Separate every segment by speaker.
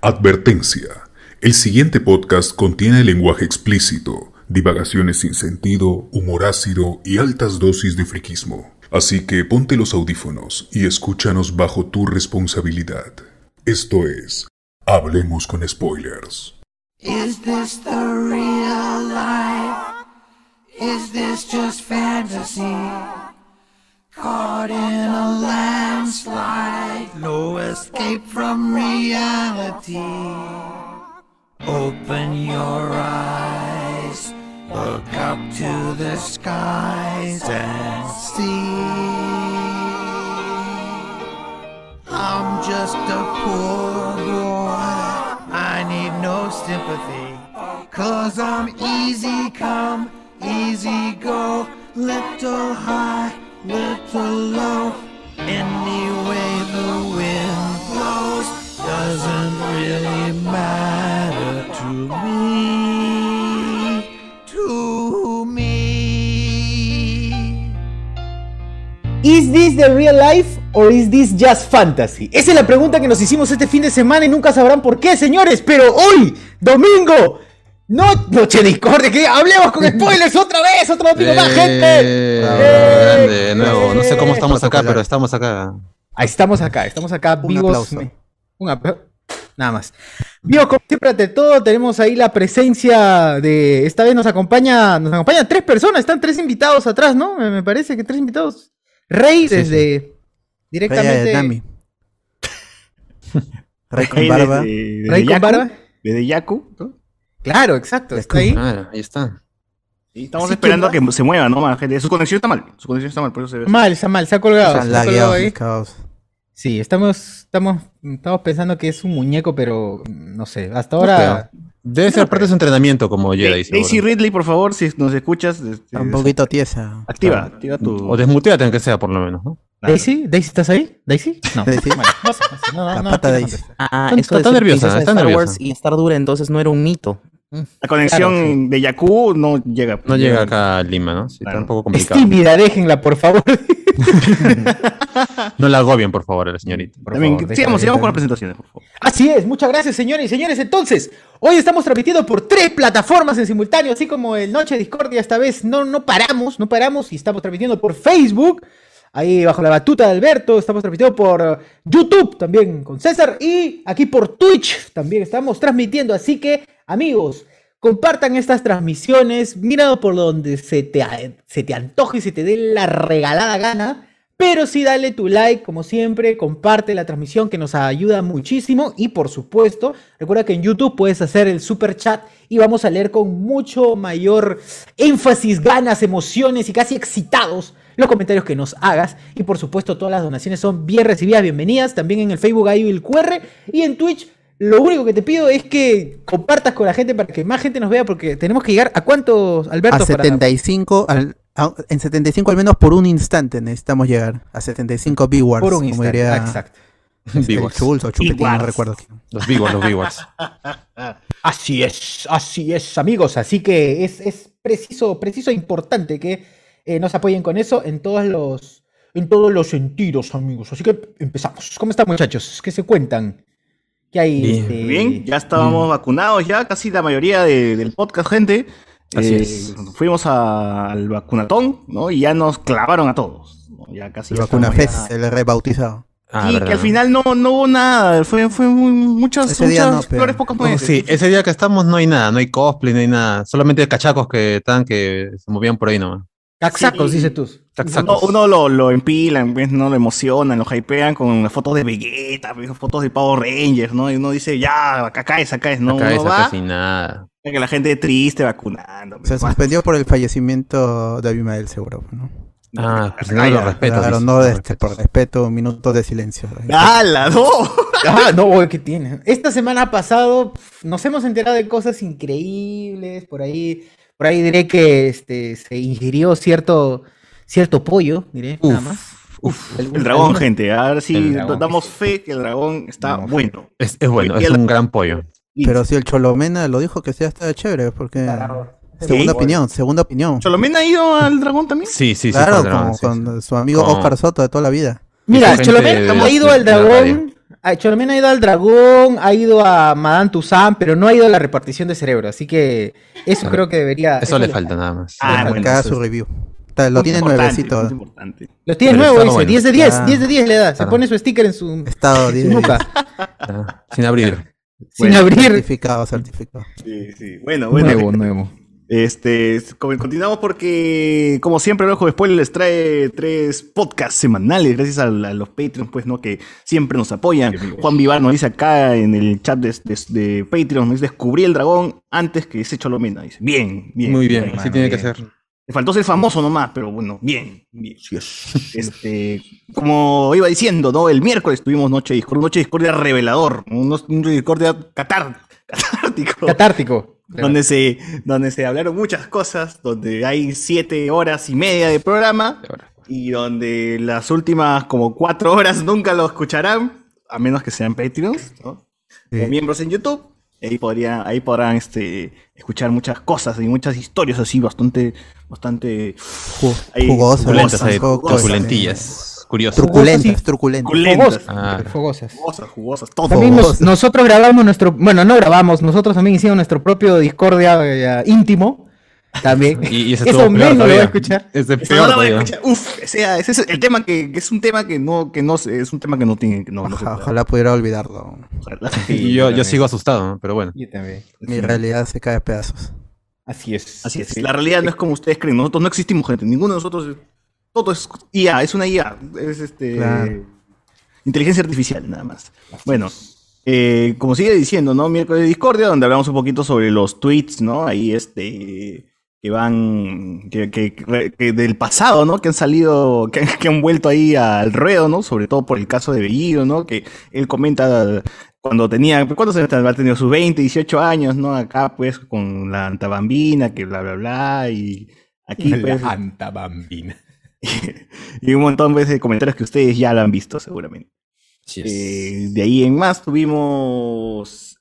Speaker 1: Advertencia. El siguiente podcast contiene lenguaje explícito, divagaciones sin sentido, humor ácido y altas dosis de friquismo. Así que ponte los audífonos y escúchanos bajo tu responsabilidad. Esto es Hablemos con Spoilers.
Speaker 2: Is this the real life? Is this just fantasy? Caught in a landslide, no escape from reality. Open your eyes, look up to the skies and see. I'm just a poor boy, I need no sympathy, 'cause I'm easy come, easy go, little high, little low. Any way the wind blows doesn't really matter to me,
Speaker 3: ¿Is this the real life or is this just fantasy? Esa es la pregunta que nos hicimos este fin de semana y nunca sabrán por qué, señores. Pero hoy, domingo, noche de discordia, que hablemos con spoilers otra vez, otro domingo más, gente.
Speaker 4: Grande, de nuevo. No sé cómo estamos acá, pero estamos acá.
Speaker 3: Estamos acá,
Speaker 5: Un
Speaker 3: vivos.
Speaker 5: aplauso.
Speaker 3: Un aplauso. Nada más. Vivos, como siempre, ante todo, tenemos ahí la presencia de. Esta vez nos acompañan 3 personas, están 3 invitados atrás, ¿no? Me parece que 3 invitados. Rey, desde. Directamente.
Speaker 5: Nami. Rey con barba.
Speaker 3: Rey con barba.
Speaker 6: Desde Yaku, ¿no?
Speaker 3: Claro, exacto, está ahí.
Speaker 4: Claro, ahí está.
Speaker 6: Y estamos
Speaker 3: Así
Speaker 6: esperando a
Speaker 3: que
Speaker 6: que se mueva, ¿no? Más gente. Su conexión está mal, por eso se ve.
Speaker 3: Está mal, se ha colgado.
Speaker 5: Están
Speaker 3: Se ha colgado
Speaker 5: lagueados,
Speaker 3: ahí.
Speaker 5: caos.
Speaker 3: Sí, estamos pensando que es un muñeco, pero no sé, hasta ahora.
Speaker 4: Debe ser parte de su entrenamiento como Jedi.
Speaker 6: Daisy
Speaker 4: seguro.
Speaker 6: Ridley, por favor, si nos escuchas,
Speaker 5: Está un poquito tiesa.
Speaker 6: activa tu...
Speaker 4: O desmuteate aunque sea, por lo menos, ¿no?
Speaker 3: ¿Daisy? ¿Estás ahí? ¿Daisy? No.
Speaker 5: Daisy.
Speaker 3: Bueno, no,
Speaker 5: La
Speaker 3: no,
Speaker 5: pata
Speaker 3: no,
Speaker 5: de
Speaker 3: no,
Speaker 5: Daisy.
Speaker 4: Está nerviosa, está nerviosa.
Speaker 7: Wars y estar dura, entonces no era un mito.
Speaker 6: La conexión
Speaker 3: Claro, sí.
Speaker 6: de Yaku no llega.
Speaker 4: No llega acá a Lima, ¿no? Sí,
Speaker 6: Claro.
Speaker 4: está un poco
Speaker 3: Es
Speaker 4: complicado.
Speaker 3: tímida, déjenla, por favor.
Speaker 4: No la agobien, por favor, a la señorita.
Speaker 3: Por
Speaker 6: También,
Speaker 3: favor,
Speaker 6: sigamos
Speaker 3: déjala.
Speaker 6: con las presentaciones, por favor.
Speaker 3: Así es, muchas gracias, señores y señores. Entonces, hoy estamos transmitiendo por 3 plataformas en simultáneo, así como el Noche de Discordia. Esta vez no paramos y estamos transmitiendo por Facebook, ahí bajo la batuta de Alberto. Estamos transmitiendo por YouTube también con César y aquí por Twitch también estamos transmitiendo. Así que, amigos, compartan estas transmisiones, míralo por donde se te antoje y se te dé la regalada gana. Pero sí, dale tu like, como siempre, comparte la transmisión que nos ayuda muchísimo. Y por supuesto, recuerda que en YouTube puedes hacer el super chat y vamos a leer con mucho mayor énfasis, ganas, emociones y casi excitados los comentarios que nos hagas. Y por supuesto, todas las donaciones son bien recibidas, bienvenidas. También en el Facebook hay el QR y en Twitch. Lo único que te pido es que compartas con la gente para que más gente nos vea, porque tenemos que llegar a ¿cuántos, Alberto?
Speaker 5: A 75, en 75 al menos por un instante necesitamos llegar. A 75 viewers.
Speaker 3: Por un
Speaker 5: como
Speaker 3: instante,
Speaker 5: diría
Speaker 3: exacto.
Speaker 4: Viewers.
Speaker 5: Schultz o Chupetín, no recuerdo quién.
Speaker 4: Los viewers.
Speaker 3: Así es, amigos. Así que es preciso e importante que nos apoyen con eso en todos los sentidos, amigos. Así que empezamos. ¿Cómo están, muchachos? ¿Qué se cuentan? ¿Qué hay?
Speaker 4: Bien.
Speaker 6: Bien, ya estábamos vacunados ya, casi la mayoría del podcast, gente.
Speaker 4: Así es.
Speaker 6: Fuimos al vacunatón, ¿no? Y ya nos clavaron a todos, ¿no? Ya casi.
Speaker 5: El
Speaker 6: ya
Speaker 5: vacuna
Speaker 6: estamos
Speaker 5: Fest,
Speaker 6: ya-
Speaker 5: el rebautizado.
Speaker 6: Sí,
Speaker 4: verdad.
Speaker 6: que al final no hubo nada, fue muchas
Speaker 5: Ese día no, pero-
Speaker 6: flores, pocas
Speaker 4: No,
Speaker 6: nueces.
Speaker 4: sí, ese día que estamos no hay nada, no hay cosplay, no hay nada. Solamente cachacos que se movían por ahí nomás.
Speaker 3: Caxacos,
Speaker 6: Sí.
Speaker 3: dices tú.
Speaker 4: Caxacos.
Speaker 6: Uno lo empilan, pues, no lo emocionan, lo hypean con las fotos de Vegeta, pues, fotos de Power Rangers, ¿no? Y uno dice, ya, acá es, ¿no?
Speaker 4: Acá
Speaker 6: Uno
Speaker 4: es,
Speaker 6: va,
Speaker 4: acá sin nada.
Speaker 6: que la gente triste vacunando.
Speaker 5: Se suspendió por el fallecimiento de Abimael, seguro, ¿no?
Speaker 4: Pues no lo respeto.
Speaker 5: Claro,
Speaker 4: dice.
Speaker 5: no por respeto, minutos de silencio.
Speaker 6: ¡Hala, no!
Speaker 3: No, ¿qué tiene? Esta semana pasado nos hemos enterado de cosas increíbles. Por ahí diré que se ingirió cierto pollo, diré, nada más.
Speaker 6: El dragón, gente, a ver si
Speaker 3: El dragón.
Speaker 6: damos fe que el dragón está
Speaker 3: Vamos.
Speaker 6: bueno.
Speaker 4: Es bueno,
Speaker 6: Y
Speaker 4: es
Speaker 6: el-
Speaker 4: un gran pollo.
Speaker 5: Pero si el Cholomena lo dijo que sí está chévere, porque...
Speaker 3: Claro.
Speaker 5: Segunda
Speaker 6: ¿Sí?
Speaker 5: opinión.
Speaker 6: ¿Solomena ha ido al dragón también?
Speaker 4: Sí,
Speaker 5: Claro,
Speaker 4: fue el dragón,
Speaker 5: con su amigo
Speaker 4: Con-
Speaker 5: Oscar Soto de toda la vida.
Speaker 3: Mira,
Speaker 4: Gente
Speaker 3: Cholomena
Speaker 4: de-
Speaker 3: ha ido al
Speaker 4: de la
Speaker 3: dragón Cholomena ha ido al dragón, ha ido a Madame Toussaint, pero no ha ido a la repartición de cerebro, así que eso creo que debería...
Speaker 4: Eso le falta nada más.
Speaker 5: Acá su review. Lo tiene nuevecito.
Speaker 3: Los tiene
Speaker 4: Pero
Speaker 3: nuevo,
Speaker 4: está
Speaker 3: dice,
Speaker 4: bueno.
Speaker 3: 10 de 10, 10 de 10 le da, se pone su sticker en su
Speaker 5: Estado
Speaker 3: su nuca,
Speaker 4: Sin abrir.
Speaker 3: sin abrir.
Speaker 5: certificado.
Speaker 6: Sí. Bueno.
Speaker 3: Nuevo.
Speaker 6: Continuamos porque, como siempre, el Ojo de Spoiler les trae 3 podcasts semanales, gracias a los Patreons, pues, ¿no? Que siempre nos apoyan. Juan Vivar nos dice acá en el chat de Patreon, nos dice, descubrí el dragón antes que ese Cholomena. Dice, bien.
Speaker 4: Muy bien, así tiene que ser.
Speaker 6: Le faltó ser famoso nomás, pero bueno, bien. Como iba diciendo, ¿no? El miércoles tuvimos Noche de Discordia revelador, un Noche de Discordia catártico. Donde se hablaron muchas cosas, donde hay 7 horas y media de programa y donde las últimas como 4 horas nunca lo escucharán, a menos que sean Patreons, ¿no? O miembros en YouTube. Ahí podrán escuchar muchas cosas y muchas historias así bastante
Speaker 5: Jugosas,
Speaker 4: truculentillas, curiosas.
Speaker 5: Truculentas.
Speaker 6: Jugosas, todo.
Speaker 3: También nosotros grabamos nosotros también hicimos nuestro propio Discordia íntimo. También.
Speaker 4: Y ese
Speaker 3: eso
Speaker 4: estuvo peor
Speaker 3: menos lo voy
Speaker 4: todavía.
Speaker 3: a escuchar.
Speaker 4: Es de
Speaker 6: Eso
Speaker 4: peor
Speaker 6: no lo voy a
Speaker 4: todavía.
Speaker 6: escuchar. Ese es el tema que es un tema que no es un tema que no tiene, no se puede.
Speaker 5: Ojalá pudiera olvidarlo.
Speaker 6: Ojalá.
Speaker 4: Y yo sigo asustado, ¿no? Pero bueno.
Speaker 3: Yo también.
Speaker 5: Mi realidad se cae a pedazos.
Speaker 3: Así es.
Speaker 6: Así es. La realidad no es como ustedes creen. Nosotros no existimos, gente. Ninguno de nosotros. Todo es IA, es una IA. Es
Speaker 5: Claro.
Speaker 6: inteligencia artificial, nada más. Bueno. Como sigue diciendo, ¿no? Miércoles de Discordia, donde hablamos un poquito sobre los tweets, ¿no? Ahí que van, que del pasado, ¿no? Que han salido, que han vuelto ahí al ruedo, ¿no? Sobre todo por el caso de Bellido, ¿no? Que él comenta cuando se ha tenido sus 20, 18 años, ¿no? Acá, pues, con la antabambina, que bla, bla, bla, y aquí, pues...
Speaker 3: La antabambina.
Speaker 6: Y un montón pues, de comentarios que ustedes ya lo han visto, seguramente. De ahí en más tuvimos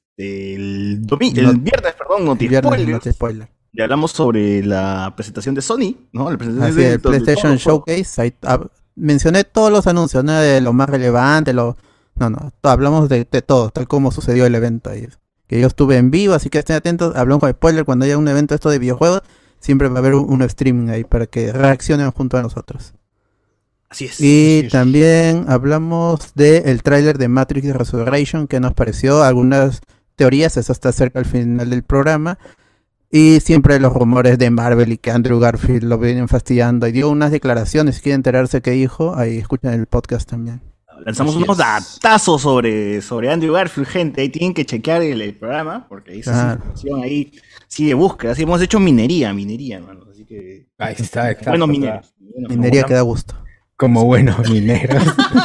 Speaker 6: el viernes, perdón, Noti Spoiler. Y hablamos sobre la presentación de Sony, ¿no? La presentación
Speaker 5: Así, el PlayStation Showcase. Ahí, mencioné todos los anuncios, no de lo más relevante, hablamos de todo, tal como sucedió el evento ahí. Que yo estuve en vivo, así que estén atentos, hablamos con spoiler cuando haya un evento esto de videojuegos, siempre va a haber un streaming ahí para que reaccionen junto a nosotros.
Speaker 6: Así es.
Speaker 5: Y también hablamos del tráiler de Matrix Resurrection, que nos pareció algunas teorías, eso está cerca al final del programa. Y siempre los rumores de Marvel y que Andrew Garfield lo vienen fastidiando. Y dio unas declaraciones, si quieren enterarse qué dijo, ahí escuchan el podcast también.
Speaker 6: Lanzamos unos datazos sobre Andrew Garfield, gente. Ahí tienen que chequear el programa, porque ahí información ahí sí de búsqueda. Así hemos hecho minería, hermano. Así que.
Speaker 3: Ahí está, exacto.
Speaker 6: Bueno, mineros.
Speaker 5: Minería que da gusto.
Speaker 3: Como buenos mineros.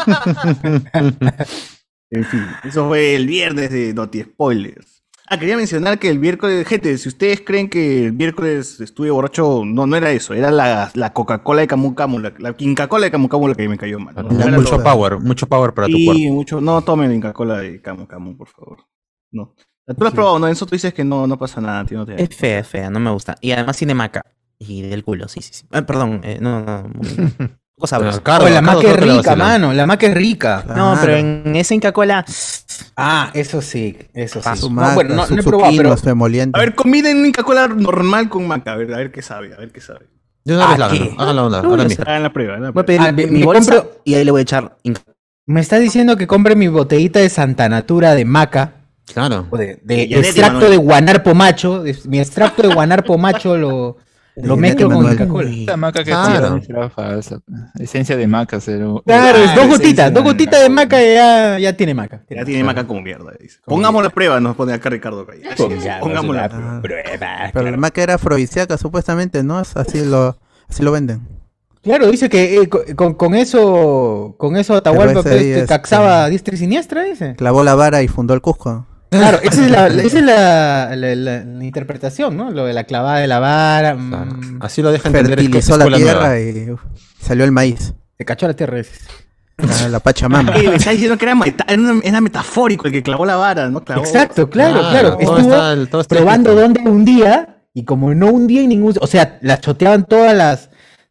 Speaker 6: En fin, eso fue el viernes de Noti Spoilers. Quería mencionar que el miércoles, gente, si ustedes creen que el miércoles estuve borracho, no era eso, era la Coca-Cola de Camu Camu, la Inca Cola de Camu Camu la que me cayó mal. ¿no?
Speaker 4: Mucho power para tu cuerpo.
Speaker 6: No tomen Inca Cola de Camu Camu, por favor. No. Tú lo has probado, ¿no? En eso tú dices que no pasa nada, tío, no te...
Speaker 7: Es fea, no me gusta. Y además tiene maca. Y del culo, sí. Perdón, no. Poco sabroso.
Speaker 3: La maca es rica, mano. La maca es rica.
Speaker 7: No, pero en esa Inca Cola.
Speaker 3: Eso sí.
Speaker 5: Su maca,
Speaker 3: no
Speaker 5: su
Speaker 3: he probado,
Speaker 5: zucchino,
Speaker 3: pero...
Speaker 5: su emoliente.
Speaker 6: A ver, combinen Inca Cola normal con maca. A ver qué sabe.
Speaker 4: Yo no háganlo, ahora mismo.
Speaker 6: Hagan la prueba.
Speaker 7: Voy a pedir mi bolsa y ahí le voy a echar Inca.
Speaker 3: Me estás diciendo que compre mi botellita de Santa Natura de maca.
Speaker 4: Claro.
Speaker 3: O de extracto de guanarpo macho. Mi extracto de guanarpo macho lo mezclo con Coca-Cola.
Speaker 8: La maca que era falsa. Esencia de maca, cero.
Speaker 3: Claro, es dos gotitas de maca ya tiene maca.
Speaker 6: Ya tiene maca como mierda, dice. Pongamos la prueba, nos pone acá Ricardo Calle. Pongamos la prueba.
Speaker 5: Pero la maca era afrodisíaca, supuestamente, ¿no? Así lo venden.
Speaker 3: Claro, dice que con eso Atahualpa caxaba diestra y siniestra, dice.
Speaker 5: Clavó la vara y fundó el Cusco.
Speaker 3: Claro, esa es la interpretación, ¿no? Lo de la clavada de la vara.
Speaker 4: Así lo deja entender.
Speaker 5: Fertilizó la tierra y salió el maíz.
Speaker 3: Se cachó la tierra.
Speaker 5: La Pachamama.
Speaker 6: Me está diciendo que era metafórico el que clavó la vara, ¿no?
Speaker 3: Exacto, claro. Estuvo probando dónde hundía y como no hundía en ningún... O sea, las choteaban todas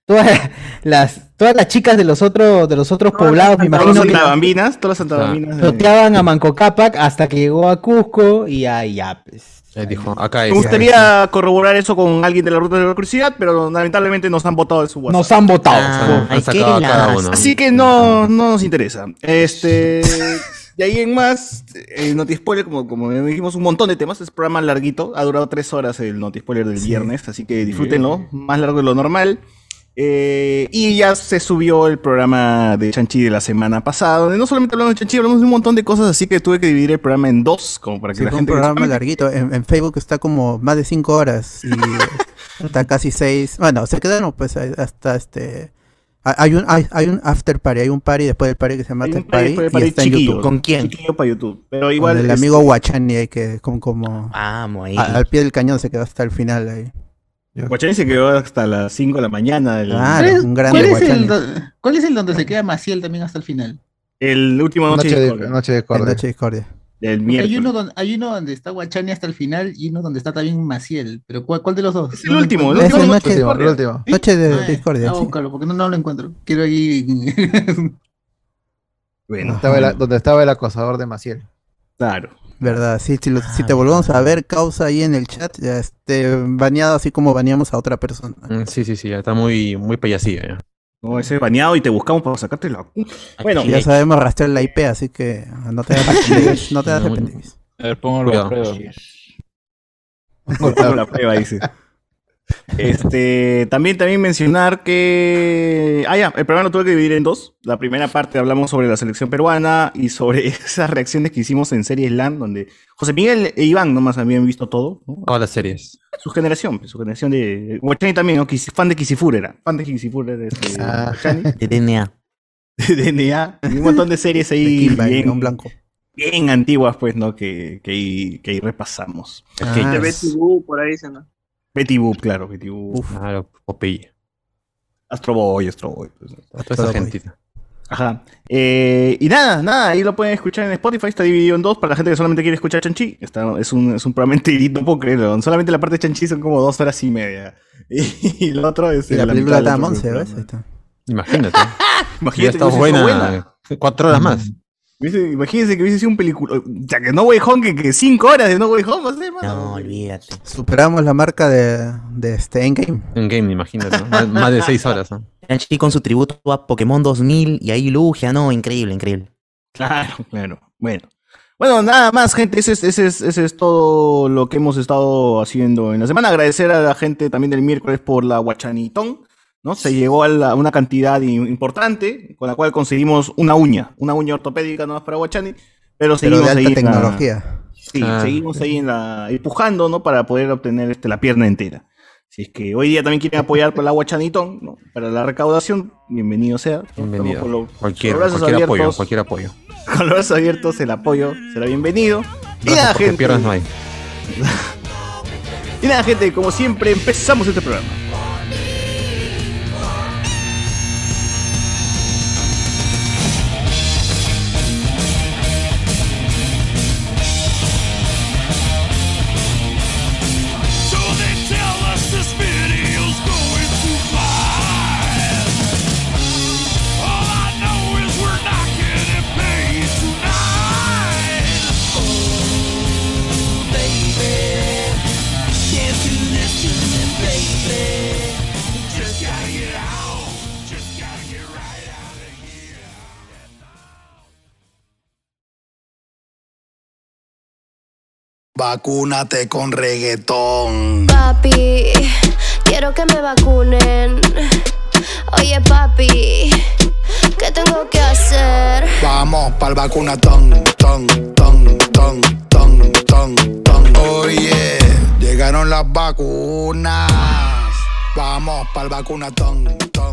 Speaker 3: todas las chicas de los otros poblados, me imagino que
Speaker 6: todas las santabambinas.
Speaker 3: choteaban a Manco Cápac hasta que llegó a Cusco y ahí ya, pues.
Speaker 4: Ahí dijo, acá
Speaker 6: Me
Speaker 4: es.
Speaker 6: gustaría corroborar eso con alguien de la Ruta de la Curiosidad, pero lamentablemente nos han votado de su WhatsApp.
Speaker 3: Nos han votado.
Speaker 7: Ay,
Speaker 4: Han sacado a
Speaker 7: qué
Speaker 4: cada
Speaker 7: lástima.
Speaker 4: uno.
Speaker 6: Así que no nos interesa. De ahí en más, Notispoiler, como dijimos, un montón de temas. Es un programa larguito. Ha durado 3 horas el Notispoiler del viernes, así que disfrútenlo. Más largo de lo normal. Y ya se subió el programa de Chanchi de la semana pasada, donde no solamente hablamos de Chanchi, hablamos de un montón de cosas, así que tuve que dividir el programa en 2, como para que
Speaker 5: Sí,
Speaker 6: la
Speaker 5: fue un
Speaker 6: gente...
Speaker 5: programa larguito. En Facebook está como más de 5 horas y está casi 6. Bueno, se quedaron pues hasta hay un after party, hay un party después del party que se llama
Speaker 6: Hay un
Speaker 5: after party
Speaker 6: party
Speaker 5: y está en
Speaker 6: chiquillo.
Speaker 5: YouTube.
Speaker 7: ¿Con quién?
Speaker 6: Chiquillo para YouTube. Pero
Speaker 5: Con
Speaker 6: igual...
Speaker 5: el amigo Guachani ahí que como
Speaker 7: Vamos ahí.
Speaker 5: al pie del cañón se quedó hasta el final ahí.
Speaker 6: Guachani se quedó hasta las 5 de la mañana.
Speaker 5: Claro, un grande Guachani.
Speaker 9: ¿Cuál es el donde se queda Maciel también hasta el final?
Speaker 6: El último Noche de Discordia.
Speaker 10: Noche de
Speaker 5: En
Speaker 10: Discordia.
Speaker 5: Noche de Discordia.
Speaker 6: Del
Speaker 9: Hay
Speaker 6: miércoles.
Speaker 9: hay uno donde está Guachani hasta el final y uno donde está también Maciel. Pero ¿cuál de los dos?
Speaker 6: Es el último,
Speaker 9: lo
Speaker 6: el
Speaker 5: Es
Speaker 6: último
Speaker 5: el
Speaker 6: Noche de
Speaker 5: noche,
Speaker 6: Discordia.
Speaker 10: El último.
Speaker 5: noche de Discordia.
Speaker 9: Voy a
Speaker 5: Sí.
Speaker 9: buscarlo porque no lo encuentro. Quiero ahí.
Speaker 6: Bueno,
Speaker 10: Donde estaba el acosador de Maciel.
Speaker 6: claro.
Speaker 5: Verdad, sí, si te volvemos a ver, causa ahí en el chat, ya baneado así como baneamos a otra persona.
Speaker 4: Sí, ya está muy payasilla ya.
Speaker 6: No, ese es baneado y te buscamos para sacarte la... Bueno,
Speaker 5: Ya sabemos rastrear la IP, así que no te arrepentirás, no te arrepentirás.
Speaker 8: A ver, póngalo a
Speaker 4: Cuidado.
Speaker 8: prueba.
Speaker 6: pongo la prueba, dice. También mencionar que... el programa lo tuve que dividir en 2. La primera parte hablamos sobre la selección peruana y sobre esas reacciones que hicimos en Series LAN, donde José Miguel e Iván nomás habían visto todo, ¿no?
Speaker 4: Todas las series.
Speaker 6: Su generación de... Guachani también, ¿no? Fan de Kisifur era. Fan de Kisifur era Guachani.
Speaker 7: De DNA.
Speaker 6: De DNA. Y un montón de series
Speaker 5: De
Speaker 6: ahí
Speaker 5: Kimba,
Speaker 6: bien,
Speaker 5: un blanco.
Speaker 6: bien antiguas, pues, ¿no? Que ahí repasamos.
Speaker 5: Ah,
Speaker 11: Betty Boo, por ahí se no.
Speaker 6: Betty Boop, claro, Betty Boop.
Speaker 4: Claro, Popeye.
Speaker 6: Astro Boy. Pues, ¿no?
Speaker 4: Toda esa gentita.
Speaker 6: Ajá. Y nada, ahí lo pueden escuchar en Spotify, está dividido en 2 para la gente que solamente quiere escuchar Chanchi. Es un programa enterito, no puedo creerlo. Solamente la parte de Chanchi son como 2 horas y media. Y lo otro es...
Speaker 5: Y la película
Speaker 6: mitad
Speaker 5: está a
Speaker 6: del otro
Speaker 5: 11, ¿ves?
Speaker 6: programa.
Speaker 5: Ahí está.
Speaker 4: Imagínate. Ya
Speaker 6: Imagínate
Speaker 4: está
Speaker 6: que hubiese sido
Speaker 4: buena. 4 horas más.
Speaker 6: Imagínense que hubiese sido un película. Ya que No Way Home, que 5 horas de No Way Home, ¿sí, mano?
Speaker 7: No, olvídate.
Speaker 5: Superamos la marca de Endgame.
Speaker 4: En game, imagínate. ¿No? Más de 6 horas. ¿No?
Speaker 7: Chanchi con su tributo a Pokémon 2000 y ahí Lugia, no, increíble.
Speaker 6: Claro. Bueno, nada más, gente. Ese es todo lo que hemos estado haciendo en la semana. Agradecer a la gente también del miércoles por la Guachanitón, ¿no? Se llegó a una cantidad importante, con la cual conseguimos una uña ortopédica nomás para Guachani, pero
Speaker 5: Pero
Speaker 6: seguimos
Speaker 5: de alta
Speaker 6: ahí
Speaker 5: tecnología.
Speaker 6: seguimos ahí empujando, ¿no? Para poder obtener la pierna entera. Si es que hoy día también quieren apoyar para la Guachanitón, ¿no? Para la recaudación, bienvenido sea.
Speaker 4: Bienvenido.
Speaker 6: Con
Speaker 4: Cualquier
Speaker 6: los brazos
Speaker 4: apoyo.
Speaker 6: Con los brazos abiertos, el apoyo será bienvenido. Y nada,
Speaker 4: Porque
Speaker 6: gente.
Speaker 4: piernas no hay.
Speaker 6: Y nada, gente, como siempre, empezamos este programa.
Speaker 2: So they tell us this video's going too far. All I know is we're not getting paid tonight. Oh, baby, can't do this to me, baby. Just gotta get out, just gotta get right out of here.
Speaker 12: Vacúnate con reggaetón.
Speaker 13: Papi, quiero que me vacunen. Oye, papi, ¿qué tengo que hacer?
Speaker 12: Vamos pa'l vacunatón, ton. Oye, llegaron las vacunas. Vamos pa'l vacunatón,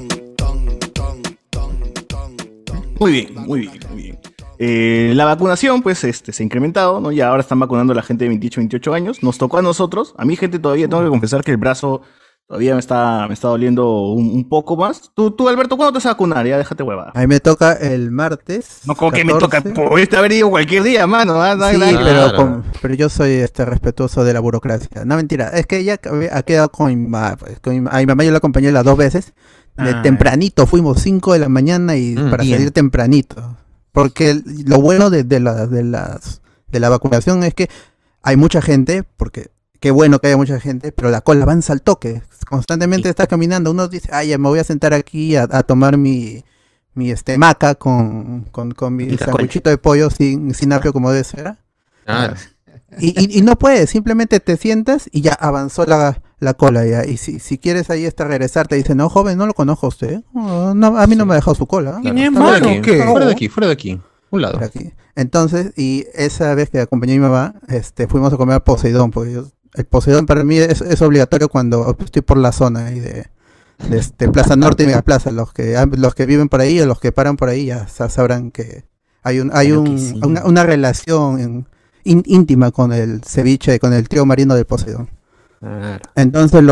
Speaker 6: Muy bien. La vacunación, pues, se ha incrementado, ¿no? Ya ahora están vacunando a la gente de 28, 28 años. Nos tocó a nosotros. A mí, gente, todavía tengo que confesar que el brazo todavía me está doliendo un poco más. Tú, Alberto, ¿cuándo te vas a vacunar? Ya déjate huevada.
Speaker 5: A mí me toca el martes.
Speaker 6: No, como que me
Speaker 5: 14.
Speaker 6: toca. Pudiste haber ido cualquier día, mano.
Speaker 5: Sí,
Speaker 4: Claro.
Speaker 5: pero yo soy respetuoso de la burocracia. No, mentira. Es que ella ha quedado con mi mamá. Pues, a mi mamá yo la acompañé las 2 veces. tempranito, fuimos 5 de la mañana y para
Speaker 7: bien.
Speaker 5: salir tempranito. Porque lo bueno de la vacunación es que hay mucha gente, porque qué bueno que haya mucha gente, pero la cola avanza al toque. Constantemente estás caminando, uno dice, ay, ya me voy a sentar aquí a tomar mi maca con mi sanguchito de pollo sin apio como debe ser.
Speaker 4: Claro.
Speaker 5: Y no puedes, simplemente te sientas y ya avanzó la cola ya. Y si quieres ahí regresar, te dicen, no, joven, no lo conozco a usted. No, a mí no me ha dejado su cola.
Speaker 4: Fuera de aquí. Un lado.
Speaker 5: Por aquí. Entonces, y esa vez que acompañé a mi mamá, fuimos a comer a Poseidón, porque el Poseidón para mí es obligatorio cuando estoy por la zona ahí de Plaza Norte y Megaplaza. Los que viven por ahí o los que paran por ahí ya sabrán que hay una relación íntima con el ceviche, con el trío marino del Poseidón. Entonces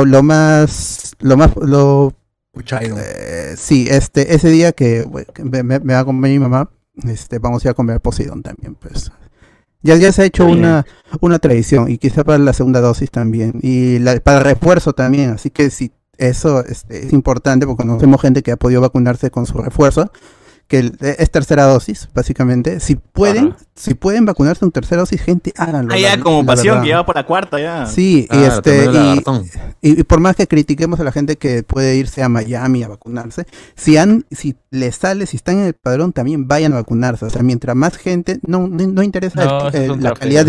Speaker 5: sí, ese día que me va a acompañar mi mamá, vamos a ir a comer Poseidón también, pues. Ya se ha hecho una tradición, y quizá para la segunda dosis también, y para refuerzo también, así que si eso es importante, porque conocemos gente que ha podido vacunarse con su refuerzo, que es tercera dosis, básicamente. Si pueden vacunarse en tercera dosis, gente, háganlo.
Speaker 6: Ya como pasión, que ya va por la cuarta ya.
Speaker 5: Sí, y por más que critiquemos a la gente que puede irse a Miami a vacunarse, si les sale, si están en el padrón, también vayan a vacunarse. O sea, mientras más gente, no interesa la calidad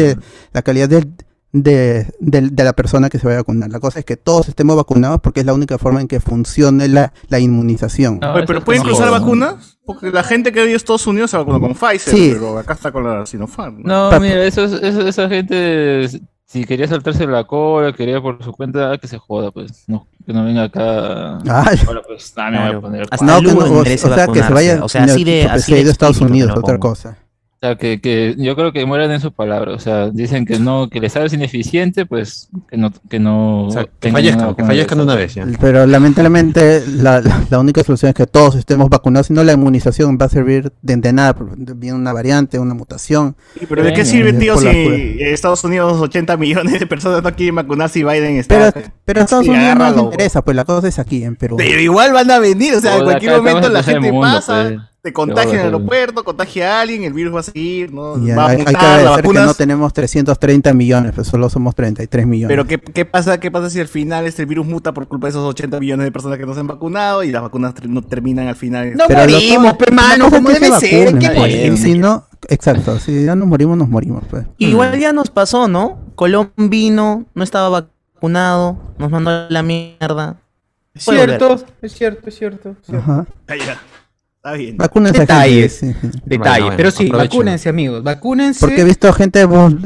Speaker 5: de la persona que se vaya a vacunar. La cosa es que todos estemos vacunados porque es la única forma en que funcione la inmunización.
Speaker 6: Oye, pero ¿pueden cruzar vacunas? Porque la gente que vive en Estados Unidos se vacunó con Pfizer,
Speaker 5: Sí.
Speaker 6: pero acá está con la Sinopharm.
Speaker 8: No, mira, esa gente, si quería saltarse la cola, quería por su cuenta, que se joda, pues. No, que no venga acá. Ahora, pues, me voy a poner.
Speaker 7: Hasta el lunes merece
Speaker 5: que se vaya,
Speaker 7: vacunarse. O sea, así de
Speaker 5: Estados
Speaker 7: explícito
Speaker 5: Unidos,
Speaker 7: te lo
Speaker 5: otra
Speaker 7: pongo.
Speaker 5: cosa.
Speaker 8: O sea, que yo creo que mueran en sus palabras. O sea, dicen que no, que les sabes ineficiente, pues que no.
Speaker 4: O sea, que
Speaker 8: tengan
Speaker 4: fallezcan,
Speaker 8: una
Speaker 4: que fallezcan de
Speaker 8: vacuna.
Speaker 4: una vez ya.
Speaker 5: Pero lamentablemente la única solución es que todos estemos vacunados, si no la inmunización va a servir de nada, porque viene una variante, una mutación.
Speaker 6: ¿Pero de qué sirve, tío,
Speaker 5: Por
Speaker 6: si
Speaker 5: la pura.
Speaker 6: en Estados Unidos 80 millones de personas no quieren vacunarse y Biden está...
Speaker 5: Pero a Estados
Speaker 6: Sí,
Speaker 5: Unidos no les
Speaker 6: agárralo.
Speaker 5: interesa, pues la cosa es aquí en Perú.
Speaker 6: Pero igual van a venir, o sea, en
Speaker 8: Joder,
Speaker 6: cualquier
Speaker 8: acá
Speaker 6: momento
Speaker 8: estamos
Speaker 6: la
Speaker 8: en el
Speaker 6: gente
Speaker 8: mundo,
Speaker 6: pasa,
Speaker 8: pues.
Speaker 6: te contagia en el
Speaker 8: Joder.
Speaker 6: aeropuerto, contagia a alguien, el virus va a seguir, ¿no?
Speaker 5: Y
Speaker 6: Va a
Speaker 5: hay que
Speaker 6: mutar, las
Speaker 5: agradecer que
Speaker 6: vacunas...
Speaker 5: no tenemos 330 millones, pues solo somos 33 millones.
Speaker 6: Pero ¿qué pasa si al final este virus muta por culpa de esos 80 millones de personas que no se han vacunado y las vacunas no terminan al final?
Speaker 3: No
Speaker 5: Pero
Speaker 3: morimos, pe mano, como
Speaker 5: que se
Speaker 3: debe ser,
Speaker 5: vacunen,
Speaker 3: ¿qué
Speaker 5: pues.
Speaker 3: morimos?
Speaker 5: Si no, exacto, si ya nos morimos, pues.
Speaker 7: Igual ya nos pasó, ¿no? Colón vino, no estaba vacunado, nos mandó a la mierda.
Speaker 3: Es
Speaker 7: Puede
Speaker 3: cierto,
Speaker 7: volver.
Speaker 3: es cierto.
Speaker 5: Ajá.
Speaker 6: Ah, ya. Está bien.
Speaker 5: Vacúnense,
Speaker 3: Detalles,
Speaker 5: gente, sí.
Speaker 3: detalles.
Speaker 4: Bueno,
Speaker 3: Pero sí,
Speaker 4: aprovechen.
Speaker 3: vacúnense, amigos, vacúnense.
Speaker 5: Porque he visto gente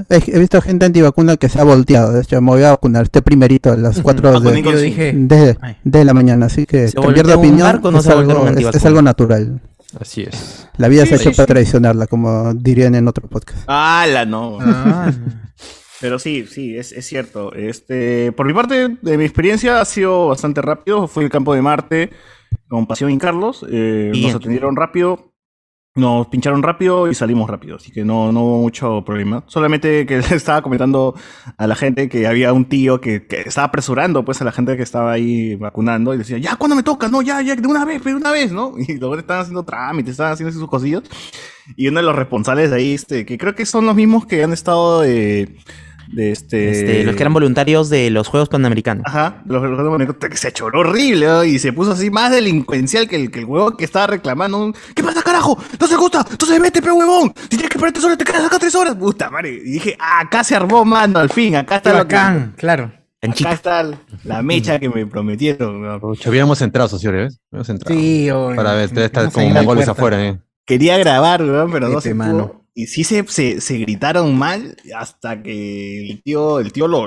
Speaker 5: antivacuna que se ha volteado. De hecho, me voy a vacunar este primerito a las 4
Speaker 3: Yo dije,
Speaker 5: de la mañana. Así que
Speaker 7: ¿Se
Speaker 5: cambiar de
Speaker 7: voltea un
Speaker 5: opinión
Speaker 7: barco o no
Speaker 5: es,
Speaker 7: se voltea un
Speaker 5: algo, es
Speaker 7: antivacuna?
Speaker 5: algo natural.
Speaker 4: Así es.
Speaker 5: La vida se ha
Speaker 6: Sí,
Speaker 5: hecho para traicionarla, como dirían en otro podcast.
Speaker 6: ¡Hala, no!
Speaker 3: Ah,
Speaker 6: Pero sí, es cierto. Por mi parte, de mi experiencia ha sido bastante rápido. Fui al campo de Marte con Pasión y Carlos. Nos atendieron rápido, nos pincharon rápido y salimos rápido. Así que no hubo mucho problema. Solamente que le estaba comentando a la gente que había un tío que estaba apresurando pues a la gente que estaba ahí vacunando y decía, ya, ¿cuándo me toca? No, ya, de una vez, ¿no? Y luego estaban haciendo trámites, estaban haciendo sus cosillas. Y uno de los responsables de ahí, que creo que son los mismos que han estado
Speaker 7: los que eran voluntarios de los Juegos Panamericanos.
Speaker 6: Ajá, que se choró horrible, ¿no? Y se puso así más delincuencial que el huevón que estaba reclamando. ¿Qué pasa, carajo? ¿No se gusta? Entonces vete, pe huevón. Si tienes que esperar 3 horas, te quedas acá 3 horas. Puta madre. Y dije, acá se armó, mano, al fin. Acá está
Speaker 3: qué
Speaker 6: lo que...
Speaker 3: bacán, claro.
Speaker 6: Acá está la mecha que me prometieron, ¿no?
Speaker 4: Pucha, habíamos entrado, socios, ¿ves? Habíamos entrado.
Speaker 3: Sí, oye,
Speaker 4: Para ver, estar
Speaker 3: vamos a
Speaker 4: como
Speaker 3: ir a la
Speaker 4: mongoles
Speaker 3: puerta.
Speaker 4: afuera, ¿eh?
Speaker 6: Quería grabar, weón, pero no
Speaker 3: Este,
Speaker 6: se
Speaker 3: mano.
Speaker 6: pudo. Y sí se gritaron mal hasta que el tío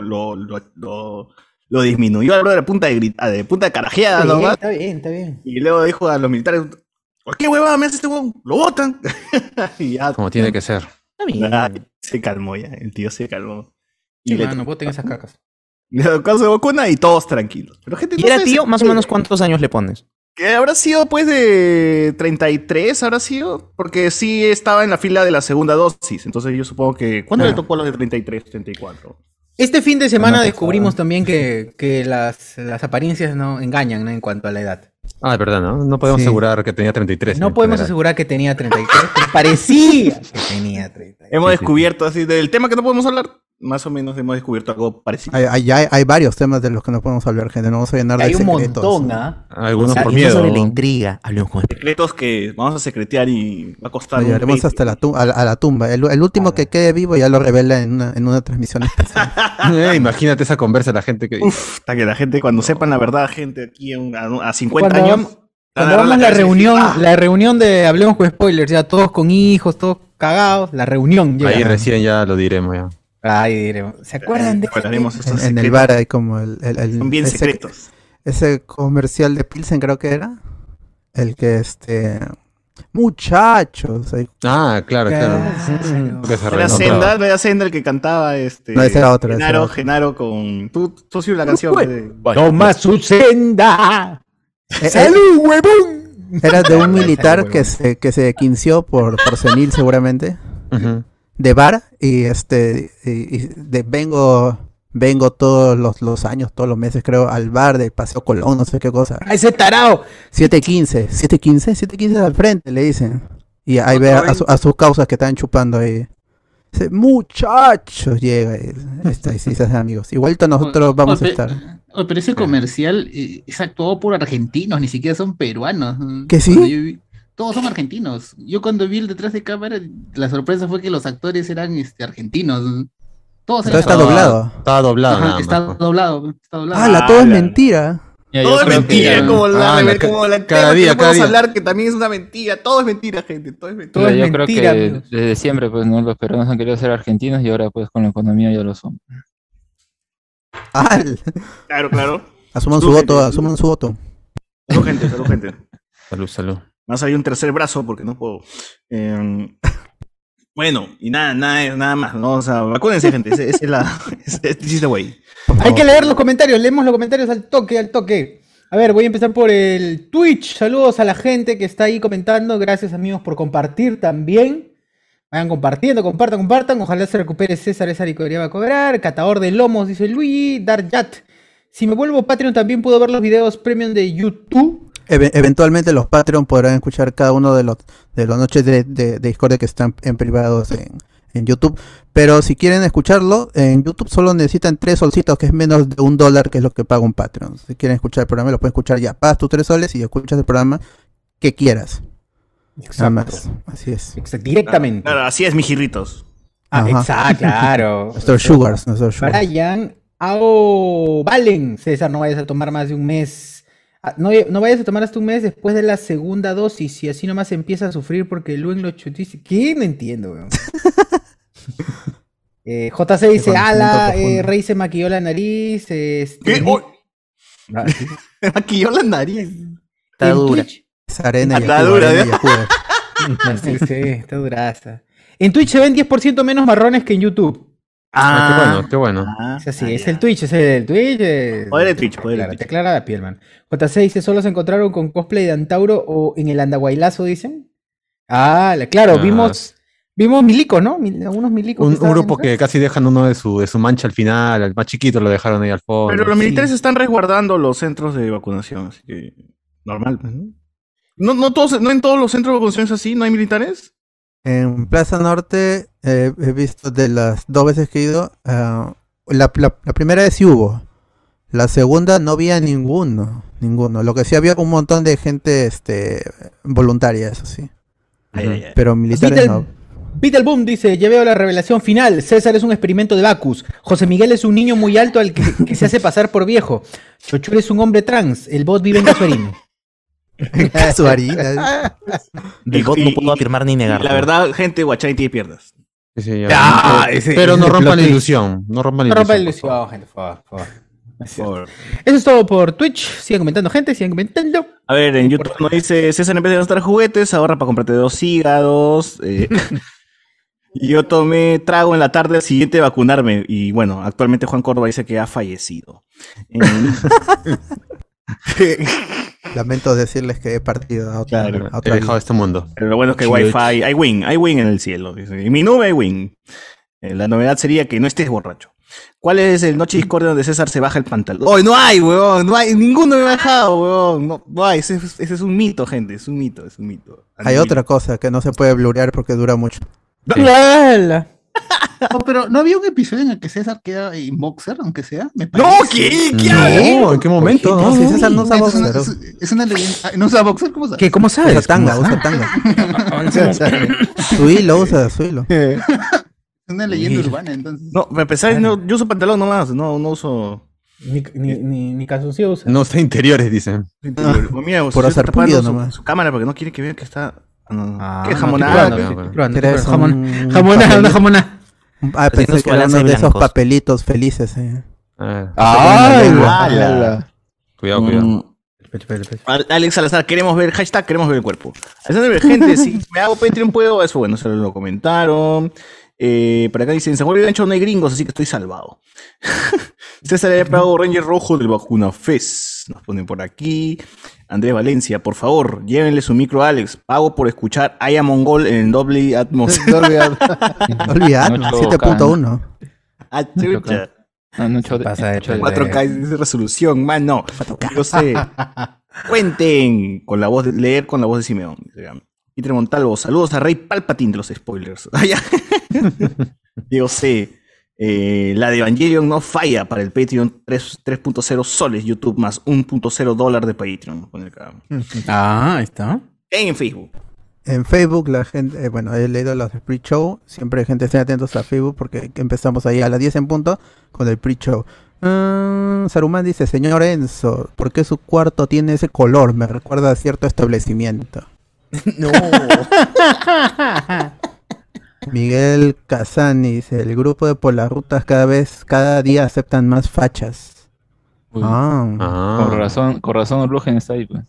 Speaker 6: lo disminuyó a de punta de punta de carajeada,
Speaker 3: Sí,
Speaker 6: ¿no?
Speaker 3: está bien.
Speaker 6: Y luego dijo a los militares, ¿por qué huevada me hace este huevón? ¡Lo botan! Y ya,
Speaker 4: Como tiene que ser.
Speaker 6: se calmó ya, el tío se calmó.
Speaker 3: Sí,
Speaker 6: Y le
Speaker 3: mano, voten esas cacas.
Speaker 6: tocó su vacuna y todos tranquilos. Pero gente,
Speaker 7: ¿Y
Speaker 6: no
Speaker 7: era
Speaker 6: sé,
Speaker 7: tío? Más o menos, ¿cuántos años le pones?
Speaker 6: Que habrá sido pues de 33, habrá sido, porque sí estaba en la fila de la segunda dosis, entonces yo supongo que... ¿Cuándo le tocó a los de 33, 34?
Speaker 3: Este fin de semana
Speaker 6: por
Speaker 3: descubrimos también que las apariencias no engañan, ¿no? En cuanto a la edad.
Speaker 4: Ah, es verdad, ¿no? No podemos
Speaker 3: Sí.
Speaker 4: asegurar que tenía 33.
Speaker 3: No
Speaker 4: en
Speaker 3: podemos
Speaker 4: general.
Speaker 3: asegurar que tenía 33, pero parecía que tenía 33.
Speaker 6: Hemos
Speaker 4: Sí, sí,
Speaker 6: descubierto así del tema que no podemos hablar. Más o menos hemos descubierto algo parecido.
Speaker 5: Hay varios temas de los que no podemos hablar, gente. No vamos a llenar de
Speaker 3: Hay un
Speaker 5: secretos.
Speaker 3: montón, ¿ah?
Speaker 4: Algunos por
Speaker 7: Y no
Speaker 4: miedo.
Speaker 7: sobre la intriga, hablemos con
Speaker 6: Secretos que vamos a secretear y va a costar.
Speaker 5: Lo
Speaker 6: un
Speaker 5: llevaremos
Speaker 6: rating.
Speaker 5: hasta a la tumba. El último que quede vivo ya lo revela en una transmisión especial.
Speaker 4: Imagínate esa conversa de la gente que...
Speaker 6: Uf, hasta que la gente, cuando sepan la verdad, gente aquí a 50
Speaker 3: Cuando
Speaker 6: años.
Speaker 3: hagamos- Cuando hagamos la reunión de Hablemos con Spoilers, ya todos con hijos, todos cagados, la reunión.
Speaker 4: Ahí
Speaker 3: llega.
Speaker 4: recién ya lo diremos ya.
Speaker 3: Ahí diremos. ¿Se acuerdan de
Speaker 5: En el bar hay como
Speaker 6: Son bien secretos.
Speaker 5: Ese comercial de Pilsen creo que era. El que muchachos.
Speaker 4: Ah, claro, claro. Que se
Speaker 6: Era
Speaker 4: reencontraba.
Speaker 6: Senda, era Senda el que cantaba
Speaker 5: No, esa era otra, esa era otra.
Speaker 6: Genaro con. Tú sí la canción.
Speaker 3: Toma su senda.
Speaker 5: ¡Salud, huevón! Era de un militar que se quinció por senil seguramente. De bar y vengo todos los años, todos los meses creo al bar del Paseo Colón, no sé qué cosa.
Speaker 3: ¡A ese tarao!
Speaker 5: 715 al frente le dicen. Y ahí ve a sus causas que están chupando ahí. Dice, muchachos, llega y sí se hacen amigos. Igualito nosotros vamos a estar.
Speaker 9: Pero ese comercial es actuado por argentinos, ni siquiera son peruanos.
Speaker 5: ¿Que sí?
Speaker 9: Cuando yo todos son argentinos. Yo cuando vi el detrás de cámara, la sorpresa fue que los actores eran argentinos. Todos
Speaker 5: Pero
Speaker 9: eran
Speaker 5: está doblado.
Speaker 4: Estaba doblado.
Speaker 9: Ajá,
Speaker 4: nada más,
Speaker 9: está
Speaker 4: pues.
Speaker 9: doblado. Está doblado.
Speaker 5: ¡Hala, todo es mentira!
Speaker 6: Todo es mentira, como la
Speaker 4: cada
Speaker 6: tema
Speaker 4: día,
Speaker 6: que
Speaker 4: cada
Speaker 6: no podemos
Speaker 4: día.
Speaker 6: hablar, que también es una mentira. Todo es mentira, gente. Todo es mentira.
Speaker 8: Yo creo que desde siempre, pues, ¿no? Los peruanos han querido ser argentinos y ahora, pues, con la economía ya lo son.
Speaker 6: Claro.
Speaker 5: Asuman su voto.
Speaker 6: Salud, gente.
Speaker 4: Salud.
Speaker 6: Me ha salido un tercer brazo porque no puedo. Bueno, y nada más, ¿no? O sea, vacúnense, gente. Esa es la. This is the way.
Speaker 3: Hay que leer los comentarios, leemos los comentarios al toque. A ver, voy a empezar por el Twitch. Saludos a la gente que está ahí comentando. Gracias, amigos, por compartir también. Vayan compartiendo, compartan. Ojalá se recupere César, esa licorería va a cobrar. Catador de lomos, dice Luigi. Darjat. Si me vuelvo Patreon, también puedo ver los videos premium de YouTube.
Speaker 5: Eventualmente los Patreon podrán escuchar cada uno de los noches de Discordia que están en privados en YouTube. Pero si quieren escucharlo, en YouTube solo necesitan 3 solcitos, que es menos de $1, que es lo que paga un Patreon. Si quieren escuchar el programa, lo pueden escuchar ya. Pagas tus 3 soles y escuchas el programa que quieras. Nada más. Así es.
Speaker 3: Directamente.
Speaker 6: Claro, así es, mijirritos.
Speaker 5: Ajá.
Speaker 3: Exacto, claro.
Speaker 5: Nuestros sugars.
Speaker 3: Brian, Valen. César, no vayas a tomar más de un mes. No vayas a tomar hasta un mes después de la segunda dosis. Y así nomás empieza a sufrir porque Luen lo chutice. ¿Qué? No entiendo, weón. JC dice, ala, Rey se maquilló la nariz.
Speaker 6: ¿Qué? Me maquilló la nariz.
Speaker 7: Está dura.
Speaker 5: Es arena y
Speaker 6: Está
Speaker 5: jugo,
Speaker 6: dura,
Speaker 5: arena y
Speaker 6: ¿eh?
Speaker 5: jugo.
Speaker 3: Sí, está duraza. En Twitch se ven 10% menos marrones que en YouTube.
Speaker 4: Qué bueno.
Speaker 3: Es así, es el Twitch.
Speaker 6: Poder de Twitch.
Speaker 3: Te aclara la piel, man. JC dice, ¿solo se encontraron con cosplay de Antauro o en el Andahuaylazo, dicen? Claro, vimos milicos, ¿no? Algunos milicos.
Speaker 4: Un grupo que casi dejan uno de su mancha al final, al más chiquito lo dejaron ahí al fondo.
Speaker 6: Pero los militares están resguardando los centros de vacunación, así que normal, pues, ¿no? No en todos los centros de vacunación es así, ¿no hay militares?
Speaker 5: En Plaza Norte he visto de las 2 veces que he ido, la primera vez sí hubo, la segunda no había ninguno, lo que sí había un montón de gente voluntaria, eso sí, pero militares no.
Speaker 3: Beetleboom dice, ya veo la revelación final, César es un experimento de Bacus, José Miguel es un niño muy alto al que se hace pasar por viejo, Chochur es un hombre trans, el bot vive en Casuarina.
Speaker 7: Del bot no puedo afirmar ni negar.
Speaker 6: La verdad, gente, Guachay tiene piernas.
Speaker 4: Sí, pero no rompan la ilusión. No rompan la ilusión.
Speaker 3: Gente, por favor. Eso es todo por Twitch. Sigan comentando, gente, sigan comentando.
Speaker 6: A ver, en YouTube nos dice, César, en vez de gastar juguetes, ahorra para comprarte 2 hígados. Yo tomé trago en la tarde al siguiente de vacunarme. Y bueno, actualmente Juan Córdoba dice que ha fallecido.
Speaker 5: Lamento decirles que he partido a otra,
Speaker 6: Claro,
Speaker 5: a otra
Speaker 4: he dejado
Speaker 5: vida.
Speaker 4: este mundo.
Speaker 6: Pero lo bueno es que hay Wi-Fi, hay Wing en el cielo. Dice. En mi nube hay Wing. La novedad sería que no estés borracho. ¿Cuál es el Noche Discordia donde César se baja el pantalón? ¡Oh, no hay, weón! No hay, ninguno me ha bajado, weón. No hay, ese es un mito, gente, es un mito.
Speaker 5: Hay otra cosa que no se puede blurear porque dura mucho.
Speaker 9: No, pero ¿no había un episodio en el que César queda en boxer, aunque sea? Me
Speaker 6: ¡No!
Speaker 9: parece.
Speaker 6: ¿Qué?
Speaker 4: No, ¿en qué momento?
Speaker 5: No, si César no usa boxer.
Speaker 9: Es una leyenda. ¿No usa boxer? ¿Cómo sabes?
Speaker 3: ¿Qué? ¿Cómo sabes?
Speaker 5: Usa tanga. Su hilo, usa su hilo.
Speaker 9: Es una leyenda urbana, entonces.
Speaker 6: No, para empezar, yo uso pantalón nomás, no uso...
Speaker 3: Ni calzoncillo usa.
Speaker 4: No usa interiores, dicen.
Speaker 6: Mira,
Speaker 5: por hacer pulido nomás.
Speaker 6: Su cámara porque no quiere que vean que está... ¿Qué
Speaker 3: no,
Speaker 6: jamonada?
Speaker 3: Una jamonada.
Speaker 5: Pensé que era uno de esos papelitos felices.
Speaker 4: Cuidado.
Speaker 6: Alex Salazar, queremos ver el cuerpo. Alexander gente, si me hago Patreon puedo, eso bueno, se lo comentaron. Por acá dicen, en San Juan de Ancho no hay gringos, así que estoy salvado. César había pagado Ranger Rojo del Vacuna Fest. Nos ponen por aquí. Andrés Valencia, por favor, llévenle su micro a Alex. Pago por escuchar I Am Mongol en Dolby Atmos.
Speaker 5: Dolby Atmos 7.1.
Speaker 6: Ah, chucha.
Speaker 3: Pasa de
Speaker 6: 4K de resolución, mano. Yo sé. Cuenten con la voz de Simeón. Peter Montalvo, saludos a Rey Palpatine de los spoilers. Yo sé. La de Evangelion no falla para el Patreon 3.0 soles YouTube más $1.0 de Patreon.
Speaker 3: Ahí está.
Speaker 6: En Facebook.
Speaker 5: En Facebook la gente, bueno, he leído los del pre-show. Siempre gente estén atentos a Facebook porque empezamos ahí a las 10 en punto con el pre-show. Saruman dice, señor Enzo, ¿por qué su cuarto tiene ese color? Me recuerda a cierto establecimiento.
Speaker 6: No.
Speaker 5: Miguel Casani dice, el grupo de Polarrutas cada día aceptan más fachas.
Speaker 8: Con razón Blugen está ahí, pues.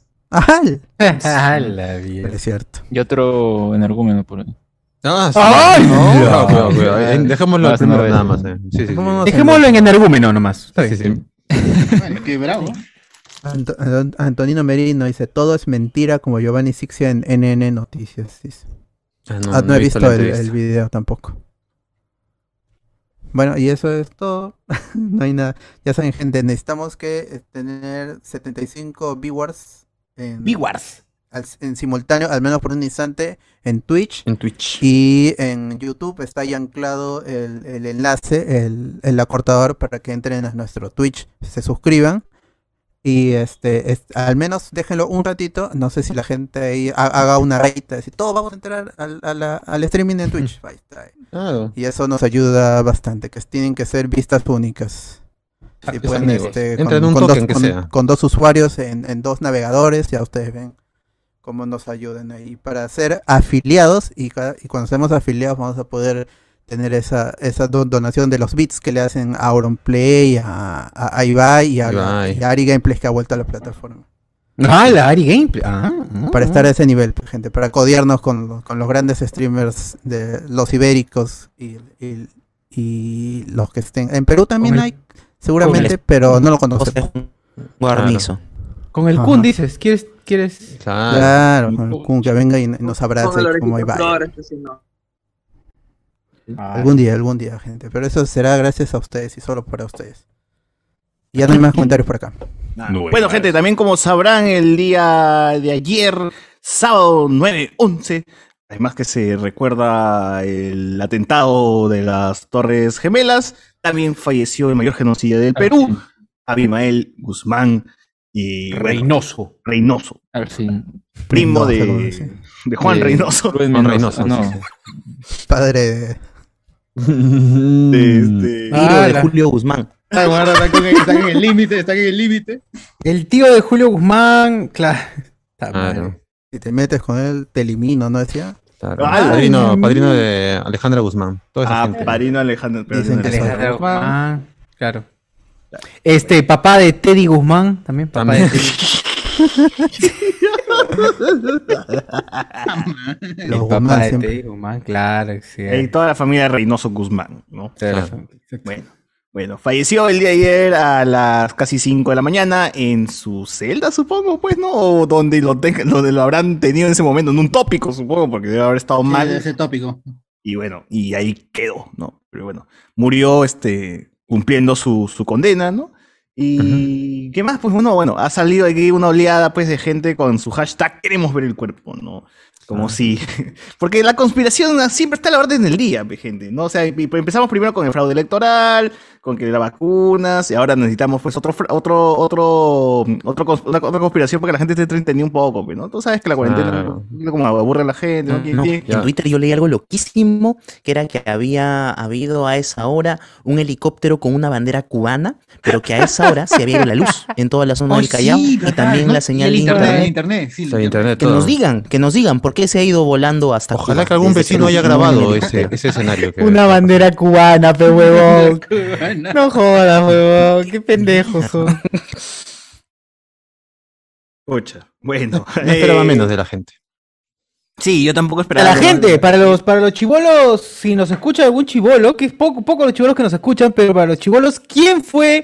Speaker 5: Es cierto.
Speaker 8: Y otro energúmeno por ahí.
Speaker 4: Cuidado. Dejémoslo primero nada más. Sí.
Speaker 3: Dejémoslo en energúmeno nomás.
Speaker 4: Sí.
Speaker 9: Bueno, qué bravo.
Speaker 5: Antonino Merino dice, todo es mentira como Giovanni Sixia en NN Noticias. Dice. No he visto el video tampoco. Bueno, y eso es todo. No hay nada. Ya saben, gente, necesitamos que tener 75 viewers en simultáneo, al menos por un instante, en Twitch. Y en YouTube está ya anclado el enlace, el acortador para que entren a nuestro Twitch, se suscriban. Y al menos déjenlo un ratito. No sé si la gente ahí haga una raita, decir, todos vamos a entrar al streaming en Twitch. Ahí está. Y eso nos ayuda bastante, que tienen que ser vistas únicas. Si pueden, con dos usuarios en dos navegadores, ya ustedes ven cómo nos ayudan ahí para ser afiliados. Y cuando seamos afiliados vamos a poder tener esa donación de los bits que le hacen a Auronplay, a Ibai y a Ari Gameplays, que ha vuelto a la plataforma.
Speaker 3: La Ari Gameplay.
Speaker 5: Para estar a ese nivel, pues, gente, para codearnos con los grandes streamers de los ibéricos y los que estén. En Perú también hay, seguramente, pero no lo conocemos.
Speaker 7: Guarnizo.
Speaker 3: Con el Kun dices, ¿quieres?
Speaker 5: Claro, con el Kun que venga y nos abrace como Ibai. Algún día, gente. Pero eso será gracias a ustedes y solo para ustedes. Y ya no hay más comentarios por acá.
Speaker 6: Bueno, gente, también como sabrán, el día de ayer, sábado 9/11, además que se recuerda el atentado de las Torres Gemelas, también falleció el mayor genocida del Perú, Abimael Guzmán y
Speaker 3: Reynoso.
Speaker 6: Al fin. Primo de Juan Reynoso.
Speaker 8: Juan Reynoso, no.
Speaker 5: Padre
Speaker 7: de Julio Guzmán.
Speaker 9: Están en el límite.
Speaker 3: El tío de Julio Guzmán, claro.
Speaker 5: Si te metes con él, te elimino, ¿no decía?
Speaker 4: Claro. Padrino de Alejandra Guzmán.
Speaker 6: Padrino Alejandra
Speaker 3: Guzmán. Claro. Papá de Teddy Guzmán, también. Papá de Teddy.
Speaker 5: Los
Speaker 3: papá de Teddy Guzmán, claro. Sí.
Speaker 6: Y toda la familia de Reynoso Guzmán, ¿no?
Speaker 3: Claro.
Speaker 6: Bueno, falleció el día de ayer a las casi 5 de la mañana en su celda, supongo, pues, ¿no? O donde lo habrán tenido en ese momento, en un tópico, supongo, porque debe haber estado mal.
Speaker 9: Ese tópico.
Speaker 6: Y bueno, y ahí quedó, ¿no? pero bueno, murió cumpliendo su condena, ¿no? Y ¿qué más? Pues bueno, ha salido aquí una oleada pues de gente con su hashtag queremos ver el cuerpo, ¿no? Como si... Porque la conspiración siempre está a la orden del día, gente, ¿no? O sea, empezamos primero con el fraude electoral, con que las vacunas, y ahora necesitamos pues otra conspiración para que la gente esté entretenida un poco, pues, ¿no? Tú sabes que la cuarentena como aburre a la gente, ¿no?
Speaker 7: En Twitter yo leí algo loquísimo, que era que había habido a esa hora un helicóptero con una bandera cubana, pero que a esa hora se había ido la luz en toda la zona del Callao y también la señal de internet. Que nos digan por qué se ha ido volando hasta
Speaker 4: Ojalá
Speaker 7: Cuba,
Speaker 4: que algún
Speaker 7: desde
Speaker 4: vecino
Speaker 7: Perú.
Speaker 4: haya grabado ese escenario.
Speaker 3: Una bandera cubana, pe huevón. No jodas, huevón. Qué pendejos son.
Speaker 6: Pucha, bueno.
Speaker 4: No esperaba menos de la gente.
Speaker 6: Sí, yo tampoco
Speaker 3: A
Speaker 6: esperaba.
Speaker 3: la gente, para los chibolos, si nos escucha algún chibolo, que es poco los chibolos que nos escuchan, pero para los chibolos, ¿quién fue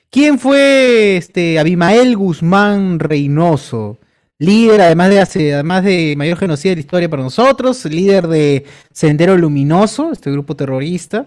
Speaker 3: Abimael Guzmán Reynoso? Líder, además de mayor genocida de la historia para nosotros, líder de Sendero Luminoso, este grupo terrorista,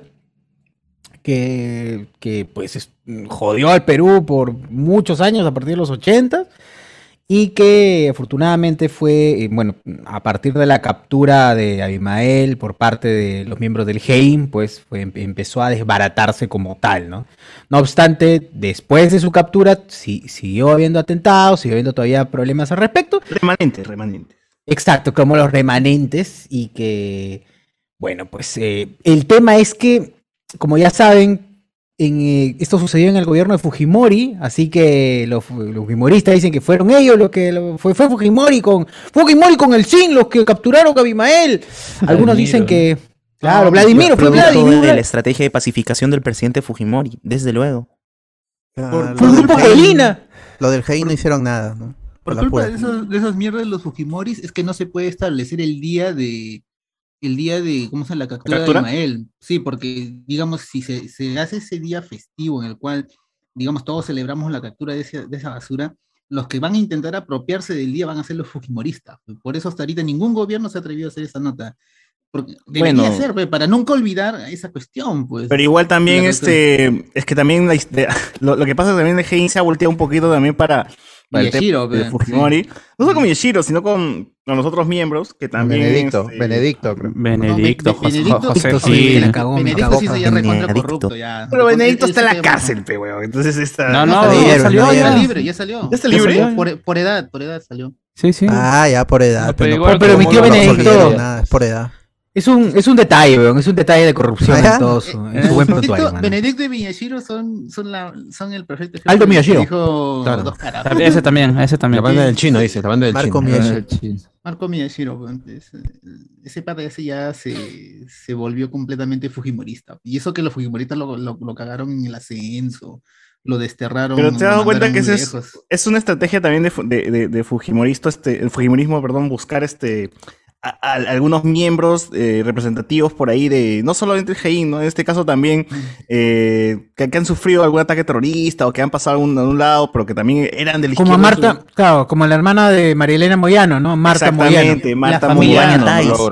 Speaker 3: que pues jodió al Perú por muchos años a partir de los 80 y que afortunadamente fue, a partir de la captura de Abimael por parte de los miembros del GEIM, pues empezó a desbaratarse como tal, ¿no? No obstante, después de su captura, siguió habiendo atentados, siguió habiendo todavía problemas al respecto.
Speaker 6: Remanentes.
Speaker 3: Exacto, como los remanentes, y que, pues el tema es que, como ya saben, esto sucedió en el gobierno de Fujimori, así que los fujimoristas dicen que fueron ellos fue Fujimori con el SIN los que capturaron a Abimael. Algunos dicen que, claro, Vladimiro fue
Speaker 7: Producto de la estrategia de pacificación del presidente Fujimori, desde luego.
Speaker 3: Por el grupo Gelina.
Speaker 5: Lo del GEI no hicieron nada, ¿no?
Speaker 9: Por culpa de esas mierdas de los Fujimoris es que no se puede establecer el día de ¿cómo se llama? La captura de Abimael. Sí, porque, digamos, si se hace ese día festivo en el cual, digamos, todos celebramos la captura de esa basura, los que van a intentar apropiarse del día van a ser los fujimoristas. Por eso hasta ahorita ningún gobierno se ha atrevido a hacer esa nota. Porque debería ser, para nunca olvidar esa cuestión, pues.
Speaker 6: Pero igual también, es que también lo que pasa también de GEIN se ha volteado un poquito también para el tema de Fujimori. Sí. No solo con Miyashiro, sino con los otros miembros, que también...
Speaker 10: Benedicto, creo.
Speaker 8: José
Speaker 9: Gil. Benedicto sí se ya recontra corrupto, ya.
Speaker 6: Pero Benedicto está en la cárcel, pe, weón. Entonces está...
Speaker 9: ya salió. Ya salió.
Speaker 6: ¿Ya está libre?
Speaker 9: Por edad salió.
Speaker 8: Sí.
Speaker 5: Ya por edad.
Speaker 3: Pero mi tío Benedicto...
Speaker 5: Es por edad.
Speaker 3: Es un detalle, weón, es un detalle de corrupción en todo su buen prontuario.
Speaker 9: Benedicto y Miyashiro son el perfecto.
Speaker 3: Aldo Miyashiro.
Speaker 9: Dijo
Speaker 8: claro.
Speaker 9: Dos caras.
Speaker 8: Ese también.
Speaker 4: La banda del chino, dice, la banda del
Speaker 5: Marco
Speaker 4: chino.
Speaker 9: Marco Miyashiro, ese pata ya se volvió completamente fujimorista. Y eso que los fujimoristas lo cagaron en el ascenso, lo desterraron.
Speaker 6: Pero te has dado cuenta que es una estrategia también de fujimorista, el fujimorismo, perdón, buscar a algunos miembros representativos por ahí no solamente el GEIN, ¿no? En este caso también que han sufrido algún ataque terrorista o que han pasado a un lado, pero que también eran de la
Speaker 3: como
Speaker 6: izquierda.
Speaker 3: Marta, claro, como la hermana de María Elena Moyano, ¿no? Marta Moyano.
Speaker 6: Marta Moyano.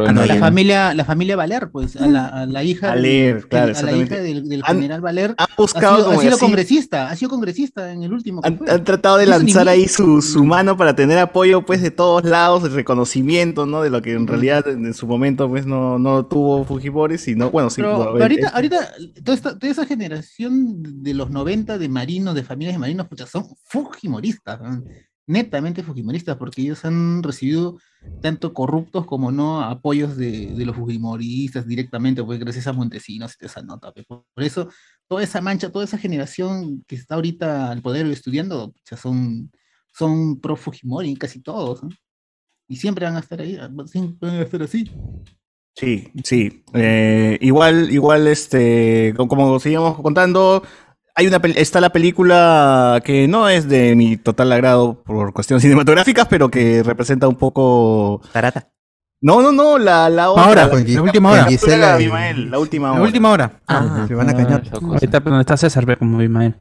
Speaker 9: La familia Valer, pues, a la hija
Speaker 6: Valer, claro,
Speaker 9: a la hija del general Valer.
Speaker 6: Han buscado
Speaker 9: ha sido congresista en el último.
Speaker 6: Han tratado de lanzar ahí su mano para tener apoyo, pues, de todos lados, el reconocimiento, ¿no? De lo que en realidad en su momento pues no tuvo Fujimori, sino bueno, sí.
Speaker 9: Pero ahorita toda esa generación de los 90 de marinos, de familias de marinos, pucha, son fujimoristas, ¿no? Netamente fujimoristas, porque ellos han recibido tanto corruptos como no apoyos de los fujimoristas directamente, pues gracias a Montesinos y esa nota. Pues. Por eso toda esa mancha, toda esa generación que está ahorita al poder estudiando, pucha, son pro Fujimori, casi todos, ¿no? Y siempre van a estar ahí, siempre van a estar así.
Speaker 6: Sí. Igual, como seguíamos contando, está la película que no es de mi total agrado por cuestiones cinematográficas, pero que representa un poco...
Speaker 7: Tarata.
Speaker 6: No, la
Speaker 3: otra. La última hora.
Speaker 6: La última hora.
Speaker 3: La última hora.
Speaker 5: Se van a cañar.
Speaker 8: Ahorita donde está César, como Abimael.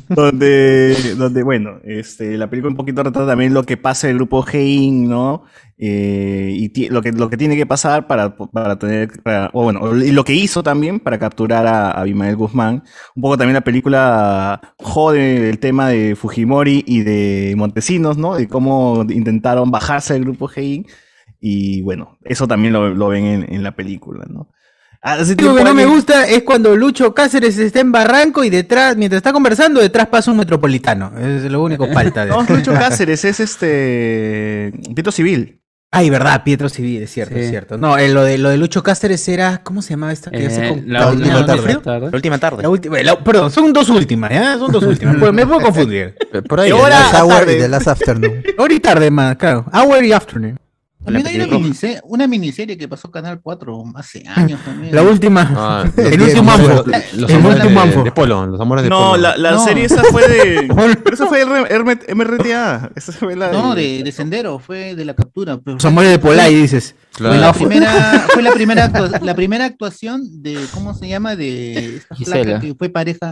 Speaker 6: donde bueno, la película un poquito retrata también lo que pasa en el grupo GEIN, ¿no? y lo que tiene que pasar y lo que hizo también para capturar a Abimael Guzmán. Un poco también la película jode el tema de Fujimori y de Montesinos, ¿no? De cómo intentaron bajarse del grupo Hein. Y bueno, eso también lo ven en la película, ¿no?
Speaker 3: Lo que no me gusta es cuando Lucho Cáceres está en Barranco y detrás, mientras está conversando, detrás pasa un metropolitano. Es lo único que falta.
Speaker 6: No, Lucho Cáceres es Pietro Civil.
Speaker 3: Ay, verdad, Pietro Civil, es cierto, es cierto. No, lo de Lucho Cáceres era, ¿cómo se llamaba esta?
Speaker 7: La última tarde.
Speaker 3: Perdón, son dos últimas, ¿ya? Son dos últimas. Pues me puedo confundir.
Speaker 5: Por ahí,
Speaker 3: Hora
Speaker 5: The Last Hour
Speaker 3: tarde.
Speaker 5: y The Last Afternoon.
Speaker 3: Hora y tarde, más, claro. Hour y Afternoon.
Speaker 9: También hay una miniserie que pasó Canal 4 hace años también.
Speaker 3: La última.
Speaker 4: El último Anfo. Los amores de Polo. Los amores de Polo.
Speaker 6: No, la serie esa fue de... Pero esa fue de MRTA. Esa fue
Speaker 9: de Sendero, fue de la captura.
Speaker 3: Los amores de Polay, dices.
Speaker 9: Claro. Fue la primera actuación de, ¿cómo se llama? De esta flaca que fue pareja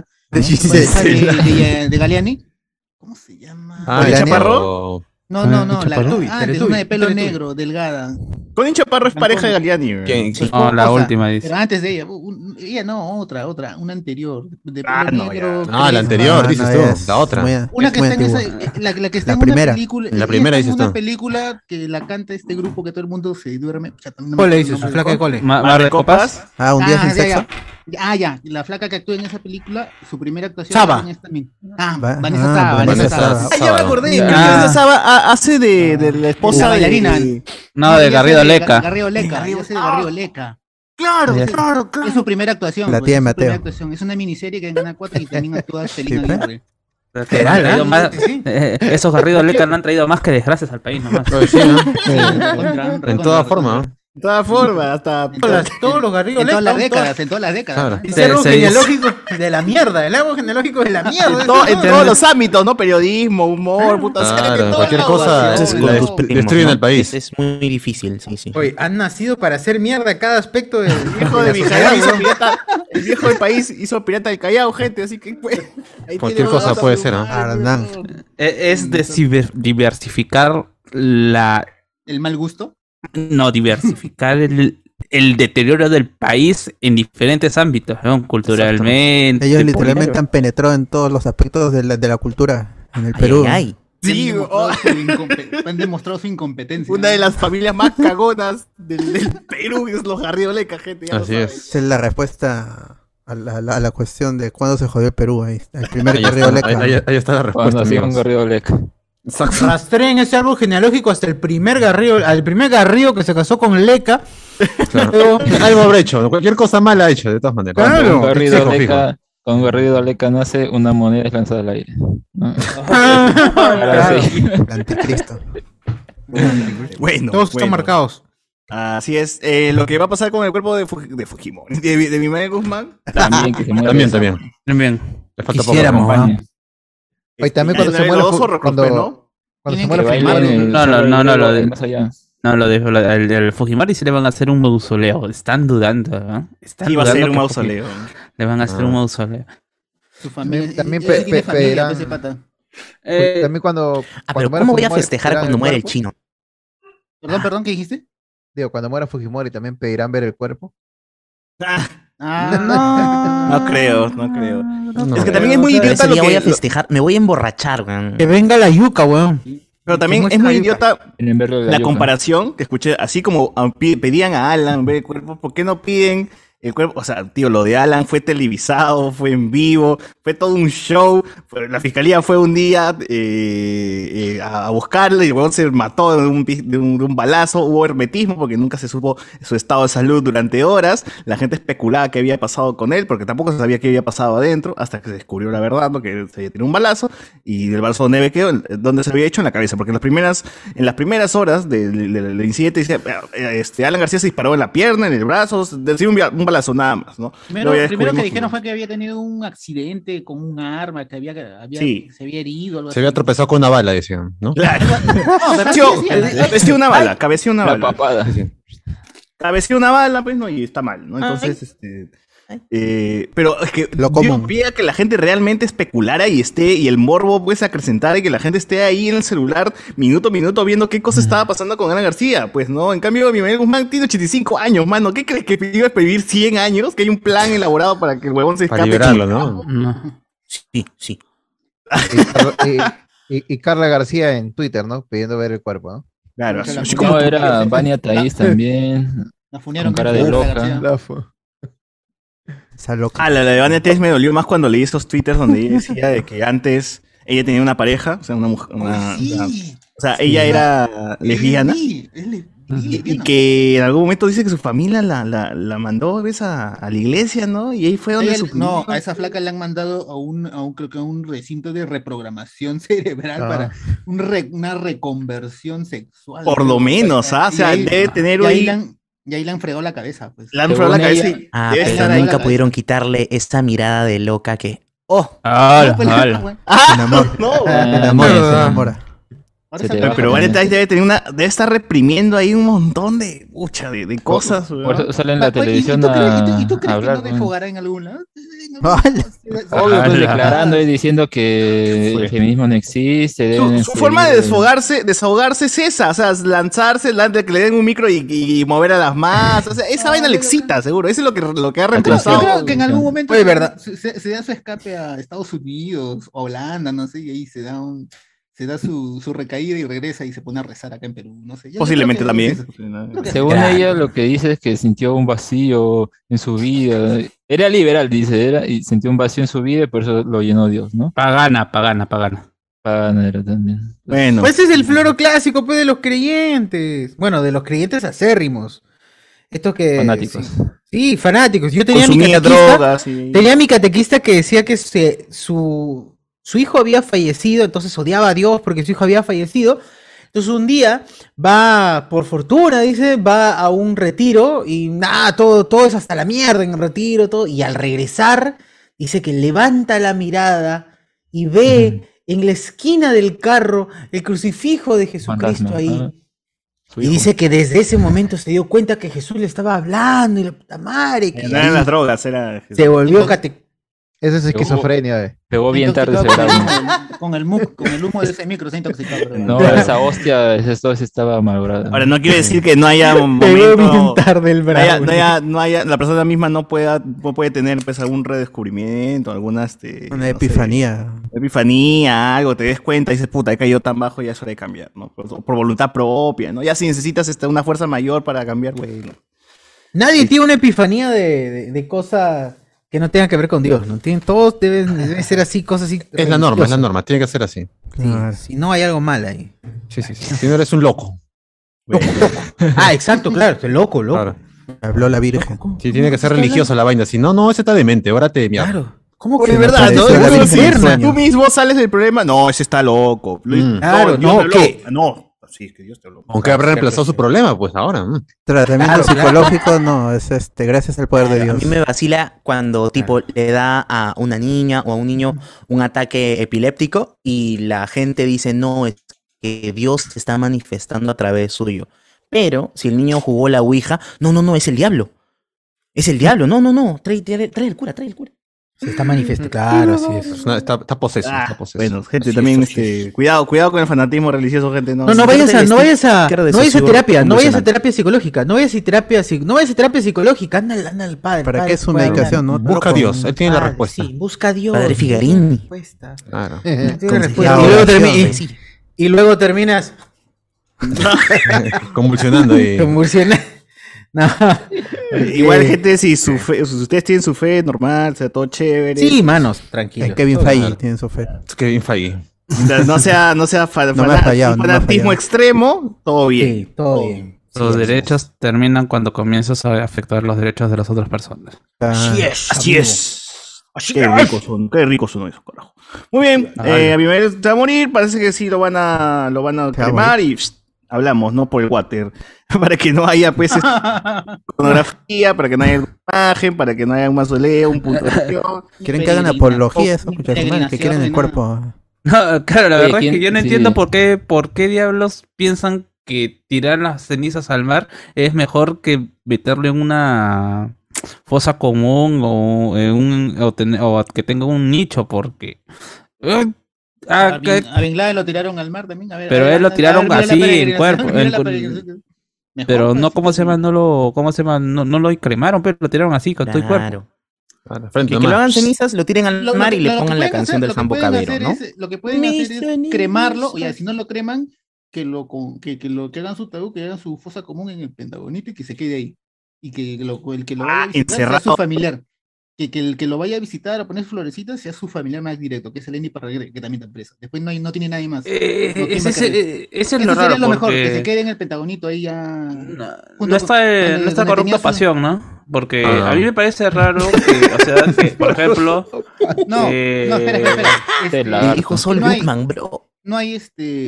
Speaker 9: de Galeani. ¿Cómo se llama?
Speaker 6: ¿Chaparro?
Speaker 9: No, es una de pelo negro, delgada.
Speaker 6: Connie Chaparro es pareja de Galeani.
Speaker 8: ¿Quién? No, la última dice.
Speaker 9: Pero antes de ella, otra, una anterior. De pelo negro.
Speaker 4: La anterior, dices tú. La otra.
Speaker 9: Una que está en esa, la que está en una película.
Speaker 4: La primera dices tú.
Speaker 9: Una película que la canta este grupo que todo el mundo se duerme.
Speaker 3: ¿Cole dices? ¿Su flaca de cole?
Speaker 8: ¿Mar de Copas?
Speaker 5: Un día sin sexo.
Speaker 9: Ya. La flaca que actúa en esa película, su primera actuación.
Speaker 3: Saba.
Speaker 9: Vanessa Saba.
Speaker 6: Ya me acordé. Vanessa Saba hace de la esposa
Speaker 9: bailarina.
Speaker 8: No, de Garrido Leca.
Speaker 9: Garrido Leca. Claro. Es su primera actuación.
Speaker 5: La tía de Mateo.
Speaker 9: Es una miniserie que en Canal 4 y también actúa Celina Aguirre.
Speaker 8: Esos Garrido Leca no han traído más que desgracias al país nomás.
Speaker 4: En toda forma.
Speaker 6: De todas formas, hasta
Speaker 3: todos los Garrido
Speaker 9: en
Speaker 3: Leca.
Speaker 9: En todas las décadas.
Speaker 3: Es algo genealógico de la mierda. El árbol genealógico de la mierda.
Speaker 6: En todos los ámbitos, ¿no? Periodismo, humor, puta serie,
Speaker 4: cualquier cosa destruyen el país.
Speaker 7: Es muy difícil, sí.
Speaker 3: Oye, han nacido para hacer mierda cada aspecto del
Speaker 6: viejo de mi Callao hizo pirata. El viejo del país hizo pirata del Callao, gente, así que
Speaker 4: cualquier cosa puede ser, ¿no?
Speaker 8: Es diversificar
Speaker 9: el mal gusto.
Speaker 8: No, diversificar el deterioro del país en diferentes ámbitos, ¿no? Culturalmente.
Speaker 5: Ellos literalmente han penetrado en todos los aspectos de la cultura en el Perú.
Speaker 9: Sí, han demostrado su incompetencia.
Speaker 6: Una de las familias más cagonas del Perú es los Garrido Leca, gente.
Speaker 4: Así es.
Speaker 5: Esa es la respuesta a la cuestión de cuándo se jodió el Perú. Ahí está, el primer Garrido Leca.
Speaker 4: Ahí está la respuesta.
Speaker 8: Garrido Leca.
Speaker 3: Rastreen ese árbol genealógico hasta el primer Garrido que se casó con Leca.
Speaker 4: Claro. Algo habrá hecho, cualquier cosa mala ha hecho, de todas maneras.
Speaker 8: Claro. Con Garrido Leca nace una moneda lanzada al aire. ¿No?
Speaker 5: El anticristo.
Speaker 6: Bueno,
Speaker 3: todos están marcados.
Speaker 6: Así es. Lo que va a pasar con el cuerpo de Fujimori, de Abimael Guzmán.
Speaker 8: También.
Speaker 4: Le falta
Speaker 3: Quisiéramos,
Speaker 4: poco.
Speaker 10: Oye, también cuando se muere cuando se muere
Speaker 8: Fujimori. El Fujimori se le van a hacer un mausoleo. Están dudando, ¿no?
Speaker 6: Iba a ser un mausoleo.
Speaker 8: Le van a hacer un mausoleo.
Speaker 9: Su familia.
Speaker 10: También
Speaker 9: pedirán.
Speaker 10: También cuando
Speaker 7: pero ¿cómo voy a festejar cuando muere el chino?
Speaker 9: Perdón, ¿qué dijiste?
Speaker 10: Digo, cuando muera Fujimori también pedirán ver el cuerpo.
Speaker 6: No creo. Es que también es muy idiota
Speaker 7: lo que voy a festejar, me voy a emborrachar, weón.
Speaker 3: Que venga la yuca, weón.
Speaker 6: Pero también es muy idiota la comparación que escuché, así como pedían a Alan ver el cuerpo, ¿por qué no piden el cuerpo? O sea, tío, lo de Alan fue televisado, fue en vivo, fue todo un show. La fiscalía fue un día a buscarle y el weón se mató de un balazo. Hubo hermetismo porque nunca se supo su estado de salud durante horas. La gente especulaba qué había pasado con él porque tampoco se sabía qué había pasado adentro hasta que se descubrió la verdad, ¿no? Que se había tenido un balazo y el balazo donde quedó, donde se había hecho en la cabeza. Porque en las primeras horas del incidente dice, Alan García se disparó en la pierna, en el brazo, recibió un balazo nada más, ¿no?
Speaker 9: Primero que dijeron fue que había tenido un accidente con un arma, que se había herido. Algo
Speaker 4: se había tropezado con una bala, decían, ¿no?
Speaker 6: Claro. Cabeceó una bala. Cabeceó una bala, pues, ¿no? Y está mal, ¿no? Entonces, Pero es que yo veía que la gente realmente especulara y el morbo pues acrecentara y que la gente esté ahí en el celular minuto a minuto viendo qué cosa estaba pasando con Ana García, pues no, en cambio Abimael Guzmán tiene 85 años, mano, ¿qué crees que iba a vivir 100 años? Que hay un plan elaborado para que el huevón se escape.
Speaker 4: Para liberarlo, ¿no?
Speaker 7: Sí.
Speaker 10: Y Carla García en Twitter, ¿no? Pidiendo ver el cuerpo, ¿no?
Speaker 6: Claro,
Speaker 8: así como era Vania Thaís también.
Speaker 9: La funearon
Speaker 8: con cara de loca.
Speaker 5: Esa loca.
Speaker 6: La de Vania Thaís me dolió más cuando leí esos twitters donde ella decía de que antes ella tenía una pareja, o sea, una mujer, ella era lesbiana. Y que en algún momento dice que su familia la mandó ¿ves? A la iglesia, ¿no? Y ahí fue donde
Speaker 9: No, a esa flaca le han mandado creo que a un recinto de reprogramación cerebral para una reconversión sexual.
Speaker 6: Por lo menos, o sea, debe tener
Speaker 9: y ahí le han fregado la cabeza, pues.
Speaker 6: Le han fregado la cabeza y
Speaker 7: pero nunca pudieron quitarle esta mirada de loca que... ¡Oh!
Speaker 5: Se enamora.
Speaker 6: Pero Vania Thaís debe estar reprimiendo ahí un montón de cosas.
Speaker 8: Por eso sale en la televisión
Speaker 9: ¿Y tú crees
Speaker 8: hablar,
Speaker 9: que no desfogará en algún lado?
Speaker 8: Obvio, pues declarando y diciendo que el feminismo no existe.
Speaker 6: Su forma de desahogarse es esa, o sea, lanzarse, que le den un micro y mover a las masas, o sea, esa vaina le excita, seguro, eso es lo que ha reemplazado.
Speaker 9: Yo creo que en algún momento
Speaker 3: verdad.
Speaker 9: Se da su escape a Estados Unidos, a Holanda, no sé, y ahí se da su recaída y regresa y se pone a rezar acá en Perú, no sé.
Speaker 6: Posiblemente también.
Speaker 8: Según ella, lo que dice es que sintió un vacío en su vida. Era liberal, dice, y sintió un vacío en su vida y por eso lo llenó Dios, ¿no?
Speaker 11: Pagana.
Speaker 8: Pagana era también.
Speaker 6: Bueno.
Speaker 3: Pues ese es el floro clásico, pues, de los creyentes. Bueno, de los creyentes acérrimos. Estos que...
Speaker 8: Fanáticos.
Speaker 3: Sí, fanáticos. Yo tenía tenía mi catequista que decía que su hijo había fallecido, entonces odiaba a Dios porque su hijo había fallecido. Entonces un día va, por fortuna, dice, va a un retiro y nada, todo es hasta la mierda en el retiro, todo. Y al regresar, dice que levanta la mirada y ve en la esquina del carro el crucifijo de Jesucristo ahí. Y dice que desde ese momento se dio cuenta que Jesús le estaba hablando y la puta madre. Que
Speaker 6: eran las drogas, era Jesús.
Speaker 3: Se volvió
Speaker 10: Esa es esquizofrenia,
Speaker 8: Pegó bien tarde ese verano.
Speaker 9: Con el humo de ese micro se ha intoxicado.
Speaker 8: No, esa hostia, esa estaba malograda.
Speaker 6: Ahora, no quiere decir que no haya un
Speaker 3: Pegó
Speaker 6: momento...
Speaker 3: bien tarde el verano.
Speaker 6: No haya, la persona misma no puede tener pues algún redescubrimiento, alguna...
Speaker 5: Una epifanía.
Speaker 6: Epifanía, algo, te des cuenta y dices, puta, he caído tan bajo, ya es hora de cambiar, ¿no? Por voluntad propia, ¿no? Ya si necesitas una fuerza mayor para cambiar, güey. ¿No?
Speaker 3: Nadie tiene una epifanía de cosas que no tengan que ver con Dios, ¿no? Todos deben ser así, cosas así.
Speaker 4: Es la norma, tiene que ser así.
Speaker 3: Sí, si no hay algo mal ahí.
Speaker 4: Sí. Si no eres un loco.
Speaker 3: Loco. Exacto, claro, loco. Claro.
Speaker 5: Habló la Virgen.
Speaker 4: Sí, tiene que ser religiosa la vaina. Si no, ese está demente, órate de mierda.
Speaker 3: Claro. ¿Cómo
Speaker 6: que es verdad? ¿No? Tú mismo sales del problema. No, ese está loco.
Speaker 3: Claro, ¿qué?
Speaker 6: No. Sí, es que Dios te lo...
Speaker 4: Aunque habrá reemplazado su problema, pues ahora.
Speaker 5: Tratamiento psicológico no, es gracias al poder de Dios.
Speaker 7: A mí me vacila cuando tipo le da a una niña o a un niño un ataque epiléptico y la gente dice no, es que Dios se está manifestando a través suyo. Pero si el niño jugó la ouija, no, es el diablo. Es el diablo, no, trae el cura.
Speaker 3: Se está manifestando, claro, así es.
Speaker 4: Está poseso,
Speaker 6: Bueno, gente, también cuidado con el fanatismo religioso, gente. No
Speaker 3: vayas a terapia, no vayas a terapia psicológica, no vayas a terapia psicológica, anda al padre.
Speaker 5: ¿Para qué es su medicación, no?
Speaker 4: Busca a Dios, él tiene la respuesta.
Speaker 3: Sí, busca a Dios.
Speaker 7: Padre Figarini.
Speaker 4: Claro.
Speaker 3: Y luego terminas
Speaker 4: convulsionando y...
Speaker 3: No.
Speaker 6: Igual, gente, si ustedes tienen su fe normal, o sea, todo chévere.
Speaker 3: Sí, manos, tranquilo.
Speaker 5: Kevin Feige tiene su fe.
Speaker 4: Kevin Feige.
Speaker 6: No sea fanatismo extremo, todo bien.
Speaker 3: Sí, todo bien.
Speaker 11: Los derechos terminan cuando comienzas a afectar los derechos de las otras personas.
Speaker 6: Así es. Qué ricos son esos, carajo. Muy bien, Abimael se va a morir, parece que sí lo van a cremar y hablamos, ¿no? Por el water. Para que no haya, pues, iconografía, para que no haya imagen, para que no haya un mausoleo, un punto de acción.
Speaker 5: Quieren que hagan apología, eso, que quieren el cuerpo.
Speaker 11: No, claro, la verdad es que yo no entiendo por qué diablos piensan que tirar las cenizas al mar es mejor que meterle en una fosa común o que tenga un nicho, porque...
Speaker 9: A Bin Laden lo tiraron al mar también.
Speaker 11: Pero él lo tiraron así en cuerpo. Pero no, ¿cómo se llama? No lo cremaron, pero lo tiraron así con todo el cuerpo.
Speaker 7: Que lo hagan cenizas, lo tiren al mar y le pongan la canción del Sambo Cabero, ¿no?
Speaker 9: Lo que pueden hacer es cremarlo, o ya, si no lo creman, que hagan su ataúd, que hagan su fosa común en el Pentagonito y que se quede ahí. Y que el que lo vaya a visitar sea su familiar. Que el que lo vaya a visitar a poner florecitas sea su familiar más directo, que es el Andy Parraguer, que también está preso. Después no tiene nadie más.
Speaker 11: Ese es lo raro.
Speaker 9: Sería lo mejor, que se quede en el Pentagonito ahí ya.
Speaker 11: No está corrupto Pasión, ¿no? Porque a mí me parece raro que, o sea, que, por ejemplo...
Speaker 9: espera.
Speaker 7: Dijo Sol Goodman, bro.
Speaker 9: No hay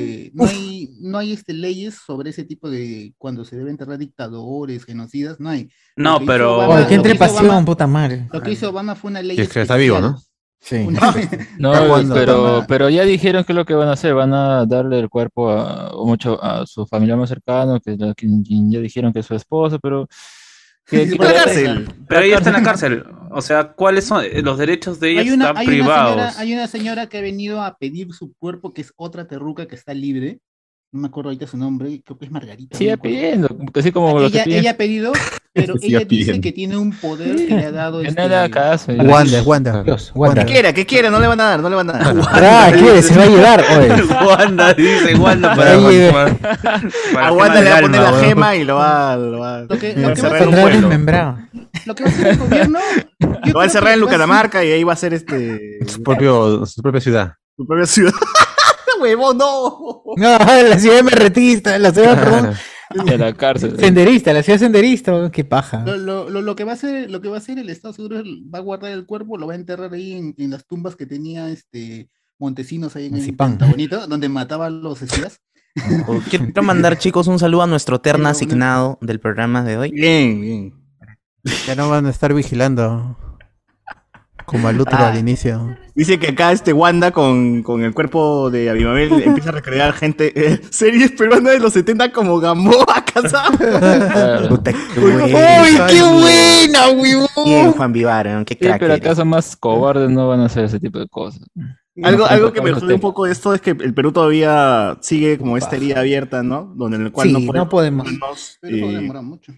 Speaker 9: leyes sobre ese tipo de cuando se deben enterrar dictadores, genocidas, no hay.
Speaker 11: No, pero...
Speaker 3: ¡Qué entrepasión, puta madre!
Speaker 9: Lo que hizo Obama fue una ley
Speaker 4: que está vivo, ¿no?
Speaker 3: Sí.
Speaker 8: No, pero ya dijeron que es lo que van a hacer, van a darle el cuerpo a su familiar más cercano, que ya dijeron que es su esposa, pero...
Speaker 11: la cárcel. Pero ella está en la cárcel. O sea, ¿cuáles son los derechos de ella? Están privados.
Speaker 9: Hay una señora que ha venido a pedir su cuerpo, que es otra terruca que está libre. No me acuerdo ahorita su nombre, creo que es Margarita.
Speaker 8: Sigue pidiendo, así como
Speaker 9: ella ha pedido, pero ella dice que tiene un poder que le ha dado
Speaker 8: caso.
Speaker 5: Wanda.
Speaker 6: ¿Qué quiere? No le van a dar.
Speaker 3: ¿Qué? Se va a llevar, oye.
Speaker 11: Wanda, dice Wanda para
Speaker 6: a Wanda le va a poner la gema y lo va a
Speaker 3: encerrar en un pueblo.
Speaker 9: Lo que va a hacer el gobierno...
Speaker 6: Lo va a encerrar en Bucaramanga y ahí va a ser
Speaker 4: su propia ciudad.
Speaker 6: Su propia ciudad. ¡Huevón, no!
Speaker 3: No, la ciudad merretista, la ciudad, perdón.
Speaker 8: De la cárcel.
Speaker 3: Senderista, la ciudad senderista, qué paja.
Speaker 9: Lo que va a hacer el Estado seguro va a guardar el cuerpo, lo va a enterrar ahí en las tumbas que tenía Montesinos ahí en el Pentagonito, donde mataba a los espías.
Speaker 7: Quiero mandar, chicos, un saludo a nuestro terna asignado del programa de hoy.
Speaker 6: Bien.
Speaker 5: Ya no van a estar vigilando como al otro al inicio.
Speaker 6: Dice que acá Wanda con el cuerpo de Abimabel empieza a recrear series peruanas de los 70 como Gamboa, ¿casado?
Speaker 7: Puta,
Speaker 3: ¡Uy, qué buena, huevón!
Speaker 7: Bien, Juan Vivar, qué crack.
Speaker 8: Pero acaso más cobardes no van a hacer ese tipo de cosas.
Speaker 6: Algo que me jode un poco de esto es que el Perú todavía sigue como esta herida abierta, ¿no? Donde en el cual
Speaker 3: no podemos.
Speaker 9: Pero no demora mucho.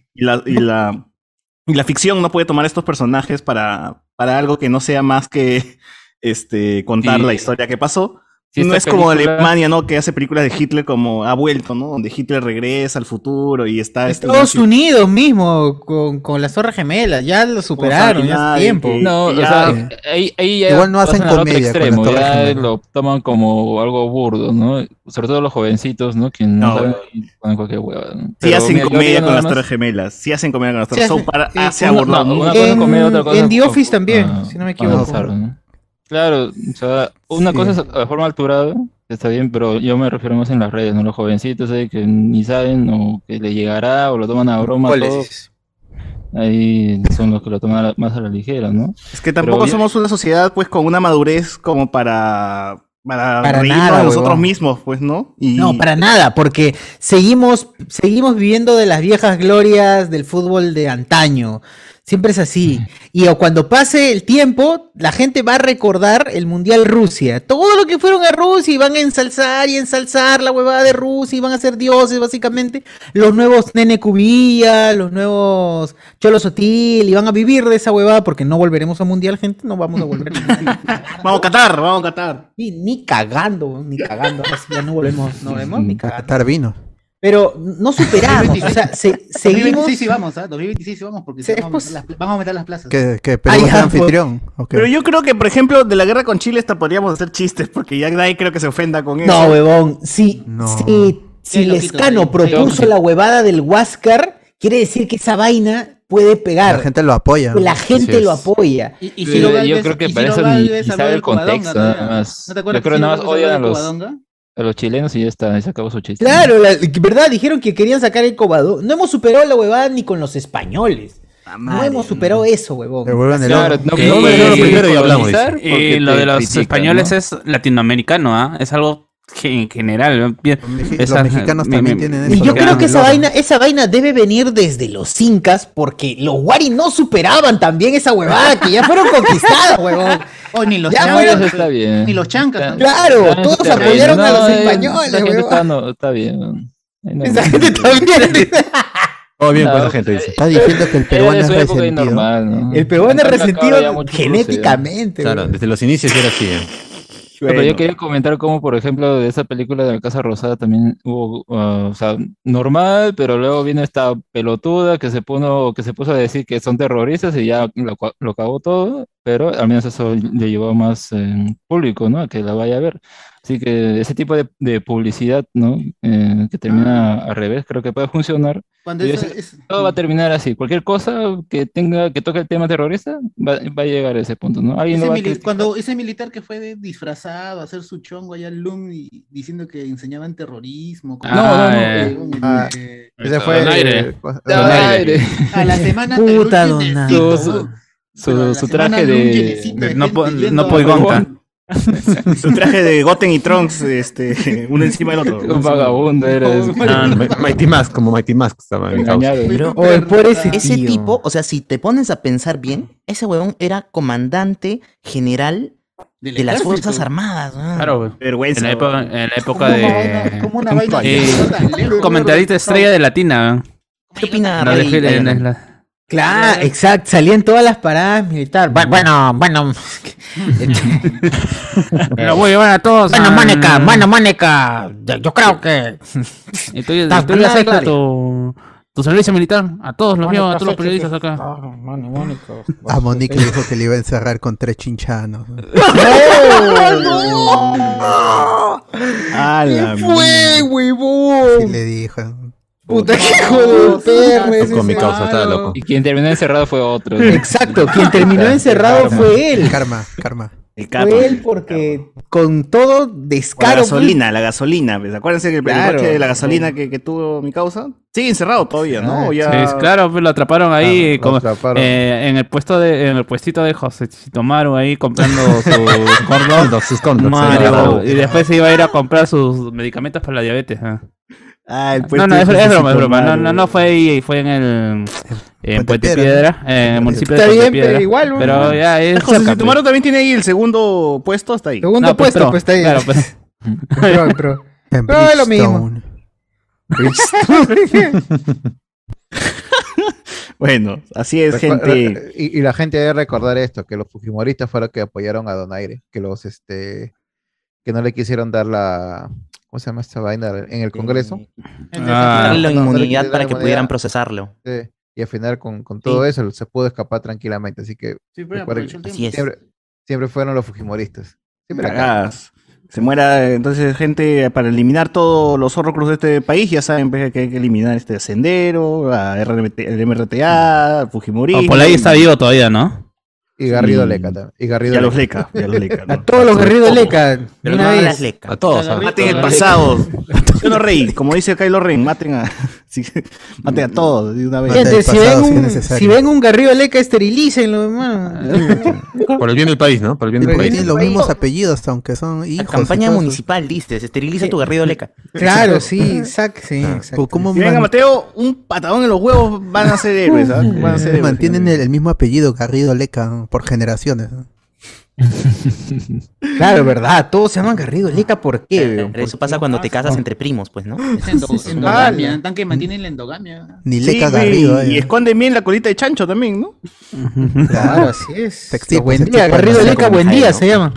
Speaker 6: Y la ficción no puede tomar estos personajes para algo que no sea más que contar la historia que pasó. Sí, no es como Alemania, ¿no? Que hace películas de Hitler como Ha vuelto, ¿no? Donde Hitler regresa al futuro y está...
Speaker 3: Estados Unidos mismo, con las Torres Gemelas, ya lo superaron, ya hace tiempo.
Speaker 8: No, o sea, ahí ya
Speaker 5: igual no hacen comedia
Speaker 8: extremo,
Speaker 5: con las Torres
Speaker 8: ya
Speaker 5: Gemelas.
Speaker 8: lo toman como algo burdo, ¿no? Sobre todo los jovencitos, ¿no? Que no saben y ponen cualquier hueva, ¿no?
Speaker 6: Sí hacen comedia con las Torres Gemelas, hace aburrido.
Speaker 3: En The Office también, si no me equivoco.
Speaker 8: Claro, o sea, una cosa es de forma alturada, está bien, pero yo me refiero más en las redes, ¿no? Los jovencitos que ni saben o que le llegará o lo toman a broma todo. Ahí son los que lo toman más a la ligera, ¿no?
Speaker 6: Es que tampoco somos una sociedad pues con una madurez como para reírnos
Speaker 3: nada,
Speaker 6: de nosotros mismos, pues, ¿no?
Speaker 3: No, para nada, porque seguimos viviendo de las viejas glorias del fútbol de antaño. Siempre es así. Y cuando pase el tiempo, la gente va a recordar el Mundial Rusia. Todo lo que fueron a Rusia y van a ensalzar la huevada de Rusia y van a ser dioses, básicamente. Los nuevos Nene Cubilla, los nuevos Cholo Sotil, y van a vivir de esa huevada porque no volveremos a Mundial, gente. No vamos a volver.
Speaker 6: Vamos a Qatar.
Speaker 3: Ni cagando. Así ya no volvemos ni cagando.
Speaker 5: Qatar vino.
Speaker 3: Pero no superamos, o sea, seguimos...
Speaker 9: 2026 sí vamos, 2026 sí vamos, porque vamos a meter las plazas.
Speaker 5: Que Perú es anfitrión. Okay.
Speaker 6: Pero yo creo que, por ejemplo, de la guerra con Chile hasta podríamos hacer chistes, porque ya nadie creo que se ofenda con eso.
Speaker 3: No, huevón, si Lescano propuso la huevada del Huáscar, quiere decir que esa vaina puede pegar.
Speaker 5: La gente lo apoya.
Speaker 3: La gente lo apoya.
Speaker 8: Y yo creo que para eso ni sabe el contexto, nada más.
Speaker 9: ¿No te acuerdas?
Speaker 8: Yo creo que nada más odian a los chilenos y ya está, ahí se acabó su chiste.
Speaker 3: Claro, ¿verdad? Dijeron que querían sacar el cobado. No hemos superado la huevada ni con los españoles. No hemos superado eso, huevón.
Speaker 8: Claro,
Speaker 11: primero y hablamos. Lo de los españoles es latinoamericano, ¿ah? Es algo que en general.
Speaker 5: Los mexicanos también tienen eso.
Speaker 3: Y yo creo que esa vaina debe venir desde los incas, porque los Wari no superaban también esa huevada, que ya fueron conquistadas, huevón.
Speaker 9: Oh, ni los
Speaker 3: Ya
Speaker 9: chancas.
Speaker 3: fueron-
Speaker 8: Está bien.
Speaker 9: Ni los chancas.
Speaker 3: Claro, todos
Speaker 8: Está bien.
Speaker 3: apoyaron a los
Speaker 8: Esa
Speaker 3: españoles,
Speaker 8: gente
Speaker 3: huevón.
Speaker 8: está bien.
Speaker 3: Esa gente también.
Speaker 4: Todo bien con
Speaker 8: No,
Speaker 4: esa gente, dice.
Speaker 5: Está diciendo que el peruano
Speaker 8: Era
Speaker 5: es
Speaker 8: de su época y
Speaker 5: resentido.
Speaker 8: normal, ¿no?
Speaker 3: El peruano es
Speaker 8: Acá ahora ya
Speaker 3: resentido
Speaker 8: mucho
Speaker 3: genéticamente.
Speaker 4: Claro,
Speaker 3: huevón.
Speaker 4: desde los inicios era así.
Speaker 8: No, pero yo quería comentar cómo, por ejemplo, de esa película de la Casa Rosada también hubo, o sea, normal, pero luego vino esta pelotuda que se puso a decir que son terroristas y ya lo cagó todo, pero al menos eso le llevó a más público, ¿no? A que la vaya a ver. Así que ese tipo de publicidad, ¿no? Que termina al revés, creo que puede funcionar.
Speaker 9: Cuando
Speaker 8: Y
Speaker 9: eso
Speaker 8: eso-
Speaker 9: es-
Speaker 8: todo va a terminar así. Cualquier cosa que toque el tema terrorista va a llegar a ese punto, ¿no? Alguien
Speaker 9: ese
Speaker 8: lo va a
Speaker 9: mili-
Speaker 8: criticar.
Speaker 9: cuando ese militar que fue disfrazado a hacer su chongo allá al LUM y diciendo que enseñaban terrorismo.
Speaker 10: Ese fue
Speaker 11: Donaire.
Speaker 8: Donaire.
Speaker 9: A la semana
Speaker 3: Puta
Speaker 9: del un
Speaker 3: Donaire.
Speaker 9: llenecito,
Speaker 8: Su
Speaker 9: semana
Speaker 8: traje
Speaker 9: de un
Speaker 8: de...
Speaker 9: llenecito de
Speaker 11: No,
Speaker 9: gente yendo
Speaker 11: no
Speaker 9: a
Speaker 11: Poigonta.
Speaker 6: Su traje de Goten y Trunks, uno encima del otro.
Speaker 8: Un vagabundo eres.
Speaker 4: Mighty Mask, como Mighty Mask estaba en mi causa.
Speaker 8: Engañado.
Speaker 3: Oye, por ese tío.
Speaker 7: tipo, o sea, si te pones a pensar bien, ese huevón era comandante general
Speaker 9: del
Speaker 7: de las
Speaker 9: ejército.
Speaker 7: Fuerzas Armadas. ¿no?
Speaker 11: Claro, güey.
Speaker 6: Vergüenza.
Speaker 11: En la época
Speaker 9: Como una
Speaker 11: de.
Speaker 9: vaina- como una vaina que
Speaker 11: Eh,
Speaker 9: no tan lejos,
Speaker 11: comentarista estrella de Latina.
Speaker 7: ¿Qué opina
Speaker 11: No,
Speaker 7: Rey?
Speaker 3: Claro, exacto, salían todas las paradas militares. Bueno.
Speaker 11: Lo voy a llevar a todos.
Speaker 3: Bueno, Mónica, yo creo que.
Speaker 11: Y tú ya aceptas tu servicio militar. A todos los míos, a todos los periodistas acá.
Speaker 5: A Monique le dijo que le iba a encerrar con 3 chinchanos.
Speaker 6: A la
Speaker 3: ¿Qué fue,
Speaker 5: Sí
Speaker 3: huevón?
Speaker 5: le dijo.
Speaker 3: Puta, qué hijo de perro ese
Speaker 4: Con mi causa, estaba
Speaker 3: malo.
Speaker 4: loco.
Speaker 8: Y quien terminó encerrado fue otro. ¿no?
Speaker 3: Exacto, quien terminó encerrado fue él.
Speaker 5: Karma.
Speaker 6: El capo.
Speaker 3: Fue él porque con todo
Speaker 6: Por la
Speaker 3: descaro.
Speaker 6: gasolina, pues. Acuérdense que el
Speaker 3: Claro.
Speaker 6: coche de la gasolina que tuvo mi causa sigue encerrado todavía, ¿no? O ya...
Speaker 11: Sí, claro, pues lo atraparon ahí
Speaker 10: Lo
Speaker 11: como,
Speaker 10: atraparon.
Speaker 11: en el puestito de José Maru ahí comprando sus cordón.
Speaker 4: Sus condoms.
Speaker 11: Claro, y después se iba a ir a comprar sus medicamentos para la diabetes.
Speaker 6: Ah, el
Speaker 11: No,
Speaker 6: puesto
Speaker 11: no,
Speaker 6: de
Speaker 11: es broma, es broma.
Speaker 6: Maru.
Speaker 11: No fue ahí, fue en Puente Piedra, en el municipio de
Speaker 3: Está
Speaker 11: Puente
Speaker 3: bien,
Speaker 11: Piedra.
Speaker 3: pero igual,
Speaker 11: Pero
Speaker 3: bueno.
Speaker 11: ya es
Speaker 6: José
Speaker 11: cerca,
Speaker 6: Tomaro también tiene ahí el segundo puesto, hasta ahí.
Speaker 3: Segundo
Speaker 11: No, pues,
Speaker 3: puesto, pues está ahí.
Speaker 11: Claro, pero-
Speaker 3: Pero
Speaker 5: En
Speaker 3: No, es lo mismo.
Speaker 5: Bridgestone.
Speaker 6: Bueno, así es, gente.
Speaker 10: Y la gente debe recordar esto, que los fujimoristas fueron los que apoyaron a Donaire, que los que no le quisieron dar la, ¿cómo se llama esta vaina? En el Congreso.
Speaker 7: Darle la
Speaker 10: No, no le
Speaker 7: inmunidad
Speaker 10: quisieron
Speaker 7: para
Speaker 10: dar
Speaker 7: que
Speaker 10: inmunidad.
Speaker 7: pudieran procesarlo.
Speaker 10: Sí, y al final con todo eso se pudo escapar tranquilamente, así que
Speaker 9: Sí, pero
Speaker 10: recuerden
Speaker 9: aprovechó el
Speaker 10: que
Speaker 7: Así es.
Speaker 10: siempre fueron los fujimoristas. Siempre acá.
Speaker 6: Cagadas. Se muera, entonces, gente, para eliminar todos los horrocruz de este país, ya saben pues, que hay que eliminar este Sendero, a el MRTA, al Fujimorismo.
Speaker 11: Por ahí está vivo todavía, ¿no?
Speaker 10: Y Garrido
Speaker 6: Sí.
Speaker 10: Leca también. Y Garrido
Speaker 6: Y a los Leca. ¿no?
Speaker 3: A todos los guerreros Leca.
Speaker 7: Pero
Speaker 3: una
Speaker 7: no a
Speaker 3: vez.
Speaker 7: las lecas.
Speaker 4: A todos. ¿ah?
Speaker 6: Maten el pasado. Yo no rey, como dice Kylo Ren, maten a maten a todos de una vez.
Speaker 5: Mata
Speaker 3: Gente,
Speaker 5: el
Speaker 3: si
Speaker 5: pasado,
Speaker 3: ven,
Speaker 5: si es
Speaker 3: un,
Speaker 5: necesario.
Speaker 3: si ven un Garrido Leca, esterilícenlo, hermano.
Speaker 4: Por el bien del país, ¿no? Por el bien del
Speaker 5: Porque
Speaker 4: país.
Speaker 5: tienen los mismos apellidos, aunque son hijos.
Speaker 7: La campaña
Speaker 5: y todo eso.
Speaker 7: municipal, dices, esteriliza tu Garrido Leca.
Speaker 3: Claro, sí, exacto. Sí, exacto.
Speaker 5: ¿Cómo
Speaker 6: Si ven a Mateo, un patadón en los huevos, van a ser héroes, ¿ah? Van a ser héroes.
Speaker 5: mantienen el mismo apellido, Garrido Leca, por generaciones? ¿no?
Speaker 3: Claro, verdad. Todos se llaman Garrido Leca, ¿por qué? weón?
Speaker 7: Eso pasa cuando te casas entre primos, pues, ¿no?
Speaker 9: Es endogamia, tan que mantienen la endogamia.
Speaker 5: Ni
Speaker 6: Sí,
Speaker 5: Leca
Speaker 6: güey,
Speaker 5: Garrido.
Speaker 6: y esconden bien la colita de chancho también, ¿no?
Speaker 3: Claro, así es.
Speaker 5: Textil,
Speaker 3: Buen
Speaker 5: pues,
Speaker 3: día,
Speaker 5: textil,
Speaker 3: Garrido
Speaker 5: pues,
Speaker 3: Leca,
Speaker 7: como
Speaker 3: buen día
Speaker 7: Jairo.
Speaker 3: se llama.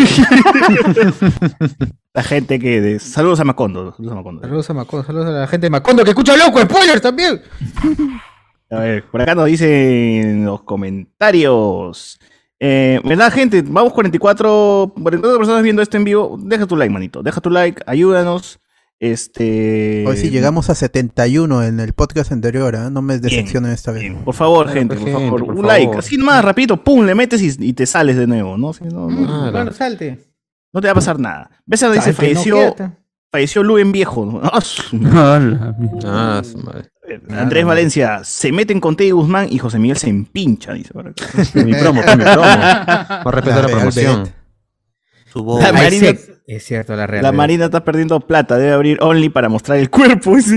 Speaker 6: La gente que... Saludos a Macondo. Saludos a Macondo.
Speaker 3: Saludos a Macondo, saludos a la gente de Macondo que escucha loco, spoilers también.
Speaker 6: A ver, por acá nos dicen los comentarios. ¿Verdad, gente? Vamos 44 personas viendo esto en vivo. Deja tu like, manito. Deja tu like, ayúdanos.
Speaker 5: Hoy sí llegamos a 71 en el podcast anterior, ¿eh? No me decepcionen esta vez.
Speaker 6: Bien, por favor,
Speaker 5: Claro,
Speaker 6: gente,
Speaker 5: pues,
Speaker 6: por
Speaker 5: gente,
Speaker 6: favor.
Speaker 5: por
Speaker 6: Un
Speaker 5: favor.
Speaker 6: like, así nomás, rapidito, pum, le metes y te sales de nuevo, ¿no? Si no, no,
Speaker 3: Bueno, salte.
Speaker 6: no te va a pasar nada. Besa dice,
Speaker 3: Ay, que no
Speaker 6: falleció Luen viejo. ¿no? Ah, su
Speaker 4: madre.
Speaker 6: Andrés Valencia, se meten con Teddy Guzmán y José Miguel se empincha, dice por acá.
Speaker 4: Mi promo. Va a respetar la promoción.
Speaker 7: Su voz.
Speaker 6: La Marina,
Speaker 3: Es cierto, la real.
Speaker 6: La Marina está perdiendo plata, debe abrir Only para mostrar el cuerpo.
Speaker 5: Sí,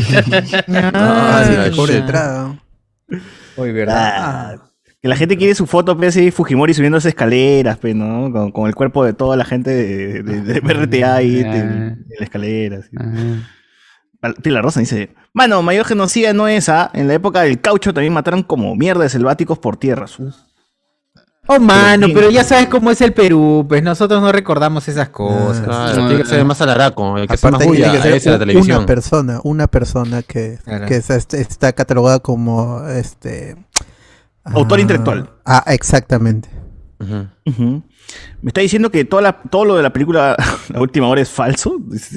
Speaker 5: pobre entrada.
Speaker 3: Hoy, ¿verdad?
Speaker 6: Que la gente quiere su foto, pe, así, Fujimori subiendo esas escaleras, pe, ¿no? Con el cuerpo de toda la gente de RTA ahí, en la escalera. Así. Pilar Rosa dice, mano, mayor genocida no es, ¿ah? En la época del caucho también mataron como mierda de selváticos por tierras.
Speaker 3: Oh, mano, pero ya sabes cómo es el Perú, pues nosotros no recordamos esas cosas.
Speaker 4: Claro, tiene que ser más alaraco, el que sea más
Speaker 5: Aparte,
Speaker 4: bulla,
Speaker 5: tiene que
Speaker 4: esa es la
Speaker 5: ser
Speaker 4: televisión.
Speaker 5: una persona que está catalogada como
Speaker 6: autor intelectual.
Speaker 5: Exactamente.
Speaker 6: Ujú. Me está diciendo que todo lo de la película La Última Hora es falso.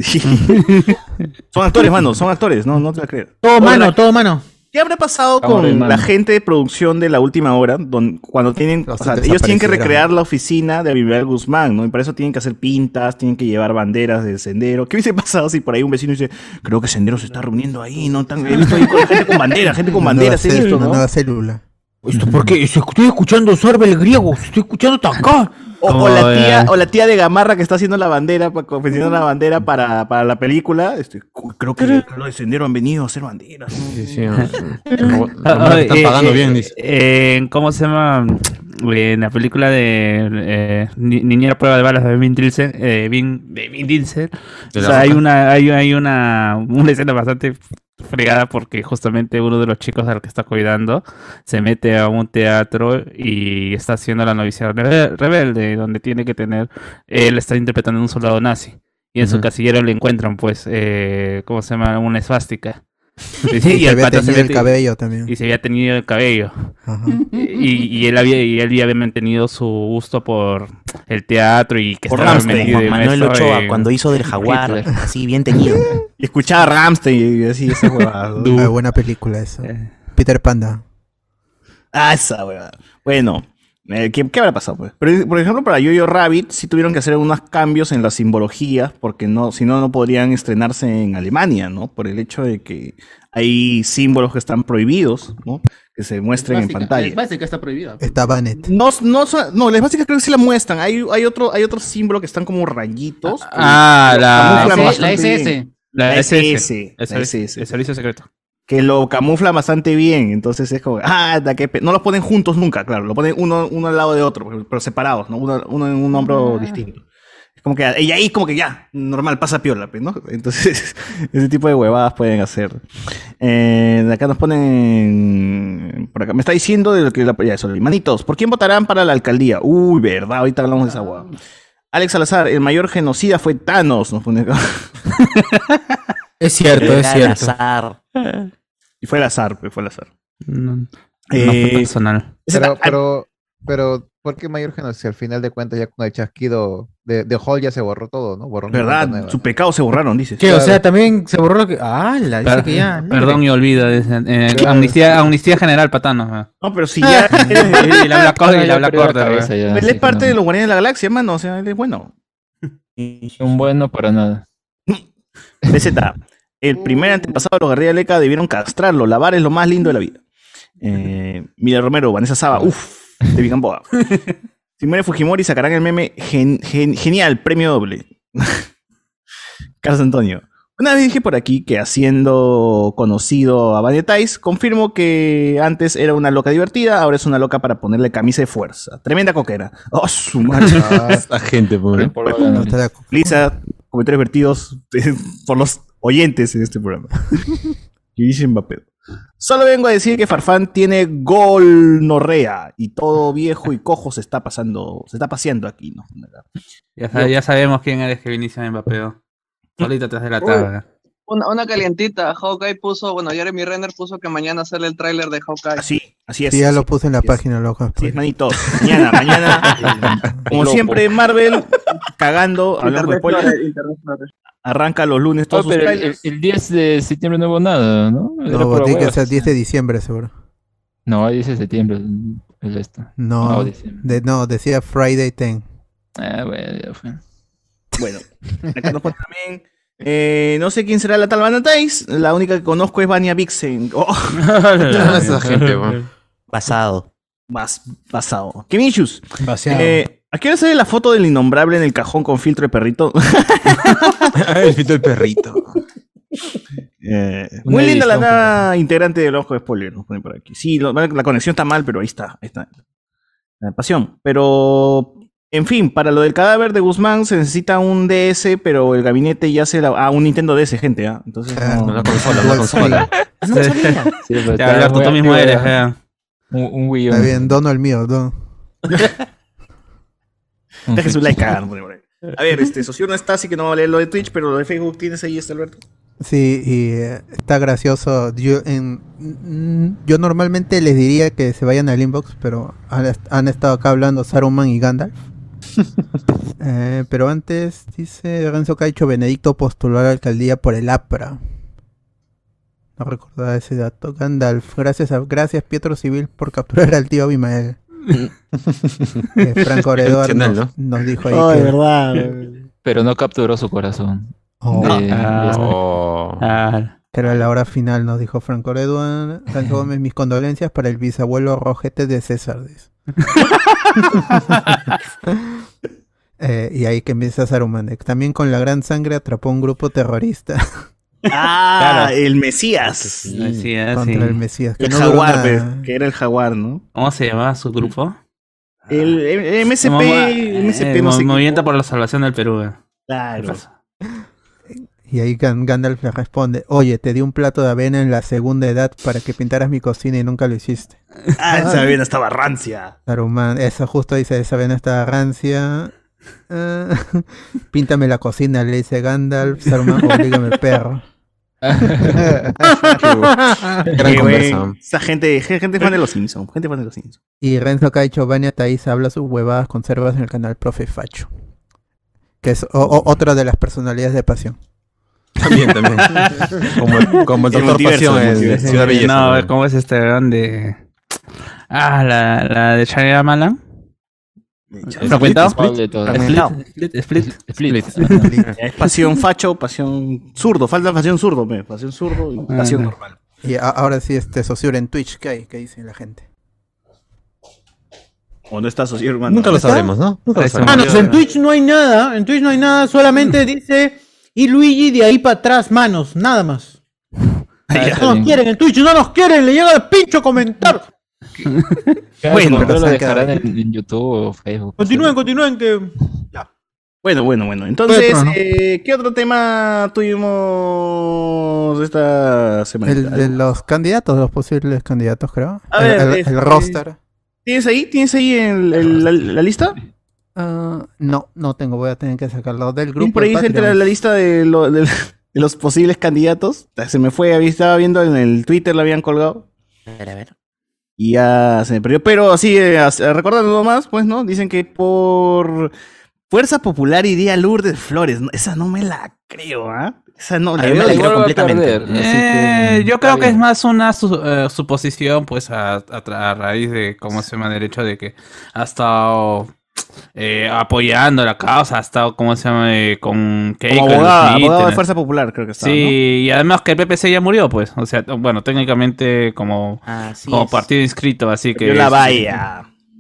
Speaker 6: Son actores, mano, son actores, no te vas a creer.
Speaker 3: Todo mano.
Speaker 6: ¿Qué habrá pasado con la gente de producción de La Última Hora? Cuando tienen, o sea, ellos tienen que recrear la oficina de Abimael Guzmán, ¿no? Y para eso tienen que hacer pintas, tienen que llevar banderas del sendero. ¿Qué hubiese pasado si por ahí un vecino dice, creo que Sendero se está reuniendo ahí, ¿no? He visto ahí con gente con banderas, he visto, ¿no?
Speaker 5: Una nueva célula.
Speaker 3: ¿Esto por qué? Estoy escuchando Sorbel griego, estoy escuchando hasta acá.
Speaker 6: O la tía de Gamarra que está haciendo la bandera, confeccionando la bandera para la película. Creo que los de Sendero han venido a hacer banderas, ¿no?
Speaker 4: Sí. Están pagando bien, dice.
Speaker 11: ¿Cómo se llama? En la película de Niñera Prueba de Balas de Vin Diesel, o sea, hay una escena bastante fregada porque justamente uno de los chicos al que está cuidando se mete a un teatro y está haciendo la novicia rebelde, donde tiene que tener, él está interpretando a un soldado nazi y en su casillero le encuentran pues, ¿cómo se llama? Una esvástica.
Speaker 5: Y el pata se había tenido el cabello también.
Speaker 11: Y se había tenido el cabello. Y él había mantenido su gusto por el teatro y que
Speaker 7: por
Speaker 11: estaba
Speaker 7: Rammstein,
Speaker 11: metido de
Speaker 7: Manuel
Speaker 11: maestro
Speaker 7: Ochoa, cuando hizo del Jaguar, así bien teñido.
Speaker 6: Y escuchaba a Rammstein y así, esa huevada.
Speaker 5: Buena película esa. Peter Panda.
Speaker 6: Esa huevada. Bueno, ¿qué habrá pasado, pues? Pero, por ejemplo, para Jojo Rabbit sí tuvieron que hacer unos cambios en la simbología, porque si no podrían estrenarse en Alemania, ¿no? Por el hecho de que hay símbolos que están prohibidos, ¿no? Que se muestren en pantalla.
Speaker 9: La básica está prohibida.
Speaker 5: Está Banet.
Speaker 6: No, las básicas creo que sí la muestran. Hay otro símbolo que están como rayitos.
Speaker 11: La
Speaker 9: SS.
Speaker 11: La SS.
Speaker 6: La SS.
Speaker 11: El servicio secreto.
Speaker 6: Que lo camufla bastante bien, entonces es como, no los ponen juntos nunca, claro, lo ponen uno al lado de otro, pero separados, ¿no? Uno en un hombro distinto. Es como que, y ahí como que ya, normal, pasa piola, ¿no? Entonces, ese tipo de huevadas pueden hacer. Acá nos ponen, por acá, me está diciendo de lo que manitos, ¿por quién votarán para la alcaldía? Uy, verdad, ahorita hablamos de esa hueá. Alex Salazar, el mayor genocida fue Thanos, nos pone acá.
Speaker 3: Es cierto.
Speaker 7: Azar.
Speaker 6: Y fue el azar, fue el azar.
Speaker 11: No fue personal.
Speaker 10: Pero, ¿por qué mayor genocida? Al final de cuentas, ya con el chasquido de Hall ya se borró todo, ¿no? Borró
Speaker 6: ¿verdad? Su pecado se borraron, dices.
Speaker 3: ¿Qué? O sea, también se borró lo que... dice que ya...
Speaker 11: Perdón y olvida. Amnistía general, patano.
Speaker 6: No, pero si ya...
Speaker 11: y la habla corta.
Speaker 6: Él es parte de los Guardianes de la Galaxia, mano. O sea, él es bueno.
Speaker 8: Un bueno para nada.
Speaker 6: BZ. El primer antepasado de los García Leca debieron castrarlo. Lavar es lo más lindo de la vida. Mira Romero, Vanessa Saba, de Vicampoa. Si muere Fujimori sacarán el meme genial, premio doble. Carlos Antonio. Una vez dije por aquí que haciendo conocido a Banetais, confirmo que antes era una loca divertida, ahora es una loca para ponerle camisa de fuerza. Tremenda coquera. ¡Oh, su madre!
Speaker 4: Esta gente, pobre.
Speaker 6: Lisa, comentarios vertidos por los oyentes en este programa. Y dice Mbappé. Solo vengo a decir que Farfán tiene golnorrea y todo viejo y cojo se está paseando aquí, ¿no?
Speaker 11: Ya sabemos quién eres que Vinicius Mbappé. Solita te hace la tabla.
Speaker 14: Una calientita. Hawkeye puso, Jeremy Renner puso que mañana sale el tráiler de Hawkeye.
Speaker 6: Así es.
Speaker 5: Sí, ya lo puse en la página, loco.
Speaker 6: Sí, manito. Mañana. Como siempre, Marvel, cagando, hablando de spoilers. Arranca los lunes todos sus
Speaker 8: pero
Speaker 6: trailers.
Speaker 8: el 10 de septiembre no hubo nada, ¿no?
Speaker 5: No, tiene que ser 10 de diciembre, seguro.
Speaker 8: No, 10 de septiembre es esto.
Speaker 5: No, decía Friday 10.
Speaker 8: Bueno, ya fue.
Speaker 6: Bueno, acá nos pone también. No sé quién será la tal Banetais. La única que conozco es Vania Vixen.
Speaker 4: Esa gente,
Speaker 7: Basado.
Speaker 6: Basado. Kevin Issues. ¿A qué hora sale la foto del innombrable en el cajón con filtro de perrito?
Speaker 4: El filtro del perrito.
Speaker 6: Muy linda la nueva integrante del Ojo de Spoiler, nos ponen por aquí. Sí, la conexión está mal, pero ahí está. Pasión. Pero, en fin, para lo del cadáver de Guzmán se necesita un DS, pero el gabinete ya se la... Ah, un Nintendo DS, gente, ¿ah? Entonces, no.
Speaker 4: La consola.
Speaker 7: No sabía.
Speaker 8: Sí, pero
Speaker 11: Ya, Alberto, tú mismo eres.
Speaker 8: Un Wii U.
Speaker 5: Está bien, dono el mío, dono.
Speaker 6: Deje su like, no pone por ahí. A ver, Socio no está, así que no va a leer lo de Twitch, pero lo de Facebook tienes ahí, Alberto.
Speaker 5: Sí, y está gracioso. Yo normalmente les diría que se vayan al inbox, pero han estado acá hablando Saruman y Gandalf. Pero antes, dice Renzo Caicho, Benedicto postuló a la alcaldía por el APRA. No recordaba ese dato. Gandalf, gracias Pietro Civil por capturar al tío Abimael. Franco Oredor nos dijo ahí que...
Speaker 6: verdad.
Speaker 8: Pero no capturó su corazón.
Speaker 5: Era la hora final, nos dijo Franco Oredor. Franco Gómez, mis condolencias para el bisabuelo rojete de César. Y ahí que empieza Saruman. También con la gran sangre atrapó un grupo terrorista.
Speaker 6: Claro. El Mesías.
Speaker 5: Contra el Mesías.
Speaker 6: El jaguar, que era el jaguar, ¿no?
Speaker 11: ¿Cómo se llamaba su grupo?
Speaker 6: El MSP, no sé.
Speaker 11: Movimiento por la Salvación del Perú.
Speaker 6: Claro.
Speaker 5: Y ahí Gandalf le responde, oye, te di un plato de avena en la segunda edad para que pintaras mi cocina y nunca lo hiciste.
Speaker 6: Esa avena estaba rancia.
Speaker 5: Saruman, eso justo dice, esa avena estaba rancia. Píntame la cocina, le dice Gandalf. Saruman, oblígame perro.
Speaker 6: Esa gente fan de los Simpsons.
Speaker 5: Y Renzo Caicho, Vania Thaís habla sus huevadas conservas en el canal Profe Facho, que es otra de las personalidades de Pasión.
Speaker 4: También. Como el doctor Pasión en Ciudad Belleza.
Speaker 11: No, ¿cómo es este de... la de Shyamalan? ¿Fragmentado? Split.
Speaker 6: Es pasión facho, pasión zurdo. Falta pasión zurdo, pasión zurdo y pasión normal.
Speaker 5: Y ahora sí, Sociur en Twitch, ¿qué dice la gente?
Speaker 6: ¿Dónde está Sociur, hermano?
Speaker 4: Nunca lo sabremos, ¿no?
Speaker 3: Manos, en Twitch no hay nada, solamente dice y Luigi de ahí para atrás, manos, nada más. No nos quieren en Twitch, no nos quieren, le llega el pincho comentar.
Speaker 8: Bueno, pero lo dejarán en YouTube o Facebook.
Speaker 3: Continúen que...
Speaker 6: Ya. Bueno. Entonces, ¿qué otro tema tuvimos esta semana?
Speaker 5: El de los candidatos, los posibles candidatos, creo.
Speaker 6: A ver,
Speaker 5: el roster.
Speaker 6: ¿Tienes ahí la lista?
Speaker 5: No tengo, voy a tener que sacarlo del grupo.
Speaker 6: Por ahí entre la lista de los posibles candidatos. Se me fue, estaba viendo en el Twitter, la habían colgado.
Speaker 7: A ver.
Speaker 6: Y ya se me perdió. Pero así, recordando nomás, pues, ¿no? Dicen que por Fuerza Popular iría Lourdes Flores. Esa no me la creo, ¿ah? Esa no,
Speaker 7: me la creo completamente.
Speaker 11: Yo creo que es más una suposición, pues, a raíz de, ¿cómo se llama? El hecho de que ha estado apoyando la causa, ha estado, ¿cómo se llama? Con Keiko.
Speaker 6: Como abogado de Fuerza Popular, creo que está.
Speaker 11: Sí, ¿no? Y además que el PPC ya murió, pues. O sea, bueno, técnicamente como partido inscrito, así que...
Speaker 6: La vaya.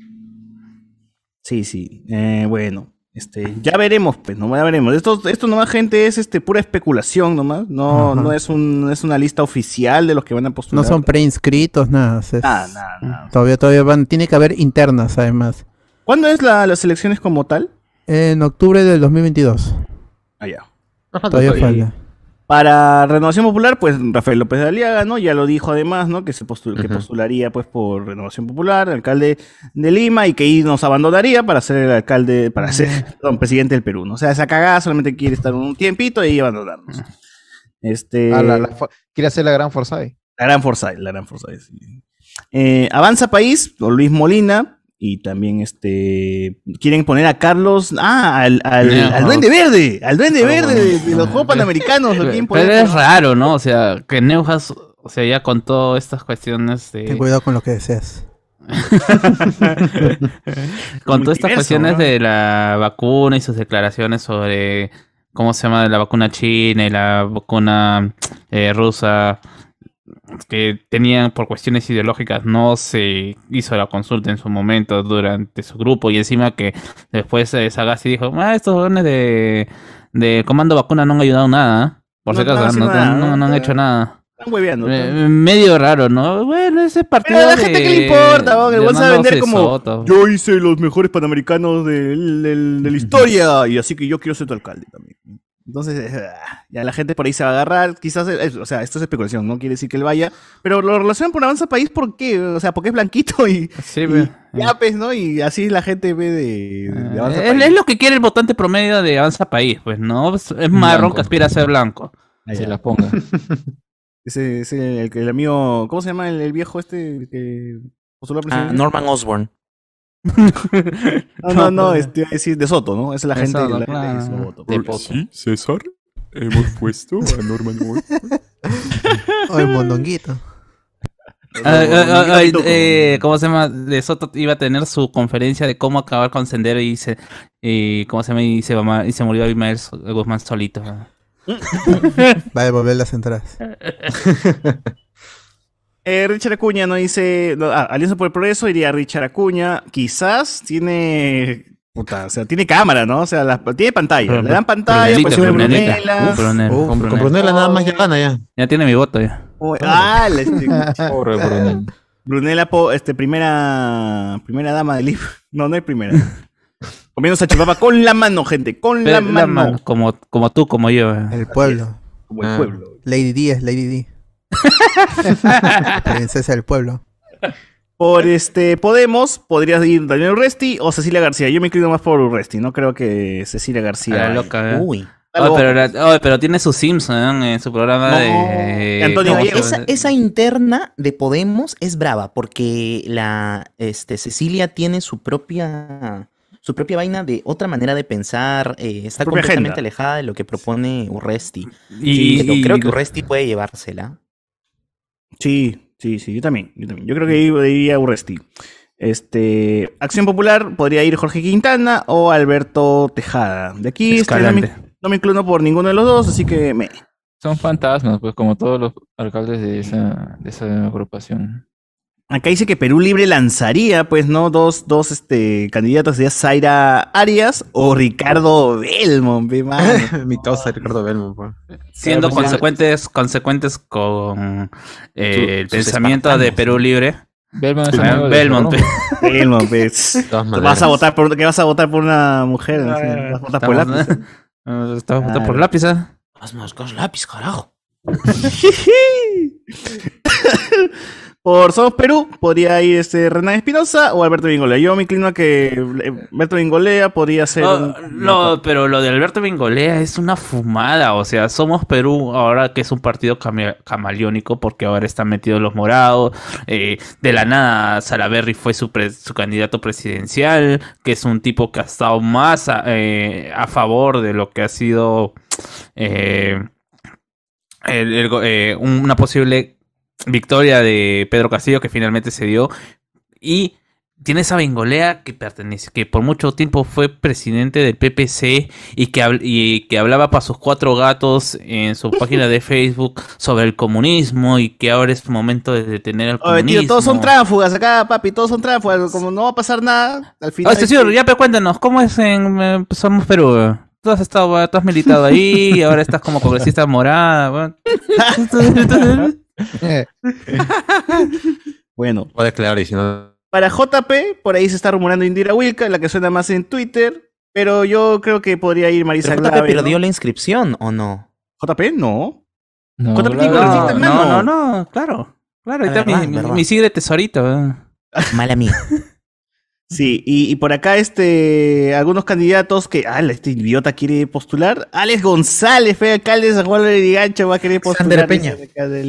Speaker 6: Sí. Bueno. Ya veremos, pues, ya veremos. Esto nomás, gente, es pura especulación nomás. No es una lista oficial de los que van a postular.
Speaker 5: No son preinscritos, nada.
Speaker 6: Nada.
Speaker 5: Todavía tiene que haber internas, además.
Speaker 6: ¿Cuándo es las elecciones como tal?
Speaker 5: En octubre del 2022.
Speaker 6: Ya.
Speaker 5: Todavía falta.
Speaker 6: Para Renovación Popular, pues Rafael López de Aliaga, ¿no? Ya lo dijo además, ¿no? Que que postularía pues por Renovación Popular, alcalde de Lima, y que ahí nos abandonaría para ser el alcalde, presidente del Perú, ¿no? O sea, esa cagada solamente quiere estar un tiempito y abandonarnos.
Speaker 10: Quiere hacer la gran Forsyth.
Speaker 6: La gran Forsyth, sí. Avanza País, por Luis Molina. Y también quieren poner a Carlos, al Duende Verde, de los Juegos Panamericanos.
Speaker 11: Pero es raro, ¿no? O sea, que Neuhaus, o sea, ya con todas estas cuestiones de...
Speaker 5: Ten cuidado con lo que deseas.
Speaker 11: Con todas estas cuestiones, ¿no?, de la vacuna y sus declaraciones sobre cómo se llama la vacuna china y la vacuna rusa. que tenían por cuestiones ideológicas no se hizo la consulta en su momento durante su grupo y encima que después Sagasti dijo, estos jóvenes de Comando Vacuna no han ayudado nada, por si acaso, no han hecho nada.
Speaker 6: Están hueveando.
Speaker 11: Medio raro, ¿no? Bueno, ese partido
Speaker 6: Pero a la gente que le importa, que igual sabe vender como
Speaker 11: Soto.
Speaker 6: yo hice los mejores panamericanos de la historia y así que yo quiero ser tu alcalde también. Entonces, ya la gente por ahí se va a agarrar, quizás, o sea, esto es especulación, no quiere decir que él vaya, pero lo relacionan por Avanza País, ¿por qué? O sea, porque es blanquito y yapes, ¿no? Y así la gente ve de Avanza País.
Speaker 11: Es lo que quiere el votante promedio de Avanza País, pues, ¿no? Es marrón que aspira a ser blanco.
Speaker 8: Se la ponga.
Speaker 6: Ese el amigo, ¿cómo se llama el viejo este que postuló a presidente?
Speaker 7: Norman Osborn.
Speaker 6: No, iba a decir de Soto, ¿no? Esa es la gente de Soto.
Speaker 1: ¿Sí, César? Hemos puesto a Norman Osborn.
Speaker 5: O el mondonguito.
Speaker 11: ¿Cómo se llama? De Soto iba a tener su conferencia de cómo acabar con Sendero y ¿cómo se llama? Y se murió Abimael Guzmán solito.
Speaker 5: Va a devolver las entradas.
Speaker 6: Richard Acuña nos dice, Alianza por el Progreso iría Richard Acuña, quizás tiene, o sea, tiene cámara, ¿no? O sea, tiene pantalla, le dan pantalla, pues sube Brunella.
Speaker 4: Con Brunella nada más ya gana ya.
Speaker 11: Ya tiene mi voto ya.
Speaker 6: Pobre Brunella. Brunella, primera dama del libro. No es primera. Comiendo salchipapa con la mano, gente, con la mano.
Speaker 11: Como tú, como yo.
Speaker 5: El pueblo.
Speaker 6: Como el pueblo.
Speaker 5: Lady D es Lady D. Princesa del pueblo.
Speaker 6: Por Podemos podría ir Daniel Urresti o Cecilia García. Yo me inclino más por Urresti, no creo que Cecilia García.
Speaker 11: Loca,
Speaker 7: Uy.
Speaker 11: Pero tiene su Simpson en su programa de
Speaker 6: Antonio Gallego.
Speaker 7: Esa interna de Podemos es brava porque la Cecilia tiene su propia vaina de otra manera de pensar, está completamente alejada de lo que propone Urresti. Pero creo que Urresti puede llevársela.
Speaker 6: Sí, yo también. Yo creo que iría Urresti. Acción Popular podría ir Jorge Quintana o Alberto Tejada. De aquí no me inclino por ninguno de los dos, así que
Speaker 8: Son fantasmas, pues, como todos los alcaldes de esa agrupación.
Speaker 6: Acá dice que Perú Libre lanzaría, pues, ¿no? Dos candidatos, sería Zaira Arias o Ricardo Belmont,
Speaker 4: Mi causa Ricardo Belmont, pues.
Speaker 11: Siendo consecuentes con el pensamiento de Perú Libre.
Speaker 8: Belmont.
Speaker 6: ¿Vas a votar por una mujer? ¿Vas a votar por lápiz?
Speaker 11: ¿Estás votando por lápiz?
Speaker 7: Haz lápiz, carajo.
Speaker 6: Por Somos Perú podría ir Renan Espinosa o Alberto Bingolea. Yo me inclino a que Alberto Bingolea podría ser
Speaker 11: pero lo de Alberto Bingolea es una fumada. O sea, Somos Perú ahora que es un partido camaleónico porque ahora están metidos los morados. De la nada Salaverry fue su candidato presidencial, que es un tipo que ha estado más a favor de lo que ha sido una posible victoria de Pedro Castillo que finalmente se dio, y tiene esa Bengolea que por mucho tiempo fue presidente del PPC y que hablaba para sus cuatro gatos en su página de Facebook sobre el comunismo y que ahora es momento de detener el comunismo.
Speaker 6: Tío, todos son tránsfugas acá, papi, todos son tránsfugas, como no va a pasar nada, al final...
Speaker 11: señor, ya cuéntanos, ¿cómo es en Somos Perú? Tú has militado ahí y ahora estás como congresista morada, bueno.
Speaker 6: Bueno,
Speaker 4: puedes aclarar y si no.
Speaker 6: Para JP, por ahí se está rumorando Indira Wilka, la que suena más en Twitter, pero yo creo que podría ir Marisa Glave.
Speaker 7: ¿Pero dio la inscripción o no?
Speaker 6: ¿JP? No.
Speaker 11: No, claro. Ahí está mi sigre tesorito.
Speaker 7: Mala mía.
Speaker 6: Sí, y por acá algunos candidatos que... este idiota quiere postular. Alex González, fue alcalde de San Juan de Lurigancho, va a querer postular.
Speaker 3: Peña.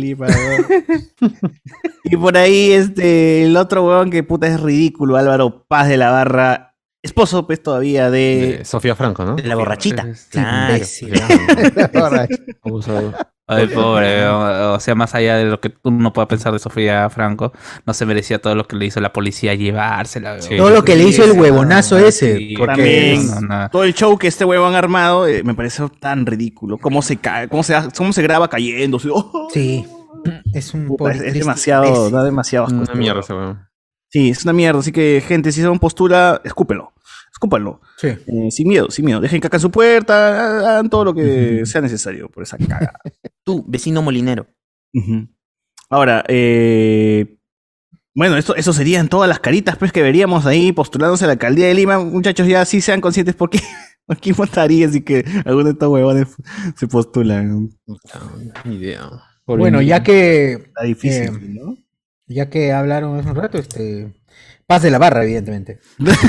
Speaker 6: Y por ahí el otro huevón que puta es ridículo, Álvaro Paz de la Barra, esposo pues todavía de
Speaker 4: Sofía Franco, ¿no?
Speaker 7: La borrachita.
Speaker 11: Claro.
Speaker 8: Abusado.
Speaker 11: Ay, pobre, o sea, más allá de lo que uno pueda pensar de Sofía Franco, no se merecía todo lo que le hizo la policía llevársela.
Speaker 3: Sí. Todo lo que le hizo el huevonazo ese.
Speaker 11: Sí,
Speaker 6: porque todo el show que este huevón ha armado me parece tan ridículo. Cómo se graba cayendo.
Speaker 3: Sí. Es un
Speaker 6: Puta,
Speaker 3: poco
Speaker 6: es
Speaker 3: triste.
Speaker 6: demasiado, da demasiado asco.
Speaker 4: Una mierda ese weón.
Speaker 6: Sí, es una mierda. Así que, gente, si se van postula, escúpenlo. Escúpanlo.
Speaker 3: Sí.
Speaker 6: Sin miedo, sin miedo. Dejen caca en su puerta, hagan todo lo que sea necesario por esa caga.
Speaker 7: Tú, vecino molinero.
Speaker 6: Ahora, bueno, eso serían todas las caritas pues, que veríamos ahí postulándose a la alcaldía de Lima. Muchachos, ya sí sean conscientes por qué votaría si que algunos de estos huevones se postulan.
Speaker 4: Ni idea.
Speaker 3: Bueno, ya que.
Speaker 6: Está difícil, ¿no?
Speaker 3: Ya que hablaron hace un rato, paz de la barra, evidentemente.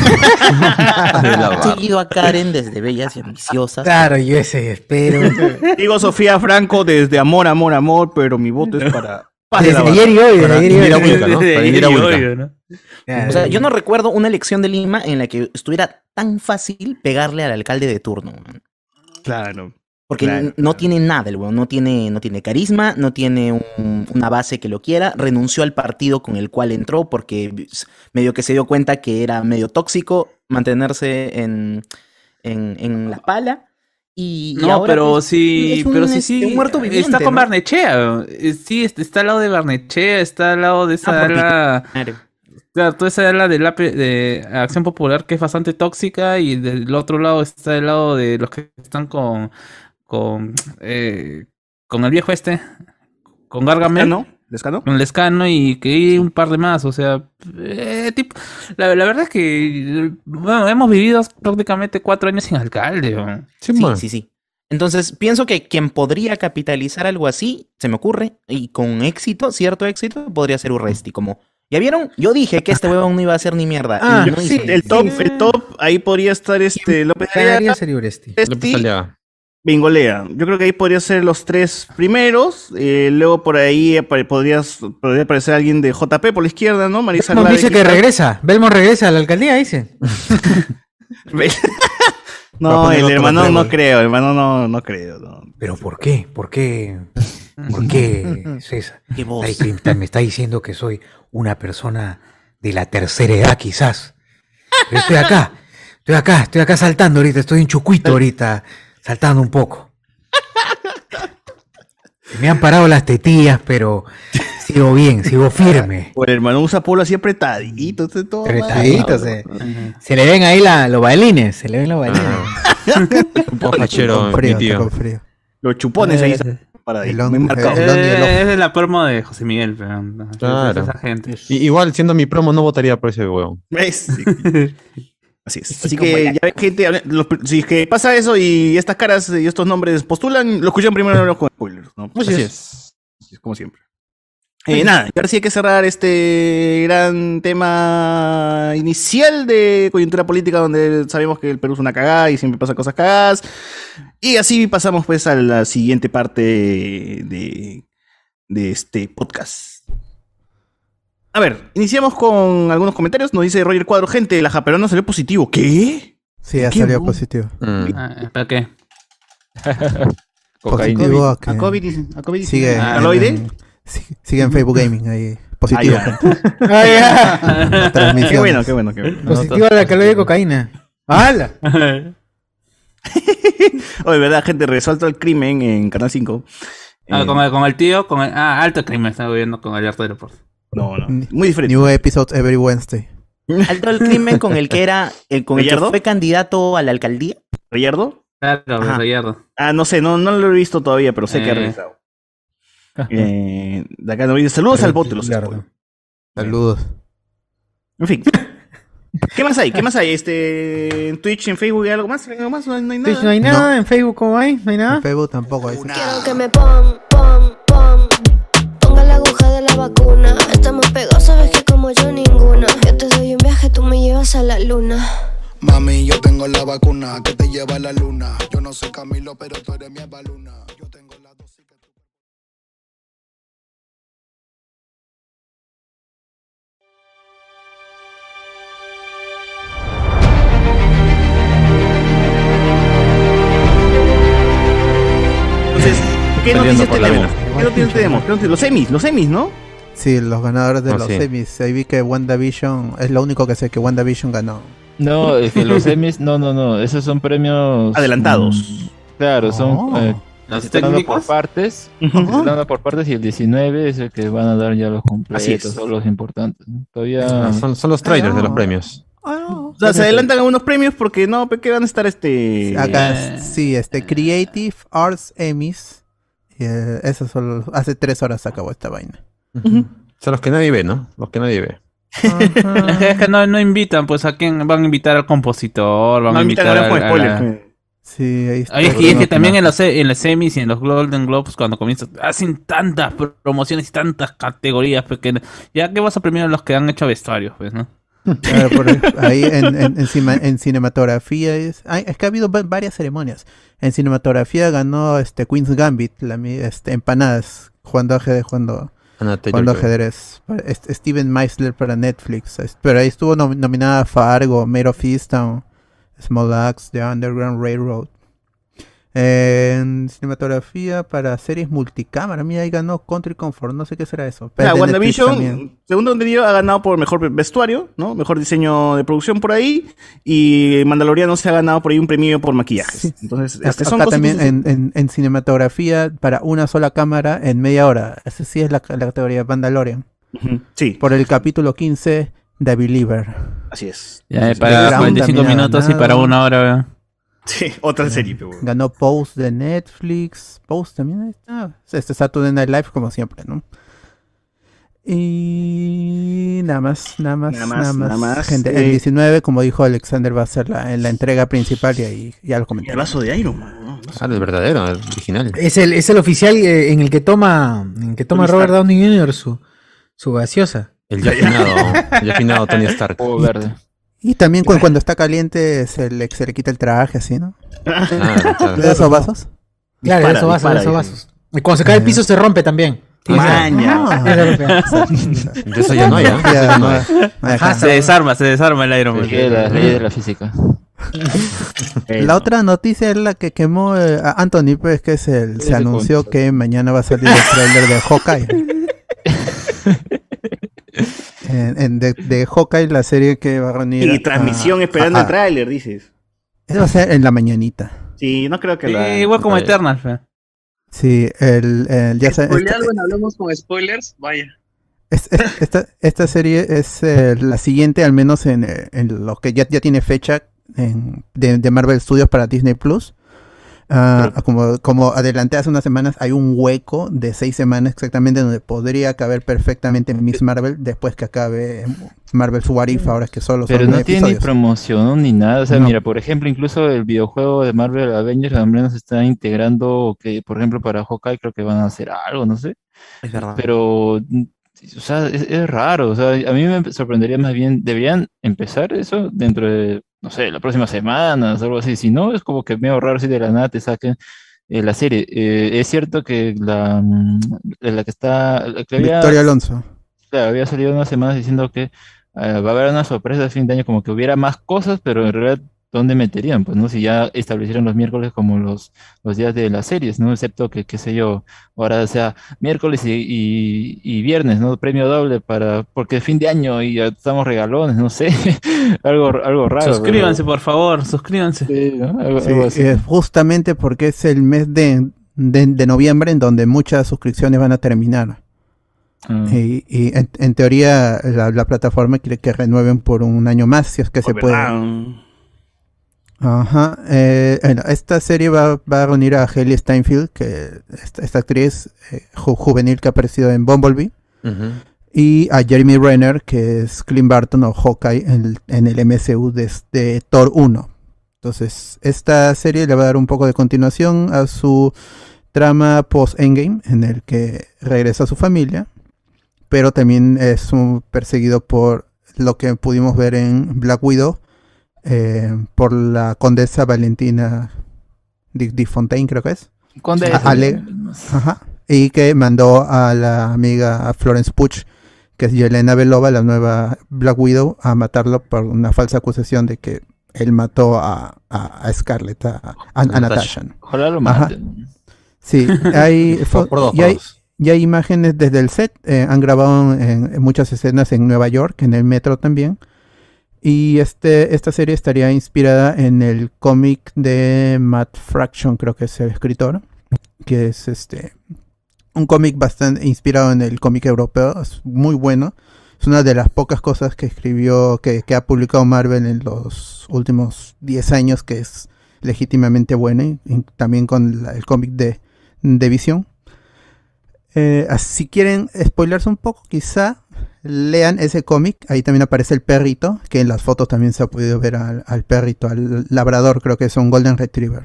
Speaker 7: He seguido a Karen desde Bellas y Ambiciosas.
Speaker 3: Claro, yo ese espero.
Speaker 6: Digo Sofía Franco desde amor, amor, amor, pero mi voto es para paz de
Speaker 3: Desde
Speaker 6: la barra.
Speaker 3: ayer y hoy,
Speaker 6: Para
Speaker 3: desde ayer y
Speaker 6: Indira
Speaker 3: hoy.
Speaker 6: Wilca, ¿no?
Speaker 3: Desde
Speaker 6: Para
Speaker 3: ayer
Speaker 6: Indira
Speaker 3: y
Speaker 6: Wilca.
Speaker 3: hoy, ¿no?
Speaker 7: O sea, yo no recuerdo una elección de Lima en la que estuviera tan fácil pegarle al alcalde de turno. Man.
Speaker 6: Claro.
Speaker 7: Porque
Speaker 6: Claro,
Speaker 7: no tiene nada el weón, no tiene carisma, no tiene una base que lo quiera, renunció al partido con el cual entró porque medio que se dio cuenta que era medio tóxico mantenerse en la pala. Y
Speaker 11: No,
Speaker 7: ahora,
Speaker 11: pero
Speaker 7: pues,
Speaker 11: sí,
Speaker 7: es un,
Speaker 11: pero sí,
Speaker 7: un muerto viviente,
Speaker 11: está con
Speaker 7: ¿no?
Speaker 11: Barnechea. Sí, está al lado de Barnechea, está al lado de esa
Speaker 7: porque-
Speaker 11: ala.
Speaker 7: Claro.
Speaker 11: Claro, toda esa ala de Acción Popular que es bastante tóxica y del otro lado está el lado de los que están con el viejo con Gargamel.
Speaker 6: ¿Lescano?
Speaker 11: Con Lescano y que hay un par de más, o sea, la verdad es que bueno, hemos vivido prácticamente 4 años sin alcalde. ¿No?
Speaker 7: Sí. Entonces, pienso que quien podría capitalizar algo así, se me ocurre, y con éxito, cierto éxito, podría ser Urresti, como... ¿Ya vieron? Yo dije que este huevón no iba a hacer ni mierda. y no hizo ni
Speaker 6: el top, ahí podría estar López
Speaker 3: Ganaría sería Uresti.
Speaker 6: López Bingolea. Yo creo que ahí podría ser los 3 primeros. Luego por ahí podría aparecer alguien de JP por la izquierda, ¿no? Marisa
Speaker 3: Belmont
Speaker 6: Andrade,
Speaker 3: dice que
Speaker 6: quizás.
Speaker 3: regresa. Belmont regresa a la alcaldía, dice.
Speaker 6: No, el hermano no creo, hermano no creo. No.
Speaker 3: ¿Pero por qué? ¿Por qué? ¿Por qué, César?
Speaker 7: ¿Qué voz?
Speaker 3: Me está diciendo que soy una persona de la tercera edad, quizás. Pero estoy acá saltando ahorita, estoy en Chucuito ahorita, saltando un poco. Me han parado las tetillas, pero sigo bien, sigo firme.
Speaker 6: O el hermano usa polo así apretadito, todo.
Speaker 3: Apretadito, se le ven ahí los bailines, se le ven los bailines.
Speaker 4: Un poco fachero, mi tío.
Speaker 6: Los chupones ahí para ahí, muy marcados.
Speaker 11: Es de la promo de José Miguel, pero
Speaker 4: Claro.
Speaker 11: esa gente.
Speaker 4: Igual, siendo mi promo, no votaría por ese huevón.
Speaker 6: Así es. Así que ya ven, gente, si es que pasa eso y estas caras y estos nombres postulan, lo escuchan primero los con spoilers, ¿no?
Speaker 4: Así es.
Speaker 6: Así es como siempre. Nada, y ahora sí hay que cerrar este gran tema inicial de coyuntura política donde sabemos que el Perú es una cagada y siempre pasan cosas cagadas. Y así pasamos pues a la siguiente parte de este podcast. A ver, iniciamos con algunos comentarios. Nos dice Roger Cuadro, gente, la japerona salió positivo. ¿Qué?
Speaker 5: Sí, ha
Speaker 6: ¿Qué,
Speaker 5: salido
Speaker 6: no?
Speaker 5: positivo.
Speaker 11: ¿Para qué?
Speaker 5: Positivo a que
Speaker 9: A COVID dicen. A COVID dicen.
Speaker 5: sigue,
Speaker 6: ¿Aloide?
Speaker 5: sigue en Facebook Gaming ahí. Positivo.
Speaker 6: ya.
Speaker 5: gente. Transmisiones.
Speaker 6: Qué bueno.
Speaker 3: Positivo a la caloría de cocaína. ¡Hala!
Speaker 6: Oye, verdad, gente, resuelto el crimen en Canal 5.
Speaker 11: Con el tío, alto crimen está viendo con el Arturo por.
Speaker 6: No, muy diferente.
Speaker 5: New episodes every Wednesday.
Speaker 7: Alto el crimen con el que era, con el que
Speaker 6: ¿Gallardo?
Speaker 7: fue candidato a la alcaldía.
Speaker 6: ¿Rayardo?
Speaker 11: Claro,
Speaker 7: Ajá.
Speaker 11: Gallardo.
Speaker 6: No sé, no lo he visto todavía, pero sé que ha realizado. De acá nos dice saludos al bote, los spoilers.
Speaker 5: Saludos.
Speaker 6: En fin. ¿Qué más hay? En Twitch, en Facebook, ¿hay algo más? ¿Algo más? No hay nada.
Speaker 3: Twitch no hay nada, en Facebook ¿cómo hay? No hay nada.
Speaker 5: En Facebook tampoco hay.
Speaker 13: Quiero que me ponga la aguja de la vacuna. Estamos pegados, sabes que como yo ninguna. Yo te doy un viaje, tú me llevas a la luna.
Speaker 12: Mami, yo tengo la vacuna que te lleva a la luna. Yo no soy Camilo, pero tú eres mi baluna. Yo tengo la dosis que tú...
Speaker 6: Entonces, ¿qué
Speaker 4: Saliendo
Speaker 6: noticias
Speaker 4: por la
Speaker 6: tenemos?
Speaker 4: vena.
Speaker 6: ¿Qué noticias tenemos? Los semis, ¿no?
Speaker 5: Sí, los ganadores de
Speaker 4: Ah,
Speaker 5: los
Speaker 4: sí.
Speaker 5: semis. Ahí vi que WandaVision, es lo único que sé, que WandaVision ganó.
Speaker 8: No, es que los semis, no, esos son premios
Speaker 6: Adelantados.
Speaker 8: Claro, son
Speaker 5: Oh.
Speaker 8: Nos están dando por partes. Nos están dando por partes y el 19 es el que van a dar ya los completos, o los importantes, ¿no? Todavía
Speaker 4: Son los trailers de los premios.
Speaker 6: O sea, se adelantan algunos premios porque no, que van a estar
Speaker 5: Acá, sí, Creative Arts Emmys. Esos son hace 3 horas se acabó esta vaina.
Speaker 4: Son los que nadie ve, ¿no? Los que nadie ve.
Speaker 11: Es que no invitan, pues a quién van a invitar al compositor, van a invitar al...
Speaker 5: Sí, ahí está.
Speaker 11: Y es que también en los semis y en los Golden Globes cuando comienzan hacen tantas promociones y tantas categorías pequeñas. Ya que vas a premiar a los que han hecho vestuarios, pues, ¿no?
Speaker 5: Claro, ahí en cinematografía es que ha habido varias ceremonias. En cinematografía ganó Queen's Gambit, empanadas, jugando ajedrez. Steven Meisler para Netflix. Pero ahí estuvo nominada Fargo, Mare of Easttown, Small Axe, The Underground Railroad. En cinematografía para series multicámara, mira, ahí ganó Country Comfort, no sé qué será eso.
Speaker 6: WandaVision, segundo entendido, ha ganado por mejor vestuario, ¿no? Mejor diseño de producción por ahí. Y Mandaloriano se ha ganado por ahí un premio por maquillajes. Sí. Entonces,
Speaker 5: son acá también en cinematografía para una sola cámara en media hora. Esa sí es la categoría Mandalorian.
Speaker 6: Sí.
Speaker 5: Por el capítulo 15, The Believer.
Speaker 6: Así es.
Speaker 11: Ya, para 45 minutos y para 1 hora.
Speaker 6: Sí, otra serie.
Speaker 5: Ganó Pose de Netflix. Pose también está. Saturday Night Live como siempre, ¿no? Y nada más. Gente, el 19, como dijo Alexander, va a ser la entrega principal y ahí ya lo comenté.
Speaker 6: El vaso de Iron Man, ¿no?
Speaker 4: El verdadero, el original.
Speaker 3: Es el oficial en el que toma Robert Downey Jr. su gaseosa.
Speaker 4: El ya afinado Tony Stark.
Speaker 8: Verde.
Speaker 5: Y también cuando está caliente se le quita el traje, así, ¿no?
Speaker 4: Claro.
Speaker 5: ¿De esos vasos?
Speaker 3: Claro, de esos vasos. Y cuando se cae el piso se rompe también.
Speaker 6: Maña.
Speaker 4: De eso ya no hay, ¿eh?
Speaker 11: Se desarma el Iron Man.
Speaker 8: La ley de la física.
Speaker 5: La otra noticia es la que quemó a Anthony, pues, que se anunció que mañana va a salir el trailer de Hawkeye. De Hawkeye, la serie que va a reunir.
Speaker 6: Y transmisión esperando el tráiler, dices.
Speaker 5: Eso va a ser en la mañanita.
Speaker 6: Sí, no creo que
Speaker 11: igual como Eternal, fe.
Speaker 5: Sí, ya sabes.
Speaker 14: Bueno, hablamos con spoilers, vaya.
Speaker 5: Esta serie es la siguiente, al menos en lo que ya tiene fecha de Marvel Studios para Disney Plus. Como adelanté hace unas semanas, hay un hueco de 6 semanas exactamente donde podría caber perfectamente Miss Marvel después que acabe Marvel's What If, ahora que solo son
Speaker 8: Pero no tiene ni
Speaker 5: episodios.
Speaker 8: promoción ni nada. O sea,
Speaker 5: No.
Speaker 8: mira, por ejemplo, incluso el videojuego de Marvel Avengers al menos está integrando que, por ejemplo, para Hawkeye creo que van a hacer algo, no sé.
Speaker 7: Es verdad.
Speaker 8: Pero, o sea, es raro. O sea, a mí me sorprendería más bien, deberían empezar eso dentro de, no sé, la próxima semana, algo así. Si no, es como que medio raro si de la nada te saquen la serie. Es cierto que la que está... La que había,
Speaker 5: Victoria Alonso.
Speaker 8: claro, había salido unas semanas diciendo que va a haber una sorpresa de fin de año, como que hubiera más cosas, pero en realidad, ¿dónde meterían? Pues, ¿no? Si ya establecieron los miércoles como los días de las series, ¿no? Excepto que, qué sé yo, ahora sea miércoles y viernes, ¿no? Premio doble porque es fin de año y ya estamos regalones, no sé. algo raro.
Speaker 11: Suscríbanse, por favor, suscríbanse.
Speaker 8: Sí, ¿no? Algo
Speaker 5: Sí,
Speaker 8: así.
Speaker 5: justamente porque es el mes de noviembre en donde muchas suscripciones van a terminar. Y en teoría la plataforma quiere que renueven por un año más, si es que se puede. Ajá. Bueno, esta serie va a reunir a Hailee Steinfeld, que esta actriz juvenil que ha aparecido en Bumblebee, y a Jeremy Renner, que es Clint Barton o Hawkeye en el MCU desde Thor 1. Entonces, esta serie le va a dar un poco de continuación a su trama post-Endgame, en el que regresa a su familia, pero también es perseguido por lo que pudimos ver en Black Widow, por la condesa Valentina Di Fontaine, creo que es. Ajá. Y que mandó a la amiga Florence Pugh, que es Yelena Belova, la nueva Black Widow, a matarlo por una falsa acusación de que él mató a Scarlett, a Natasha.
Speaker 8: Ojalá lo maten.
Speaker 5: Sí, hay y hay imágenes desde el set. Han grabado en muchas escenas en Nueva York, en el metro también. Y esta serie estaría inspirada en el cómic de Matt Fraction, creo que es el escritor, que es un cómic bastante inspirado en el cómic europeo, es muy bueno. Es una de las pocas cosas que escribió, que ha publicado Marvel en los últimos 10 años, que es legítimamente bueno, y también con el cómic de Visión. Si quieren spoilerse un poco, quizá lean ese cómic. Ahí también aparece el perrito, que en las fotos también se ha podido ver al perrito, al labrador, creo que es un Golden Retriever.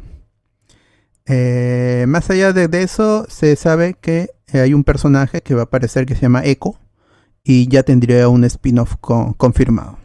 Speaker 5: Más allá de eso, se sabe que hay un personaje que va a aparecer que se llama Echo, y ya tendría un spin-off confirmado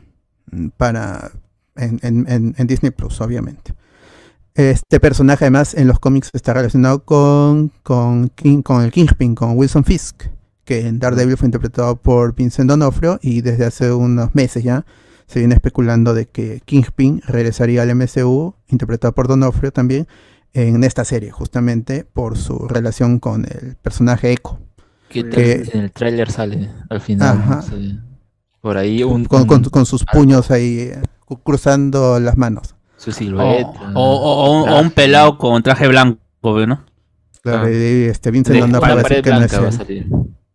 Speaker 5: en Disney Plus, obviamente. Este personaje además en los cómics está relacionado con el Kingpin, con Wilson Fisk, que en Daredevil fue interpretado por Vincent D'Onofrio, y desde hace unos meses ya se viene especulando de que Kingpin regresaría al MCU, interpretado por D'Onofrio también, en esta serie, justamente por su relación con el personaje Echo.
Speaker 8: Que en el tráiler sale al final.
Speaker 5: Ajá.
Speaker 8: No sé, por ahí
Speaker 5: con sus puños ahí cruzando las manos.
Speaker 8: Su silueta.
Speaker 11: O un pelado con traje blanco, ¿no?
Speaker 5: Claro, y Vincent D'Onofrio va a decir que no es
Speaker 8: va a
Speaker 5: él.
Speaker 8: salir.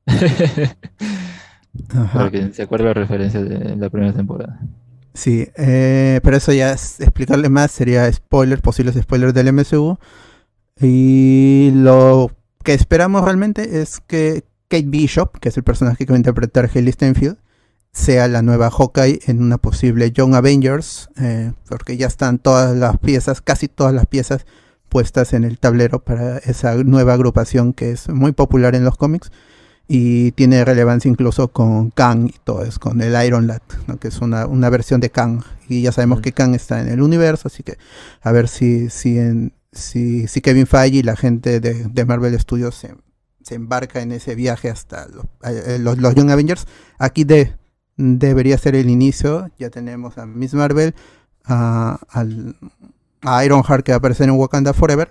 Speaker 5: Ajá.
Speaker 8: Para que se acuerde la referencia de la primera temporada.
Speaker 5: Sí, pero eso ya es explicarle más, sería posibles spoilers del MCU. Y lo que esperamos realmente es que Kate Bishop, que es el personaje que va a interpretar Hailee Steinfeld, sea la nueva Hawkeye en una posible Young Avengers, porque ya están todas las piezas, casi todas las piezas puestas en el tablero para esa nueva agrupación que es muy popular en los cómics y tiene relevancia incluso con Kang y todo eso, con el Iron Lad, ¿no? Que es una versión de Kang, y ya sabemos que Kang está en el universo, así que a ver si Kevin Feige y la gente de Marvel Studios se embarca en ese viaje hasta los Young Avengers. Aquí debería ser el inicio. Ya tenemos a Miss Marvel, a Ironheart, que va a aparecer en Wakanda Forever,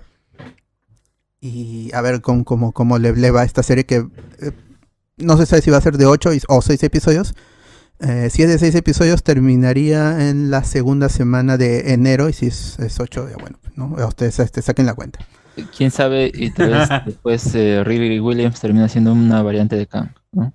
Speaker 5: y a ver cómo le va a esta serie, que no se sabe si va a ser de 8 o 6 episodios. Si es de 6 episodios, terminaría en la segunda semana de enero, y si es 8, ya bueno, ¿no? Ustedes saquen la cuenta.
Speaker 8: Quién sabe, y tal vez después Riri Williams termina siendo una variante de Kang, ¿no?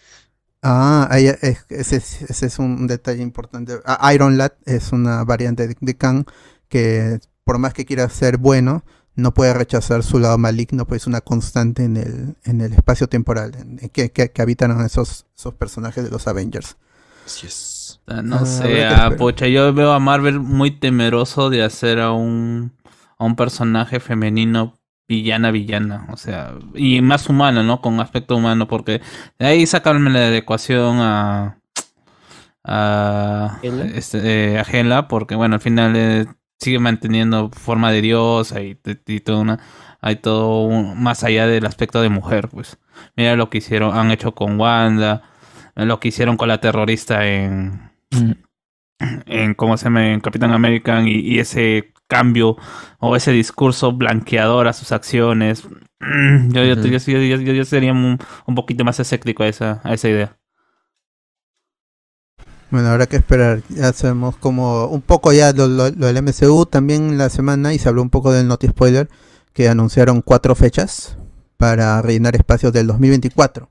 Speaker 5: Ese es un detalle importante. Iron Lad es una variante de Kang que, por más que quiera ser bueno, no puede rechazar su lado maligno, pues es una constante en el espacio temporal que habitan esos personajes de los Avengers.
Speaker 11: Así es. No sé, pucha, yo veo a Marvel muy temeroso de hacer a un personaje femenino villana, o sea, y más humano, ¿no? Con aspecto humano, porque de ahí sacarme la ecuación a Hela, porque bueno, al final sigue manteniendo forma de diosa y hay todo más allá del aspecto de mujer, pues. Mira lo que han hecho con Wanda, lo que hicieron con la terrorista en ¿cómo se llama? En Capitán American, y ese cambio o ese discurso blanqueador a sus acciones. Yo sería un poquito más escéptico a esa idea.
Speaker 5: Bueno, habrá que esperar. Ya sabemos como un poco ya lo del MCU también la semana, y se habló un poco del Noti Spoiler, que anunciaron 4 fechas para rellenar espacios del 2024.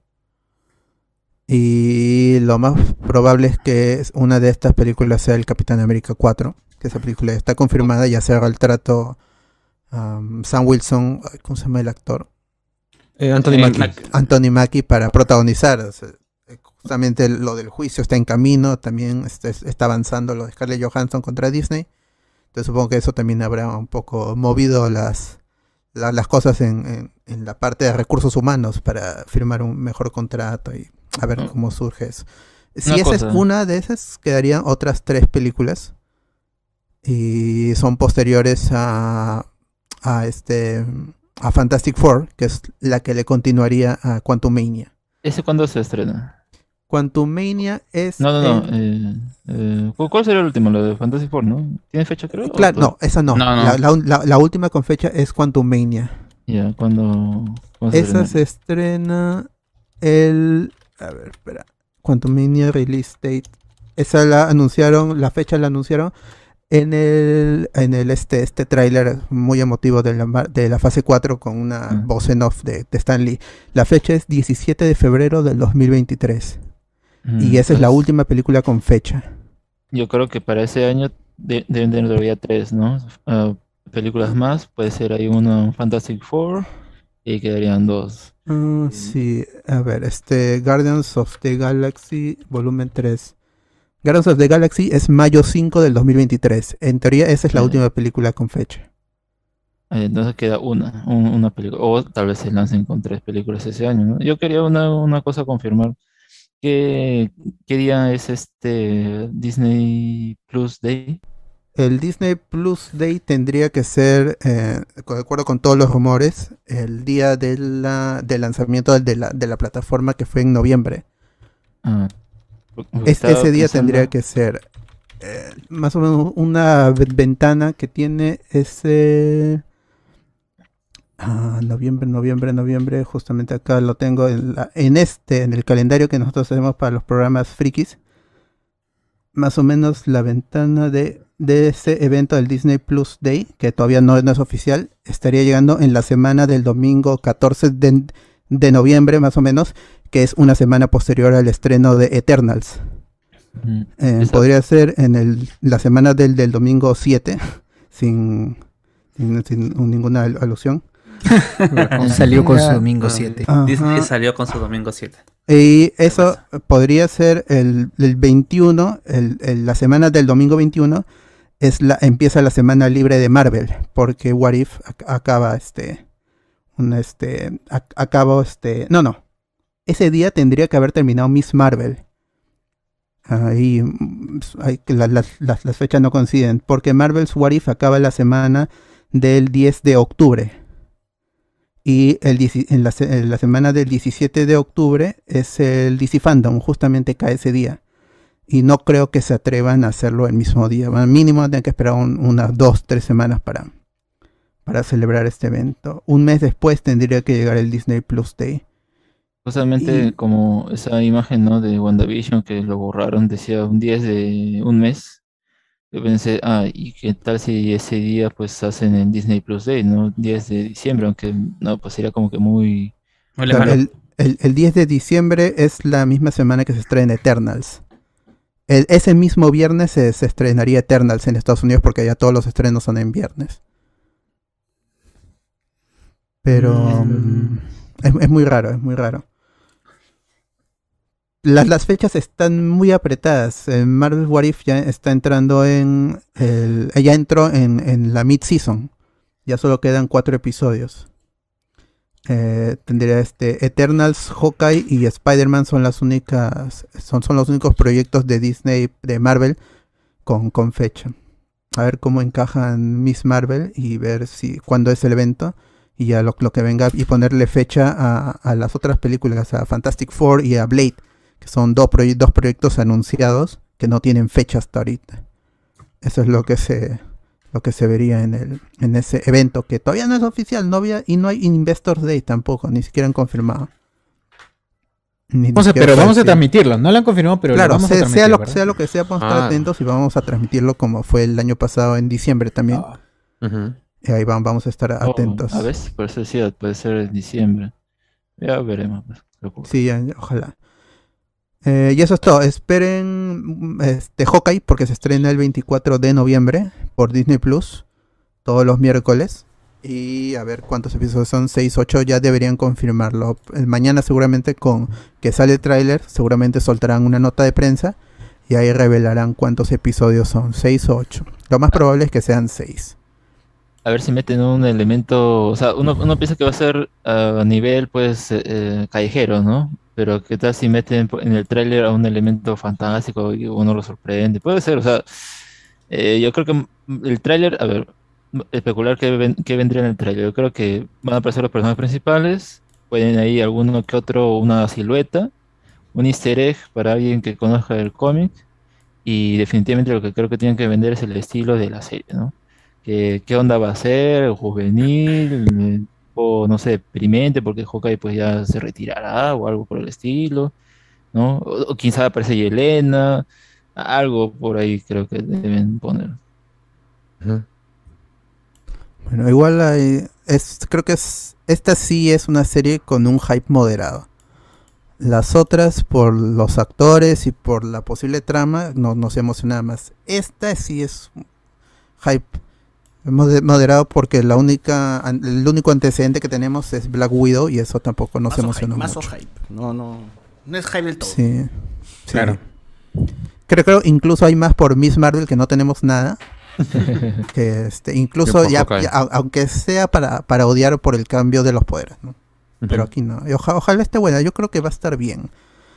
Speaker 5: Y lo más probable es que una de estas películas sea el Capitán América 4, que esa película ya está confirmada, ya se haga el trato. Sam Wilson, ¿cómo se llama el actor? Anthony Mackie para protagonizar. O sea, justamente lo del juicio está en camino, también está avanzando lo de Scarlett Johansson contra Disney. Entonces supongo que eso también habrá un poco movido las cosas en la parte de recursos humanos para firmar un mejor contrato y a ver cómo surge eso. Si esa es una de esas, quedarían otras 3 películas y son posteriores a Fantastic Four, que es la que le continuaría a Quantumania.
Speaker 8: ¿Ese cuándo se estrena?
Speaker 5: Quantumania es...
Speaker 8: No. ¿Cuál sería el último? Lo de Fantastic Four, ¿no? ¿Tiene fecha, creo?
Speaker 5: Claro, no, esa no. La última con fecha es Quantumania.
Speaker 8: Ya, ¿cuándo
Speaker 5: esa se estrena el... A ver, espera. Quantumania Release Date. Esa la fecha la anunciaron Este tráiler muy emotivo de la fase 4 con una voz en off de Stan Lee, la fecha es 17 de febrero del 2023. Y esa es la última película con fecha.
Speaker 8: Yo creo que para ese año deben tener todavía 3, ¿no? Películas más, puede ser ahí uno Fantastic Four y quedarían 2.
Speaker 5: Sí, a ver, Guardians of the Galaxy volumen 3. Guardians of the Galaxy es mayo 5 del 2023. En teoría esa es la última película con fecha.
Speaker 8: Entonces queda una película. O tal vez se lancen con 3 películas ese año, ¿no? Yo quería una cosa a confirmar. ¿Qué día es Disney Plus Day?
Speaker 5: El Disney Plus Day tendría que ser, de acuerdo con todos los rumores, el día del lanzamiento de la plataforma, que fue en noviembre. Ese día tendría que ser más o menos una ventana que tiene ese... noviembre, justamente acá lo tengo en el calendario que nosotros hacemos para los programas frikis. Más o menos la ventana de ese evento del Disney Plus Day, que todavía no es oficial, estaría llegando en la semana del domingo 14 de noviembre, más o menos, que es una semana posterior al estreno de Eternals. Podría ser en la semana del domingo 7, sin ninguna alusión.
Speaker 15: Salió con su domingo 7. Disney salió con su domingo 7.
Speaker 5: Y eso podría ser el 21, la semana del domingo 21, empieza la semana libre de Marvel, porque What If acaba ese día tendría que haber terminado Miss Marvel. Ahí las fechas no coinciden, porque Marvel's What If acaba la semana del 10 de octubre. Y en la semana del 17 de octubre es el DC Fandom, justamente cae ese día. Y no creo que se atrevan a hacerlo el mismo día. Mínimo tienen que esperar unas 2-3 semanas para celebrar este evento. Un mes después tendría que llegar el Disney Plus Day.
Speaker 8: Justamente como esa imagen, ¿no?, de WandaVision que lo borraron, decía un 10 de un mes. Yo pensé, ¿y qué tal si ese día pues hacen el Disney Plus Day, ¿no? 10 de diciembre, aunque no, pues sería como que muy...
Speaker 5: Claro, el 10 de diciembre es la misma semana que se estrena Eternals. Ese mismo viernes se estrenaría Eternals en Estados Unidos, porque allá todos los estrenos son en viernes. Pero es muy raro, es muy raro. Las fechas están muy apretadas. Marvel What If ya está entrando ya entró en la mid-season. Ya solo quedan 4 episodios. Tendría Eternals, Hawkeye y Spider-Man son los únicos proyectos de Disney, de Marvel, con fecha. A ver cómo encajan Miss Marvel y ver cuándo es el evento. Y ya lo que venga, y ponerle fecha a las otras películas, a Fantastic Four y a Blade, que son dos proyectos anunciados que no tienen fecha hasta ahorita. Eso es lo que se vería en ese evento, que todavía no es oficial, y no hay Investors Day tampoco, ni siquiera han confirmado.
Speaker 3: Pero vamos a transmitirlo, no lo han confirmado, pero
Speaker 5: claro,
Speaker 3: lo vamos a transmitir,
Speaker 5: sea lo que sea, vamos a estar atentos y vamos a transmitirlo como fue el año pasado en diciembre también. Y ahí vamos a estar atentos.
Speaker 8: A ver, por eso decía, puede ser en diciembre. Ya veremos.
Speaker 5: Sí, ojalá. Y eso es todo. Esperen Hawkeye, porque se estrena el 24 de noviembre por Disney Plus, todos los miércoles. Y a ver cuántos episodios son, 6, 8, ya deberían confirmarlo. Mañana seguramente, con que sale el tráiler, seguramente soltarán una nota de prensa y ahí revelarán cuántos episodios son, 6 o 8. Lo más probable es que sean 6.
Speaker 8: A ver si meten un elemento, o sea, uno piensa que va a ser a nivel pues callejero, ¿no? Pero qué tal si meten en el tráiler a un elemento fantástico y uno lo sorprende. Puede ser, o sea, yo creo que el tráiler, a ver, especular qué vendría en el tráiler. Yo creo que van a aparecer los personajes principales, pueden ahí alguno que otro, una silueta, un easter egg para alguien que conozca el cómic, y definitivamente lo que creo que tienen que vender es el estilo de la serie, ¿no? ¿Qué onda va a ser? ¿Juvenil? O no sé, deprimente porque Hawkeye pues ya se retirará o algo por el estilo, ¿no? O quién sabe aparece Yelena, algo por ahí creo que deben poner.
Speaker 5: Bueno, igual creo que esta sí es una serie con un hype moderado. Las otras, por los actores y por la posible trama, no se emociona más. Esta sí es hype moderado porque el único antecedente que tenemos es Black Widow y eso tampoco nos emocionó mucho.
Speaker 6: Más hype. No es hype del todo.
Speaker 5: Sí. Claro. Creo incluso hay más por Miss Marvel que no tenemos nada. Que incluso ya, aunque sea para odiar por el cambio de los poderes, ¿no? Pero aquí no. Y ojalá esté buena. Yo creo que va a estar bien.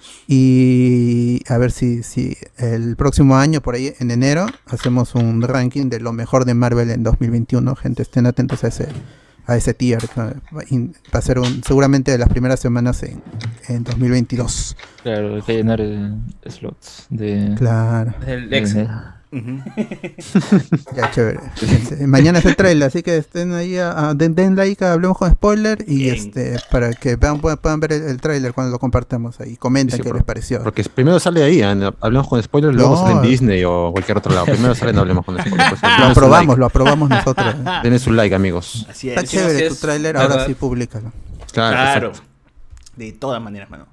Speaker 5: Y a ver si el próximo año, por ahí en enero, hacemos un ranking de lo mejor de Marvel en 2021. Gente, estén atentos a ese tier. Va a ser seguramente de las primeras semanas en 2022.
Speaker 8: Claro, hay que llenar slots de...
Speaker 5: Claro.
Speaker 15: El Excel.
Speaker 5: Ya, chévere. Mañana es el trailer, así que estén ahí, den like, hablemos con spoiler y para que puedan ver el trailer cuando lo compartamos ahí. Comenten qué les pareció.
Speaker 4: Porque primero sale ahí, hablemos con spoilers, luego sale en Disney o cualquier otro lado. Primero sale en Hablemos con spoilers.
Speaker 5: Lo aprobamos nosotros.
Speaker 4: Denle su like, amigos.
Speaker 6: Así
Speaker 5: Está chévere tu trailer, ahora sí públicalo.
Speaker 6: Claro. De todas maneras, mano.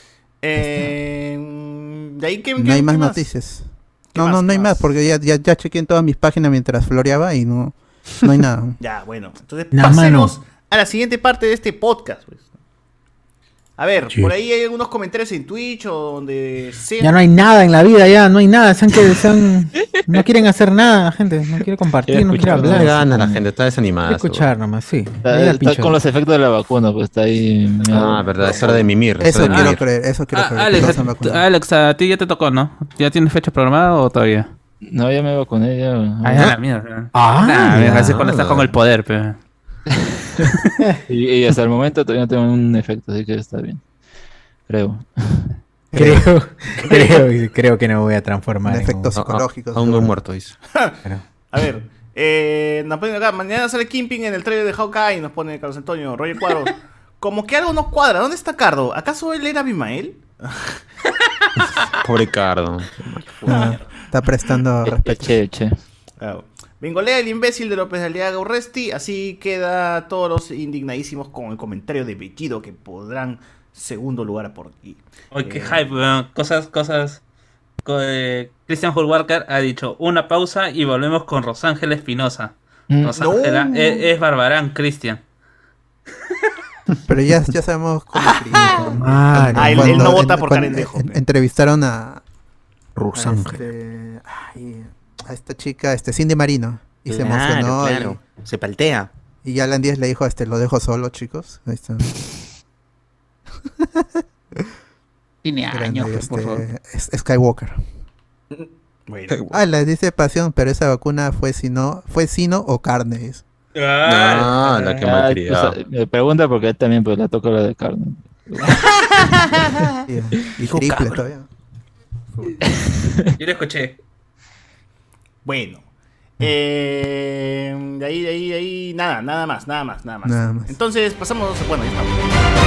Speaker 6: De ahí
Speaker 5: no hay más noticias. No hay más, porque ya chequeé en todas mis páginas mientras floreaba y no hay nada.
Speaker 6: Ya, bueno. Entonces pasemos a la siguiente parte de este podcast. Pues. A ver, por ahí hay algunos comentarios en Twitch o donde sea.
Speaker 3: Ya no hay nada en la vida, ya no hay nada. No quieren hacer nada, gente. No quiere compartir, no quiere hablar.
Speaker 4: No gana la gente, está desanimada.
Speaker 3: Quiere escuchar nomás, sí.
Speaker 8: Está con los efectos de la vacuna, pues está ahí.
Speaker 4: Verdad, es hora de mimir.
Speaker 5: Eso quiero creer.
Speaker 11: Alex, a ti ya te tocó, ¿no? ¿Ya tienes fecha programada o todavía?
Speaker 8: No, ya me vacuné. Ya
Speaker 11: la mierda. Así cuando estás con el poder, pero...
Speaker 8: y hasta el momento todavía no tengo un efecto, así que está bien. Creo
Speaker 3: que no me voy a transformar.
Speaker 5: Efectos psicológicos.
Speaker 4: Aún no muerto, dice.
Speaker 6: A ver, nos ponen acá, mañana sale Kingpin en el trailer de Hawkeye, nos pone Carlos Antonio, Roger Cuadros. Como que algo no cuadra. ¿Dónde está Cardo? ¿Acaso él era Abimael?
Speaker 4: Pobre Cardo.
Speaker 5: Está prestando respeto.
Speaker 6: Claro. Bengolea el imbécil de López de Aliaga Urresti. Así queda todos los indignadísimos con el comentario de Bellido que podrán segundo lugar por aquí.
Speaker 11: Oye, qué hype, weón. Cosas. Christian Hulwarker ha dicho una pausa y volvemos con Rosángela Espinosa. Rosángela es Barbarán, Christian.
Speaker 5: Pero ya sabemos cómo
Speaker 6: él no vota por Carendejo.
Speaker 5: Entrevistaron a
Speaker 3: Rosángela.
Speaker 5: A esta chica, Cindy Marino. Y se emocionó.
Speaker 7: Claro. Se paltea.
Speaker 5: Y Alan Díaz le dijo, lo dejo solo, chicos. Ahí está.
Speaker 9: Tiene años, por favor.
Speaker 5: Skywalker.
Speaker 6: Bueno.
Speaker 5: Le dice pasión, pero esa vacuna fue sino o carne.
Speaker 4: La que mal criado.
Speaker 8: Me pregunta porque él también pues, le toca la de carne.
Speaker 5: Y triple todavía.
Speaker 11: Yo lo escuché.
Speaker 6: Bueno. De ahí, nada más. Entonces pasamos, bueno, ahí estamos.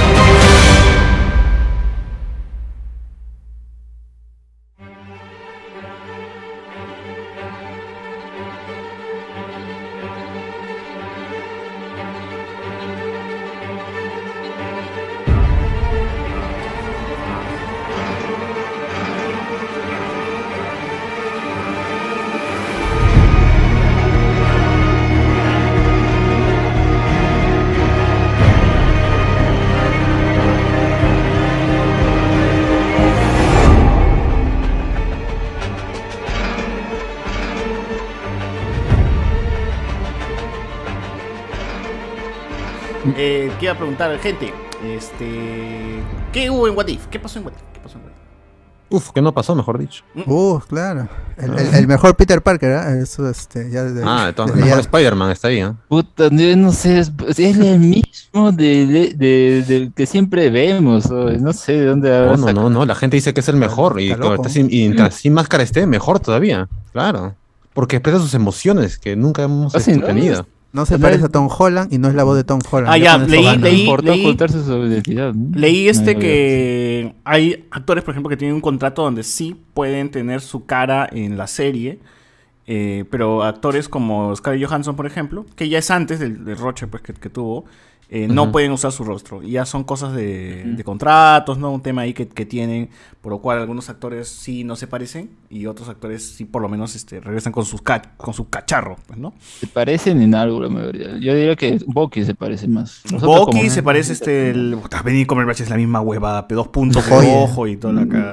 Speaker 6: Quiero preguntar, gente, ¿qué hubo en What If? ¿Qué pasó en What If?
Speaker 4: ¿Qué no pasó, mejor dicho?
Speaker 5: Claro. El mejor Peter Parker, ¿eh? Eso, ya
Speaker 4: el mejor Spider-Man está ahí, ¿eh?
Speaker 8: Puta, no sé, es el mismo del que siempre vemos, no sé de dónde habrá sacado.
Speaker 4: No, la gente dice que es el mejor y sin máscara esté, mejor todavía, claro. Porque expresa sus emociones que nunca hemos tenido.
Speaker 5: No se parece a Tom Holland y no es la voz de Tom Holland.
Speaker 6: Leí
Speaker 8: ocultarse su identidad, ¿no?
Speaker 6: Leí que hay actores, por ejemplo, que tienen un contrato donde sí pueden tener su cara en la serie, pero actores como Scarlett Johansson, por ejemplo, que ya es antes del roche pues, que tuvo, no pueden usar su rostro. Y ya son cosas de contratos, ¿no? Un tema ahí que tienen, por lo cual algunos actores sí no se parecen y otros actores sí por lo menos regresan con su cacharro, pues, ¿no?
Speaker 8: Se parecen en algo la mayoría. Yo diría que Bucky se parece más.
Speaker 6: Bucky se parece venir con el es la misma huevada, 2 puntos de ojo y toda la cara.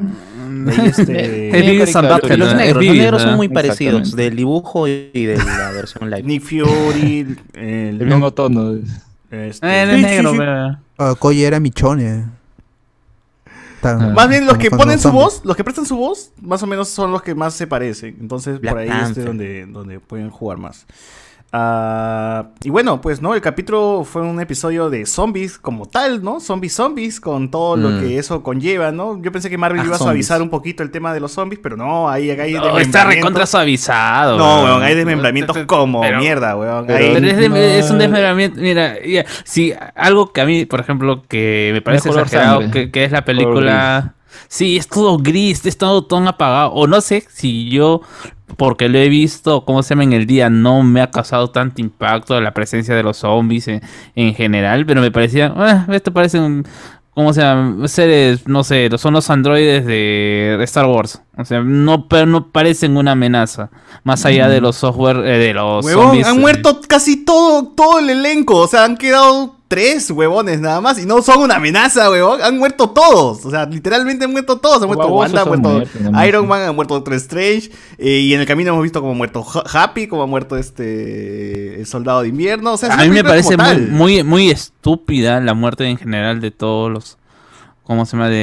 Speaker 7: Los negros son muy parecidos del dibujo y de la versión live.
Speaker 6: Nick Fury,
Speaker 8: el mismo tono.
Speaker 11: Es negro,
Speaker 5: Koji era Michone.
Speaker 6: Más bien los que ponen su voz, los que prestan su voz, más o menos son los que más se parecen. Entonces por ahí es donde pueden jugar más. Y bueno, pues no, el capítulo fue un episodio de zombies como tal, ¿no? Zombies con todo lo que eso conlleva, ¿no? Yo pensé que Marvel iba a suavizar un poquito el tema de los zombies, pero no, ahí hay
Speaker 11: está recontra suavizado.
Speaker 6: No, weón, hay desmembramientos como mierda, weón.
Speaker 11: Es un desmembramiento, mira, sí, algo que a mí, por ejemplo, que me parece exagerado, que es la película... Sí, es todo gris, es todo tan apagado. O no sé si yo, porque lo he visto, ¿cómo se llama? En el día, no me ha causado tanto impacto la presencia de los zombies en general, pero me parecía, esto parece ¿cómo se llama? Seres, no sé, son los androides de Star Wars. O sea, no parecen una amenaza. Más allá de los software, de los zombies.
Speaker 6: Han muerto casi todo el elenco. O sea, han quedado 3 huevones nada más. Y no son una amenaza, huevón. Han muerto todos. O sea, literalmente han muerto todos. Han muerto Wanda, han muerto Iron Man, han muerto Doctor Strange. Y en el camino hemos visto como ha muerto Happy, como ha muerto el Soldado de Invierno. O sea,
Speaker 11: a mí me parece muy estúpida la muerte en general de todos los... ¿Cómo se llama?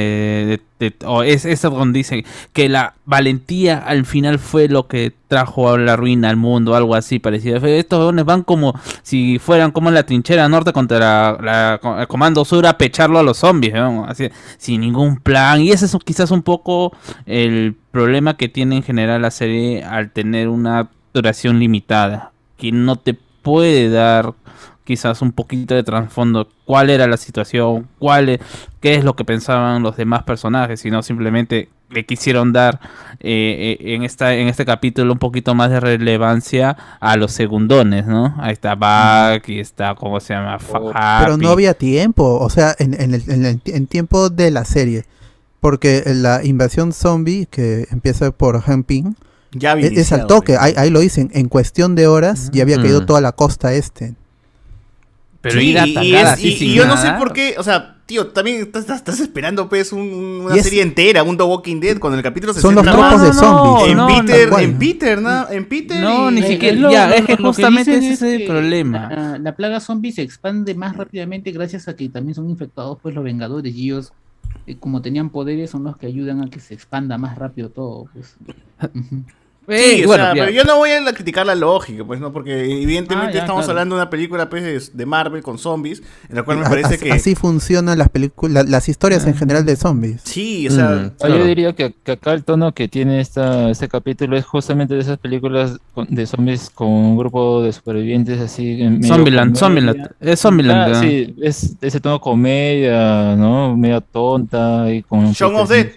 Speaker 11: Es donde dice que la valentía al final fue lo que trajo la ruina al mundo, algo así parecido. Estos jóvenes van como si fueran como en la trinchera norte contra el Comando Sur a pecharlo a los zombies, ¿no? Así, sin ningún plan. Y ese es quizás un poco el problema que tiene en general la serie al tener una duración limitada, que no te puede dar quizás un poquito de trasfondo, cuál era la situación, qué es lo que pensaban los demás personajes, sino simplemente le quisieron dar en este capítulo un poquito más de relevancia a los segundones, ¿no? Ahí está Buck y está, ¿cómo se llama? Happy.
Speaker 5: Pero no había tiempo, o sea, en tiempo de la serie, porque la invasión zombie que empieza por Han Ping es al toque, ahí lo dicen, en cuestión de horas ya había caído toda la costa este.
Speaker 11: Pero sí,
Speaker 6: y yo no sé por qué, o sea, tío, también estás esperando pues una serie entera, un The Walking Dead, cuando el capítulo se
Speaker 5: son los grupos de zombies.
Speaker 6: En Peter.
Speaker 11: No, ni siquiera, es que justamente ese es el problema.
Speaker 9: La plaga zombie se expande más rápidamente gracias a que también son infectados pues los Vengadores y ellos, como tenían poderes, son los que ayudan a que se expanda más rápido todo, pues.
Speaker 6: Sí, bueno, pero yo no voy a criticar la lógica, pues no, porque evidentemente estamos hablando de una película pues de Marvel con zombies, en la cual me parece que
Speaker 5: así funcionan las películas, las historias en general de zombies.
Speaker 6: Sí, o sea,
Speaker 8: yo diría que acá el tono que tiene este capítulo es justamente de esas películas de zombies con un grupo de supervivientes así.
Speaker 11: Zombieland, es Zombieland.
Speaker 8: Sí, es ese tono comedia, ¿no, media tonta y con
Speaker 6: Shaun of Dead.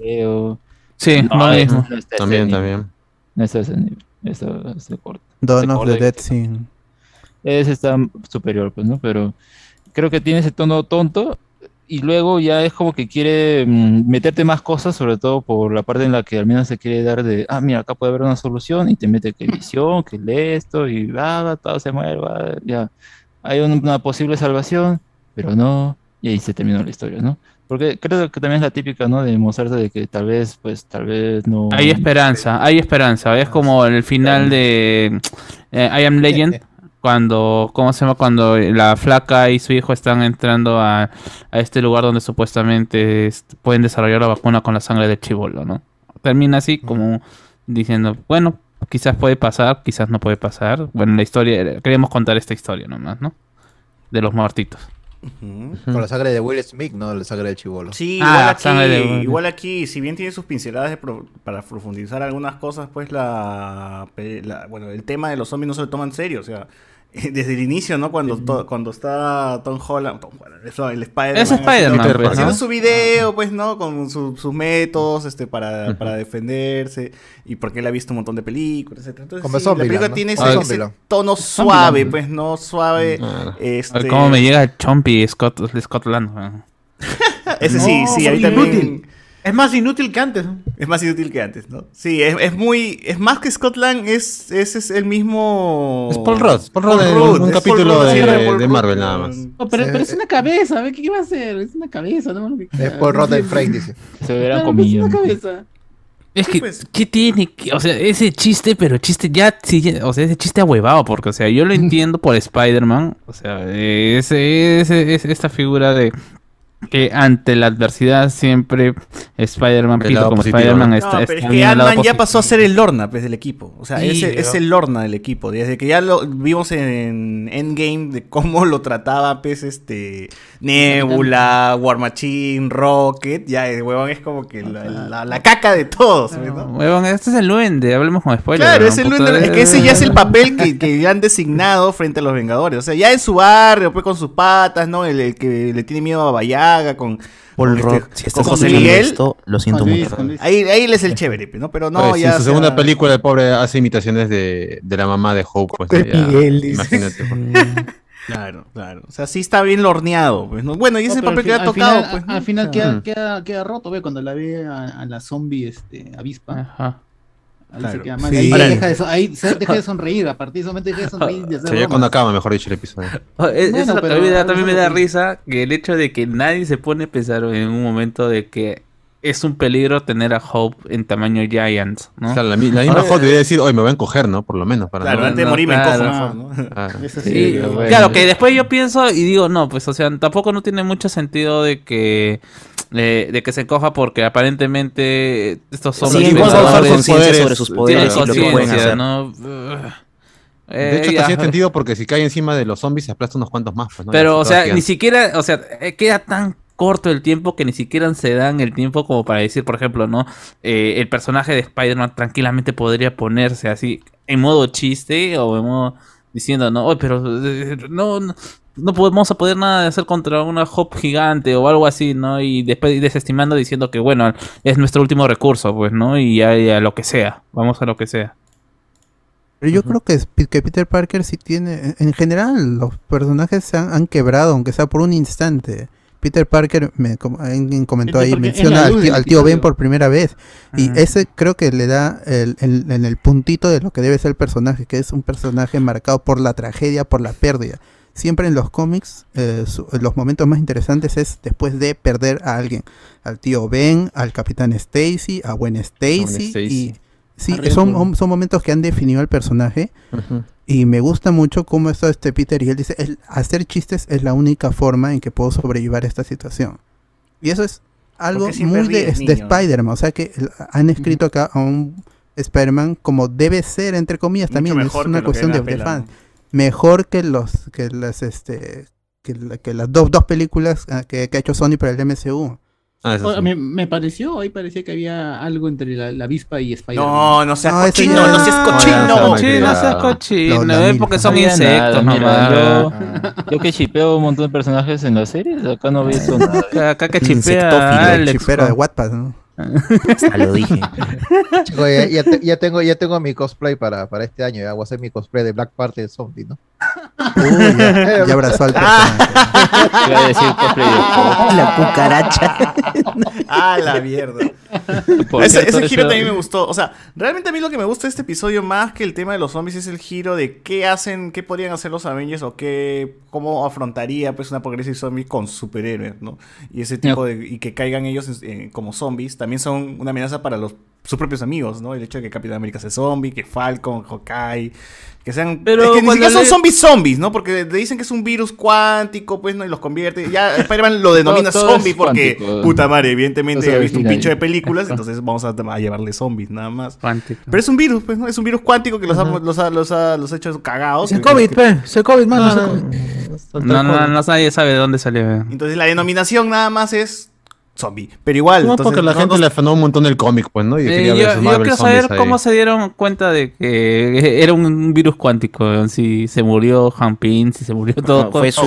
Speaker 11: Sí,
Speaker 4: no, mismo. También.
Speaker 8: Ese es el nivel. Ese corto.
Speaker 5: Dawn of the Dead Scene.
Speaker 8: Ese está superior, pues, ¿no? Pero creo que tiene ese tono tonto y luego ya es como que quiere meterte más cosas, sobre todo por la parte en la que al menos se quiere dar de, mira, acá puede haber una solución y te mete que visión, que lee esto y todo se mueve, ya. Hay una posible salvación, pero no, y ahí se terminó la historia, ¿no? Porque creo que también es la típica, ¿no? De mostrarte de que tal vez no...
Speaker 11: Hay esperanza. Es como el final de I Am Legend, cuando, ¿cómo se llama? Cuando la flaca y su hijo están entrando a este lugar donde supuestamente pueden desarrollar la vacuna con la sangre del chibolo, ¿no? Termina así como diciendo, bueno, quizás puede pasar, quizás no puede pasar. Bueno, la historia, queremos contar esta historia nomás, ¿no? De los muertitos.
Speaker 10: Con la sangre de Will Smith, no la sangre del chibolo.
Speaker 6: Sí, igual aquí, si bien tiene sus pinceladas para profundizar algunas cosas, pues el tema de los zombies no se lo toma en serio. O sea, desde el inicio, ¿no? Cuando está Tom Holland, el Spider-Man.
Speaker 11: Es Spider-Man, pues,
Speaker 6: haciendo
Speaker 11: ¿no?
Speaker 6: su video, pues, ¿no? Con sus métodos, para defenderse, y porque él ha visto un montón de películas, etc. Entonces,
Speaker 10: Como
Speaker 6: sí, la
Speaker 10: Zombieland,
Speaker 6: película
Speaker 10: ¿no?
Speaker 6: tiene
Speaker 10: Como
Speaker 6: ese
Speaker 10: Zombieland.
Speaker 6: tono suave, pues, ¿no? Suave.
Speaker 11: A ver cómo me llega Chompy Scott Land. weón.
Speaker 6: Ese sí,
Speaker 3: No,
Speaker 6: sí, ahí
Speaker 3: inútil.
Speaker 6: también.
Speaker 3: Es más inútil que antes. ¿no?
Speaker 6: Es más inútil que antes, ¿no? Sí, es más que Scotland, es el mismo...
Speaker 4: Es Paul Rudd. Paul Rudd en un
Speaker 6: es
Speaker 4: capítulo
Speaker 6: Paul Rudd, sí,
Speaker 4: de
Speaker 6: Paul
Speaker 4: Marvel
Speaker 6: Rudd.
Speaker 4: nada más.
Speaker 9: No, pero es una cabeza, ¿qué va a hacer? Es una cabeza, ¿no?
Speaker 10: Es Paul Rudd del Frame, dice.
Speaker 8: Se hubieran
Speaker 9: Claro, pues,
Speaker 8: comido.
Speaker 9: es una cabeza.
Speaker 11: Es que, ¿qué tiene? O sea, ese chiste, pero chiste ya, sí, o sea, ese chiste ahuevado, porque, o sea, yo lo entiendo por Spider-Man, o sea, esta figura de que ante la adversidad siempre Spider-Man,
Speaker 4: El
Speaker 11: Peter
Speaker 4: lado
Speaker 11: como
Speaker 4: positivo,
Speaker 11: Spider-Man
Speaker 4: ¿no?
Speaker 11: está
Speaker 6: No, pero es
Speaker 11: está
Speaker 6: que
Speaker 11: bien al lado
Speaker 6: Ant-Man ya
Speaker 11: positivo.
Speaker 6: pasó a ser el Lorna, pues, del equipo. O sea,
Speaker 11: Sí,
Speaker 6: es
Speaker 11: pero-
Speaker 6: el Lorna del equipo. Desde que ya lo vimos en Endgame, de cómo lo trataba, pues, Nebula, War Machine, Rocket, ya el huevón es como que la caca de todos, pues, ¿no?
Speaker 11: Huevón, este es el duende, hablemos con spoilers.
Speaker 6: Claro,
Speaker 11: ¿no?
Speaker 6: es el
Speaker 11: Puta,
Speaker 6: duende, es que ese ya es el papel que ya han designado frente a los Vengadores. O sea, ya en su barrio, pues con sus patas, ¿no? El que le tiene miedo a Bayaga, con
Speaker 7: Paul
Speaker 6: con
Speaker 7: Rudd, si
Speaker 6: con
Speaker 7: estás
Speaker 6: José
Speaker 7: escuchando
Speaker 6: Miguel.
Speaker 7: esto, lo siento
Speaker 9: Juan Luis,
Speaker 7: mucho.
Speaker 9: Juan Luis.
Speaker 6: Ahí él es el chévere, pues, ¿no? Pero no,
Speaker 4: Pues,
Speaker 6: ya.
Speaker 4: en su
Speaker 6: o
Speaker 4: segunda
Speaker 6: sea,
Speaker 4: película, el pobre hace imitaciones de la mamá de Hope. Pues,
Speaker 3: De
Speaker 4: ya,
Speaker 3: Miguel, dice.
Speaker 4: imagínate. pues.
Speaker 6: Claro, claro. O sea, sí está bien lorneado, pues, ¿no? Bueno, y ese es el
Speaker 9: No, pero
Speaker 6: papel que le ha
Speaker 9: al
Speaker 6: tocado,
Speaker 9: final-
Speaker 6: pues. ¿no?
Speaker 9: Al final
Speaker 4: Ujú.
Speaker 9: queda roto, ve, cuando la ve a la zombie avispa.
Speaker 11: Ajá.
Speaker 9: Ahí
Speaker 6: Claro.
Speaker 9: se queda mal.
Speaker 5: Sí.
Speaker 9: Ahí
Speaker 5: Ahora-
Speaker 9: deja de sonreír, a partir de ese momento deja de sonreír. De hacer
Speaker 4: Sería
Speaker 9: bromas.
Speaker 4: cuando acaba, mejor dicho, el episodio.
Speaker 11: Eso es
Speaker 9: Bueno,
Speaker 11: lo que
Speaker 9: pero
Speaker 11: a mí
Speaker 9: algo
Speaker 11: también me
Speaker 9: solo
Speaker 11: da
Speaker 9: que-
Speaker 11: risa, que el hecho de que nadie se pone a pensar en un momento de que es un peligro tener a Hope en tamaño Giant, ¿no?
Speaker 4: O sea, la misma Hope debería decir, hoy me voy a encoger, ¿no? Por lo menos. Para
Speaker 6: Claro,
Speaker 4: no-
Speaker 6: antes de morir me encojo
Speaker 11: claro.
Speaker 6: mejor, ¿no?
Speaker 4: Ah,
Speaker 9: Eso
Speaker 11: Sí,
Speaker 9: sí,
Speaker 8: pero bueno.
Speaker 11: claro, que después yo pienso y digo, no, pues, o sea, tampoco no tiene mucho sentido de que se coja porque aparentemente estos
Speaker 7: Sí,
Speaker 11: zombies
Speaker 7: igual va a usar
Speaker 11: pensadores
Speaker 7: conciencia sobre sus poderes
Speaker 11: tienen
Speaker 7: y lo que pueden
Speaker 11: conciencia,
Speaker 7: hacer.
Speaker 11: ¿no?
Speaker 4: de hecho,
Speaker 11: Ya.
Speaker 4: hacía sentido porque si cae encima de los zombies se aplasta unos cuantos más. Pues, ¿no?
Speaker 11: Pero,
Speaker 4: Y
Speaker 11: o
Speaker 4: así
Speaker 11: sea,
Speaker 4: todas
Speaker 11: ni
Speaker 4: quedan-
Speaker 11: siquiera, o sea, queda tan corto el tiempo que ni siquiera se dan el tiempo como para decir, por ejemplo, ¿no? El personaje de Spider-Man tranquilamente podría ponerse así en modo chiste o en modo diciendo, no, "Oye, pero no podemos poder nada de hacer contra una Hope gigante o algo así, ¿no? Y después desestimando diciendo que, bueno, es nuestro último recurso, pues, ¿no? Y ya a lo que sea, vamos a lo que sea.
Speaker 5: Pero yo creo que Peter Parker sí tiene, en general, los personajes se han quebrado, aunque sea por un instante. Peter Parker, alguien comentó
Speaker 9: Peter
Speaker 5: ahí,
Speaker 9: Parker es
Speaker 5: menciona
Speaker 9: la luz del
Speaker 5: al tío Ben
Speaker 9: episodio.
Speaker 5: por primera vez. Y
Speaker 11: Ajá.
Speaker 5: ese creo que le da en el puntito de lo que debe ser el personaje, que es un personaje marcado por la tragedia, por la pérdida. Siempre en los cómics, los momentos más interesantes es después de perder a alguien. Al tío Ben, al Capitán Stacy, a Gwen Stacy.
Speaker 4: Stacy.
Speaker 5: Y sí,
Speaker 9: Arriba
Speaker 5: son momentos que han definido al personaje.
Speaker 4: Ujú.
Speaker 5: Y me gusta mucho cómo está Peter y él dice, hacer chistes es la única forma en que puedo sobrellevar esta situación. Y eso es algo
Speaker 6: Porque siempre
Speaker 5: muy de
Speaker 6: ríes, niño, ¿no?
Speaker 5: Spider-Man. O sea que han escrito acá a un Spider-Man como debe ser, entre comillas,
Speaker 6: Mucho
Speaker 5: también. Es
Speaker 6: mejor
Speaker 5: una
Speaker 6: que lo que
Speaker 5: cuestión
Speaker 6: era
Speaker 5: de
Speaker 6: Pela,
Speaker 5: fans.
Speaker 6: ¿no?
Speaker 5: Mejor que las dos películas que ha hecho Sony para el MCU.
Speaker 4: Ah, eso sí.
Speaker 9: Me pareció, ahí parecía que había algo entre la avispa y Spider-Man.
Speaker 6: No seas
Speaker 5: No, ese
Speaker 6: cochino,
Speaker 5: ya-
Speaker 6: no seas
Speaker 5: no,
Speaker 6: cochino.
Speaker 4: ya está
Speaker 11: Sí, no
Speaker 4: mal
Speaker 11: seas
Speaker 4: criado.
Speaker 11: cochino,
Speaker 5: Lo lamento.
Speaker 11: porque son
Speaker 8: No había
Speaker 11: insectos
Speaker 8: nada,
Speaker 11: nomás.
Speaker 8: mira, yo que chipeo un montón de personajes en las series, acá no he visto nada.
Speaker 11: Acá que
Speaker 7: Insectófilo,
Speaker 11: chipea
Speaker 5: El
Speaker 11: Alex.
Speaker 5: chipero de Wattpad, ¿no?
Speaker 7: Hasta lo dije.
Speaker 10: Chico, ya tengo mi cosplay para este año. Ya voy a hacer mi cosplay de Black Panther Zombie, ¿no?
Speaker 5: Uy, ya abrazó al personaje.
Speaker 8: Iba a decir cosplay de
Speaker 7: La cucaracha.
Speaker 6: Ah, la mierda.
Speaker 8: Por
Speaker 6: Ese
Speaker 8: cierto,
Speaker 6: giro
Speaker 8: eso-
Speaker 6: también me gustó. O sea, realmente a mí lo que me gusta de este episodio más que el tema de los zombies es el giro de qué hacen, qué podrían hacer los Avengers o cómo afrontaría pues una apocalipsis zombie con superhéroes, ¿no? Y ese tipo y que caigan ellos como zombies también son una amenaza para sus propios amigos, ¿no? El hecho de que Capitán América sea zombie, que Falcon, Hawkeye, que sean...
Speaker 11: Pero
Speaker 6: es que ni
Speaker 11: cuando
Speaker 6: siquiera son
Speaker 11: le-
Speaker 6: zombies, ¿no? Porque le dicen que es un virus cuántico, pues, ¿no? Y los convierte... Ya Spider-Man lo denomina
Speaker 8: Todo es
Speaker 6: zombie porque,
Speaker 8: cuántico.
Speaker 6: puta madre, evidentemente
Speaker 8: Eso
Speaker 6: ha visto un
Speaker 8: original.
Speaker 6: pincho de películas, entonces vamos a llevarle zombies, nada más.
Speaker 11: Cuántico.
Speaker 6: Pero es un virus, pues, ¿no? Es un virus cuántico que los ha hecho cagados.
Speaker 3: Es el COVID, pe. Es el COVID, mano. es el COVID.
Speaker 11: No, nadie sabe de dónde salió.
Speaker 6: Entonces la denominación nada más es zombie. Pero igual,
Speaker 4: No,
Speaker 6: entonces,
Speaker 4: porque la gente le afanó un montón del cómic, pues, ¿no? Y quería ver sus
Speaker 11: yo
Speaker 4: Marvel
Speaker 11: quiero
Speaker 4: Zombies
Speaker 11: saber
Speaker 4: ahí.
Speaker 11: cómo se dieron cuenta de que era un virus cuántico. Si se murió Hank Pym, si se murió todo.
Speaker 7: No, fue su...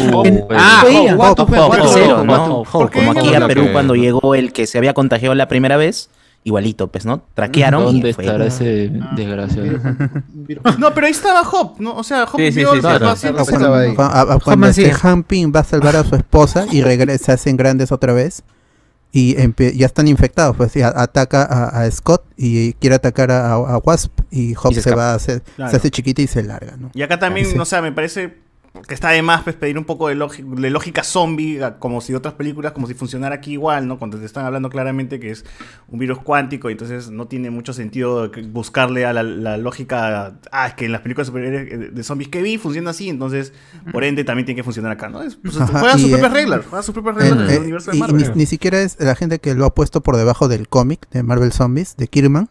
Speaker 11: Hop,
Speaker 7: ¿no? Como aquí a Perú cuando llegó el que se había contagiado la primera vez, igualito, pues, ¿no? Traquearon
Speaker 8: ¿Dónde
Speaker 7: y fue...
Speaker 8: estará ese desgraciado?
Speaker 6: No, pero ahí estaba Hop, ¿no? O sea, Hop vio el
Speaker 5: Claro.
Speaker 6: paciente.
Speaker 5: Cuando Han Pym va a salvar a su esposa y regresa, se hacen grandes otra vez y ya están infectados, pues y ataca a Scott y quiere atacar a Wasp y Hop se va a hacer, se hace chiquita y se larga, ¿no?
Speaker 6: Y acá también, o sea, me parece que está de más pues, pedir un poco de lógica zombie, como si otras películas, como si funcionara aquí igual, ¿no? Cuando te están hablando claramente que es un virus cuántico, y entonces no tiene mucho sentido buscarle a la lógica, es que en las películas superiores de zombies que vi funciona así, entonces por ende también tiene que funcionar acá, ¿no? Juega sus propias reglas, en el universo de Marvel.
Speaker 5: Ni siquiera es la gente que lo ha puesto por debajo del cómic de Marvel Zombies, de Kirkman,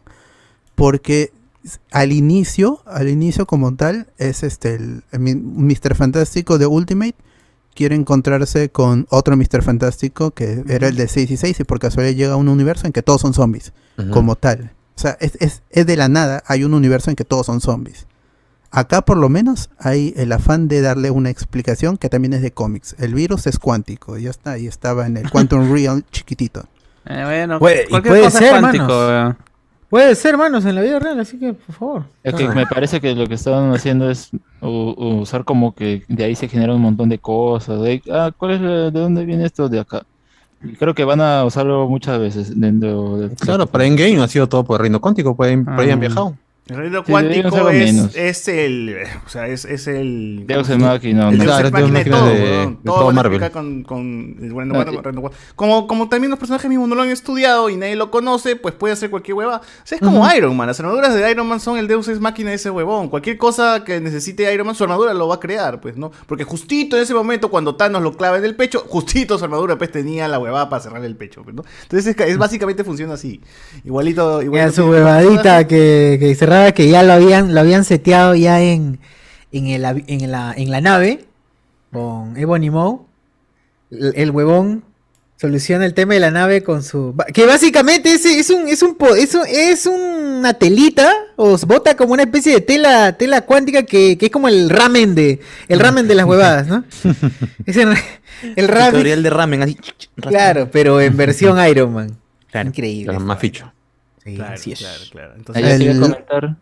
Speaker 5: porque al inicio como tal es el Mr. Fantástico de Ultimate quiere encontrarse con otro Mr. Fantástico que era el de 6 y 6 y por casualidad llega a un universo en que todos son zombies como tal, o sea es de la nada hay un universo en que todos son zombies. Acá por lo menos hay el afán de darle una explicación que también es de cómics. El virus es cuántico, ya está, y estaba en el Quantum Real chiquitito.
Speaker 11: Bueno,
Speaker 3: puede
Speaker 11: cosa
Speaker 3: ser,
Speaker 11: es cuántico.
Speaker 3: manos. Puede ser, manos, en la vida real, así que, por favor.
Speaker 8: Es que me parece que lo que estaban haciendo es usar como que de ahí se genera un montón de cosas. ¿De dónde viene esto de acá? Y creo que van a usarlo muchas veces dentro del...
Speaker 4: Claro, para Endgame ha sido todo por el reino cuántico, por ahí han viajado.
Speaker 6: El reino
Speaker 8: Sí,
Speaker 6: cuántico
Speaker 8: deberían
Speaker 6: es el... O sea, es el...
Speaker 8: Deus Ex Machina,
Speaker 6: El
Speaker 8: ¿no?
Speaker 6: Deus Ex
Speaker 8: Claro,
Speaker 6: Machina de
Speaker 8: Deus
Speaker 6: todo,
Speaker 8: Machina de
Speaker 6: weón.
Speaker 8: todo
Speaker 6: Todo va a
Speaker 8: Marvel.
Speaker 6: explicar con el reino cuántico. Como también los personajes mismos no lo han estudiado y nadie lo conoce, pues puede hacer cualquier hueva. O sea, es como Iron Man. Las armaduras de Iron Man son el Deus Ex Machina de ese huevón. Cualquier cosa que necesite Iron Man, su armadura lo va a crear, pues, ¿no? Porque justito en ese momento, cuando Thanos lo clava en el pecho, justito su armadura, pues, tenía la huevada para cerrar el pecho, pues, ¿no? Entonces, es básicamente funciona así. Igualito
Speaker 3: Era su huevadita que cerraba, que ya lo habían seteado ya en la nave con Ebony Maw. El huevón soluciona el tema de la nave con su... Que básicamente es una telita, o bota como una especie de tela cuántica que es como el ramen de las huevadas, ¿no? Es el ramen.
Speaker 7: Tutorial de ramen, así.
Speaker 3: Claro, pero en versión Iron Man.
Speaker 7: Claro.
Speaker 3: Increíble.
Speaker 4: Claro, más ficho.
Speaker 3: Sí,
Speaker 6: Claro,
Speaker 3: así es.
Speaker 6: claro.
Speaker 8: Ahí yo quería comentar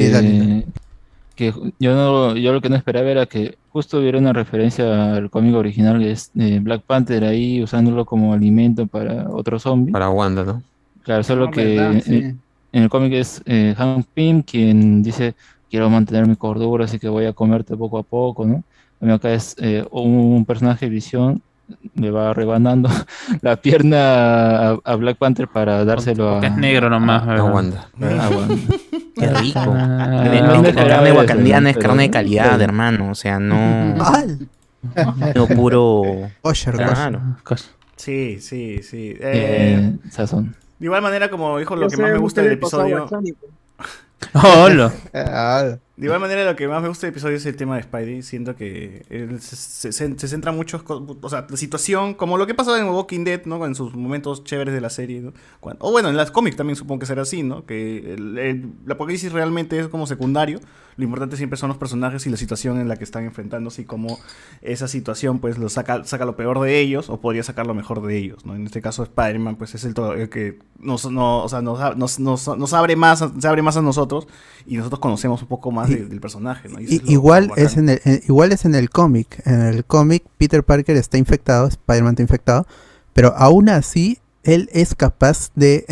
Speaker 8: que yo lo que no esperaba era que justo hubiera una referencia al cómic original que es Black Panther ahí usándolo como alimento para otro zombie.
Speaker 4: Para Wanda, ¿no?
Speaker 8: Claro, solo que
Speaker 9: verdad, sí.
Speaker 8: en el cómic es Hank Pym quien dice quiero mantener mi cordura, así que voy a comerte poco a poco, ¿no? A mí acá es un personaje Visión le va rebanando la pierna a Black Panther para dárselo a...
Speaker 11: Porque es negro nomás.
Speaker 4: A Wanda.
Speaker 8: A Wanda.
Speaker 7: Qué rico.
Speaker 8: no
Speaker 7: La carne
Speaker 8: eso,
Speaker 7: wakandiana es
Speaker 8: pero-
Speaker 7: carne de calidad, hermano. O sea, no... No puro... Claro.
Speaker 6: Sí.
Speaker 8: Sazón.
Speaker 6: De igual manera, como dijo lo que más me gusta del episodio...
Speaker 11: Hola.
Speaker 6: De igual manera, lo que más me gusta del episodio es el tema de Spidey. Siento que él se centra mucho, o sea, la situación, como lo que pasa en Walking Dead, ¿no? En sus momentos chéveres de la serie, ¿no? O bueno, en las cómics también supongo que será así, ¿no? Que la apocalipsis realmente es como secundario. Lo importante siempre son los personajes y la situación en la que están enfrentándose y cómo esa situación, pues, saca lo peor de ellos o podría sacar lo mejor de ellos, ¿no? En este caso, Spider-Man, pues, es el que nos abre más a nosotros y nosotros conocemos un poco más del personaje, ¿no? Y eso es lo
Speaker 5: Igual
Speaker 6: bacán.
Speaker 5: es en el cómic. En el cómic Peter Parker está infectado, Spider-Man está infectado, pero aún así él es capaz de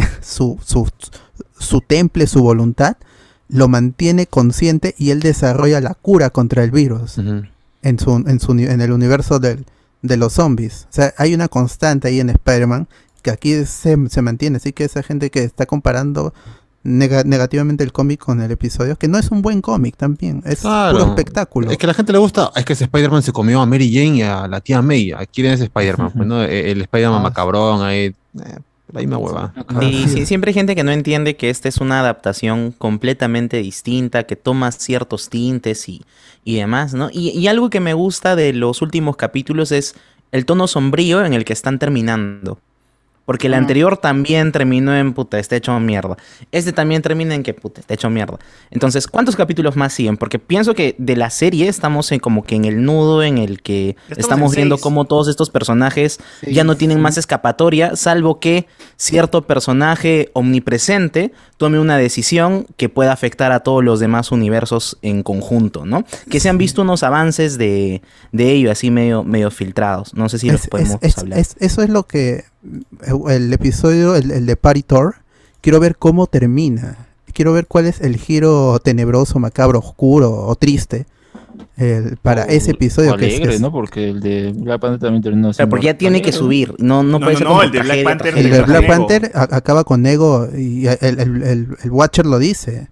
Speaker 5: su temple, su voluntad, lo mantiene consciente y él desarrolla la cura contra el virus en el universo de los zombies. O sea, hay una constante ahí en Spider-Man que aquí se mantiene. Así que esa gente que está comparando negativamente el cómic con el episodio, que no es un buen cómic también, es puro espectáculo.
Speaker 4: Es que a la gente le gusta, es que ese Spider-Man se comió a Mary Jane y a la tía May. ¿A quién es Spider-Man? Pues, ¿no? El Spider-Man macabrón, ahí, la misma hueva.
Speaker 7: Sí, siempre hay gente que no entiende que esta es una adaptación completamente distinta, que toma ciertos tintes y demás, ¿no? Y algo que me gusta de los últimos capítulos es el tono sombrío en el que están terminando. Porque el anterior también terminó en puta, está hecho mierda. Este también termina en que puta, está hecho mierda. Entonces, ¿cuántos capítulos más siguen? Porque pienso que de la serie estamos como que en el nudo en el que estamos viendo cómo todos estos personajes ya no tienen más escapatoria, salvo que cierto personaje omnipresente tome una decisión que pueda afectar a todos los demás universos en conjunto, ¿no? Que se han visto unos avances de ello así medio filtrados. No sé si los podemos hablar.
Speaker 5: Eso es lo que el episodio, el de Party Thor, quiero ver cómo termina. Quiero ver cuál es el giro tenebroso, macabro, oscuro o triste para ese episodio.
Speaker 8: Alegre, ¿no? Porque el de Black Panther también terminó siendo
Speaker 7: porque ya tiene que subir. No puede ser
Speaker 6: no, el de Black Panther.
Speaker 5: El de Black Panther acaba con Ego y el Watcher lo dice.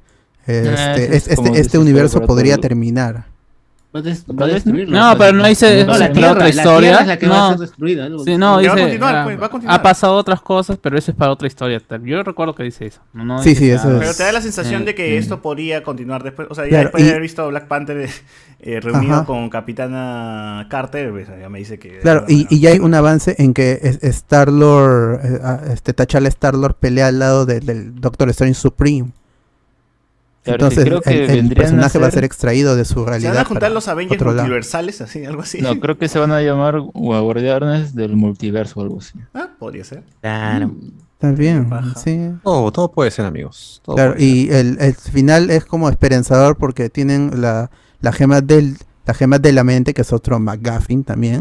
Speaker 5: Este universo podría terminar.
Speaker 9: Va a destruirlo.
Speaker 11: No, pero no dice
Speaker 9: la
Speaker 11: otra historia.
Speaker 9: La es la que va a ser destruida.
Speaker 11: Sí, no, dice,
Speaker 6: va a continuar, pues, va a continuar.
Speaker 11: ha pasado otras cosas, pero eso es para otra historia. Yo recuerdo que dice eso. No
Speaker 5: Sí,
Speaker 11: dice
Speaker 5: eso
Speaker 11: nada.
Speaker 6: Pero te da la sensación de que esto podría continuar después. O sea, ya después de haber visto Black Panther reunido con Capitana Carter, pues, ya me dice que...
Speaker 5: Claro, y ya hay un avance en que Star-Lord, T'Challa Star-Lord pelea al lado del Doctor Strange Supreme.
Speaker 8: Claro,
Speaker 5: Entonces
Speaker 8: creo que
Speaker 5: el personaje va a ser extraído de su realidad.
Speaker 6: ¿Se van a juntar los Avengers
Speaker 5: otro lado.
Speaker 6: multiversales, así, algo así?
Speaker 8: No, creo que se van a llamar Guardianes del Multiverso o algo así.
Speaker 6: Ah, podría ser.
Speaker 7: Claro.
Speaker 5: Está bien, sí.
Speaker 4: Todo puede ser, amigos. Todo
Speaker 5: Claro,
Speaker 4: puede ser.
Speaker 5: y el final es como esperanzador porque tienen la gema de la mente, que es otro McGuffin también.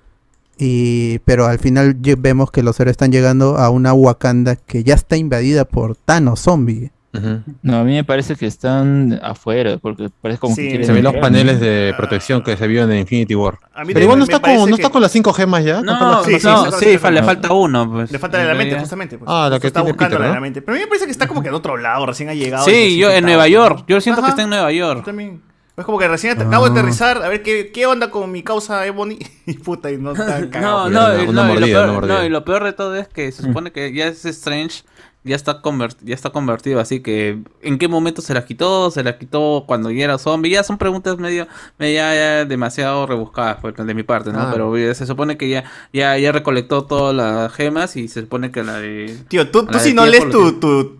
Speaker 5: Pero al final vemos que los héroes están llegando a una Wakanda que ya está invadida por Thanos zombie.
Speaker 8: No, a mí me parece que están afuera, porque parece como que quieren
Speaker 4: Se ven los
Speaker 8: entrar,
Speaker 4: paneles
Speaker 8: ¿no?
Speaker 4: de protección que se vieron en Infinity War.
Speaker 6: A mí
Speaker 4: Pero igual no
Speaker 6: me
Speaker 4: está
Speaker 6: parece
Speaker 4: no
Speaker 6: que-
Speaker 4: está con las 5 gemas ya.
Speaker 11: No,
Speaker 6: Sí,
Speaker 11: le falta uno. Pues.
Speaker 6: Le falta la de la mente, justamente. Pues.
Speaker 4: Ah, la que
Speaker 6: está
Speaker 4: tiene
Speaker 6: buscando
Speaker 4: Peter,
Speaker 6: la de
Speaker 4: ¿no?
Speaker 6: la mente. Pero a mí me parece que está como que de otro lado, recién ha llegado.
Speaker 11: Sí, yo en Nueva York. Yo siento que
Speaker 6: Ajá.
Speaker 11: está en Nueva York.
Speaker 6: Yo también. Es como que recién acabo de aterrizar, a ver qué onda con mi causa Ebony. Y puta, y no está cagado.
Speaker 11: No,
Speaker 4: Una mordida.
Speaker 11: y lo peor de todo es que se supone que ya es Strange, ya está convertido, así que ¿en qué momento se la quitó? Se la quitó cuando ya era zombie. Ya son preguntas medio ya demasiado rebuscadas de mi parte, ¿no?
Speaker 4: Ah.
Speaker 11: Pero se supone que ya recolectó todas las gemas y se supone que la de...
Speaker 6: Tío, tú
Speaker 11: la de
Speaker 6: si no lees
Speaker 11: tiempo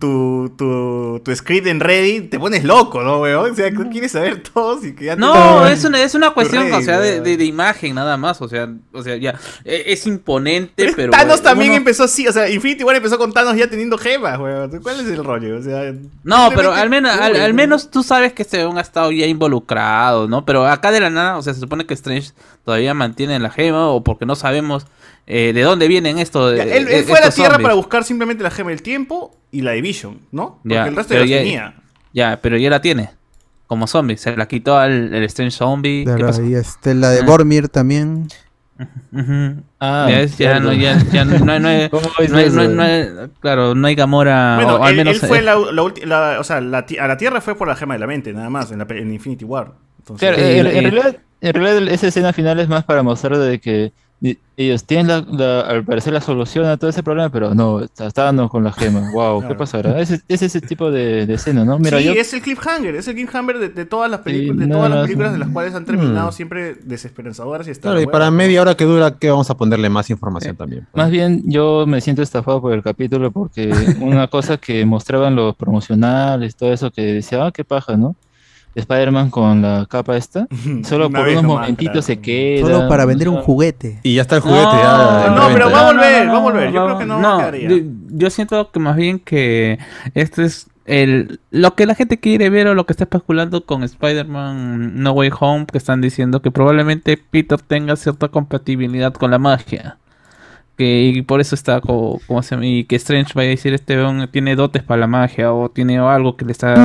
Speaker 6: tu script en Reddit, te pones loco, ¿no, weón? O sea, tú quieres saber todo y que ya te...
Speaker 11: No, es una cuestión,
Speaker 6: Reddit,
Speaker 11: o sea,
Speaker 6: weón.
Speaker 11: de imagen nada más, o sea, ya es imponente, pero
Speaker 6: Thanos también
Speaker 11: uno-
Speaker 6: empezó así, o sea, Infinity War empezó con Thanos ya teniendo gemas, weón. ¿Cuál es el rollo? O sea,
Speaker 11: No, pero
Speaker 6: simplemente-
Speaker 11: al menos tú sabes que este weón ha estado ya involucrado, ¿no? Pero acá de la nada, o sea, se supone que Strange todavía mantiene la gema o porque no sabemos de dónde vienen esto.
Speaker 6: Ya, él fue a la Tierra para buscar simplemente la gema del tiempo y la de Vision, ¿no? Porque el resto ya
Speaker 11: pero
Speaker 6: la tenía.
Speaker 11: Ya, pero ya la tiene. Como zombie. Se la quitó al el Strange Zombie. ¿Qué
Speaker 5: Claro,
Speaker 11: pasó?
Speaker 5: y la de Bormir también.
Speaker 11: Ujú.
Speaker 8: Ah,
Speaker 11: Ya no hay,
Speaker 8: ¿Cómo es eso?
Speaker 11: claro, no hay Gamora.
Speaker 6: Bueno,
Speaker 11: o al
Speaker 6: él
Speaker 11: menos
Speaker 6: fue o sea, a la Tierra fue por la gema de la mente, nada más, en Infinity War. Entonces,
Speaker 8: Claro, en realidad esa escena final es más para mostrar de que ellos tienen al parecer la solución a todo ese problema, pero no, estábamos con la gema. Wow, ¿qué
Speaker 6: Claro.
Speaker 8: pasará? Es ese tipo de escena, ¿no? Mira,
Speaker 6: sí,
Speaker 8: yo
Speaker 6: es el cliffhanger de todas las películas,
Speaker 8: Sí,
Speaker 6: de todas
Speaker 8: no,
Speaker 6: las
Speaker 8: no,
Speaker 6: películas de las cuales han terminado
Speaker 4: Mm.
Speaker 6: siempre desesperanzadoras y hasta
Speaker 4: Claro, y
Speaker 6: la
Speaker 4: para
Speaker 6: hueva.
Speaker 4: media hora que dura, que vamos a ponerle más información también.
Speaker 8: más bien yo me siento estafado por el capítulo porque una cosa que mostraban los promocionales, todo eso que decía, qué paja, ¿no? Spider-Man con la capa esta, solo
Speaker 6: Una
Speaker 8: por
Speaker 6: vez
Speaker 8: unos
Speaker 6: nomás,
Speaker 8: momentitos
Speaker 6: claro.
Speaker 8: se queda.
Speaker 5: Solo para vender un juguete.
Speaker 4: Y ya está el juguete ya. en
Speaker 6: No, pero
Speaker 4: preventa.
Speaker 6: va a volver, va a volver. Yo creo que no va a quedar ya.
Speaker 11: Yo siento que más bien que esto es lo que la gente quiere ver o lo que está especulando con Spider-Man No Way Home, que están diciendo que probablemente Peter tenga cierta compatibilidad con la magia. Y por eso está como se llama, y que Strange vaya a decir este weón tiene dotes para la magia o tiene algo que le está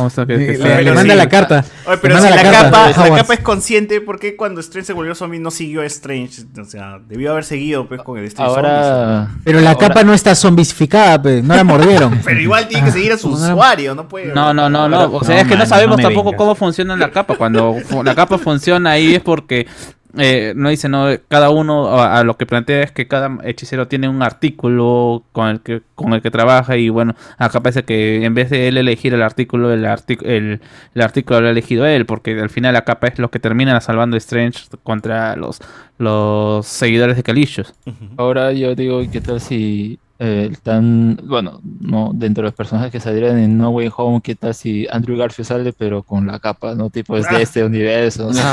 Speaker 3: Le manda la carta.
Speaker 6: Oye, pero
Speaker 3: Le
Speaker 6: si
Speaker 3: manda
Speaker 6: la
Speaker 3: carta a
Speaker 6: capa
Speaker 3: Howard.
Speaker 6: es consciente, ¿por qué cuando Strange se volvió zombie no siguió a Strange? O sea, debió haber seguido pues con el Strange
Speaker 8: Ahora,
Speaker 3: Pero la capa no está zombificada, pues, no la mordieron.
Speaker 6: zombie. Pero igual tiene que seguir a su usuario, no puede.
Speaker 11: No, o sea, es que no sabemos tampoco cómo funciona la capa. Cuando la capa funciona ahí es porque no dice, no, cada uno a lo que plantea es que cada hechicero tiene un artículo con el que trabaja y bueno, acá parece que en vez de él elegir el artículo lo ha elegido él, porque al final la capa es lo que termina salvando a Strange contra los seguidores de Calicious.
Speaker 8: ahora yo digo, ¿qué tal si Bueno, no, dentro de los personajes que saldrían en No Way Home, ¿qué tal si Andrew Garfield sale pero con la capa, ¿no? Tipo es de este universo, no sé.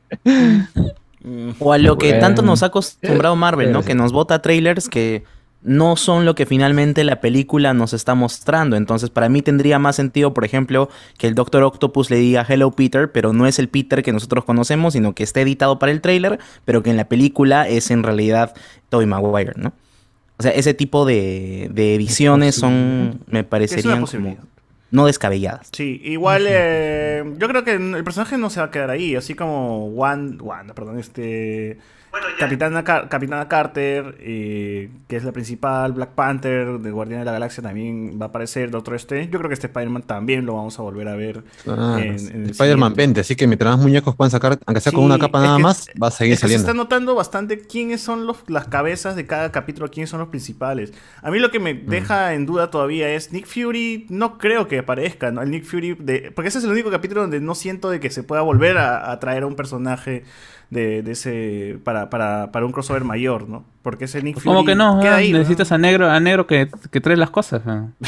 Speaker 7: O a lo que
Speaker 8: Bueno.
Speaker 7: tanto nos ha acostumbrado Marvel, ¿no? Que nos bota trailers que no son lo que finalmente la película nos está mostrando. Entonces, para mí tendría más sentido, por ejemplo, que el Doctor Octopus le diga Hello Peter, pero no es el Peter que nosotros conocemos, sino que esté editado para el trailer, pero que en la película es en realidad Tobey Maguire, ¿no? O sea, ese tipo de ediciones son, me parecerían como no descabelladas.
Speaker 6: Sí, igual yo creo que el personaje no se va a quedar ahí, así como Wanda, perdón, Capitana Carter, que es la principal, Black Panther, de Guardián de la Galaxia también va a aparecer, Doctor Strange. Yo creo que este Spider-Man también lo vamos a volver a ver. En el
Speaker 4: Spider-Man
Speaker 6: siguiente.
Speaker 4: 20, así que mientras más muñecos puedan sacar, aunque sea con una capa nada más, va a seguir
Speaker 6: es que
Speaker 4: saliendo.
Speaker 6: se está notando bastante quiénes son las cabezas de cada capítulo, quiénes son los principales. A mí lo que me deja en duda todavía es Nick Fury, no creo que aparezca, ¿no? El Nick Fury, porque ese es el único capítulo donde no siento de que se pueda volver a traer a un personaje de ese para un crossover mayor, ¿no? Porque ese Nick Fury
Speaker 11: ¿Cómo que no?
Speaker 6: queda ahí, ¿no?
Speaker 11: Necesitas a negro que trae las cosas.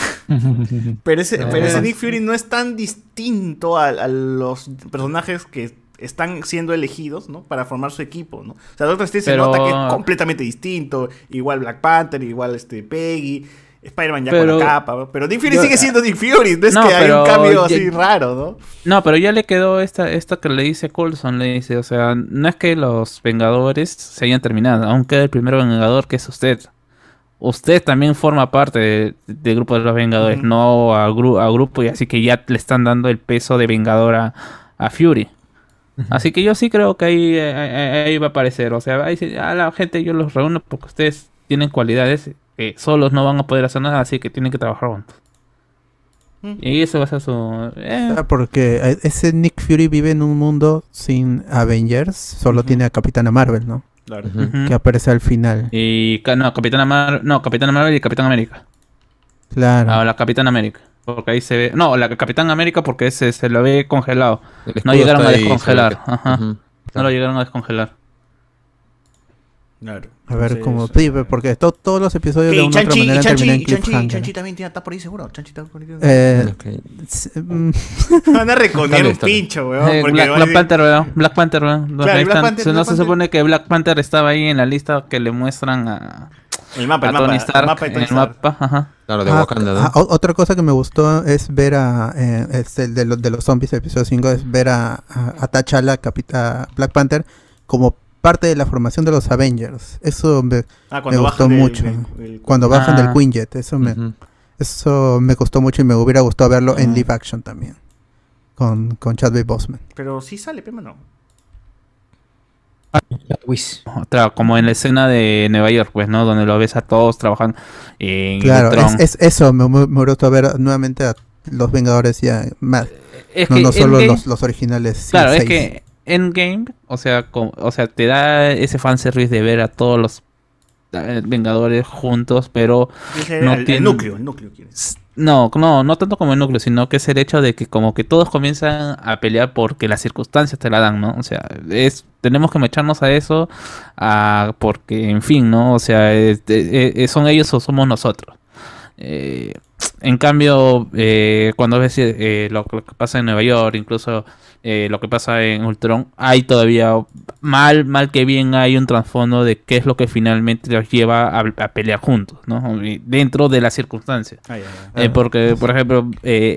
Speaker 6: Pero ese Nick Fury no es tan distinto a los personajes que están siendo elegidos, ¿no? Para formar su equipo, ¿no? O sea, Doctor Strange se nota que es completamente distinto. Igual Black Panther, igual Peggy, Spider-Man ya con la capa, ¿no? Pero Nick Fury sigue siendo Nick Fury. No es que hay un cambio así raro, ¿no?
Speaker 11: No, pero ya le quedó esto que le dice Coulson, le dice, o sea, no es que los Vengadores se hayan terminado, aún queda el primer Vengador que es usted. Usted también forma parte del grupo de los Vengadores, no a grupo, y así que ya le están dando el peso de Vengador a Fury. Así que yo sí creo que ahí va a aparecer, o sea, ahí a la gente yo los reúno porque ustedes tienen cualidades que solos no van a poder hacer nada, así que tienen que trabajar juntos. Y eso va a ser su...
Speaker 5: Porque ese Nick Fury vive en un mundo sin Avengers, solo tiene a Capitana Marvel, ¿no?
Speaker 6: Claro.
Speaker 5: Que aparece al final.
Speaker 11: Y Capitana Marvel y Capitán América.
Speaker 5: Claro.
Speaker 11: Ah, la Capitana América. Porque ahí se ve... No, la Capitán América porque se lo ve congelado.
Speaker 4: El
Speaker 11: No
Speaker 4: escudo
Speaker 11: llegaron
Speaker 4: está
Speaker 11: a
Speaker 4: ahí,
Speaker 11: descongelar.
Speaker 4: se ve que-
Speaker 11: Ajá.
Speaker 4: Ujú.
Speaker 11: No lo llegaron a descongelar.
Speaker 6: Claro.
Speaker 5: A ver cómo... Sí, porque todos los episodios de una u otra manera terminan en cliffhanger.
Speaker 6: Chanchi también está por ahí seguro. Chanchi está por ahí. Van a reconocer un pincho, weón. Porque
Speaker 11: Black Panther, weón. Black Panther, weón.
Speaker 6: Claro,
Speaker 11: Ahí
Speaker 6: Black
Speaker 11: están.
Speaker 6: Panther,
Speaker 11: no
Speaker 6: Black
Speaker 11: se
Speaker 6: Panther.
Speaker 11: supone que Black Panther estaba ahí en la lista que le muestran a Tony Stark,
Speaker 6: de Tony
Speaker 11: en el mapa. Ajá.
Speaker 4: Claro, de Wakanda, ¿no?
Speaker 5: Otra cosa que me gustó es ver de los zombies del episodio 5 es ver a T'Challa, a Black Panther, como parte de la formación de los Avengers. Eso me
Speaker 6: cuando
Speaker 5: gustó
Speaker 6: bajan
Speaker 5: mucho. Cuando bajan del Quinjet. Eso me gustó mucho y me hubiera gustado verlo en live action también. Con Chadwick Boseman.
Speaker 6: Pero sí sale, pero no.
Speaker 11: Como en la escena de Nueva York, pues, ¿no? Donde lo ves a todos trabajando en
Speaker 5: Claro,
Speaker 11: Ultron.
Speaker 5: es eso. Me hubiera gustado ver nuevamente a los Vengadores ya más.
Speaker 11: Es
Speaker 5: No,
Speaker 11: que
Speaker 5: no solo
Speaker 11: Endgame-
Speaker 5: los originales.
Speaker 11: Claro, es
Speaker 5: seis.
Speaker 11: que Endgame, o sea, te da ese fanservice de ver a todos los Vengadores juntos, pero no
Speaker 6: el
Speaker 11: tiene...
Speaker 6: núcleo quieres.
Speaker 11: No tanto como el núcleo, sino que es el hecho de que como que todos comienzan a pelear porque las circunstancias te la dan, ¿no? O sea, tenemos que echarnos a eso, porque, en fin, ¿no? O sea, son ellos o somos nosotros. En cambio, cuando ves lo que pasa en Nueva York, incluso lo que pasa en Ultron, hay todavía, mal que bien, hay un trasfondo de qué es lo que finalmente los lleva a pelear juntos, ¿no? Y dentro de las circunstancias. Porque, por ejemplo,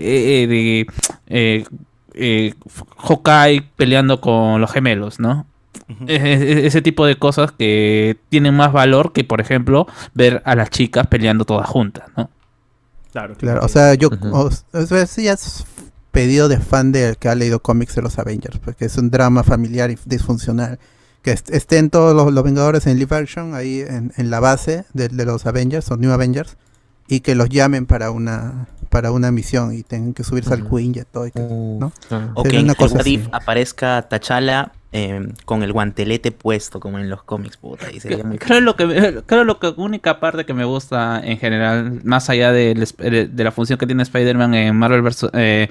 Speaker 11: Hawkeye peleando con los gemelos, ¿no? Ese tipo de cosas que tienen más valor que, por ejemplo, ver a las chicas peleando todas juntas, ¿no?
Speaker 6: Claro.
Speaker 5: O sea, eso ya es pedido de fan del que ha leído cómics de los Avengers, porque es un drama familiar y disfuncional. Que estén todos los Vengadores en live action ahí en la base de los Avengers o New Avengers, y que los llamen para una misión y tengan que subirse al Quinjet todo y ¿no?
Speaker 7: O
Speaker 5: Sería
Speaker 7: que en
Speaker 5: una cosa
Speaker 7: What
Speaker 5: así.
Speaker 7: If aparezca T'Challa con el guantelete puesto, como en los cómics, puta. Y sería muy...
Speaker 11: Creo lo que única parte que me gusta en general, más allá de la función que tiene Spider-Man en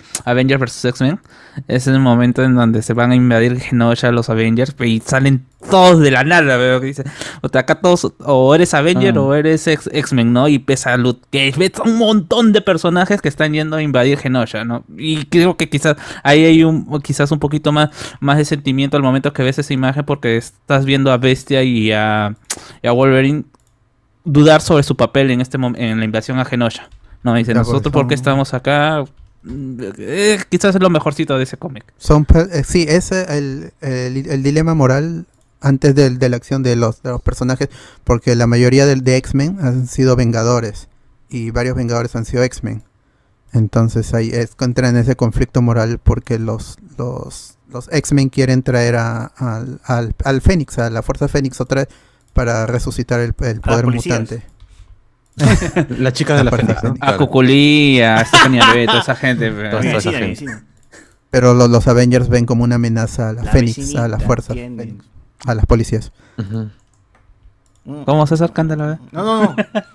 Speaker 11: Avengers vs X-Men, es el momento en donde se van a invadir Genosha los Avengers y salen todos de la nada, veo que dice, o sea, acá todos, o eres Avenger o eres X-Men, ¿no? Y pesa Luke Cage, ves un montón de personajes que están yendo a invadir Genosha, ¿no? Y creo que quizás ahí hay quizás un poquito más de sentimiento al momento que ves esa imagen, porque estás viendo a Bestia y a Wolverine dudar sobre su papel en en la invasión a Genosha. No, dice, nosotros porque estamos acá, quizás es lo mejorcito de ese cómic.
Speaker 5: Sí, ese es el dilema moral antes de la acción de los personajes, porque la mayoría de X-Men han sido Vengadores y varios Vengadores han sido X-Men. Entonces ahí entra en ese conflicto moral porque los X-Men quieren traer al Fénix, a la Fuerza Fénix otra vez para resucitar el poder mutante.
Speaker 4: La chica de la Fénix, ¿no?
Speaker 11: A Cuculí, a Stephanie Beto, esa gente.
Speaker 5: Pero los Avengers ven como una amenaza a la Fénix, a la Fuerza Fénix, a las policías.
Speaker 11: ¿Cómo César Cándala?
Speaker 6: No.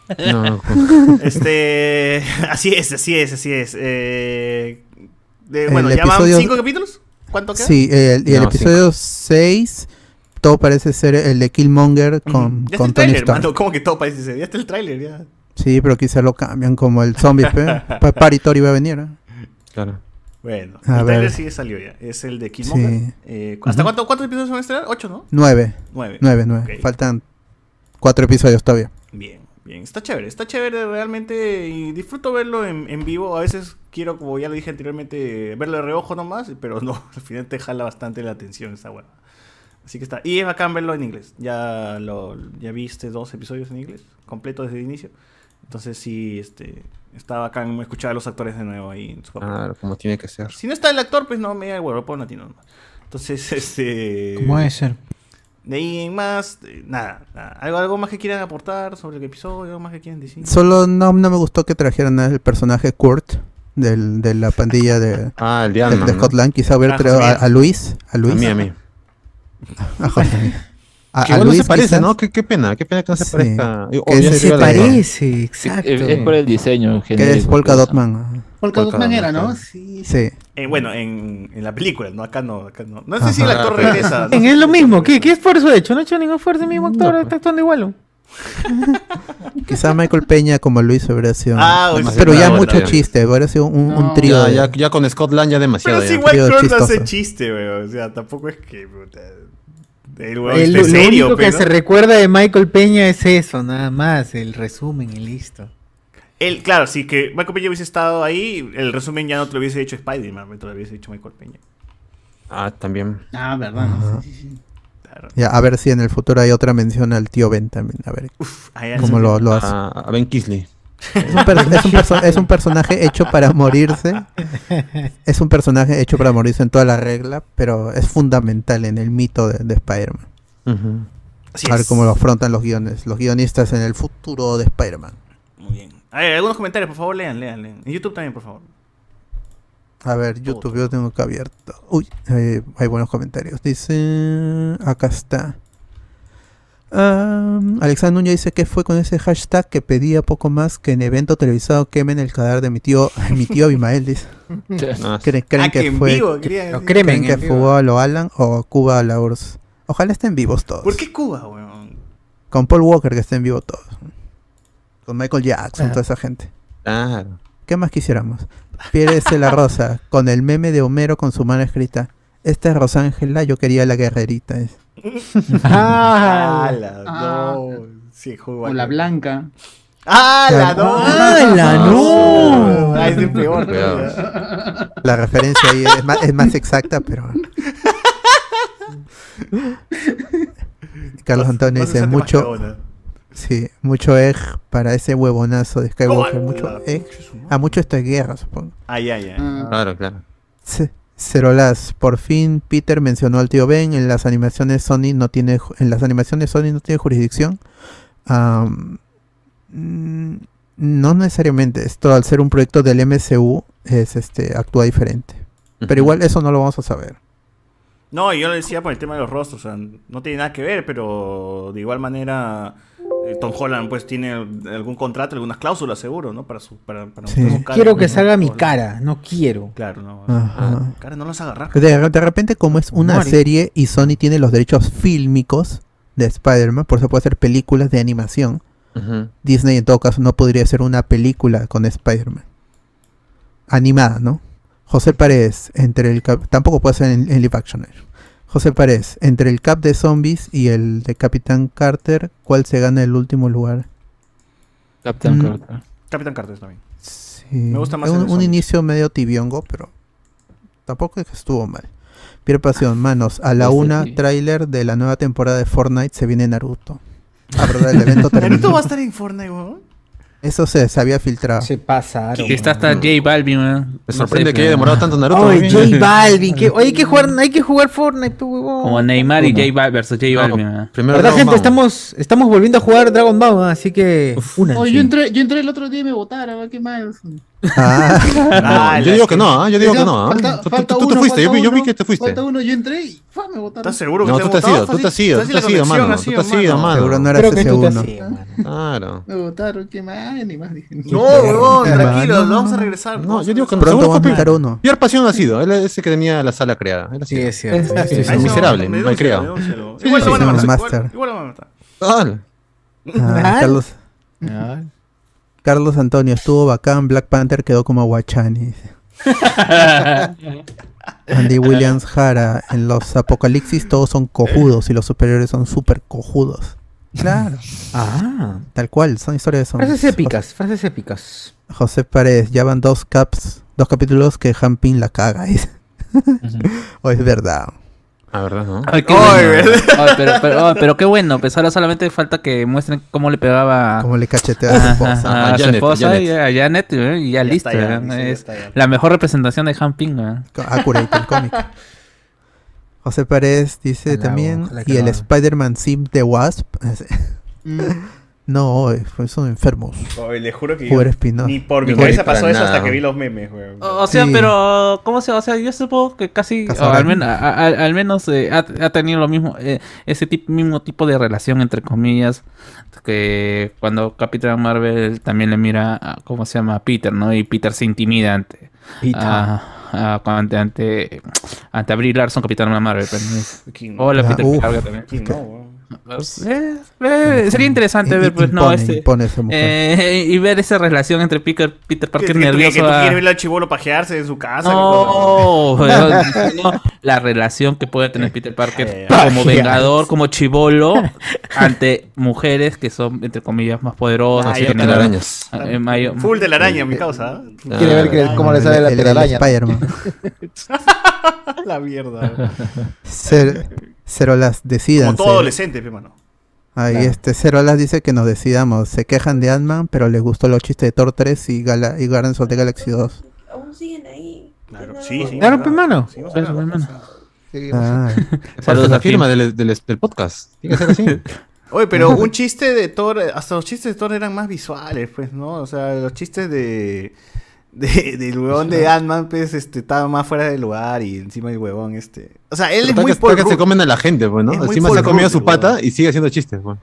Speaker 6: Así es. Bueno, ¿ya van 5 capítulos? ¿Cuánto queda?
Speaker 5: Sí, y el episodio 6, todo parece ser el de Killmonger con Tony Stark.
Speaker 6: ¿Cómo que todo parece ser? Ya está el tráiler, ya.
Speaker 5: Sí, pero quizá lo cambian como el zombie. Paritor iba a venir, ¿eh?
Speaker 4: Claro.
Speaker 6: Bueno, el tráiler sí salió ya. Es el de Killmonger. Sí. ¿Hasta cuántos episodios van a estrenar? 8, ¿no?
Speaker 5: 9.
Speaker 6: Okay.
Speaker 5: Faltan 4 episodios todavía.
Speaker 6: Bien. Está chévere realmente y disfruto verlo en vivo. A veces quiero, como ya lo dije anteriormente, verlo de reojo nomás, pero no, al final te jala bastante la atención esa hueá. Así que está. Y es bacán verlo en inglés. Ya viste 2 episodios en inglés, completo desde el inicio. Entonces sí, está bacán escuchar a los actores de nuevo ahí en su papel.
Speaker 4: Claro, como tiene que ser.
Speaker 6: Si no está el actor, pues no, me da igual, lo pongo latino nomás. Entonces,
Speaker 3: ¿cómo debe ser?
Speaker 6: De ahí en más, nada. ¿Algo más que quieran aportar sobre el episodio? ¿Algo más que quieran decir?
Speaker 5: Solo no me gustó que trajeran el personaje Kurt de la pandilla de Hotline. Quizá hubiera traído a Luis.
Speaker 4: A mí.
Speaker 5: A
Speaker 4: Luis no se parece, ¿no? Qué pena que no se parezca.
Speaker 3: Que se parece, exacto.
Speaker 8: Es por el diseño
Speaker 5: genérico. Que es Polka Dotman.
Speaker 9: Polka Dotman era, ¿no? Sí.
Speaker 6: Bueno, en la película, ¿no? Acá no. No sé si el actor regresa.
Speaker 3: Es lo mismo. ¿Qué esfuerzo ha hecho? No ha hecho ningún esfuerzo el mismo actor. Está actuando igual.
Speaker 5: Quizá Michael Peña como Luis hubiera sido pero ya mucho chiste, hubiera sido un trío
Speaker 4: ya con Scott Lang ya demasiado.
Speaker 6: Pero si Michael no hace chiste, o sea, tampoco es que
Speaker 3: lo único que se recuerda de Michael Peña es eso, nada más, el resumen y listo.
Speaker 6: Claro, si que Michael Peña hubiese estado ahí, el resumen ya no te lo hubiese hecho Spider-Man, te lo hubiese hecho Michael Peña.
Speaker 4: También.
Speaker 9: Verdad. Sí.
Speaker 6: Claro.
Speaker 5: Ya, a ver si en el futuro hay otra mención al tío Ben también, a ver cómo lo hace.
Speaker 4: A Ben Kingsley.
Speaker 5: Es un personaje hecho para morirse. Es un personaje hecho para morirse en toda la regla, pero es fundamental en el mito de Spider-Man. A ver cómo lo afrontan los guionistas en el futuro de Spider-Man.
Speaker 6: Muy bien. A ver, algunos comentarios, por favor, lean. En YouTube también, por favor.
Speaker 5: A ver, YouTube yo tengo que abierto. Uy, hay buenos comentarios. Dice, acá está. Alexander Núñez dice que fue con ese hashtag que pedía poco más que en evento televisado quemen el cadáver de mi tío Abimael, dice. ¿Creen que fue? ¿Creen que fugó a lo Alan o Cuba a la URSS? Ojalá estén vivos todos.
Speaker 6: ¿Por qué Cuba, weón?
Speaker 5: Con Paul Walker que estén vivos todos. Con Michael Jackson, toda esa gente.
Speaker 4: Claro.
Speaker 5: ¿Qué más quisiéramos? Pérez la Rosa, con el meme de Homero con su mano escrita. Esta es Rosángela, yo quería la guerrerita.
Speaker 6: Sí,
Speaker 9: o la blanca.
Speaker 5: No.
Speaker 6: Es de peor.
Speaker 5: La referencia ahí es más exacta, pero... Carlos Antonio dice mucho egg para ese huevonazo de Skywalker. Mucho egg. Mucho esto es guerra, supongo.
Speaker 4: Claro.
Speaker 5: Cerolas, por fin Peter mencionó al tío Ben. En las animaciones Sony no tiene jurisdicción. No necesariamente. Esto al ser un proyecto del MCU actúa diferente. Pero igual eso no lo vamos a saber.
Speaker 6: No, yo lo decía por el tema de los rostros, o sea, no tiene nada que ver, pero de igual manera Tom Holland pues tiene algún contrato, algunas cláusulas seguro, ¿no? Para
Speaker 5: Sí.
Speaker 6: buscar
Speaker 3: Quiero
Speaker 6: algún-
Speaker 3: que salga mi cara, no quiero.
Speaker 6: Claro, no.
Speaker 5: Ajá.
Speaker 6: Cara, no las agarras.
Speaker 5: De repente, como es una
Speaker 3: Mori.
Speaker 5: serie y Sony tiene los derechos fílmicos de Spider-Man, por eso puede hacer películas de animación.
Speaker 4: Ujú.
Speaker 5: Disney en todo caso no podría hacer una película con Spider-Man. Animada, ¿no? José Paredes, tampoco puede ser en live action. José Paredes, entre el Cap de Zombies y el de Capitán Carter, ¿cuál se gana el último lugar?
Speaker 8: Captain Carter.
Speaker 6: Capitán Carter está bien.
Speaker 5: Sí.
Speaker 6: Me gusta más
Speaker 5: un,
Speaker 6: el de
Speaker 5: un
Speaker 6: zombies.
Speaker 5: inicio medio tibiongo, pero tampoco es que estuvo mal. Pierre Pasión, manos, a la una tráiler de la nueva temporada de Fortnite se viene Naruto. Ah, verdad, el evento
Speaker 6: ¿Naruto
Speaker 5: terminó.
Speaker 6: va a estar en Fortnite, weón?
Speaker 5: Eso se había filtrado.
Speaker 3: Se pasaron.
Speaker 11: Que está hasta J Balvin, weón.
Speaker 4: Me sorprende que haya demorado tanto Naruto.
Speaker 3: Oye,
Speaker 4: weón.
Speaker 3: J Balvin, oye, hay que jugar Fortnite, tú, huevón.
Speaker 11: Como Neymar y J Balvin versus J Balvin. weón.
Speaker 4: Primero
Speaker 3: ¿Verdad,
Speaker 4: Dragon
Speaker 3: gente?
Speaker 4: Ball.
Speaker 3: Estamos volviendo a jugar Dragon Ball, ¿no? Así que únanse.
Speaker 9: Oye, yo entré el otro día y me votaron, ¿qué más?
Speaker 5: Ah,
Speaker 4: No, yo digo que no, yo digo que no.
Speaker 9: Falta-
Speaker 4: Tú
Speaker 9: falta
Speaker 4: te
Speaker 9: uno,
Speaker 4: fuiste, yo
Speaker 9: falta
Speaker 4: vi
Speaker 9: uno,
Speaker 4: que te fuiste.
Speaker 9: Falta uno, yo entré y me votaron.
Speaker 6: ¿Estás seguro que
Speaker 4: No,
Speaker 6: te
Speaker 4: tú te has
Speaker 6: votado?
Speaker 4: ido, tú te has ido,
Speaker 6: Fácil
Speaker 4: tú te has
Speaker 6: la
Speaker 4: ido,
Speaker 6: conexión
Speaker 4: mano.
Speaker 6: ha
Speaker 4: Tú
Speaker 6: sido,
Speaker 4: te has ido, mano.
Speaker 5: Seguro no
Speaker 3: Creo
Speaker 5: eras
Speaker 3: que tú te has
Speaker 5: ese
Speaker 3: ido,
Speaker 5: uno.
Speaker 3: mano.
Speaker 4: Claro.
Speaker 9: Me votaron, ¿qué más? Ni más dije.
Speaker 6: No, huevón,
Speaker 5: Hermano.
Speaker 6: tranquilo, lo vamos a regresar.
Speaker 4: No, yo digo que
Speaker 5: Pronto
Speaker 4: seguro
Speaker 5: vamos a
Speaker 4: fue
Speaker 5: matar uno.
Speaker 4: Pierre Pasión ha sido, él es ese que tenía la sala creada. Él ha
Speaker 3: Sí,
Speaker 4: sido.
Speaker 3: es cierto.
Speaker 6: Ahí se va,
Speaker 4: miserable,
Speaker 6: me
Speaker 4: mal creado.
Speaker 6: denúncialo.
Speaker 5: Sí,
Speaker 6: Igual lo van a
Speaker 5: sí,
Speaker 6: matar.
Speaker 5: Master.
Speaker 6: Igual lo van a matar.
Speaker 5: Ah, Carlos Antonio, estuvo bacán, Black Panther quedó como Guachani. Andy Williams Jara, en los apocalipsis todos son cojudos y los superiores son super cojudos. Claro.
Speaker 3: Ah.
Speaker 5: Tal cual, son historias de zombies.
Speaker 3: Frases épicas.
Speaker 5: José Paredes, ya van dos capítulos que Hampin la caga. Dice. O es verdad.
Speaker 4: Ah, ¿verdad, no?
Speaker 11: Ay, qué bueno. Ay, pero qué bueno, pues ahora solamente falta que muestren cómo le pegaba.
Speaker 5: Cómo le cachetea a su esposa.
Speaker 11: A su
Speaker 4: Janet,
Speaker 11: esposa
Speaker 4: Janet.
Speaker 11: y a Janet, y ya
Speaker 6: Ya
Speaker 11: listo.
Speaker 6: está, ya,
Speaker 11: ¿no?
Speaker 6: sí, ya
Speaker 11: Es
Speaker 6: está, ya.
Speaker 11: la mejor representación de Han Ping. ¿no?
Speaker 5: Accurate el cómic. José Paredes dice
Speaker 3: Ojalá,
Speaker 5: también,
Speaker 3: ojalá que
Speaker 5: y
Speaker 3: lo
Speaker 5: el
Speaker 3: hagan.
Speaker 5: Spider-Man Sim de Wasp. No, son enfermos.
Speaker 6: Oye, le juro que
Speaker 5: Jugar Espinosa.
Speaker 6: ni por mi
Speaker 4: No,
Speaker 6: cabeza
Speaker 4: para
Speaker 6: pasó eso
Speaker 4: nada.
Speaker 6: hasta que vi los memes, weón.
Speaker 11: O sea,
Speaker 5: Sí.
Speaker 11: pero ¿cómo se? O sea, yo supongo que casi, o
Speaker 5: Casarán.
Speaker 11: al menos ha tenido lo mismo, ese mismo tipo de relación entre comillas que cuando Capitán Marvel también le mira, ¿cómo se llama? A Peter, ¿no? Y Peter se intimida ante Brie Larson, Capitán Marvel. Pues,
Speaker 6: ¿Quién?
Speaker 11: hola,
Speaker 5: Ah,
Speaker 11: Peter
Speaker 5: uf.
Speaker 11: Parker también.
Speaker 6: ¿Quién no, weón?
Speaker 11: Sería interesante ver, pues, no,
Speaker 5: impone esa mujer.
Speaker 11: y ver esa relación entre Peter Parker
Speaker 6: Que tú
Speaker 11: nervioso.
Speaker 6: quieres ver al chibolo pajearse en su casa.
Speaker 11: No, no, la relación que puede tener Peter Parker como vengador, como chibolo, ante mujeres que son, entre comillas, más poderosas.
Speaker 6: Ah,
Speaker 11: y
Speaker 6: ya,
Speaker 11: tienen-
Speaker 4: telarañas.
Speaker 6: Full de la araña, mi causa.
Speaker 10: Quiere ver cómo le sale la
Speaker 5: El
Speaker 10: telaraña.
Speaker 5: Spider-Man.
Speaker 6: La mierda. weón.
Speaker 5: Cerolas, decidan.
Speaker 6: Como todo adolescente, pe, mano.
Speaker 5: Ahí
Speaker 3: Claro.
Speaker 5: Cerolas dice que nos decidamos. Se quejan de Ant-Man, pero les gustó los chistes de Thor 3 y Guardians of the Galaxy 2.
Speaker 13: Aún siguen ahí.
Speaker 6: Claro, sí, sí.
Speaker 3: Claro, pe, mano.
Speaker 6: Seguimos
Speaker 11: Claro,
Speaker 6: hablando.
Speaker 11: hermano.
Speaker 5: Ah,
Speaker 4: Saludos
Speaker 11: a
Speaker 4: la firma del podcast. Tiene que ser así.
Speaker 6: Oye, pero un chiste de Thor, hasta los chistes de Thor eran más visuales, pues, ¿no? O sea, los chistes del huevón de Ant-Man, pues, estaba más fuera del lugar y encima del huevón, O sea, él es muy Paul
Speaker 4: que se
Speaker 6: Rudd.
Speaker 4: comen a la gente, pues, ¿no?
Speaker 6: Es muy
Speaker 4: Encima
Speaker 6: Paul
Speaker 4: se ha comido
Speaker 6: Rudd,
Speaker 4: su pata
Speaker 6: huevón.
Speaker 4: y sigue haciendo chistes, pues.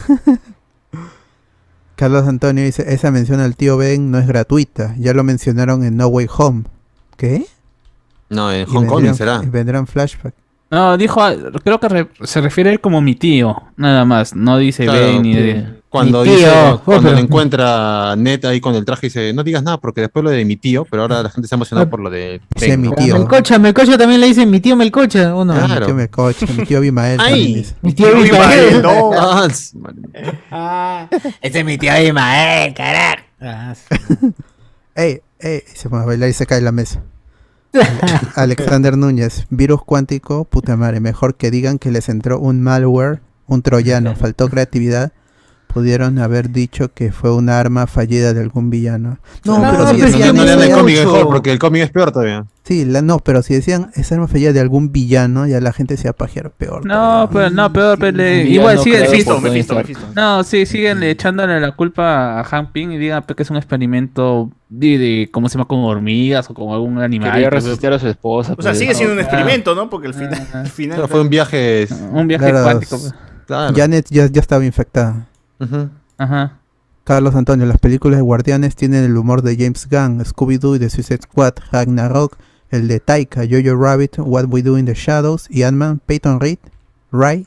Speaker 5: Carlos Antonio dice, esa mención al tío Ben no es gratuita. Ya lo mencionaron en No Way Home. ¿Qué?
Speaker 4: No, en
Speaker 5: Y
Speaker 4: Homecoming
Speaker 5: vendrían-
Speaker 4: será.
Speaker 5: y vendrán flashback.
Speaker 11: No, dijo, creo que se refiere a él como mi tío, nada más. No dice
Speaker 4: Claro,
Speaker 11: Ben ni
Speaker 4: que
Speaker 11: de.
Speaker 4: Cuando
Speaker 3: Mi
Speaker 4: dice,
Speaker 3: tío.
Speaker 4: cuando
Speaker 3: Oh,
Speaker 4: le
Speaker 3: pero-
Speaker 4: encuentra Ned ahí con el traje, dice, no digas nada porque después lo de mi tío, pero ahora la gente se ha emocionado por lo de
Speaker 5: Sí,
Speaker 4: Ben,
Speaker 5: mi
Speaker 4: ¿no?
Speaker 5: tío.
Speaker 3: Melcocha también le dicen mi tío Melcocha, ¿o no?
Speaker 5: Ah,
Speaker 4: Claro.
Speaker 5: mi tío Melcocha, mi tío Abimael
Speaker 4: Ay.
Speaker 5: también dice.
Speaker 3: Mi tío
Speaker 6: Abimael,
Speaker 3: Ismael.
Speaker 6: no.
Speaker 4: Ah,
Speaker 3: Ese es mi tío Ismael, carajo. Ah, sí.
Speaker 5: ¡Ey! Se pone a bailar y se cae la mesa. Alexander Núñez, virus cuántico, puta madre, mejor que digan que les entró un malware, un troyano, faltó creatividad. Pudieron haber dicho que fue una arma fallida de algún villano. No,
Speaker 3: No,
Speaker 5: pero si
Speaker 3: pero
Speaker 5: decían
Speaker 4: no
Speaker 5: eso
Speaker 4: lean el
Speaker 5: ya-
Speaker 4: cómic mejor porque el cómic es peor todavía.
Speaker 5: Sí, pero si decían esa arma fallida de algún villano, ya la gente se va a pajear peor.
Speaker 11: No, pero no, peor, pero igual
Speaker 8: no
Speaker 11: sigue.
Speaker 8: creo
Speaker 11: Mephisto,
Speaker 8: por
Speaker 6: Mephisto,
Speaker 8: Tony
Speaker 6: Mephisto.
Speaker 11: No, sí, siguen echándole la culpa a Han Ping y digan pues, que es un experimento de ¿cómo se llama? Con hormigas o con algún animal.
Speaker 8: Quería
Speaker 11: pues,
Speaker 8: resucitar a su esposa.
Speaker 6: O sea,
Speaker 8: pues.
Speaker 6: sigue siendo un
Speaker 11: Claro.
Speaker 6: experimento, ¿no? Porque al final...
Speaker 4: Pero fue un viaje.
Speaker 11: un viaje
Speaker 5: Claro,
Speaker 11: cuántico. pues.
Speaker 4: Claro.
Speaker 5: Janet ya estaba infectada.
Speaker 11: Ajá.
Speaker 5: Carlos Antonio, las películas de Guardianes tienen el humor de James Gunn, Scooby-Doo y The Suicide Squad, Ragnarok, el de Taika, Jojo Rabbit, What We Do in the Shadows y Ant-Man, Peyton Reed, Ray.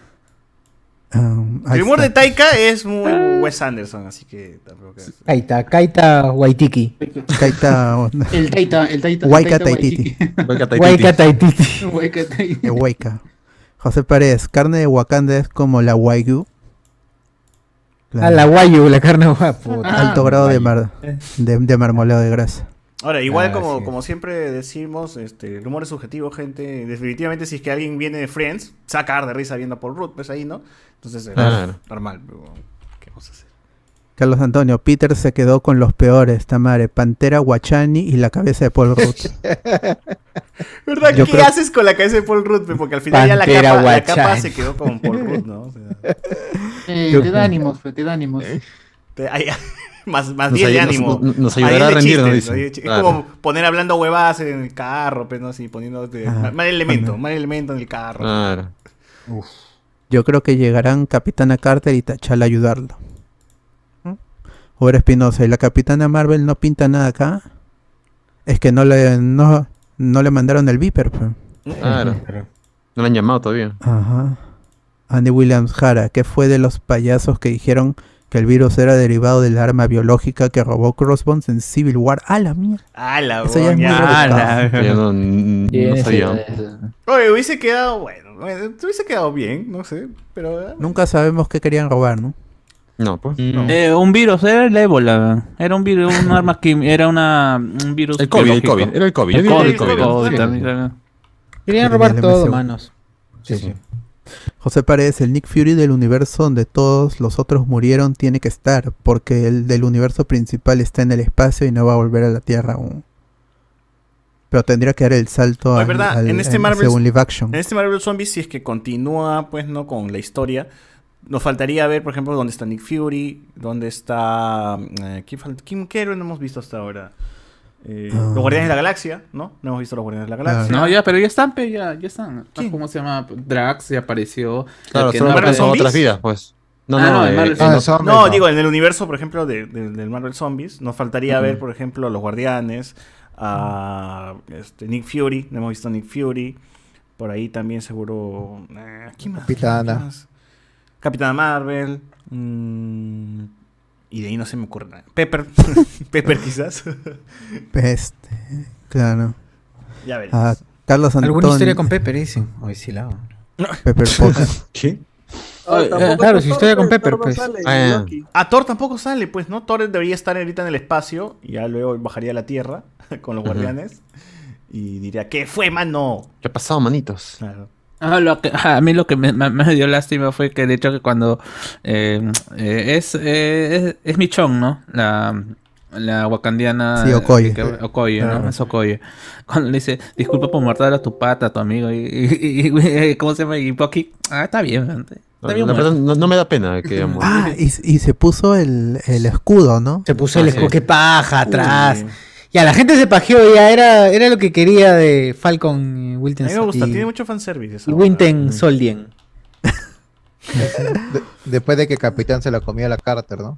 Speaker 6: El humor de Taika es muy Wes Anderson, así que tampoco es...
Speaker 3: Kaita Waitiki.
Speaker 9: El Taita.
Speaker 5: Waika Taititi. Waika. José Paredes, carne de Wakanda es como la Wagyu.
Speaker 3: La Wagyu, la carne guapo.
Speaker 5: Alto grado de marmoleado de grasa.
Speaker 6: Ahora, igual como siempre decimos, el humor es subjetivo, gente. Definitivamente, si es que alguien viene de Friends, se va a cagar de risa viendo a Paul Rudd, pues ahí, ¿no? Entonces, normal, pero ¿qué vamos a hacer?
Speaker 5: Carlos Antonio, Peter se quedó con los peores, Tamare, Pantera, Guachani y la cabeza de Paul Rudd.
Speaker 6: ¿Verdad? ¿Qué haces con la cabeza de Paul Rudd? Porque al final
Speaker 3: Pantera,
Speaker 6: ya la capa se quedó con Paul Rudd, ¿no? O sea,
Speaker 9: te da ánimos, te da ánimos.
Speaker 6: Más bien de ánimo.
Speaker 4: Nos ayudará a rendirnos,
Speaker 6: dice.
Speaker 4: dice.
Speaker 6: Es como poner hablando huevadas en el carro, pues, ¿no? Así, poniendo mal elemento en el carro.
Speaker 4: Claro.
Speaker 5: Yo creo que llegarán Capitana Carter y T'Challa a ayudarlo. Ahora Espinosa, ¿y la Capitana Marvel no pinta nada acá? Es que no le mandaron el Viper. Pues.
Speaker 4: Claro. No le han llamado todavía.
Speaker 5: Ajá. Andy Williams Jara, ¿qué fue de los payasos que dijeron que el virus era derivado del arma biológica que robó Crossbones en Civil War? ¡Ah, la mierda!
Speaker 6: ¡Ah, la
Speaker 5: Eso ya es muy rebuscado.
Speaker 4: Yo no sabía.
Speaker 6: Oye, hubiese quedado, hubiese quedado bien, no sé, pero...
Speaker 5: Nunca sabemos qué querían robar, ¿no?
Speaker 4: No, pues.
Speaker 11: Un virus, era el ébola. Era un virus, un arma química, era un virus.
Speaker 4: El COVID,
Speaker 11: biológico.
Speaker 4: era el COVID.
Speaker 11: El COVID también, claro.
Speaker 3: Querían robar todo, manos.
Speaker 5: Sí. José Paredes, el Nick Fury del universo donde todos los otros murieron tiene que estar, porque el del universo principal está en el espacio y no va a volver a la Tierra aún. Pero tendría que dar el salto
Speaker 6: en este Marvel,
Speaker 5: según live action.
Speaker 6: En este Marvel Zombies, si es que continúa, pues, no con la historia, nos faltaría ver, por ejemplo, dónde está Nick Fury, dónde está... ¿Qué héroe no hemos visto hasta ahora? Los Guardianes de la Galaxia, ¿no? No hemos visto los Guardianes de la Galaxia.
Speaker 11: No, pero ya están, ya están. ¿Cómo se llama? Drax ya apareció.
Speaker 4: Claro, son otras vidas, pues.
Speaker 6: No, digo, en el universo, por ejemplo, del Marvel Zombies, nos faltaría ver, por ejemplo, los Guardianes, a Nick Fury, no hemos visto a Nick Fury, por ahí también seguro... ¿Quién más? Capitana Marvel, y de ahí no se me ocurre nada. Pepper quizás.
Speaker 5: Claro.
Speaker 6: Ya veremos.
Speaker 5: Carlos Antonio.
Speaker 3: ¿Alguna historia con Pepper, dicen? Hoy sí la hago.
Speaker 5: Pepper Potts.
Speaker 4: ¿Qué?
Speaker 3: Claro, su historia con Pepper, pues.
Speaker 6: Thor tampoco sale, pues, ¿no? Thor debería estar ahorita en el espacio, y ya luego bajaría a la Tierra con los Guardianes, y diría, ¿qué fue, mano?
Speaker 4: ¿Qué ha pasado, manitos?
Speaker 6: Claro.
Speaker 11: A mí lo que me dio lástima fue que, de hecho, que cuando es Michonne, ¿no? La wakandiana.
Speaker 5: Sí, Okoye.
Speaker 11: Okoye, ¿no? Es Okoye. Cuando le dice, disculpa por matar a tu pata, a tu amigo, y ¿cómo se llama? Y Bucky, está bien.
Speaker 4: No me da pena que ella muera.
Speaker 5: Y se puso el escudo, ¿no?
Speaker 3: Se puso el escudo, qué paja atrás. Ya, la gente se pajeó, ya era lo que quería de Falcon y Winter Soldier.
Speaker 6: A mí me gusta, tiene mucho fanservice.
Speaker 3: Y Winter Soldier.
Speaker 10: Después de que Capitán se la comía a la Carter, ¿no?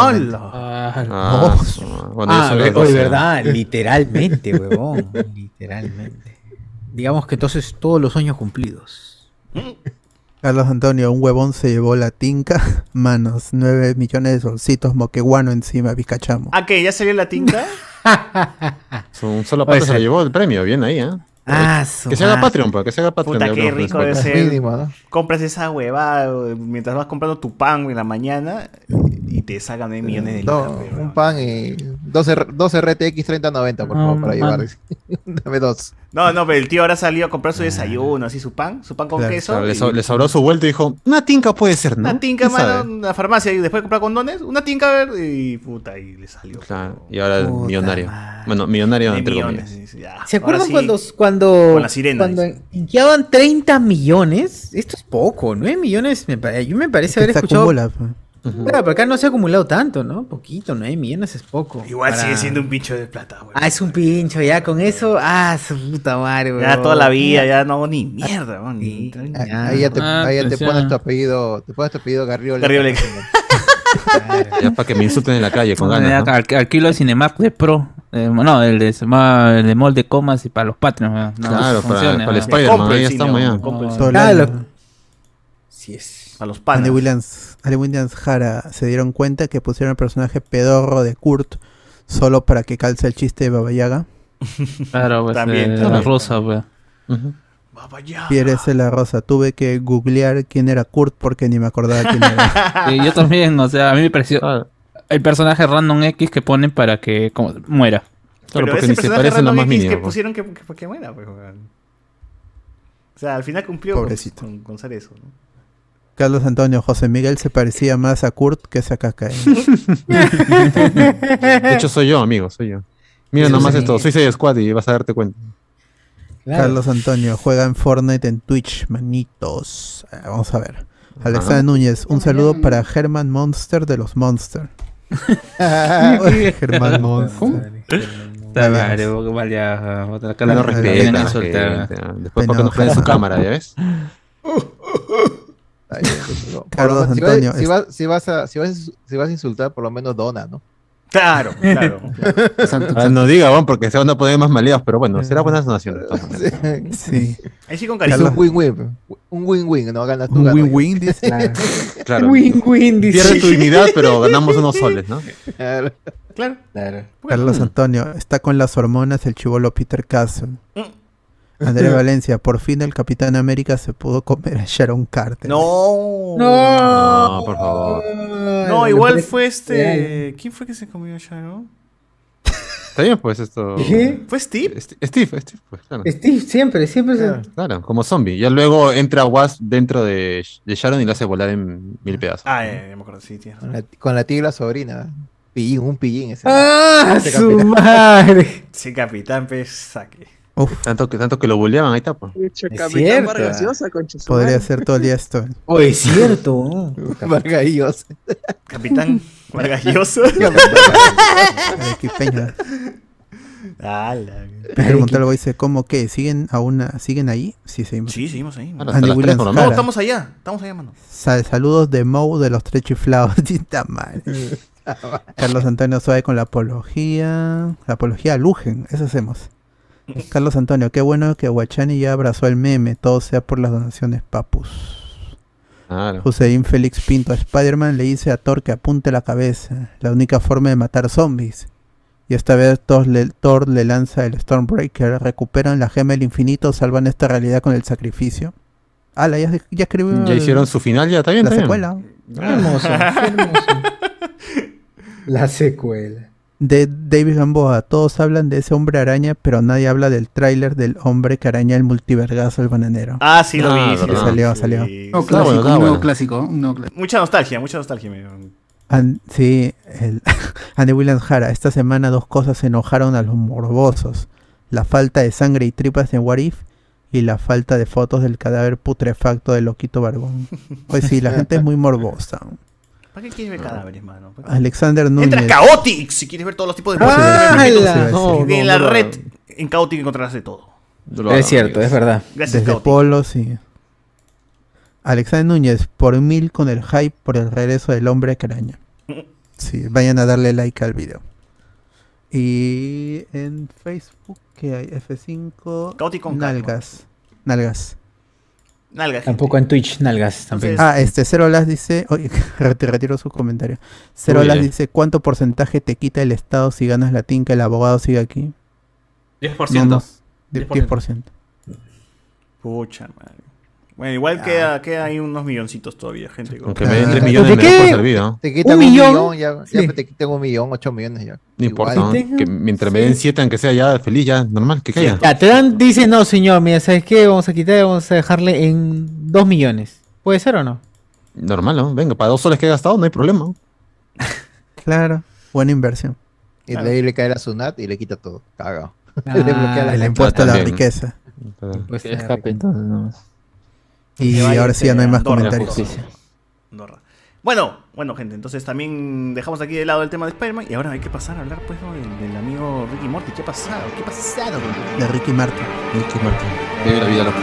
Speaker 3: ¿Verdad? Literalmente, huevón. Literalmente. Digamos que entonces todos los sueños cumplidos.
Speaker 5: Carlos Antonio, un huevón se llevó la tinca, manos, 9 millones de solcitos moqueguano encima, picachamo.
Speaker 6: ¿Qué? ¿Ya salió la tinca?
Speaker 4: Un solo pato se le llevó el premio, bien ahí, ¿eh? Que se haga Patreon, pues, que se haga Patreon.
Speaker 6: Puta, qué rico debe ser. Mínimo, ¿no? Compras esa huevada mientras vas comprando tu pan en la mañana y te sacan 9 millones de libras.
Speaker 10: Un pan y 12 RTX 3090, por favor, para llevar. Dame 2.
Speaker 6: No, pero el tío ahora salió a comprar su desayuno, así su pan con queso.
Speaker 4: Claro, le sobró su vuelta y dijo, una tinca puede ser, ¿no?
Speaker 6: Una tinca, mano, en la farmacia, y después de comprar condones, una tinca, a ver, y puta, y le salió.
Speaker 4: Claro, y ahora millonario. Bueno, millonario entre comillas.
Speaker 3: ¿Se acuerdan cuando
Speaker 6: las sirenas,
Speaker 3: cuando inqueaban 30 millones? Esto es poco, 9 millones me parece haber escuchado.
Speaker 5: Acumula,
Speaker 3: Claro, pero acá no se ha acumulado tanto, ¿no? Poquito, 9 millones es poco.
Speaker 6: Igual sigue siendo un pincho de plata, güey.
Speaker 3: Es un pincho, ya con eso, su puta madre, güey.
Speaker 6: Ya toda la vida, ya no hago ni mierda, güey.
Speaker 10: Ahí ya te pones tu apellido, Garriola.
Speaker 4: Ya para que me insulten en la calle con ganas, ¿no?
Speaker 11: Alquilo el Cinemark de Pro. No, el de Mall de Comas y para los Patreons. ¿no?
Speaker 4: Claro,
Speaker 11: Funciona,
Speaker 4: para el
Speaker 11: ¿no?
Speaker 4: Spider-Man, ahí estamos ya.
Speaker 3: Claro. Sí es.
Speaker 6: A los panas.
Speaker 5: Ale Williams Jara se dieron cuenta que pusieron el personaje pedorro de Kurt solo para que calce el chiste de Baba Yaga.
Speaker 11: Claro, pues
Speaker 6: También.
Speaker 11: la rosa, pues.
Speaker 5: Pierre S. La Rosa. Tuve que googlear quién era Kurt porque ni me acordaba quién era.
Speaker 11: Sí, yo también, o sea, a mí me pareció el personaje random X que ponen para que muera.
Speaker 4: Claro,
Speaker 6: Pero
Speaker 4: porque
Speaker 6: ese
Speaker 4: ni se
Speaker 6: personaje
Speaker 4: parece en lo
Speaker 6: random
Speaker 4: más
Speaker 6: X
Speaker 4: mínimo.
Speaker 6: que
Speaker 4: pues.
Speaker 6: pusieron que muera, pues, weón. O sea, al final cumplió
Speaker 5: Pobrecito.
Speaker 6: con ser eso, ¿no?
Speaker 5: Carlos Antonio José Miguel se parecía más a Kurt que a Caca.
Speaker 4: De hecho, soy yo, amigo, soy yo. Mira
Speaker 5: Sí,
Speaker 4: nomás
Speaker 5: sí.
Speaker 4: esto, Suicide Squad y vas a darte cuenta.
Speaker 3: Claro.
Speaker 5: Carlos Antonio juega en Fortnite en Twitch, manitos. Vamos a ver. Alexander Núñez, un saludo para Herman Monster de los Monster. Germán Monster.
Speaker 4: No respeta a la gente. Después, ¿por qué no prende su cámara, ya ves?
Speaker 5: Carlos
Speaker 10: Si
Speaker 5: Antonio.
Speaker 10: vas a insultar, por lo menos dona, ¿no?
Speaker 6: Claro, claro.
Speaker 4: No diga, bueno, porque se van a poner más maleados, pero bueno, será buena donación.
Speaker 5: Sí.
Speaker 6: Ahí sí con
Speaker 10: Es
Speaker 6: cariño.
Speaker 10: un win-win. Un win-win, ¿no? Ganas tú,
Speaker 5: Un
Speaker 10: ganas yo.
Speaker 5: win-win, dice.
Speaker 4: Claro.
Speaker 3: Win-win, dice.
Speaker 4: Pierde tu dignidad, pero ganamos unos soles, ¿no?
Speaker 10: Claro.
Speaker 6: Claro.
Speaker 5: Carlos Antonio, está con las hormonas el chibolo Peter Castle. Andrés Valencia, por fin el Capitán América se pudo comer a Sharon Carter.
Speaker 6: No.
Speaker 4: No, por favor.
Speaker 6: No, igual fue ¿Quién fue que se comió ya, no?
Speaker 4: Está bien, pues esto.
Speaker 3: ¿Qué?
Speaker 6: ¿Fue Steve?
Speaker 4: Steve, pues claro.
Speaker 3: Steve, siempre se...
Speaker 4: Claro, como zombie. Ya luego entra Wasp dentro de Sharon y lo hace volar en 1000 pedazos.
Speaker 6: Ah, ya me acuerdo, sí, tío.
Speaker 10: Con la tía y la sobrina. Un pillín ese.
Speaker 3: ¡Ah,
Speaker 10: Ese
Speaker 3: su
Speaker 10: capitán.
Speaker 3: madre!
Speaker 6: Sí, capitán, pues, saque.
Speaker 4: Tanto que lo bulleaban, ahí está, pues.
Speaker 14: Capitán Vargas Llosa, concha su
Speaker 5: Podría
Speaker 14: madre.
Speaker 5: ser todo el día esto.
Speaker 3: Oh, es cierto.
Speaker 10: Vargallos.
Speaker 6: Capitán Vargas Llosa.
Speaker 5: Arequipeño.
Speaker 6: Ala.
Speaker 5: Pedro Montalvo dice, ¿cómo que? ¿Siguen ahí? Sí, seguimos.
Speaker 6: Sí, seguimos ahí.
Speaker 4: Claro,
Speaker 5: Andy
Speaker 4: hasta las
Speaker 5: Williams
Speaker 4: 3 por lo
Speaker 6: No,
Speaker 5: Jara.
Speaker 6: estamos allá, mano.
Speaker 5: Saludos de Moe de los Tres Chiflados. Tita madre. Carlos Antonio Suárez con la apología a Lugen, eso hacemos. Carlos Antonio, qué bueno que Guachani ya abrazó el meme, todo sea por las donaciones, papus.
Speaker 4: Claro.
Speaker 5: Hussein Félix Pinto, a Spider-Man le dice a Thor que apunte la cabeza, la única forma de matar zombies. Y esta vez Thor le lanza el Stormbreaker, recuperan la gema del infinito, salvan esta realidad con el sacrificio. Ala, ya escribió
Speaker 4: Ya hicieron su final, ya está bien,
Speaker 5: la
Speaker 4: está bien.
Speaker 5: secuela.
Speaker 3: Qué hermoso, qué hermoso. La secuela.
Speaker 5: De David Gamboa, todos hablan de ese hombre araña, pero nadie habla del tráiler del hombre que araña el multivergazo el bananero.
Speaker 6: Ah, sí, lo vi.
Speaker 4: Ah,
Speaker 6: sí,
Speaker 4: verdad.
Speaker 5: Salió,
Speaker 6: sí.
Speaker 5: salió.
Speaker 9: No,
Speaker 4: Está bueno, está
Speaker 9: un nuevo
Speaker 4: bueno.
Speaker 9: clásico, un nuevo clásico.
Speaker 6: Mucha nostalgia.
Speaker 5: Sí, Andy Williams Jara, esta semana dos cosas enojaron a los morbosos. La falta de sangre y tripas en What If y la falta de fotos del cadáver putrefacto del loquito barbón. Pues sí, la gente es muy morbosa.
Speaker 6: ¿Para qué quieres ver cadáveres, mano?
Speaker 5: Alexander Núñez.
Speaker 6: Entra a Chaotix si quieres ver todos los tipos de
Speaker 3: ¡Hala!
Speaker 6: en la red, en Chaotix encontrarás de todo.
Speaker 3: Es cierto, es verdad.
Speaker 6: Gracias,
Speaker 5: Desde
Speaker 6: Chaotix.
Speaker 5: Polo, sí. Alexander Núñez, por 1000 con el hype por el regreso del hombre que araña. Sí, vayan a darle like al video. Y en Facebook, ¿qué hay? F5.
Speaker 6: Chaotix con K,
Speaker 5: Nalgas.
Speaker 6: Nalga, gente.
Speaker 3: Tampoco en Twitch, nalgas. También.
Speaker 5: Cero Las dice. Oye, retiro su comentario. Cero Las dice: ¿cuánto porcentaje te quita el Estado si ganas latín que el abogado siga aquí?
Speaker 11: 10%.
Speaker 5: No, 10%.
Speaker 6: Pucha, madre. Bueno, igual queda ahí unos milloncitos todavía, gente.
Speaker 4: Aunque me den 3 millones, me da por servido.
Speaker 10: Te quitan
Speaker 3: ¿Un
Speaker 10: un
Speaker 3: millón?
Speaker 10: millón, ya
Speaker 3: Sí.
Speaker 10: te quitan 1 millón, 8 millones ya.
Speaker 4: No importa,
Speaker 10: Igual.
Speaker 4: ¿no? Que mientras me den 7, aunque sea ya feliz, ya normal, que caiga.
Speaker 3: Ya, te dan, dice, no, señor, mira, ¿sabes qué? Vamos a quitar, vamos a dejarle en 2 millones. ¿Puede ser o no?
Speaker 4: Normal, ¿no? Venga, para 2 soles que he gastado, no hay problema.
Speaker 5: Claro, buena inversión.
Speaker 10: Y de ahí le cae la SUNAT y le quita todo. Cagado. Le bloquea la
Speaker 5: el
Speaker 10: cuenta.
Speaker 5: impuesto a la
Speaker 4: también.
Speaker 5: riqueza.
Speaker 3: Pues
Speaker 8: Que escape entonces nomás.
Speaker 5: Y
Speaker 6: Que vaya
Speaker 5: ahora sí ya no hay más
Speaker 6: Andorra,
Speaker 5: comentarios.
Speaker 8: justicia.
Speaker 6: Andorra. Bueno, gente, entonces también dejamos aquí de lado el tema de Spider-Man y ahora hay que pasar a hablar pues ¿no? del amigo Ricky Morty. ¿Qué ha pasado?
Speaker 5: De Ricky Martin.
Speaker 4: Ricky Martin. Vive la vida loca.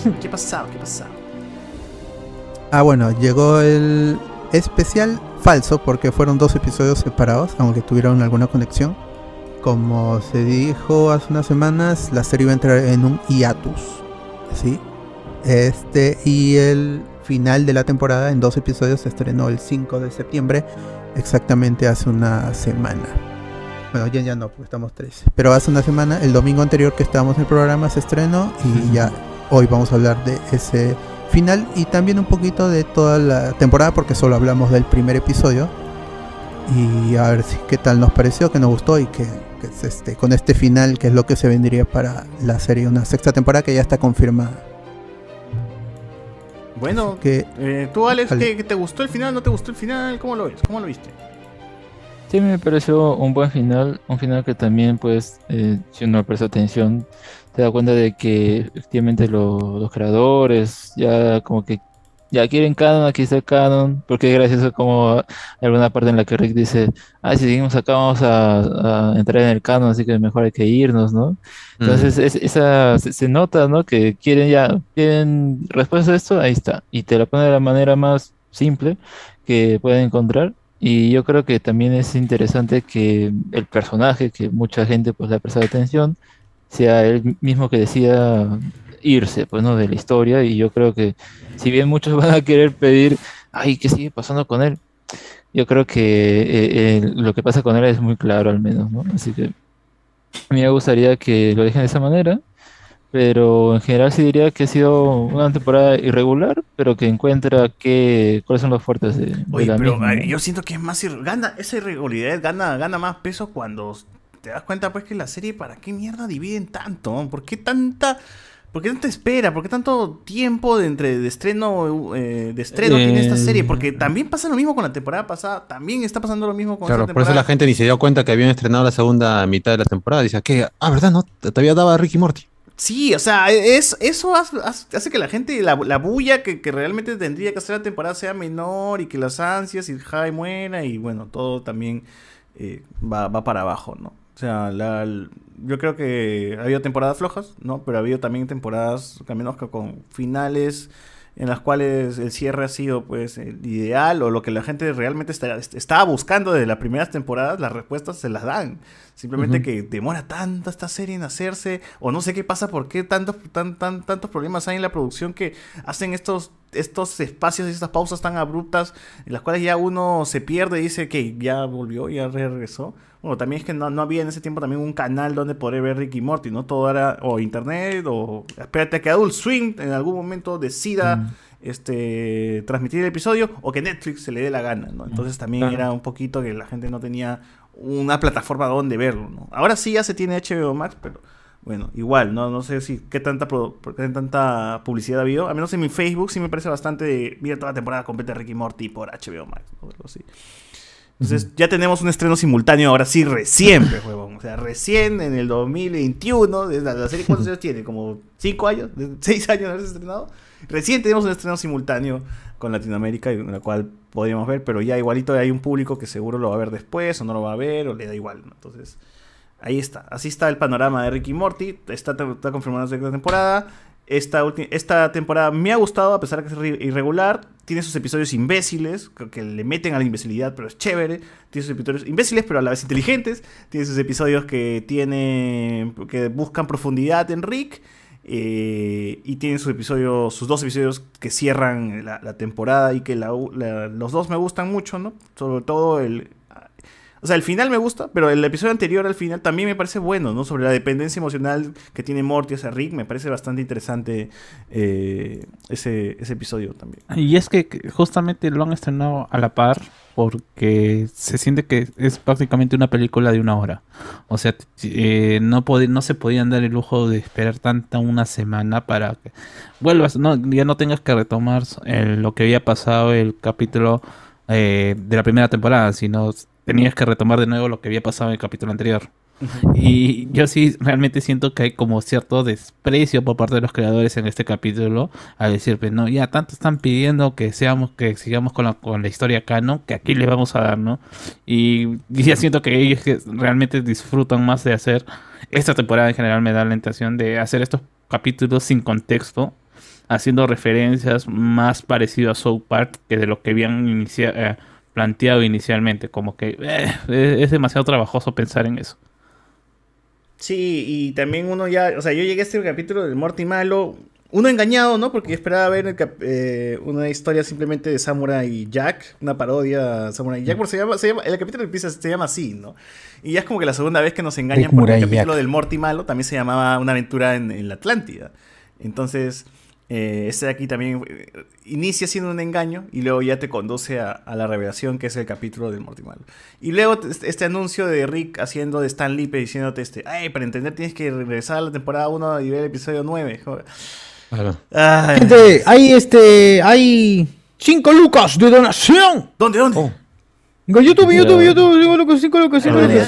Speaker 6: ¿Qué ha pasado? ¿Qué ha pasado?
Speaker 5: Ah, bueno, llegó el especial falso porque fueron 2 episodios separados, aunque tuvieron alguna conexión. Como se dijo hace unas semanas, la serie iba a entrar en un hiatus, ¿sí? Y el final de la temporada en 2 episodios se estrenó el 5 de septiembre, exactamente hace una semana. Bueno, ya no, porque estamos 3. Pero hace una semana, el domingo anterior que estábamos en el programa, se estrenó y ya hoy vamos a hablar de ese final y también un poquito de toda la temporada porque solo hablamos del primer episodio. Y a ver qué tal nos pareció, qué nos gustó y que con este final, que es lo que se vendría para la serie, una 6ª temporada que ya está confirmada.
Speaker 6: Bueno, tú Alex, ¿qué te gustó el final? ¿No te gustó el final? ¿Cómo lo ves? ¿Cómo lo viste?
Speaker 8: Sí, me pareció un buen final, un final que también, pues, si uno presta atención, se da cuenta de que efectivamente los creadores ya como que ya quieren canon, aquí está el canon, porque es gracioso como hay alguna parte en la que Rick dice, si seguimos acá vamos a entrar en el canon, así que mejor hay que irnos, ¿no? Entonces se nota, ¿no? Que quieren respuesta a esto, ahí está, y te la pone de la manera más simple que pueden encontrar. Y yo creo que también es interesante que el personaje, que mucha gente pues le ha prestado atención, sea él mismo que decida irse, pues, ¿no? De la historia. Y yo creo que si bien muchos van a querer pedir, ¿qué sigue pasando con él? Yo creo que lo que pasa con él es muy claro al menos, ¿no? Así que a mí me gustaría que lo dejen de esa manera. Pero en general sí diría que ha sido una temporada irregular, pero que encuentra cuáles son los fuertes de la misma, ¿no?
Speaker 6: Yo siento que es más esa irregularidad gana más peso cuando te das cuenta pues que la serie, ¿para qué mierda dividen tanto? ¿Por qué tanta espera? ¿Por qué tanto tiempo de estreno tiene esta serie? Porque también pasa lo mismo con la temporada pasada, también está pasando lo mismo con esta temporada.
Speaker 4: Por eso la gente ni se dio cuenta que habían estrenado la segunda mitad de la temporada. Dice, ¿verdad? No, todavía daba Rick y Morty.
Speaker 6: Sí, o sea, eso hace que la gente, la bulla que realmente tendría que hacer la temporada sea menor y que las ansias y Jai muera y bueno, todo también va para abajo, ¿no? O sea, yo creo que ha habido temporadas flojas, ¿no? Pero ha habido también temporadas, al menos que con finales en las cuales el cierre ha sido pues el ideal o lo que la gente realmente estaba buscando desde las primeras temporadas, las respuestas se las dan. Simplemente que demora tanto esta serie en hacerse, o no sé qué pasa, por qué tantos problemas hay en la producción que hacen estos espacios y estas pausas tan abruptas en las cuales ya uno se pierde y dice que ya volvió, ya regresó. Bueno, también es que no había en ese tiempo también un canal donde poder ver Rick y Morty, ¿no? Todo era o internet o espérate a que Adult Swim en algún momento decida transmitir el episodio o que Netflix se le dé la gana, ¿no? Entonces también era un poquito que la gente no tenía una plataforma donde verlo, ¿no? Ahora sí ya se tiene HBO Max, pero bueno, igual, no sé qué tanta publicidad ha habido. A menos en mi Facebook sí me parece bastante mira toda la temporada completa de Rick y Morty por HBO Max, ¿no? Algo así. Entonces ya tenemos un estreno simultáneo ahora sí recién, huevón. O sea, recién en el 2021. La serie, ¿cuántos años tiene? ¿Como 5 años? ¿6 años de haberse estrenado? Recién tenemos un estreno simultáneo con Latinoamérica, en la cual podríamos ver, pero ya igualito hay un público que seguro lo va a ver después, o no lo va a ver, o le da igual, ¿no? Entonces, ahí está. Así está el panorama de Rick y Morty. Está confirmada la segunda temporada. Esta temporada me ha gustado, a pesar de que es irregular. Tiene sus episodios imbéciles, que le meten a la imbecilidad, pero es chévere. Tiene sus episodios imbéciles, pero a la vez inteligentes. Tiene sus episodios que buscan profundidad en Rick. Y tiene sus 2 episodios que cierran la temporada y que los 2 me gustan mucho, ¿no? Sobre todo o sea, el final me gusta, pero el episodio anterior al final también me parece bueno, ¿no? Sobre la dependencia emocional que tiene Morty hacia Rick, me parece bastante interesante ese episodio también.
Speaker 11: Y es que justamente lo han estrenado a la par porque se siente que es prácticamente una película de 1 hora. O sea, no se podían dar el lujo de esperar una semana para que vuelvas, ya no tengas que retomar lo que había pasado el capítulo de la primera temporada, sino tenías que retomar de nuevo lo que había pasado en el capítulo anterior. Y yo sí realmente siento que hay como cierto desprecio por parte de los creadores en este capítulo al decir, pues no, ya tanto están pidiendo que sigamos con la historia canon, que aquí les vamos a dar, ¿no? Y ya siento que ellos que realmente disfrutan más de hacer esta temporada. En general me da la intención de hacer estos capítulos sin contexto haciendo referencias más parecido a South Park que de lo que habían planteado inicialmente. Como que es demasiado trabajoso pensar en eso.
Speaker 6: Sí, y también uno ya, o sea, yo llegué a este capítulo del Morty malo, uno engañado, ¿no? Porque yo esperaba ver una historia simplemente de Samurai Jack, una parodia de Samurai Jack, porque el capítulo empieza, se llama así, ¿no? Y ya es como que la segunda vez que nos engañan, porque el capítulo del Morty malo también se llamaba Una aventura en la Atlántida. Entonces, este de aquí también inicia siendo un engaño y luego ya te conduce a la revelación, que es el capítulo del Morty malo. Y luego este anuncio de Rick haciendo de Stan Lee diciéndote ay, para entender tienes que regresar a la temporada 1 y ver el episodio 9. Joder.
Speaker 3: Ay. Gente, hay 5 lucas de donación.
Speaker 6: ¿Dónde?
Speaker 3: En YouTube, 5 lucas.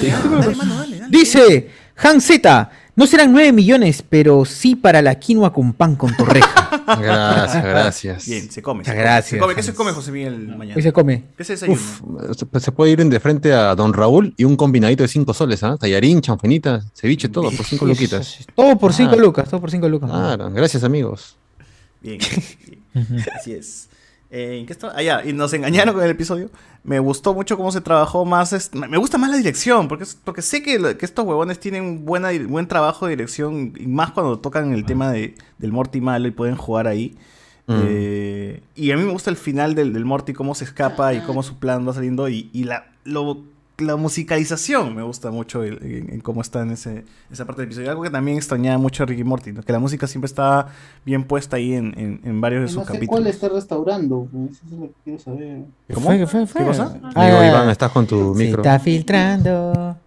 Speaker 3: Dice Hanseta, no serán 9 millones, pero sí para la quinoa con pan con torreja.
Speaker 4: Gracias.
Speaker 6: Bien, se come.
Speaker 3: Gracias.
Speaker 6: ¿Qué se come, José Miguel, mañana?
Speaker 3: ¿Qué se come?
Speaker 6: ¿Qué se desayuna?
Speaker 4: Se puede ir de frente a Don Raúl y un combinadito de 5 soles, ¿ah? Tallarín, chanfenita, ceviche, todo por 5 luquitas.
Speaker 3: Todo por 5 lucas, todo por 5 lucas.
Speaker 4: Claro, gracias amigos.
Speaker 6: Bien. Así es. ¿En qué estaba? Ya, y nos engañaron con el episodio. Me gustó mucho cómo se trabajó más. Me gusta más la dirección, porque sé que estos huevones tienen buen trabajo de dirección, y más cuando tocan el tema del Morty malo y pueden jugar ahí. Y a mí me gusta el final del Morty, cómo se escapa y cómo su plan va saliendo, y la musicalización me gusta mucho en cómo está en esa parte del episodio. Algo que también extrañaba mucho a Ricky Morty, ¿no? Que la música siempre estaba bien puesta ahí en varios de sus capítulos.
Speaker 9: ¿Cuál está restaurando? Eso es lo que quiero saber.
Speaker 6: ¿Cómo? ¿Qué cosa?
Speaker 4: Digo, Iván, estás con tu micro.
Speaker 3: Se está filtrando.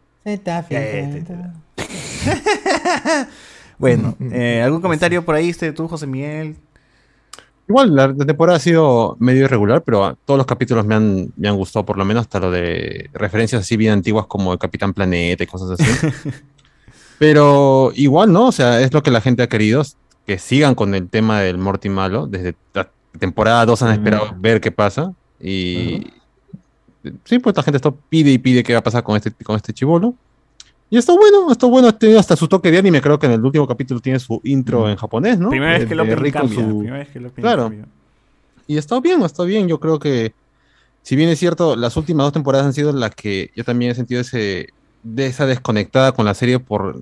Speaker 6: Bueno, ¿algún comentario por ahí, tú, José Miguel?
Speaker 4: Igual, la temporada ha sido medio irregular, pero todos los capítulos me han gustado, por lo menos hasta lo de referencias así bien antiguas como el Capitán Planeta y cosas así. Pero igual, ¿no? O sea, es lo que la gente ha querido, que sigan con el tema del Morty malo. Desde la temporada 2 han esperado ver qué pasa. Y sí, pues la gente pide y pide qué va a pasar con este chibolo. Y está bueno, tiene hasta su toque de anime. Creo que en el último capítulo tiene su intro en japonés, ¿no?
Speaker 6: Primera vez que lo cambia.
Speaker 4: Claro. Y está bien. Yo creo que, si bien es cierto, las últimas 2 temporadas han sido las que yo también he sentido esa desconectada con la serie por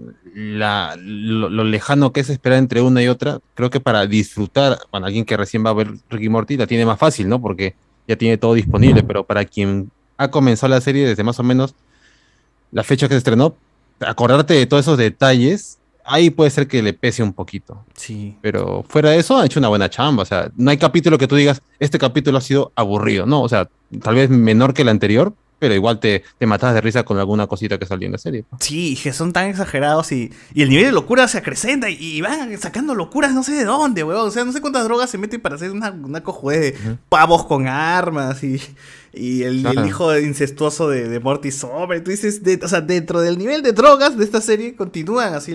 Speaker 4: lo lejano que es esperar entre una y otra. Creo que para disfrutar, para alguien que recién va a ver Ricky Morty, la tiene más fácil, ¿no? Porque ya tiene todo disponible. Pero para quien ha comenzado la serie desde más o menos la fecha que se estrenó, acordarte de todos esos detalles, ahí puede ser que le pese un poquito.
Speaker 6: Sí.
Speaker 4: Pero fuera de eso, ha hecho una buena chamba. O sea, no hay capítulo que tú digas, este capítulo ha sido aburrido. No, o sea, tal vez menor que el anterior, pero igual te matas de risa con alguna cosita que salió en la serie.
Speaker 6: Sí, que son tan exagerados y el nivel de locura se acrecenta y van sacando locuras no sé de dónde, weón. O sea, no sé cuántas drogas se meten para hacer una cojue de pavos con armas y el hijo incestuoso de Morty Sober. Tú dices, o sea, dentro del nivel de drogas de esta serie continúan así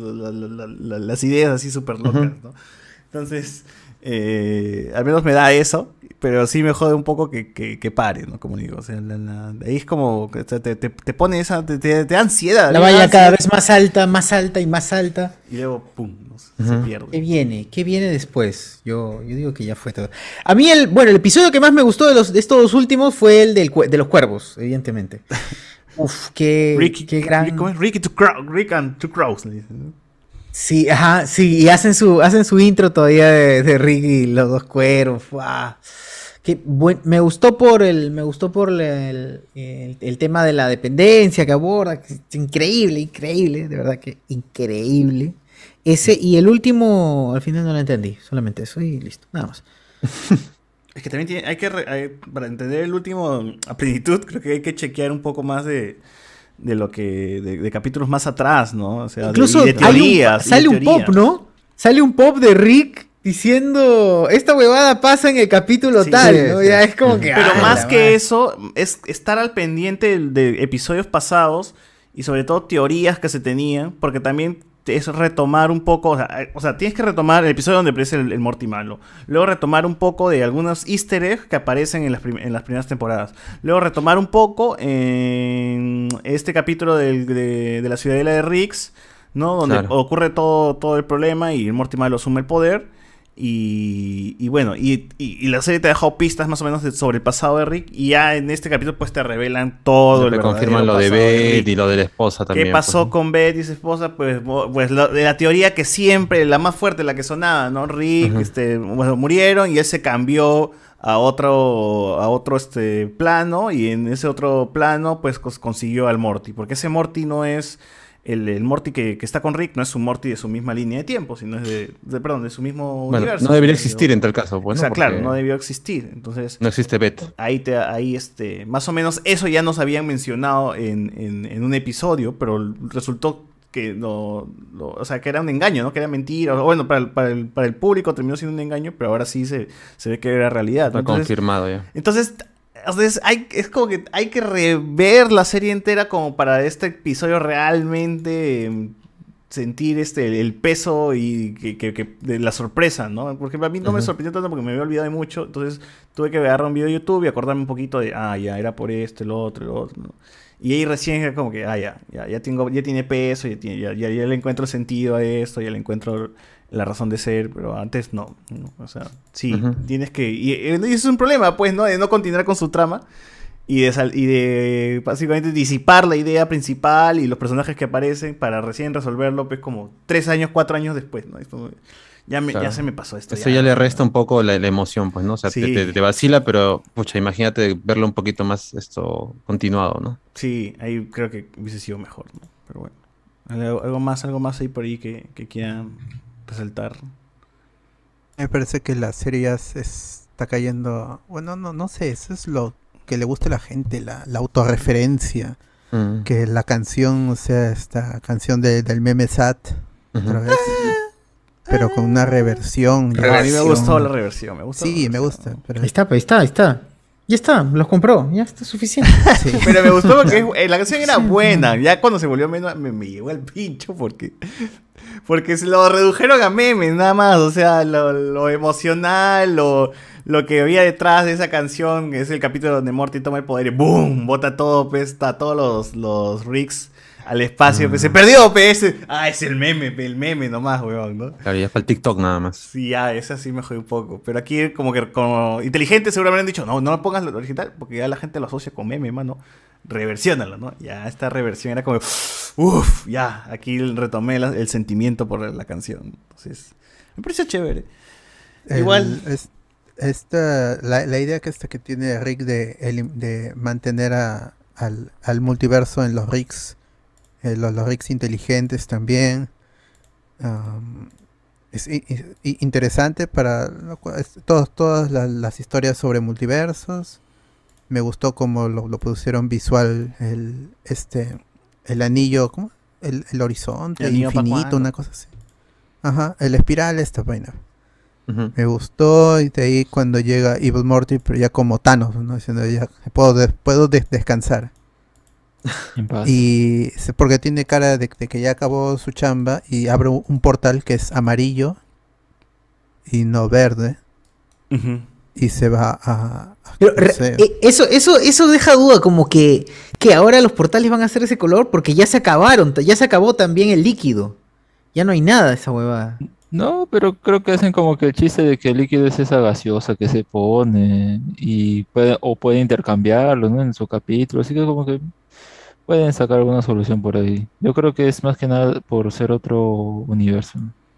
Speaker 6: las ideas así súper locas, ¿no? Entonces, al menos me da eso, pero sí me jode un poco que pare, ¿no? Como digo, o sea, ahí es como que te pone te da ansiedad.
Speaker 3: La valla cada vez más alta y más alta.
Speaker 6: Y luego, pum, se pierde.
Speaker 3: ¿Qué viene después? Yo digo que ya fue todo. A mí el episodio que más me gustó de estos 2 últimos fue el de los cuervos, evidentemente. Uf, qué gran...
Speaker 6: Rick and Two Crows, le dicen, ¿no?
Speaker 3: Sí, y hacen su intro todavía de Rick y los 2 cuervos. ¡Wow! Me gustó por el tema de la dependencia que aborda, que es increíble, de verdad que increíble. Ese y el último al final no lo entendí, solamente eso y listo, nada más.
Speaker 6: Es que también para entender el último a plenitud, creo que hay que chequear un poco más de lo que de capítulos más atrás, ¿no? O sea,
Speaker 3: incluso
Speaker 6: de teorías.
Speaker 3: Sale un pop, ¿no? Sale un pop de Rick diciendo, esta huevada pasa en el capítulo tal, ¿no? Ya es como que...
Speaker 6: Pero más que eso, es estar al pendiente de episodios pasados y sobre todo teorías que se tenían, porque también es retomar un poco, o sea, tienes que retomar el episodio donde aparece el Morty malo, luego retomar un poco de algunos easter eggs que aparecen en las primeras temporadas, luego retomar un poco en este capítulo de la ciudadela de Riggs, ¿no? Donde ocurre todo el problema y el Morty malo asume el poder. Y bueno, y la serie te ha dejado pistas más o menos sobre el pasado de Rick, y ya en este capítulo pues te revelan todo el
Speaker 4: Te
Speaker 6: verdadero
Speaker 4: confirman lo de
Speaker 6: pasado
Speaker 4: Beth
Speaker 6: Rick.
Speaker 4: y lo de la esposa también.
Speaker 6: ¿Qué pasó
Speaker 4: pues.
Speaker 6: con Beth y su esposa? Pues de la teoría que siempre, la más fuerte, la que sonaba, ¿no? Rick, bueno, murieron y él se cambió a otro plano, y en ese otro plano pues consiguió al Morty, porque ese Morty no es el Morty que está con Rick, no es un Morty de su misma línea de tiempo, sino es de su mismo
Speaker 4: Bueno,
Speaker 6: universo.
Speaker 4: no debería existir en tal caso, pues,
Speaker 6: O sea,
Speaker 4: ¿no?
Speaker 6: claro,
Speaker 4: Porque
Speaker 6: no debió existir. Entonces,
Speaker 4: no existe Beth.
Speaker 6: ahí más o menos eso ya nos habían mencionado en un episodio, pero resultó que o sea, que era un engaño, ¿no? Que era mentira. O bueno, para el público terminó siendo un engaño, pero ahora sí se ve que era realidad, ¿no?
Speaker 4: Está confirmado ya.
Speaker 6: Entonces es como que hay que rever la serie entera como para este episodio realmente sentir el peso y que de la sorpresa, ¿no? Porque a mí no me sorprendió tanto porque me había olvidado de mucho, entonces tuve que agarrar un video de YouTube y acordarme un poquito de, ya era por esto, el otro, ¿no? Y ahí recién es como que, ya tiene peso, ya le encuentro sentido a esto, ya le encuentro la razón de ser, pero antes no. O sea, sí, tienes que... Y eso es un problema, pues, ¿no? De no continuar con su trama y de básicamente disipar la idea principal y los personajes que aparecen para recién resolverlo, pues, como 3 años, 4 años después, ¿no? Esto, ya se me pasó esto.
Speaker 4: Eso ya le resta un poco la emoción, pues, ¿no? O sea,
Speaker 6: Sí.
Speaker 4: te vacila, pero, pucha, imagínate verlo un poquito más continuado, ¿no?
Speaker 6: Sí, ahí creo que hubiese sido mejor, ¿no? Pero bueno. Algo más ahí por ahí que quieran resaltar.
Speaker 5: Me parece que la serie ya se está cayendo. Bueno, no sé, eso es lo que le gusta a la gente, la autorreferencia. Que la canción, o sea, esta canción del meme SAT, otra vez. Pero con una reversión.
Speaker 6: A mí me gustó la reversión. Me gustó.
Speaker 5: Sí, me gusta. Pero...
Speaker 3: Ahí está. Ya está, los compró, ya está suficiente.
Speaker 5: Sí.
Speaker 6: Pero me gustó porque la canción era buena. Ya cuando se volvió menos, me llegó al pincho porque se lo redujeron a memes nada más. O sea, lo emocional, lo que había detrás de esa canción, que es el capítulo donde Morty toma el poder y ¡boom! Bota todo, pues, todos los Ricks al espacio. Pues, se perdió, pues. Es el meme nomás, weón, ¿no?
Speaker 4: Claro, ya fue el TikTok nada más.
Speaker 6: Sí, ya, esa sí me jodí un poco. Pero aquí como inteligentes seguramente han dicho, no lo pongas lo original, porque ya la gente lo asocia con meme, mano. Reversiónalo, ¿no? Ya esta reversión era como, ya, aquí retomé el sentimiento por la canción. Entonces, me pareció chévere. Igual.
Speaker 5: La idea que tiene Rick de mantener al multiverso en los Ricks, los Ricks inteligentes también, es interesante para todas las historias sobre multiversos. Me gustó como lo pusieron visual, el anillo, ¿cómo? El horizonte, el infinito, una cosa así. Ajá, el espiral, esta vaina. Me gustó, y de ahí cuando llega Evil Morty, pero ya como Thanos, ¿no? Diciendo, ya puedo descansar. Y porque tiene cara de que ya acabó su chamba y abre un portal que es amarillo y no verde. Y se va a
Speaker 3: Pero, eso deja duda, como que ahora los portales van a ser ese color porque ya se acabó también el líquido. Ya no hay nada de esa huevada.
Speaker 8: No, pero creo que hacen como que el chiste de que el líquido es esa gaseosa que se pone y puede intercambiarlo, ¿no? En su capítulo, así que como que pueden sacar alguna solución por ahí. Yo creo que es más que nada por ser otro universo.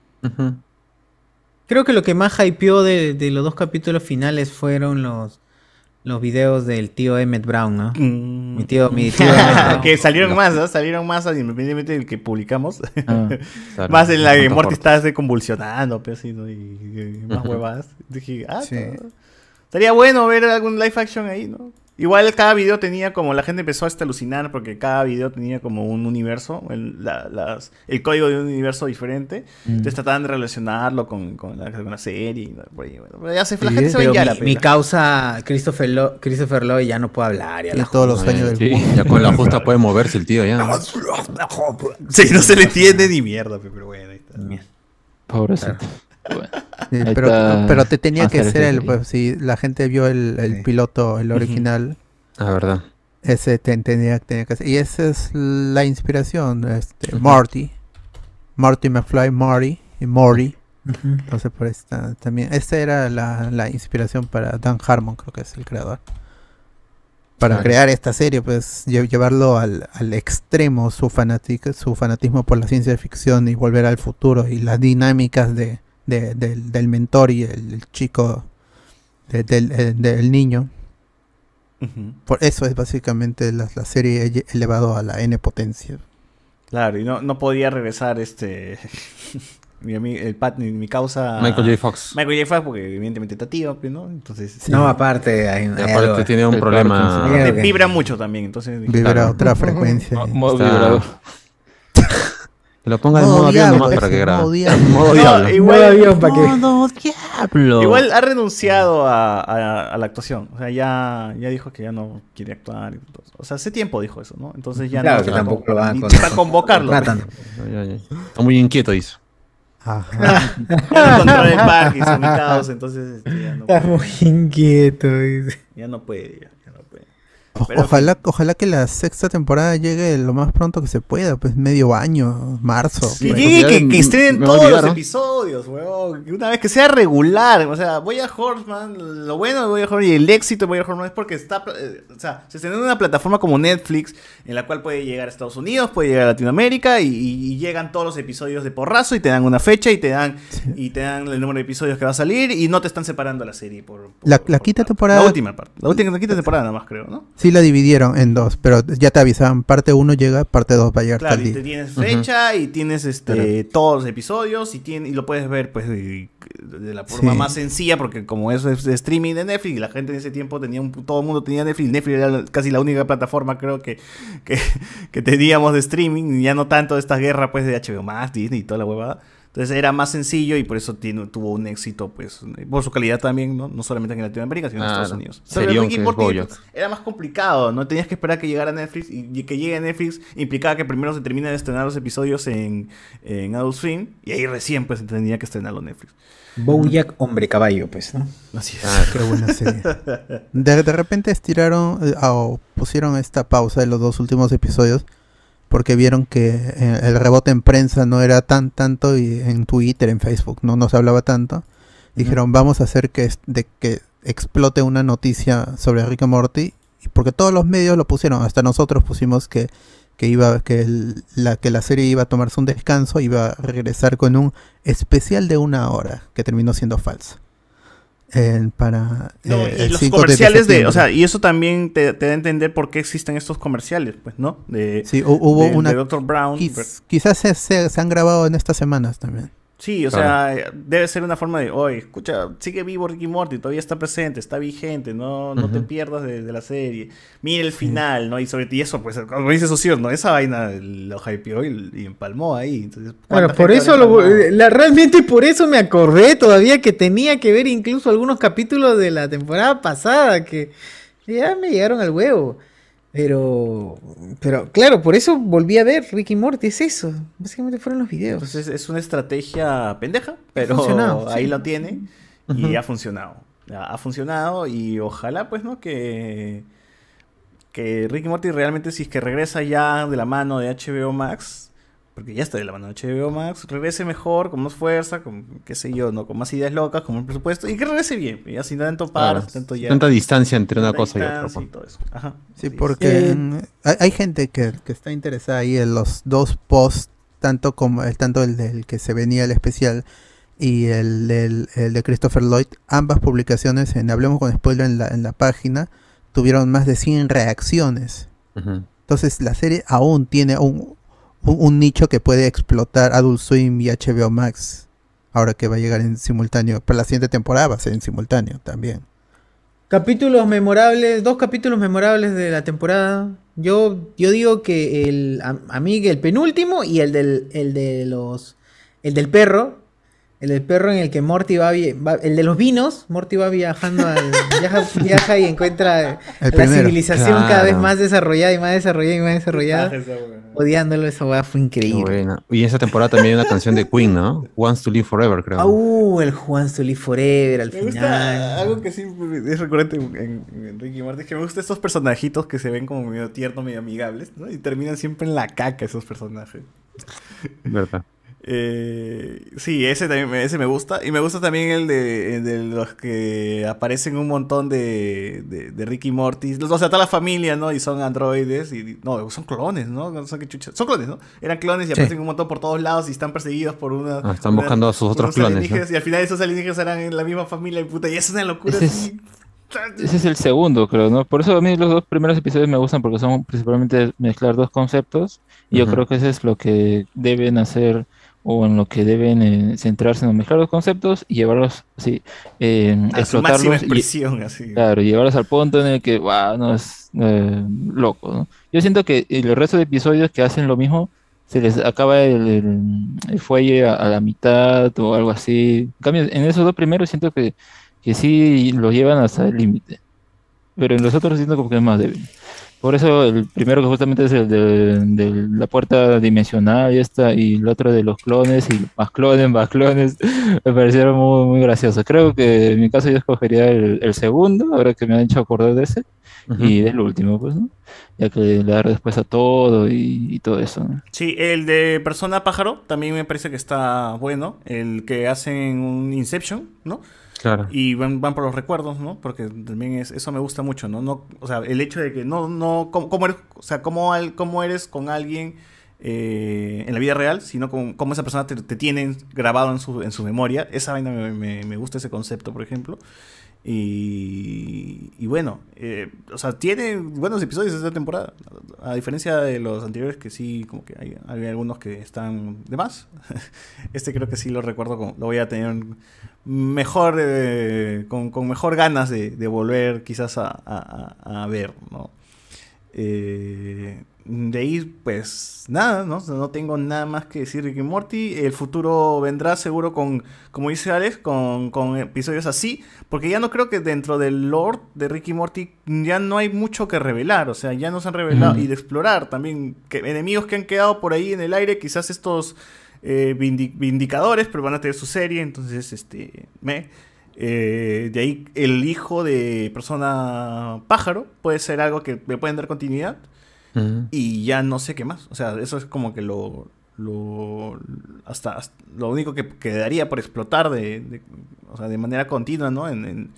Speaker 3: Creo que lo que más hypeó de los 2 capítulos finales fueron los videos del tío Emmett Brown, ¿no? Mi tío Emmett Brown.
Speaker 6: Que salieron más, ¿no? Salieron más independientemente del que publicamos.
Speaker 4: Claro,
Speaker 6: más en la que
Speaker 4: corto.
Speaker 6: Morty está convulsionando, pues, así, ¿no? Y más huevadas. Dije,
Speaker 5: Sí.
Speaker 6: estaría bueno ver algún live action ahí, ¿no? Igual cada video tenía como, la gente empezó a alucinar porque cada video tenía como un universo, el código de un universo diferente. Entonces trataban de relacionarlo con la serie. Y por ahí, bueno. Pero ya la gente se
Speaker 3: Pero
Speaker 6: veía la
Speaker 3: mi causa, Christopher Lloyd, ya no puede hablar. Ya
Speaker 5: Tiene todos los años del mundo.
Speaker 4: Ya con la justa puede moverse el tío, ya.
Speaker 6: Sí, no se le entiende ni mierda, pero bueno, ahí está.
Speaker 8: Pobrecito.
Speaker 5: Sí,
Speaker 8: Ahí
Speaker 5: pero
Speaker 8: está
Speaker 5: te tenía que
Speaker 8: Master
Speaker 5: ser
Speaker 8: Chief.
Speaker 5: pues si la gente vio el piloto, el original,
Speaker 4: La verdad.
Speaker 5: ese tenía que ser. Y esa es la inspiración, Marty McFly, Morty, Entonces por esta también. Esta era la inspiración para Dan Harmon, creo que es el creador. Para crear esta serie, pues llevarlo al extremo su fanatismo por la ciencia ficción y volver al futuro y las dinámicas del mentor y el chico del niño. Por eso es básicamente la serie elevado a la N potencia.
Speaker 6: Claro, y no podía regresar mi causa
Speaker 4: Michael J. Fox.
Speaker 6: Michael J. Fox, porque evidentemente está tío, ¿no? Entonces,
Speaker 16: No, aparte, hay algo-
Speaker 4: tiene un problema.
Speaker 16: hay algo que-
Speaker 6: Vibra mucho también, entonces
Speaker 5: Vibra otra frecuencia.
Speaker 8: Modo vibrador.
Speaker 4: Que lo ponga en modo avión nomás para que grabe.
Speaker 5: Modo diablo.
Speaker 6: Igual,
Speaker 5: Modo diablo.
Speaker 6: Igual ha renunciado a la actuación. O sea, ya dijo que ya no quiere actuar. O sea, hace tiempo dijo eso, ¿no? Entonces ya
Speaker 16: Claro,
Speaker 6: no
Speaker 16: que
Speaker 6: está
Speaker 16: tampoco lo van
Speaker 6: ni
Speaker 16: a
Speaker 6: para convocarlo.
Speaker 16: contratan.
Speaker 4: Está muy inquieto, dice.
Speaker 5: Ajá.
Speaker 6: Ya no controla el parque y son mi causa, entonces ya no
Speaker 3: Está
Speaker 6: puede.
Speaker 3: muy inquieto. Dice.
Speaker 6: Ya no puede, ya no puede.
Speaker 5: Ojalá que la sexta temporada llegue lo más pronto que se pueda, pues medio año, marzo.
Speaker 6: Que
Speaker 5: pues.
Speaker 6: llegue, que estrenen
Speaker 5: me va a
Speaker 6: todos
Speaker 5: olvidar,
Speaker 6: los
Speaker 5: ¿no?
Speaker 6: episodios, weón. Que una vez que sea regular. O sea, Boya Horseman, lo bueno de Boya Horseman y el éxito de Boya Horseman es porque está, o sea, se estrenó en una plataforma como Netflix, en la cual puede llegar a Estados Unidos, puede llegar a Latinoamérica y llegan todos los episodios de porrazo y te dan una fecha y te dan el número de episodios que va a salir y no te están separando la serie por
Speaker 5: La quinta temporada.
Speaker 6: la última parte. La quinta temporada nada más, creo, ¿no?
Speaker 5: Sí la dividieron en dos, pero ya te avisaban, parte 1 llega, parte 2 va a llegar
Speaker 6: Claro,
Speaker 5: tal
Speaker 6: y
Speaker 5: día.
Speaker 6: te tienes fecha y tienes todos los episodios y lo puedes ver pues de la forma
Speaker 5: Sí.
Speaker 6: más sencilla porque como eso es de streaming de Netflix y la gente en ese tiempo todo el mundo tenía Netflix. Netflix era casi la única plataforma creo que teníamos de streaming y ya no tanto de esta guerra pues de HBO Max, Disney y toda la huevada. Entonces era más sencillo y por eso tuvo un éxito, pues, por su calidad también, ¿no? solamente en Latinoamérica, sino en Estados Unidos. Pero
Speaker 4: Serión
Speaker 6: Ricky
Speaker 4: que es
Speaker 6: Morty
Speaker 4: Bojack.
Speaker 6: era más complicado, ¿no? Tenías que esperar a que llegara a Netflix y que llegue a Netflix implicaba que primero se termina de estrenar los episodios en Adult Swim y ahí recién pues se tendría que estrenarlo en Netflix.
Speaker 16: Bojack Hombre Caballo, pues, ¿no?
Speaker 6: Así es.
Speaker 5: Qué buena serie. De repente estiraron o pusieron esta pausa de los 2 últimos episodios porque vieron que el rebote en prensa no era tanto y en Twitter, en Facebook no se hablaba tanto. Dijeron, vamos a hacer que explote una noticia sobre Rick and Morty, porque todos los medios lo pusieron, hasta nosotros pusimos que la serie iba a tomarse un descanso, iba a regresar con un especial de 1 hora, que terminó siendo falso.
Speaker 6: Y
Speaker 5: El
Speaker 6: los
Speaker 5: 5
Speaker 6: comerciales
Speaker 5: septiembre.
Speaker 6: o sea, y eso también te da a entender por qué existen estos comerciales, pues, ¿no?
Speaker 5: Sí, hubo una...
Speaker 6: de Dr. Brown.
Speaker 5: Quizás se han grabado en estas semanas también.
Speaker 6: Sí, o sea, debe ser una forma de, oye, escucha, sigue vivo Ricky Morty, todavía está presente, está vigente, no te pierdas de la serie. Mira el final, ¿no? Y eso, pues, como dice Socio, ¿no? Esa vaina lo hypeó y empalmó ahí. Entonces,
Speaker 3: Bueno,
Speaker 6: ¿cuánta
Speaker 3: por
Speaker 6: gente
Speaker 3: eso,
Speaker 6: habrá empalmado?
Speaker 3: realmente por eso me acordé todavía que tenía que ver incluso algunos capítulos de la temporada pasada que ya me llegaron al huevo. Pero claro, por eso volví a ver Ricky Morty, es eso. Básicamente fueron los videos.
Speaker 6: Entonces es una estrategia pendeja, pero
Speaker 3: funcionado,
Speaker 6: ahí
Speaker 3: sí.
Speaker 6: lo tiene y ha funcionado. Ha funcionado y ojalá pues no que Ricky Morty realmente si es que regresa ya de la mano de HBO Max, porque ya está de la mano de HBO Max, regrese mejor, con más fuerza, con qué sé yo, no con más ideas locas, con más presupuesto y que regrese bien, ya sin tanto
Speaker 4: Claro,
Speaker 6: tanto ya
Speaker 4: tanta distancia entre una
Speaker 6: tanta
Speaker 4: cosa y otra.
Speaker 6: distancia
Speaker 4: pues.
Speaker 6: y todo eso. Ajá.
Speaker 5: Sí,
Speaker 6: Así es.
Speaker 5: porque hay gente que está interesada ahí en los 2 posts, tanto el del que se venía el especial y el de Christopher Lloyd. Ambas publicaciones en Hablemos con Spoiler en la página tuvieron más de 100 reacciones. Entonces la serie aún tiene un nicho que puede explotar Adult Swim y HBO Max. Ahora que va a llegar en simultáneo. Para la siguiente temporada va a ser en simultáneo también.
Speaker 3: Capítulos memorables, 2 capítulos memorables de la temporada. Yo digo que a mí el penúltimo y el del perro. El del perro en el que Morty el de los vinos, Morty va viajando, viaja y encuentra la
Speaker 5: primero.
Speaker 3: civilización
Speaker 4: Claro.
Speaker 3: cada vez más desarrollada y más desarrollada y más desarrollada. Odiándolo, esa weá fue
Speaker 4: Qué
Speaker 3: increíble.
Speaker 4: buena. Y en esa temporada también hay una canción de Queen, ¿no? Wants to Live Forever, creo.
Speaker 3: El Juan to Live Forever al
Speaker 6: Me
Speaker 3: final.
Speaker 6: gusta algo que sí es recurrente en Ricky Morty, es que me gustan estos personajitos que se ven como medio tiernos, medio amigables, ¿no? Y terminan siempre en la caca esos personajes.
Speaker 4: ¿Verdad?
Speaker 6: Sí, ese también ese me gusta. Y me gusta también el de los que aparecen un montón de Rick y Morty. O sea, toda la familia, ¿no? Y son androides. No, son clones, ¿no? No sé qué chucha. Son clones, ¿no? Eran clones y aparecen un montón por todos lados y están perseguidos por una.
Speaker 4: Están buscando a sus otros clones, ¿no?
Speaker 6: Y al final esos alienígenas eran en la misma familia. Y puta, y es una locura.
Speaker 8: Ese es el segundo, creo, ¿no? Por eso a mí los dos primeros episodios me gustan porque son principalmente mezclar dos conceptos. Y yo creo que eso es lo que deben hacer o en lo que deben centrarse en mezclar los conceptos y llevarlos así,
Speaker 6: a su máxima
Speaker 8: explotarlos
Speaker 6: expresión, así.
Speaker 8: claro, llevarlos al punto en el que, wow, no es loco, ¿no? Yo siento que el resto de episodios que hacen lo mismo, se les acaba el fuelle a la mitad o algo así. En cambio, en esos dos primeros siento que sí los llevan hasta el límite, pero en los otros siento como que es más débil. Por eso el primero que justamente es el de la puerta dimensional y el otro de los clones y más clones, me parecieron muy, muy graciosos. Creo que en mi caso yo escogería el segundo, ahora que me han hecho acordar de ese, y del último, pues, ¿no? Ya que le da respuesta a todo y todo eso, ¿no?
Speaker 6: Sí, el de Persona Pájaro también me parece que está bueno. El que hacen un Inception, ¿no?
Speaker 4: Claro.
Speaker 6: Y van por los recuerdos, ¿no? Porque también eso me gusta mucho, ¿no? O sea, el hecho de que cómo eres, o sea, cómo eres con alguien en la vida real, sino cómo esa persona te tiene grabado en su memoria. Esa vaina me gusta ese concepto, por ejemplo. Y bueno, o sea, tiene buenos episodios esta temporada. A diferencia de los anteriores, que sí, como que hay algunos que están de más. Este creo que sí lo recuerdo, lo voy a tener mejor, con mejor ganas de volver quizás a ver, ¿no? De ahí, pues nada, ¿no? No tengo nada más que decir de Rick y Morty. El futuro vendrá seguro como dice Alex, con episodios así, porque ya no creo que dentro del lore de Rick y Morty ya no hay mucho que revelar, o sea, ya nos han revelado y de explorar también enemigos que han quedado por ahí en el aire, quizás estos vindicadores, pero van a tener su serie, entonces de ahí el hijo de Persona Pájaro puede ser algo que le pueden dar continuidad. Y ya no sé qué más. O sea, eso es como que hasta lo único que quedaría por explotar o sea, de manera continua, ¿no? En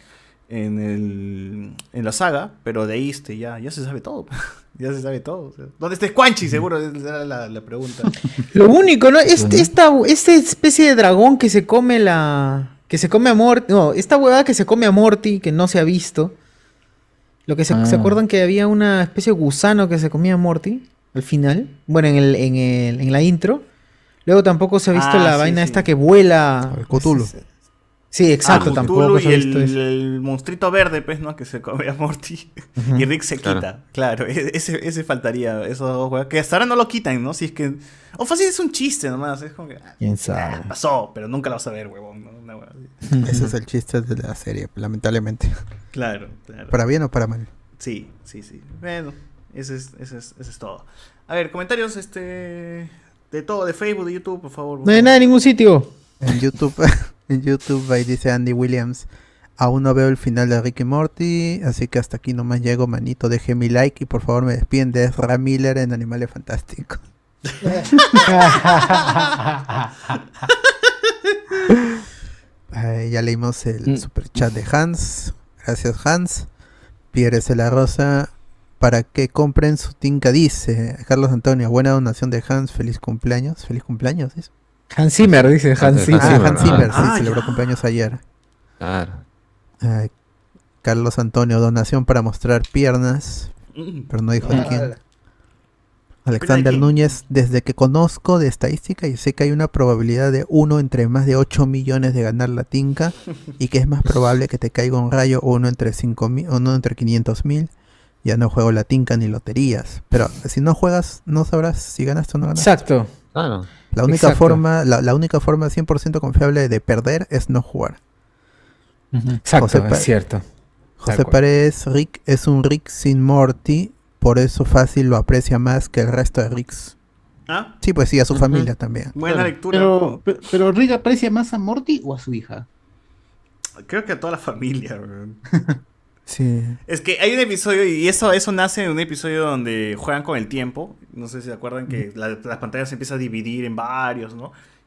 Speaker 6: la saga, pero de ahí ya se sabe todo. Ya se sabe todo. O sea, ¿dónde está Squanchy? Seguro era la pregunta.
Speaker 3: Lo único, ¿no? Esta especie de dragón que se come que se come a Morty. No, esta huevada que se come a Morty, que no se ha visto. Lo que ¿se acuerdan que había una especie de gusano que se comía a Morty al final? Bueno, en la intro. Luego tampoco se ha visto la vaina esta que vuela.
Speaker 5: El Cthulhu.
Speaker 3: Sí, exacto, tampoco se ha visto eso.
Speaker 6: El monstruito verde, pues, ¿no? Que se come a Morty. Y Rick se quita. Claro, ese faltaría. Eso, que hasta ahora no lo quitan, ¿no? Si es que... O fácil es un chiste nomás. Es como que...
Speaker 5: ¿Quién sabe?
Speaker 6: Pasó, pero nunca lo vas a ver, huevón, ¿no?
Speaker 5: Ese es el chiste de la serie, lamentablemente.
Speaker 6: Claro.
Speaker 5: ¿Para bien o para mal?
Speaker 6: Sí. Bueno, ese es todo. A ver, comentarios de todo, de Facebook, de YouTube, por favor.
Speaker 3: No hay nada en ningún sitio.
Speaker 5: En YouTube ahí dice Andy Williams: aún no veo el final de Rick y Morty, así que hasta aquí nomás llego, manito, deje mi like y por favor me despiden de Ezra Miller en Animales Fantásticos. Ya leímos el super chat de Hans. Gracias, Hans. Pierre S. La Rosa: para que compren su tinca, dice Carlos Antonio. Buena donación de Hans. Feliz cumpleaños. Feliz cumpleaños, ¿sí?
Speaker 3: Hans Zimmer, dice Hans Zimmer.
Speaker 5: Hans Zimmer, sí, celebró cumpleaños ayer.
Speaker 4: Claro.
Speaker 5: Carlos Antonio: donación para mostrar piernas. Pero no dijo de quién. Alexander Núñez: desde que conozco de estadística y sé que hay una probabilidad de 1 entre más de 8 millones de ganar la tinca y que es más probable que te caiga un rayo o 1 entre 5.000 o 1 entre 500.000. Ya no juego la tinca ni loterías. Pero si no juegas, no sabrás si ganaste o no ganaste.
Speaker 3: Exacto.
Speaker 4: Claro.
Speaker 5: La única forma 100% confiable de perder es no jugar.
Speaker 3: Exacto, es cierto.
Speaker 5: José Paredes: Rick es un Rick sin Morty, por eso fácil lo aprecia más que el resto de Ricks.
Speaker 6: ¿Ah?
Speaker 5: Sí, pues sí, a su familia también.
Speaker 6: Buena lectura.
Speaker 9: Pero Rick aprecia más a Morty o a su hija.
Speaker 6: Creo que a toda la familia, bro.
Speaker 5: Sí.
Speaker 6: Es que hay un episodio, y eso nace en un episodio donde juegan con el tiempo. No sé si se acuerdan que las pantallas se empiezan a dividir en varios, ¿no?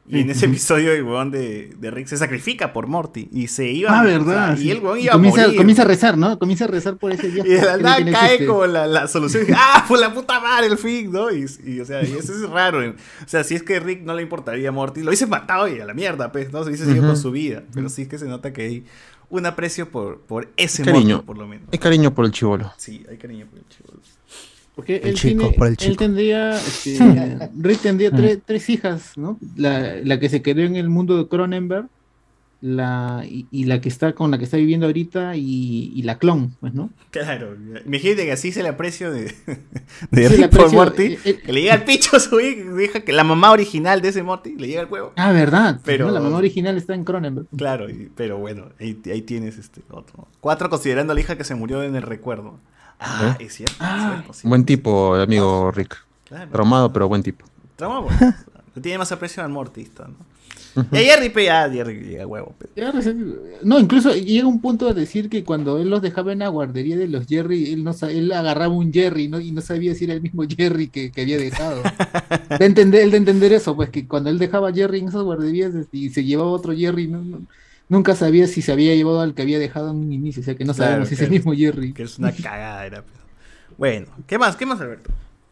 Speaker 6: Y en ese episodio el huevón de Rick se sacrifica por Morty y se iba.
Speaker 9: ¿Verdad?
Speaker 6: O sea, y el huevón
Speaker 9: Y
Speaker 6: iba a morir.
Speaker 9: comienza a rezar, ¿no? Comienza a rezar por ese día.
Speaker 6: Y de la nada cae como la solución. Por la puta madre, el fin, ¿no? O sea, y eso es raro. O sea, si es que Rick no le importaría a Morty, lo hubiese matado y a la mierda, pues, ¿no? Se hubiese seguido con su vida. Pero sí es que se nota que hay un aprecio por ese
Speaker 4: Cariño.
Speaker 6: Morty, por lo menos.
Speaker 4: Hay cariño por el chivolo.
Speaker 6: Sí, hay cariño por el chivolo.
Speaker 9: Porque
Speaker 4: El chico, por el chico.
Speaker 9: él tendría, Rick tendría tres hijas, ¿no? La que se quedó en el mundo de Cronenberg, y la que está con la que está viviendo ahorita y la clon, pues, ¿no?
Speaker 6: Claro, imagínate que así es el aprecio de
Speaker 9: Sí,
Speaker 6: Rick por
Speaker 9: aprecio,
Speaker 6: Morty, que le llega el picho a su hija, que la mamá original de ese Morty le llega el huevo.
Speaker 9: Ah, ¿verdad?
Speaker 6: Pero
Speaker 9: ¿no? La mamá original está en Cronenberg.
Speaker 6: Claro, pero bueno, ahí tienes otro. 4 considerando a la hija que se murió en el recuerdo. Es cierto, sí.
Speaker 4: Buen tipo, el amigo Rick.
Speaker 6: Claro.
Speaker 4: Traumado, pero buen tipo.
Speaker 6: Trauma, bueno. Tiene más aprecio al mortista, ¿no? Y a Jerry, Jerry llega huevo.
Speaker 9: No, incluso llega un punto a decir que cuando él los dejaba en la guardería de los Jerry, él agarraba un Jerry, ¿no? Y no sabía si era el mismo Jerry que había dejado. De entender eso, pues que cuando él dejaba a Jerry en esas guarderías y se llevaba otro Jerry, nunca sabía si se había llevado al que había dejado en un inicio, o sea que no sabemos si es el mismo Jerry.
Speaker 6: Que es una cagada, era. Bueno, ¿qué más, Alberto?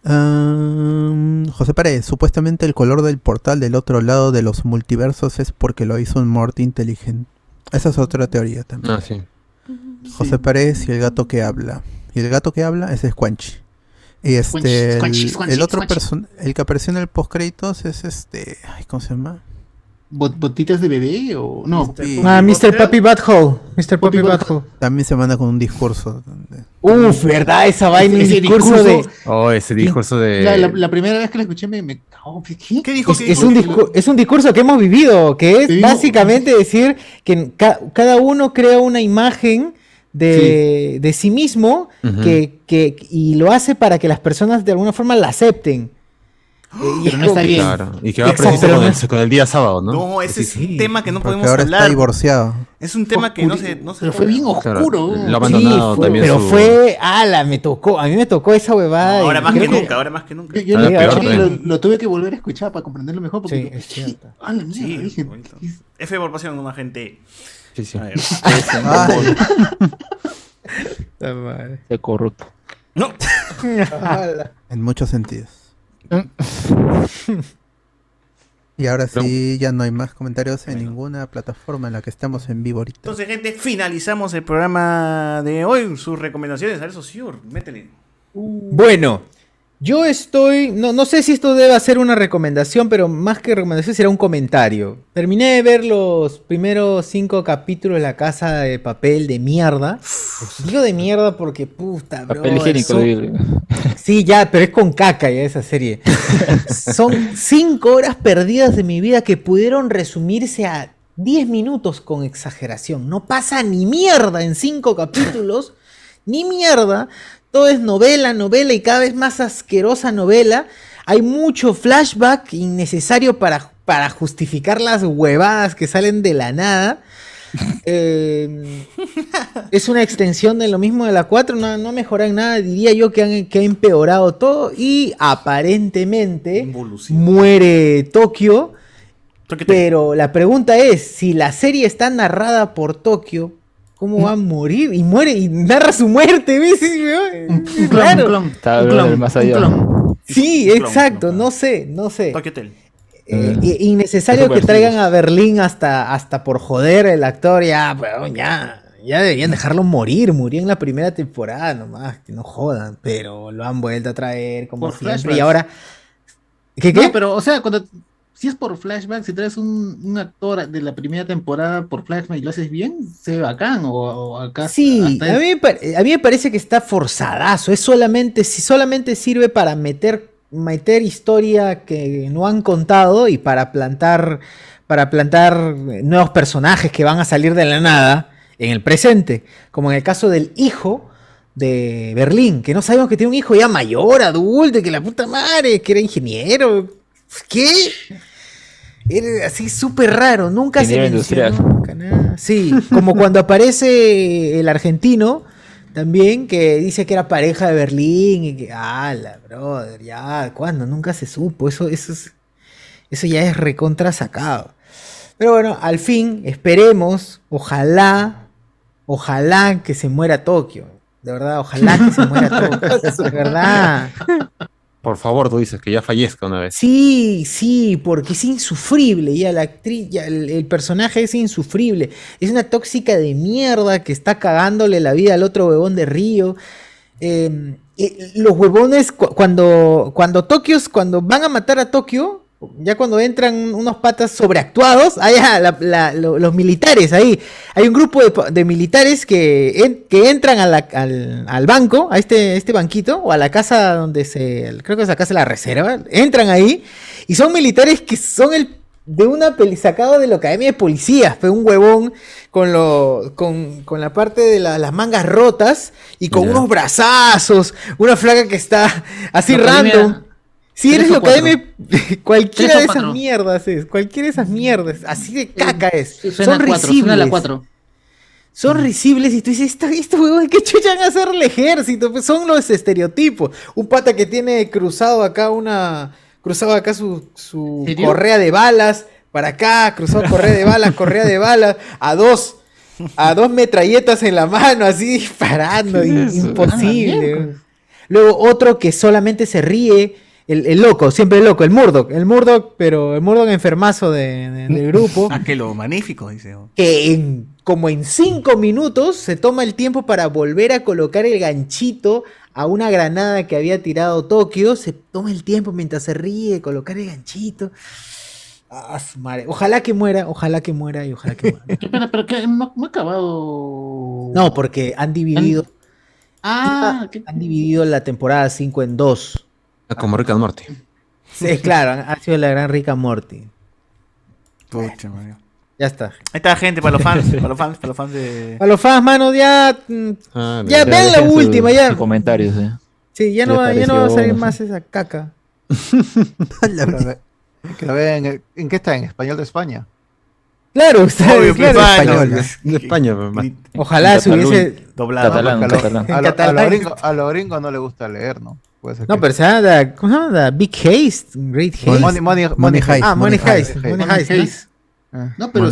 Speaker 5: José Paredes, supuestamente el color del portal del otro lado de los multiversos es porque lo hizo un Morty inteligente. Esa es otra teoría también.
Speaker 4: Sí.
Speaker 5: José Paredes y el gato que habla. Y el gato que habla es Squanchy. Y
Speaker 9: Squanchy,
Speaker 5: el otro persona, el que apareció en el post créditos es ay, ¿cómo se llama?
Speaker 9: ¿Botitas de bebé o no?
Speaker 3: Mr. Puppy Butthole. Mr. Puppy Butthole.
Speaker 5: También se manda con un discurso.
Speaker 3: Uf, ¿verdad? Esa vaina,
Speaker 9: Ese
Speaker 3: discurso de...
Speaker 4: Ese discurso de...
Speaker 9: La primera vez que la escuché me cagó. ¿Qué
Speaker 6: dijo?
Speaker 3: Es un discurso que hemos vivido, que es básicamente decir que cada uno crea una imagen de sí mismo y lo hace para que las personas de alguna forma la acepten.
Speaker 9: Pero no está bien.
Speaker 4: Claro. Y que va preciso con el día sábado, ¿no?
Speaker 6: No, ese es un tema que no podemos
Speaker 5: ahora
Speaker 6: hablar.
Speaker 5: Está divorciado.
Speaker 6: Es un tema que no se
Speaker 9: pero fue bien oscuro.
Speaker 4: Claro, lo ha abandonado también.
Speaker 3: Pero me tocó, a mí me tocó esa huevada.
Speaker 6: Ahora más que nunca.
Speaker 9: Yo lo tuve que volver a escuchar para comprenderlo mejor. Porque
Speaker 3: es cierto.
Speaker 6: F por pasión, una gente.
Speaker 4: Sí.
Speaker 6: A ver.
Speaker 8: De corrupto.
Speaker 6: No.
Speaker 5: En muchos sentidos. Y ahora sí, ya no hay más comentarios en ninguna plataforma en la que estamos en vivo ahorita.
Speaker 6: Entonces, gente, finalizamos el programa de hoy. Sus recomendaciones, a ver, Sociur, métele.
Speaker 3: Bueno, yo estoy... No sé si esto debe ser una recomendación, pero más que recomendación será un comentario. Terminé de ver los primeros 5 capítulos de La Casa de Papel de mierda. Digo de mierda porque, puta, bro.
Speaker 8: Papel higiénico,
Speaker 3: Sí, ya, pero es con caca ya esa serie. Son 5 horas perdidas de mi vida que pudieron resumirse a 10 minutos con exageración. No pasa ni mierda en 5 capítulos, ni mierda. Todo es novela y cada vez más asquerosa novela. Hay mucho flashback innecesario para justificar las huevadas que salen de la nada. Es una extensión de lo mismo de la 4, no mejora en nada, diría yo que ha empeorado todo y aparentemente muere Tokio, pero la pregunta es, si la serie está narrada por Tokio, ¿cómo va a morir? Y muere y narra su muerte, ¿ves?
Speaker 9: Un clon.
Speaker 8: Más allá.
Speaker 3: Sí, exacto, no sé.
Speaker 6: Tokyo Hotel.
Speaker 3: Innecesario que traigan a Berlín hasta por joder el actor, ya deberían dejarlo morir, murió en la primera temporada nomás, que no jodan, pero lo han vuelto a traer como
Speaker 9: por
Speaker 3: siempre
Speaker 9: flashbacks.
Speaker 3: y ahora... ¿Qué?
Speaker 9: No, pero o sea, si es por flashback, si traes un actor de la primera temporada por flashback y lo haces bien, se ve bacán, o acá...
Speaker 3: Sí, a mí me parece que está forzadazo, si solamente sirve para meter historia que no han contado y para plantar nuevos personajes que van a salir de la nada en el presente, como en el caso del hijo de Berlín, que no sabemos que tiene un hijo ya mayor, adulto, que la puta madre, que era ingeniero. ¿Qué? Era así súper raro, nunca se mencionó nunca nada. Sí, como cuando aparece el argentino también, que dice que era pareja de Berlín y que, brother, ya, ¿cuándo? Nunca se supo, eso es Eso ya es recontra sacado. Pero bueno, al fin, esperemos, ojalá que se muera Tokio. De verdad, ojalá que se muera Tokio. De verdad.
Speaker 4: Por favor, tú dices que ya fallezca una vez.
Speaker 3: Sí, porque es insufrible. Ya la actriz, ya el personaje es insufrible. Es una tóxica de mierda que está cagándole la vida al otro huevón de Río. Los huevones, cuando van a matar a Tokio, ya cuando entran unos patas sobreactuados, los militares ahí, hay un grupo de militares que entran al banco, a este banquito, o a la casa creo que es la casa de la reserva, entran ahí, y son militares que son de una peli sacado de la Academia de Policías, fue un huevón con la parte de las mangas rotas, y con unos brazazos, una flaca que está así random. Si eres lo que cualquiera de esas mierdas es, cualquiera de esas mierdas, así de caca es. Son risibles. Son risibles y tú dices, esto huevón, ¿qué chucha van a hacer el ejército? Pues son los estereotipos. Un pata que tiene cruzado acá su correa de balas, para acá, cruzado correa de balas, a dos metralletas en la mano, así disparando, imposible. Luego otro que solamente se ríe. El loco, siempre el loco, el Murdoch, pero el Murdoch enfermazo del grupo.
Speaker 6: Que lo magnífico, dice.
Speaker 3: Que como en 5 minutos se toma el tiempo para volver a colocar el ganchito a una granada que había tirado Tokio. Se toma el tiempo mientras se ríe, colocar el ganchito. Su madre. Ojalá que muera y ojalá que muera.
Speaker 9: Pero que no ha acabado.
Speaker 3: No, porque han dividido. Han dividido la temporada 5 en 2.
Speaker 4: Como Rick and Morty.
Speaker 3: Sí, claro, ha sido la gran Rick and Morty.
Speaker 6: Pucha, Mario.
Speaker 3: Ya está.
Speaker 6: Ahí está, gente, para los fans de...
Speaker 3: Para los fans, mano, ya vean la última, ya.
Speaker 8: Sus comentarios,
Speaker 3: Sí, ya no va a salir más esa caca.
Speaker 10: Que lo vean, ¿en qué está? ¿En español de España?
Speaker 3: Claro, está
Speaker 10: Obvio,
Speaker 3: claro,
Speaker 10: español.
Speaker 4: De España.
Speaker 3: Ojalá se hubiese
Speaker 6: doblado.
Speaker 10: A los gringos no les gusta leer, ¿no?
Speaker 3: No, pero se llama, ¿cómo se llama? Big Haste, Great Haste.
Speaker 10: Money Heist.
Speaker 3: Money Heist.
Speaker 9: No, pero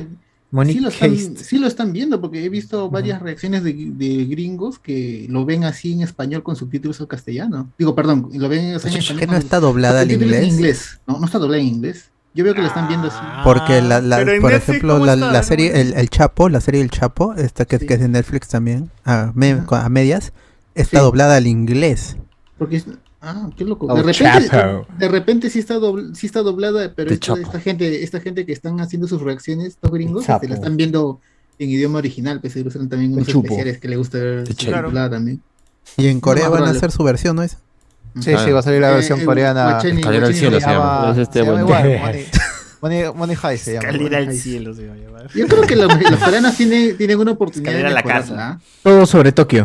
Speaker 9: sí lo están viendo, porque he visto varias reacciones de gringos que lo ven así en español con subtítulos en castellano. Digo, perdón, lo ven así en español.
Speaker 5: ¿Que no está doblada al inglés?
Speaker 9: No está doblada en inglés. Yo veo que lo están viendo así.
Speaker 5: Porque por ejemplo, la serie El Chapo, la serie El Chapo, esta que es de Netflix también, a medias, está doblada al inglés.
Speaker 9: Porque qué loco. De repente sí está doblada, pero esta gente que están haciendo sus reacciones, estos gringos, la están viendo en idioma original, pues se usan también unos especiales que les gusta ver doblada también.
Speaker 5: Y en Corea van a hacer su versión, ¿no es?
Speaker 10: Sí, va a salir la versión coreana.
Speaker 4: Escalera al cielo se llama.
Speaker 10: Money Heist se llama.
Speaker 6: Escalera al cielo se va a llamar.
Speaker 9: Yo creo que los coreanos tienen una oportunidad
Speaker 6: Escalera
Speaker 9: de
Speaker 6: a la
Speaker 9: mejorarla,
Speaker 6: casa.
Speaker 3: Todo sobre Tokio.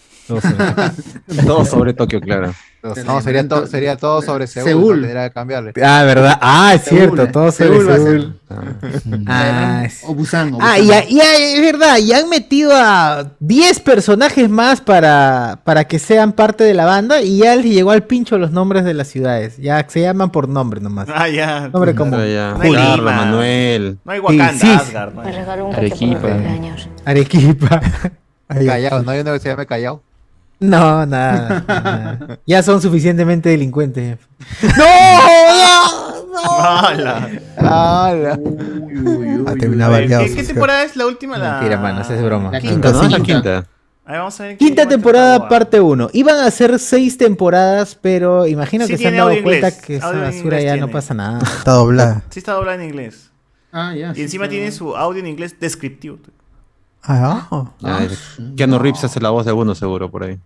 Speaker 4: Todo sobre Tokio, claro.
Speaker 10: No, sería todo sobre Seúl. Tendría que cambiarle.
Speaker 3: ¿Verdad? Es cierto, todo sobre Seúl.
Speaker 9: O Busan.
Speaker 3: Y es verdad, y han metido a 10 personajes más para que sean parte de la banda, y ya les llegó al pincho los nombres de las ciudades. Ya se llaman por nombre nomás.
Speaker 6: Ya.
Speaker 3: Nombre como
Speaker 4: Carlos, Manuel.
Speaker 6: No hay Wakanda, Asgard.
Speaker 13: Me regaló un paquete por cumpleaños.
Speaker 3: Arequipa.
Speaker 10: Callao, ¿no hay uno que se llame Callao?
Speaker 3: No, nada. Ya son suficientemente delincuentes. ¡No!
Speaker 6: ¿Qué temporada es la última?
Speaker 3: Mentira, mano, esa es broma.
Speaker 5: La quinta.
Speaker 6: Ahí vamos a ver
Speaker 3: Quinta temporada, parte 1. Iban a ser 6 temporadas, pero imagino que se han dado cuenta que esa basura ya no pasa nada.
Speaker 5: Está doblada.
Speaker 6: Sí, está doblada en inglés. Y encima tiene su audio en inglés descriptivo.
Speaker 4: Keanu Reeves hace la voz de alguno seguro por ahí.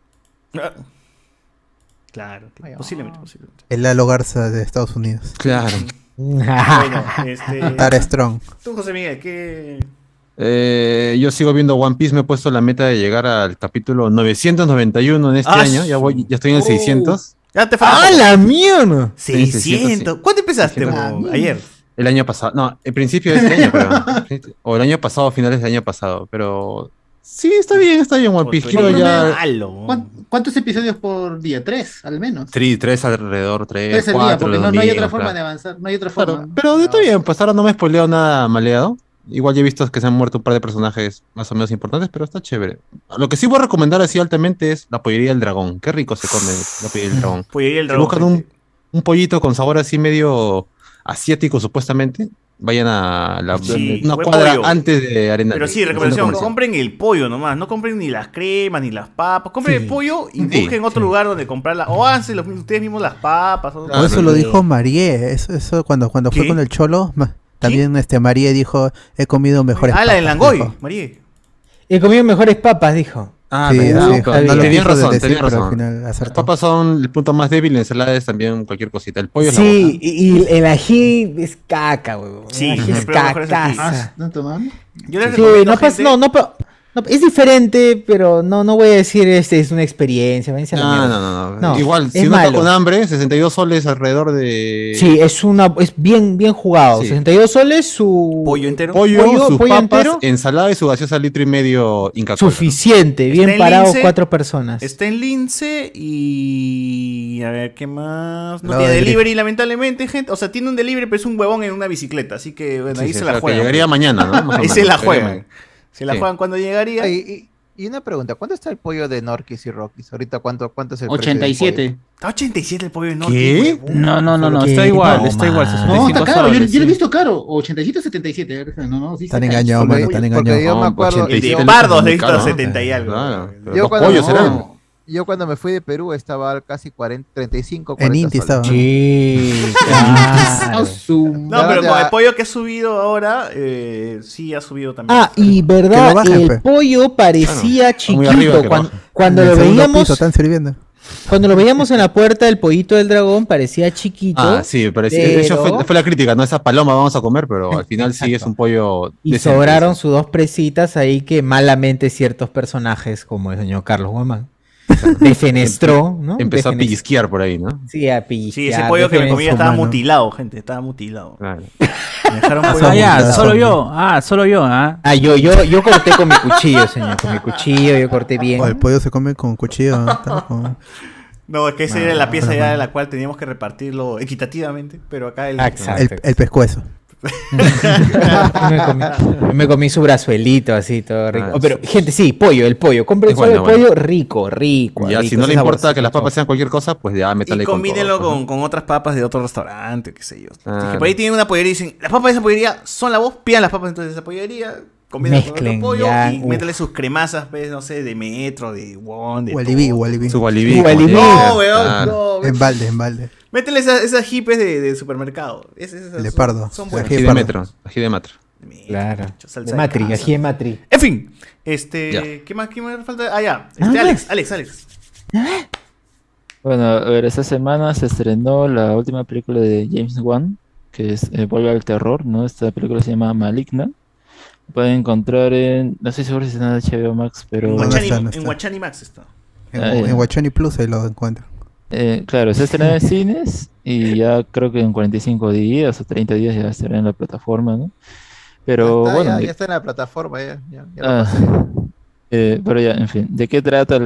Speaker 6: Claro, posiblemente.
Speaker 5: El Lalo Garza de Estados Unidos.
Speaker 4: Claro.
Speaker 6: Bueno,
Speaker 5: Tara Strong.
Speaker 6: Tú, José Miguel, ¿qué?
Speaker 4: Yo sigo viendo One Piece, me he puesto la meta de llegar al capítulo 991 en este año. Ya estoy en el 600.
Speaker 6: Ya te falta.
Speaker 3: la mierda!
Speaker 6: 600. ¿Cuándo empezaste, ayer?
Speaker 4: El año pasado. No, el principio de este año, pero. O el año pasado, finales del año pasado. Pero Sí, está bien, One Piece. Yo ya...
Speaker 9: ¿Cuántos episodios por día? 3, al menos.
Speaker 4: Tres alrededor, 3,
Speaker 9: 3 al
Speaker 4: 4.
Speaker 9: día, porque no hay otra forma de avanzar. No hay otra forma.
Speaker 4: Pero está bien, pues ahora no me spoileo nada maleado. Igual ya he visto que se han muerto un par de personajes más o menos importantes, pero está chévere. Lo que sí voy a recomendar así altamente es la pollería del dragón. Qué rico se come la pollería del dragón.
Speaker 17: Pollería del
Speaker 4: Si
Speaker 17: dragón,
Speaker 4: buscan un pollito con sabor así medio asiático supuestamente, vayan a una
Speaker 17: buen
Speaker 4: cuadra
Speaker 17: pollo.
Speaker 4: antes de Arenal.
Speaker 17: Pero sí, recomendación, compren el pollo nomás, no compren ni las cremas ni las papas, compren el pollo y busquen otro lugar donde comprarla, o háganse ustedes mismos las papas.
Speaker 5: O eso lo dijo Marie, eso cuando fue con el Cholo, también Marie dijo, he comido mejores papas.
Speaker 17: La de Langoy,
Speaker 5: dijo.
Speaker 17: Marie.
Speaker 3: He comido mejores papas, dijo.
Speaker 5: Sí,
Speaker 4: Tenían razón,
Speaker 5: decir,
Speaker 4: tenían
Speaker 5: pero al
Speaker 4: razón.
Speaker 5: final
Speaker 4: Las
Speaker 5: acertó.
Speaker 4: papas son el punto más débil, la ensalada es también cualquier cosita. El pollo es la
Speaker 3: Sí,
Speaker 4: boca.
Speaker 3: y el ají es caca, weón.
Speaker 17: Sí,
Speaker 3: el ají es
Speaker 17: pero mejor es aquí.
Speaker 3: cacaza.
Speaker 9: ¿No tomando?
Speaker 17: Yo les
Speaker 3: Sí,
Speaker 17: recomiendo
Speaker 3: no pasa, no, es diferente, pero no voy a decir es una experiencia. váyanse a la mierda.
Speaker 4: No. Igual, si
Speaker 3: es
Speaker 4: uno está
Speaker 3: malo.
Speaker 4: con hambre, 62 soles alrededor de...
Speaker 3: Sí, es bien jugado.
Speaker 4: Sí.
Speaker 3: 62 soles su
Speaker 17: pollo entero.
Speaker 4: Sus papas,
Speaker 3: entero.
Speaker 4: ensalada y su gaseosa litro y medio Inca Kola.
Speaker 3: Suficiente, bien
Speaker 17: Está en
Speaker 3: parado,
Speaker 17: Lince,
Speaker 3: 4 personas.
Speaker 17: Está en Lince y... A ver, ¿qué más? No
Speaker 5: Lado
Speaker 17: tiene
Speaker 5: de
Speaker 17: delivery, lamentablemente, gente. O sea, tiene un delivery, pero es un huevón en una bicicleta. Así que, bueno, ahí
Speaker 4: Sí,
Speaker 17: se
Speaker 4: o
Speaker 17: la
Speaker 4: sea, que
Speaker 17: juegan.
Speaker 4: llegaría mañana, ¿no? Más o
Speaker 17: Ahí se
Speaker 4: menos,
Speaker 17: la
Speaker 4: llegaría
Speaker 17: juegan.
Speaker 4: mañana.
Speaker 17: Se la
Speaker 4: Sí.
Speaker 17: juegan cuando llegaría.
Speaker 10: Y una pregunta, ¿cuánto está el pollo de Norquis y Rockies? Ahorita, ¿cuánto es el precio del
Speaker 9: 87.
Speaker 10: pollo?
Speaker 17: Está 87 el pollo de Norte.
Speaker 4: ¿Qué?
Speaker 11: No,
Speaker 3: ¿Qué?
Speaker 11: está igual,
Speaker 3: No,
Speaker 11: está igual,
Speaker 3: man.
Speaker 11: 65
Speaker 9: No, está caro, yo
Speaker 11: soles,
Speaker 9: lo he
Speaker 11: sí.
Speaker 9: visto caro. 87 o 77. Sí,
Speaker 5: Están
Speaker 9: está
Speaker 5: engañados,
Speaker 9: caro.
Speaker 5: mano, están
Speaker 10: Porque
Speaker 5: engañados.
Speaker 10: yo me acuerdo...
Speaker 17: El de
Speaker 4: Está
Speaker 17: Pardos
Speaker 4: muy
Speaker 17: le he visto
Speaker 4: caro,
Speaker 17: a
Speaker 4: ¿no?
Speaker 17: 70 y algo.
Speaker 4: Claro, pero
Speaker 10: Yo
Speaker 4: los
Speaker 10: cuando,
Speaker 4: pollos serán.
Speaker 10: yo cuando me fui de Perú estaba casi 35, 40
Speaker 5: En Inti
Speaker 10: soles.
Speaker 5: estaba.
Speaker 3: Sí, claro.
Speaker 17: No, pero con el pollo que ha subido ahora, sí ha subido también.
Speaker 3: Ah, y
Speaker 5: Que lo
Speaker 3: verdad,
Speaker 5: bajen,
Speaker 3: el
Speaker 5: pe.
Speaker 3: pollo parecía
Speaker 4: muy arriba
Speaker 3: chiquito.
Speaker 4: que
Speaker 3: Cuando
Speaker 5: En
Speaker 3: lo
Speaker 5: el segundo
Speaker 3: veíamos,
Speaker 5: piso están sirviendo.
Speaker 3: cuando lo veíamos en la puerta del pollito del dragón, parecía chiquito.
Speaker 4: Ah, sí, pero eso fue la crítica, ¿no? Esa paloma vamos a comer, pero al final sí es un pollo
Speaker 3: Y
Speaker 4: decente,
Speaker 3: sobraron
Speaker 4: sí.
Speaker 3: sus 2 presitas ahí que malamente ciertos personajes, como el señor Carlos Guamán, defenestró, ¿no?
Speaker 4: Empezó a
Speaker 3: Defenestró.
Speaker 4: pellizquear por ahí, ¿no?
Speaker 3: Sí, a pellizquear.
Speaker 17: Sí, ese pollo que me comía
Speaker 3: defenestró,
Speaker 17: estaba
Speaker 3: mano.
Speaker 17: mutilado, gente. Estaba mutilado.
Speaker 4: Claro.
Speaker 17: Me dejaron pollo
Speaker 11: Ah, ya,
Speaker 17: mutilado.
Speaker 11: solo yo, ¿ah?
Speaker 3: Ah, yo corté con mi cuchillo, señor. Con mi cuchillo, yo corté bien.
Speaker 5: O el pollo se come con cuchillo.
Speaker 17: No, es que esa era la pieza ya de la cual teníamos que repartirlo equitativamente, pero acá el...
Speaker 5: El pescuezo.
Speaker 3: me comí su brazuelito así, todo rico.
Speaker 4: Ah,
Speaker 3: Oh, pero, gente, sí, pollo, el pollo. Compren
Speaker 4: Es
Speaker 3: solo el
Speaker 4: bueno,
Speaker 3: pollo rico.
Speaker 4: Ya,
Speaker 3: rico,
Speaker 4: si no le
Speaker 3: ese
Speaker 4: importa
Speaker 3: saborcito.
Speaker 4: que las papas sean cualquier cosa, pues ya métale
Speaker 17: Y
Speaker 4: con
Speaker 17: combínenlo
Speaker 4: todo, pues,
Speaker 17: con otras papas de otro restaurante, qué sé yo.
Speaker 4: Ah,
Speaker 17: que por ahí tienen una pollería y dicen, las papas de esa pollería son la voz, pidan las papas entonces de esa pollería, combinen con
Speaker 3: Mezclen,
Speaker 17: otro pollo
Speaker 3: ya,
Speaker 17: y
Speaker 3: uf.
Speaker 17: métele sus cremazas, pues, no sé, de metro, de won, de
Speaker 5: Walibi,
Speaker 17: todo.
Speaker 5: Walibi.
Speaker 4: Su Walibi.
Speaker 3: Walibi.
Speaker 17: No, weón, no.
Speaker 5: En balde, en balde.
Speaker 17: Métele esas hipes de supermercado. Esas
Speaker 5: Leopardo.
Speaker 17: Son
Speaker 5: El
Speaker 17: buenas.
Speaker 4: Ají de metro, ají de metro.
Speaker 3: Claro.
Speaker 17: Salsa
Speaker 3: De Matri,
Speaker 17: casa.
Speaker 3: ají de Matri.
Speaker 17: En fin,
Speaker 4: Ya.
Speaker 17: ¿qué más falta? Ah, ya,
Speaker 3: Nada más.
Speaker 17: Alex.
Speaker 8: Bueno, a ver, esta semana se estrenó la última película de James Wan, que es Vuelve al Terror, ¿no? Esta película se llama Maligna. Pueden encontrar no estoy seguro si está en HBO Max, pero...
Speaker 5: No está, no está.
Speaker 17: En Guachani Max está.
Speaker 5: En Guachani Plus ahí lo encuentro.
Speaker 8: Claro, se estrena en cines y ya creo que en 45 días o 30 días ya estará en la plataforma, ¿no? Pero
Speaker 10: Ya está,
Speaker 8: bueno,
Speaker 10: ya está en la plataforma, ya lo
Speaker 8: ah,
Speaker 10: pasé.
Speaker 8: pero ya, en fin, ¿de qué trata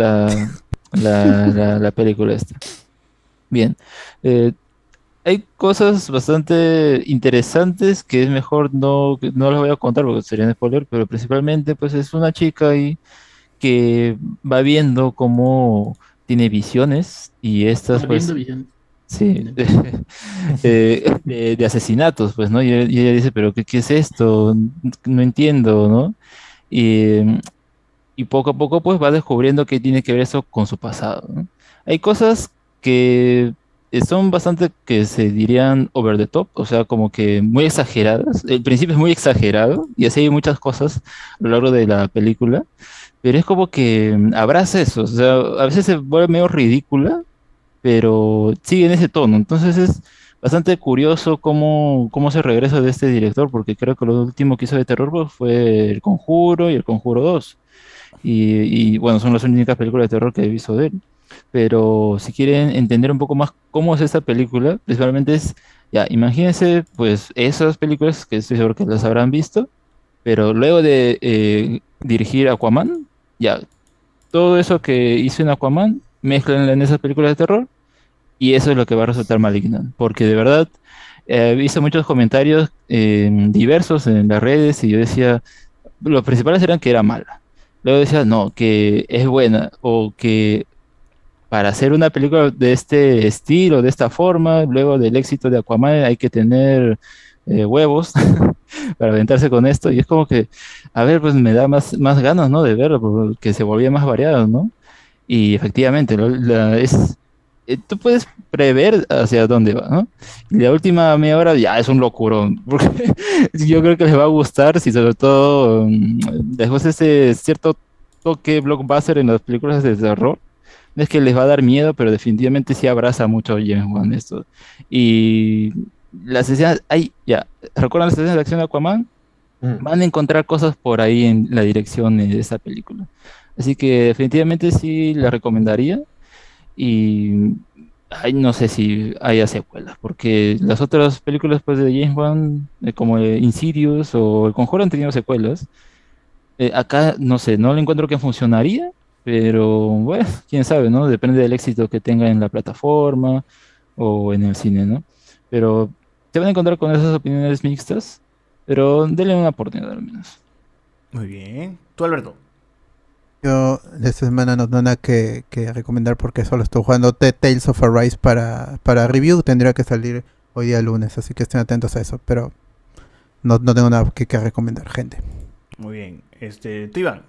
Speaker 8: la película esta? Bien, hay cosas bastante interesantes que es mejor que no las voy a contar porque serían spoiler, pero principalmente pues es una chica ahí que va viendo cómo tiene visiones y estas pues...
Speaker 9: Viendo visiones.
Speaker 8: Sí, de asesinatos, pues, ¿no? Y ella dice, pero ¿qué es esto? No entiendo, ¿no? Y poco a poco, pues, va descubriendo que tiene que ver eso con su pasado, ¿no? Hay cosas que son bastante, que se dirían over the top, o sea, como que muy exageradas. El principio es muy exagerado y así hay muchas cosas a lo largo de la película, pero es como que abraza eso, o sea, a veces se vuelve medio ridícula, pero sigue en ese tono. Entonces es bastante curioso cómo se regresa de este director, porque creo que lo último que hizo de terror pues, fue El Conjuro y El Conjuro 2. Y bueno, son las únicas películas de terror que he visto de él. Pero si quieren entender un poco más cómo es esta película, principalmente es, ya, imagínense pues esas películas que estoy seguro que las habrán visto, Pero luego de dirigir Aquaman, ya, todo eso que hizo en Aquaman, mezclan en esas películas de terror, y eso es lo que va a resultar Malignant. Porque de verdad, he visto muchos comentarios diversos en las redes, y yo decía, los principales eran que era mala. Luego decía, no, que es buena, o que para hacer una película de este estilo, de esta forma, luego del éxito de Aquaman, hay que tener huevos para aventarse con esto. Y es como que, a ver, pues me da más ganas, ¿no? De verlo, porque se volvía más variado, ¿no? Y efectivamente, ¿no? Tú puedes prever hacia dónde va, ¿no? Y la última media hora ya es un locurón, porque yo creo que les va a gustar, si sobre todo después de ese cierto toque blockbuster en las películas de terror. No es que les va a dar miedo, pero definitivamente sí abraza mucho a James Wan esto. Y las escenas, ya, ¿recuerdan las escenas de acción de Aquaman? Van a encontrar cosas por ahí en la dirección de esta película. Así que definitivamente sí la recomendaría. Y no sé si haya secuelas, porque las otras películas pues, de James Wan, como Insidious o El Conjuro, han tenido secuelas. Acá, no sé, no le encuentro que funcionaría. Pero bueno, quién sabe, ¿no? Depende del éxito que tenga en la plataforma o en el cine, ¿no? Pero se van a encontrar con esas opiniones mixtas, pero denle una oportunidad al menos.
Speaker 17: Muy bien. ¿Tú, Alberto?
Speaker 5: Yo esta semana no tengo nada que recomendar porque solo estoy jugando Tales of Arise para review. Tendría que salir hoy día lunes, así que estén atentos a eso. Pero no tengo nada que recomendar, gente.
Speaker 17: Muy bien. ¿Tú, Iván?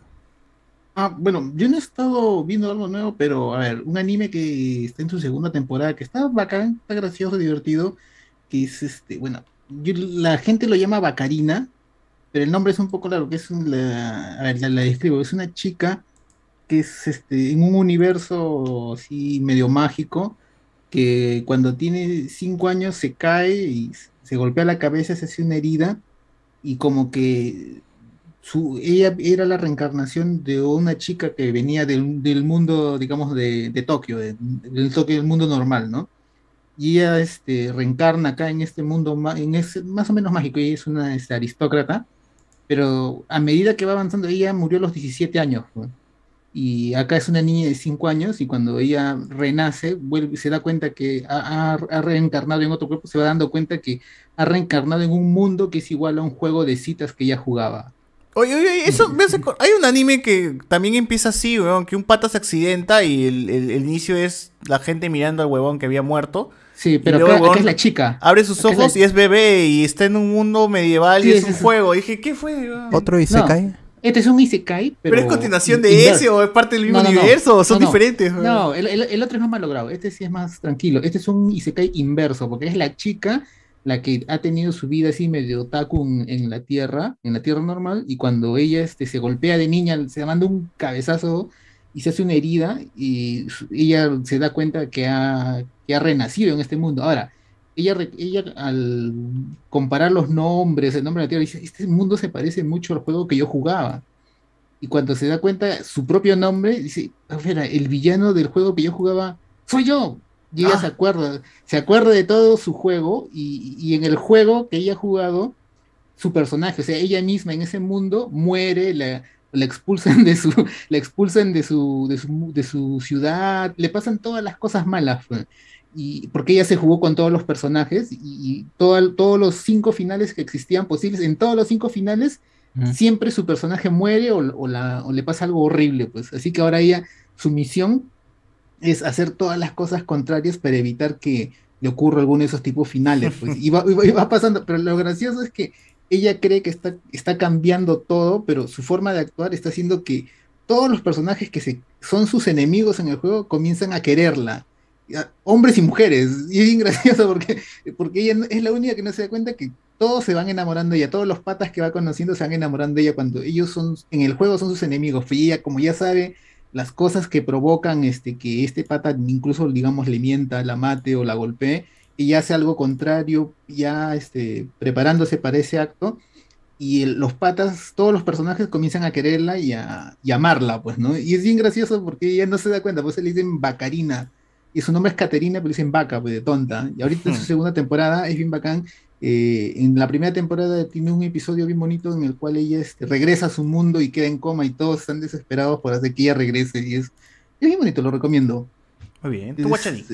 Speaker 9: Bueno, yo no he estado viendo algo nuevo, pero a ver, un anime que está en su segunda temporada, que está bacán, está gracioso, divertido, que es bueno, la gente lo llama Bacarina, pero el nombre es un poco largo, que es a ver, la describo, es una chica que es en un universo así medio mágico, que cuando tiene 5 años se cae y se golpea la cabeza, se hace una herida, y como que ella era la reencarnación de una chica que venía del mundo, digamos, de Tokio, del Tokio, del mundo normal, ¿no? Y ella reencarna acá en este mundo, más o menos mágico. Ella es una aristócrata, pero a medida que va avanzando, ella murió a los 17 años, ¿no? Y acá es una niña de 5 años, y cuando ella renace, se da cuenta que ha reencarnado en otro cuerpo, se va dando cuenta que ha reencarnado en un mundo que es igual a un juego de citas que ella jugaba.
Speaker 17: Oye, hay un anime que también empieza así, weón, que un pata se accidenta y el inicio es la gente mirando al huevón que había muerto.
Speaker 9: Sí, pero acá es la chica.
Speaker 17: Abre sus ojos y es bebé y está en un mundo medieval y es un juego. Y dije, ¿qué fue? Weón?
Speaker 5: ¿Otro Isekai?
Speaker 9: No, este es un Isekai,
Speaker 17: pero ¿es continuación de ese o es parte del mismo universo? ¿O son diferentes? Weón?
Speaker 9: No, el otro es más malogrado. Este sí es más tranquilo. Este es un Isekai inverso, porque es la chica la que ha tenido su vida así medio otaku en la tierra normal, y cuando ella se golpea de niña, se manda un cabezazo y se hace una herida, y ella se da cuenta que ha renacido en este mundo. Ahora, ella al comparar los nombres, el nombre de la tierra, dice, este mundo se parece mucho al juego que yo jugaba. Y cuando se da cuenta su propio nombre, dice, espera, el villano del juego que yo jugaba soy yo. Y ella se acuerda de todo su juego, y en el juego que ella ha jugado, su personaje, o sea, ella misma en ese mundo muere, la expulsan de su ciudad, le pasan todas las cosas malas, y porque ella se jugó con todos los personajes, y todos los 5 finales que existían posibles, en todos los 5 finales, siempre su personaje muere o le pasa algo horrible, pues. Así que ahora ella, su misión es hacer todas las cosas contrarias para evitar que le ocurra alguno de esos tipos finales, pues. Y va pasando, pero lo gracioso es que ella cree que está cambiando todo, pero su forma de actuar está haciendo que todos los personajes que son sus enemigos en el juego comienzan a quererla, hombres y mujeres. Y es bien gracioso porque ella es la única que no se da cuenta que todos se van enamorando de ella, todos los patas que va conociendo se van enamorando de ella cuando ellos en el juego son sus enemigos, y ella, como ya sabe las cosas que provocan que este pata incluso, digamos, le mienta, la mate o la golpee, y hace algo contrario, ya preparándose para ese acto, y los patas, todos los personajes comienzan a quererla y a amarla, pues, ¿no? Y es bien gracioso porque ella no se da cuenta, pues se le dicen Bacarina y su nombre es Caterina, pero dicen vaca, pues de tonta. Y ahorita en su segunda temporada es bien bacán. En la primera temporada tiene un episodio bien bonito en el cual ella regresa a su mundo y queda en coma y todos están desesperados por hacer que ella regrese. Y es bien bonito, lo recomiendo.
Speaker 17: Muy bien. ¿Tú, Guachani?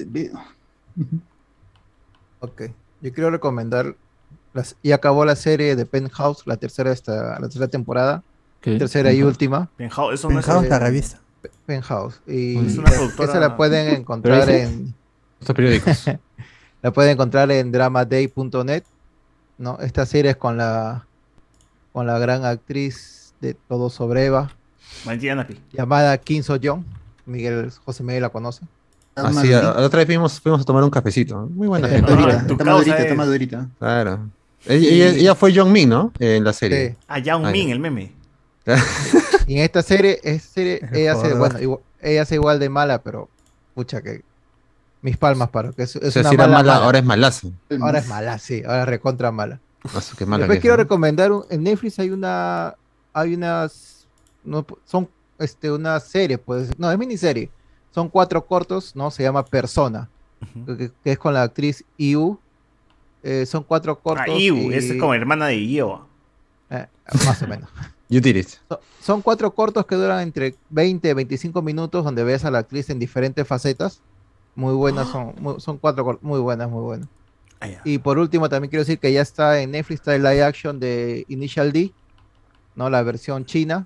Speaker 10: Ok. Yo quiero recomendar. Y acabó la serie de Penthouse, la tercera temporada. Tercera y última.
Speaker 17: Penthouse, eso no es
Speaker 5: la revista.
Speaker 10: Penthouse. Y
Speaker 17: es una productora.
Speaker 10: esa la pueden encontrar en
Speaker 4: estos periódicos.
Speaker 10: La pueden encontrar en dramaday.net. ¿No? Esta serie es con la gran actriz de Todo sobre Eva, llamada Kim So-young. José Miguel la conoce.
Speaker 4: Así, la otra vez fuimos a tomar un cafecito. Muy buena gente.
Speaker 9: Está madurita.
Speaker 4: Claro. Ella fue Young Min, ¿no? En la serie.
Speaker 17: Sí. Young Min, el meme.
Speaker 10: Y en esta serie ella hace igual de mala, pero pucha que mis palmas para que es una mala.
Speaker 4: Ahora es malaza.
Speaker 10: Ahora es mala, sí, ahora es recontra mala.
Speaker 4: Qué mala.
Speaker 10: Después quiero recomendar en Netflix hay unas son una serie, pues, no, es miniserie. Son 4 cortos, ¿no? Se llama Persona, que es con la actriz Iu. Son 4 cortos.
Speaker 17: Iu, es como hermana de Io.
Speaker 10: Más o menos.
Speaker 4: You did it.
Speaker 10: Son 4 cortos que duran entre 20 y 25 minutos, donde ves a la actriz en diferentes facetas. Muy buenas, son 4 cortos, muy buenas. Y por último, también quiero decir que ya está en Netflix, está el live action de Initial D, ¿no? La versión china.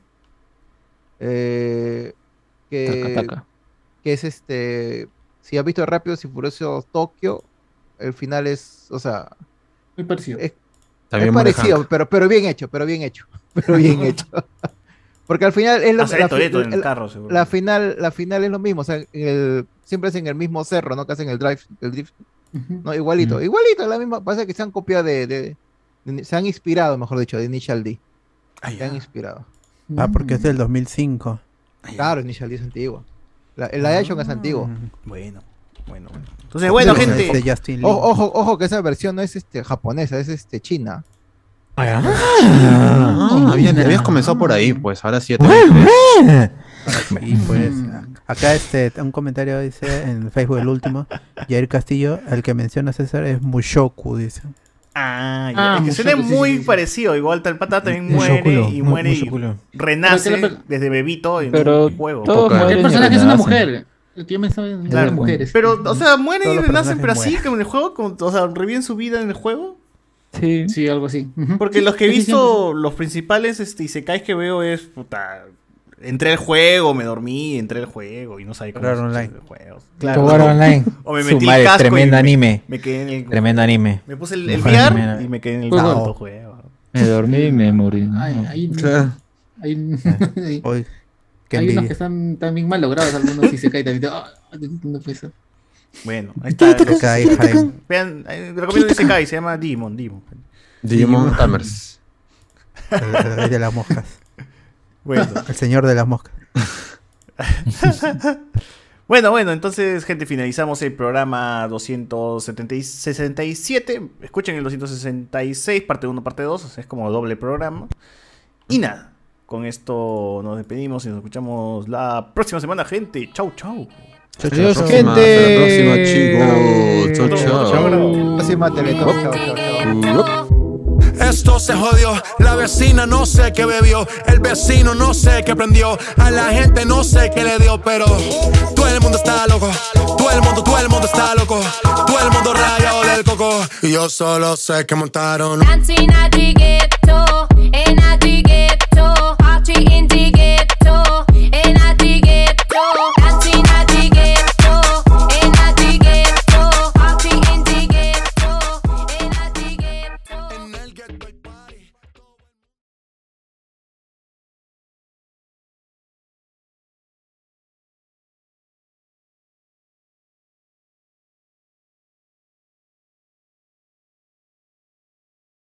Speaker 10: Que es si has visto Rápidos y Furiosos Tokio, el final es,
Speaker 9: muy parecido.
Speaker 10: Es parecido, pero bien hecho. Porque al final es la final es lo mismo, siempre es en el mismo cerro, ¿no? Que hacen el drift, no, igualito, la misma, pasa que se han copiado se han inspirado, mejor dicho, de Initial D. Se han inspirado.
Speaker 5: Porque es del 2005.
Speaker 10: Claro, Initial D es antiguo. El live action es antiguo.
Speaker 17: Bueno. Entonces, bueno, gente.
Speaker 10: Ojo que esa versión no es japonesa, es china.
Speaker 4: Habías comenzado por ahí, pues ahora sí.
Speaker 5: Y pues acá un comentario dice en Facebook el último, Jair Castillo, el que menciona César es Mushoku, dice.
Speaker 17: Es que suena muy parecido. Igual el pata también muere y renace desde bebito en un juego.
Speaker 9: El personaje es una mujer. El tío me sabe las mujeres.
Speaker 17: Pero, mueren y renacen, pero así como en el juego, reviven su vida en el juego.
Speaker 9: Sí, algo así.
Speaker 17: Porque los que he visto, los principales isekais que veo es, entré al juego, me dormí, entré al juego y no sabía cómo
Speaker 16: online.
Speaker 17: El juego.
Speaker 16: Jugar online.
Speaker 17: O me metí
Speaker 16: el casco tremendo anime.
Speaker 17: Me quedé en el...
Speaker 16: Tremendo anime.
Speaker 17: Me puse el VR y me quedé en el juego.
Speaker 8: Me dormí y me morí.
Speaker 9: Hay unos que están también mal logrados, algunos isekai también. No puede ser.
Speaker 17: Bueno, ahí está. Vean, recomiendo un isekai, se llama Digimon
Speaker 4: Tamers.
Speaker 5: El rey de las moscas.
Speaker 17: Bueno.
Speaker 5: El señor de las moscas.
Speaker 17: Bueno, entonces, gente, finalizamos el programa 267. Escuchen el 266, parte 1, parte 2. Es como doble programa. Y nada, con esto nos despedimos y nos escuchamos la próxima semana, gente. Chau.
Speaker 5: Adiós,
Speaker 4: gente. Hasta la próxima, chicos. Chau.
Speaker 10: Próxima Teletón. Chau.
Speaker 12: Esto se jodió, la vecina no sé qué bebió, el vecino no sé qué prendió, a la gente no sé qué le dio, pero todo el mundo está loco, todo el mundo está loco, todo el mundo rayado del coco, y yo solo sé que montaron. Dancing at the ghetto, in at the ghetto, party in the ghetto.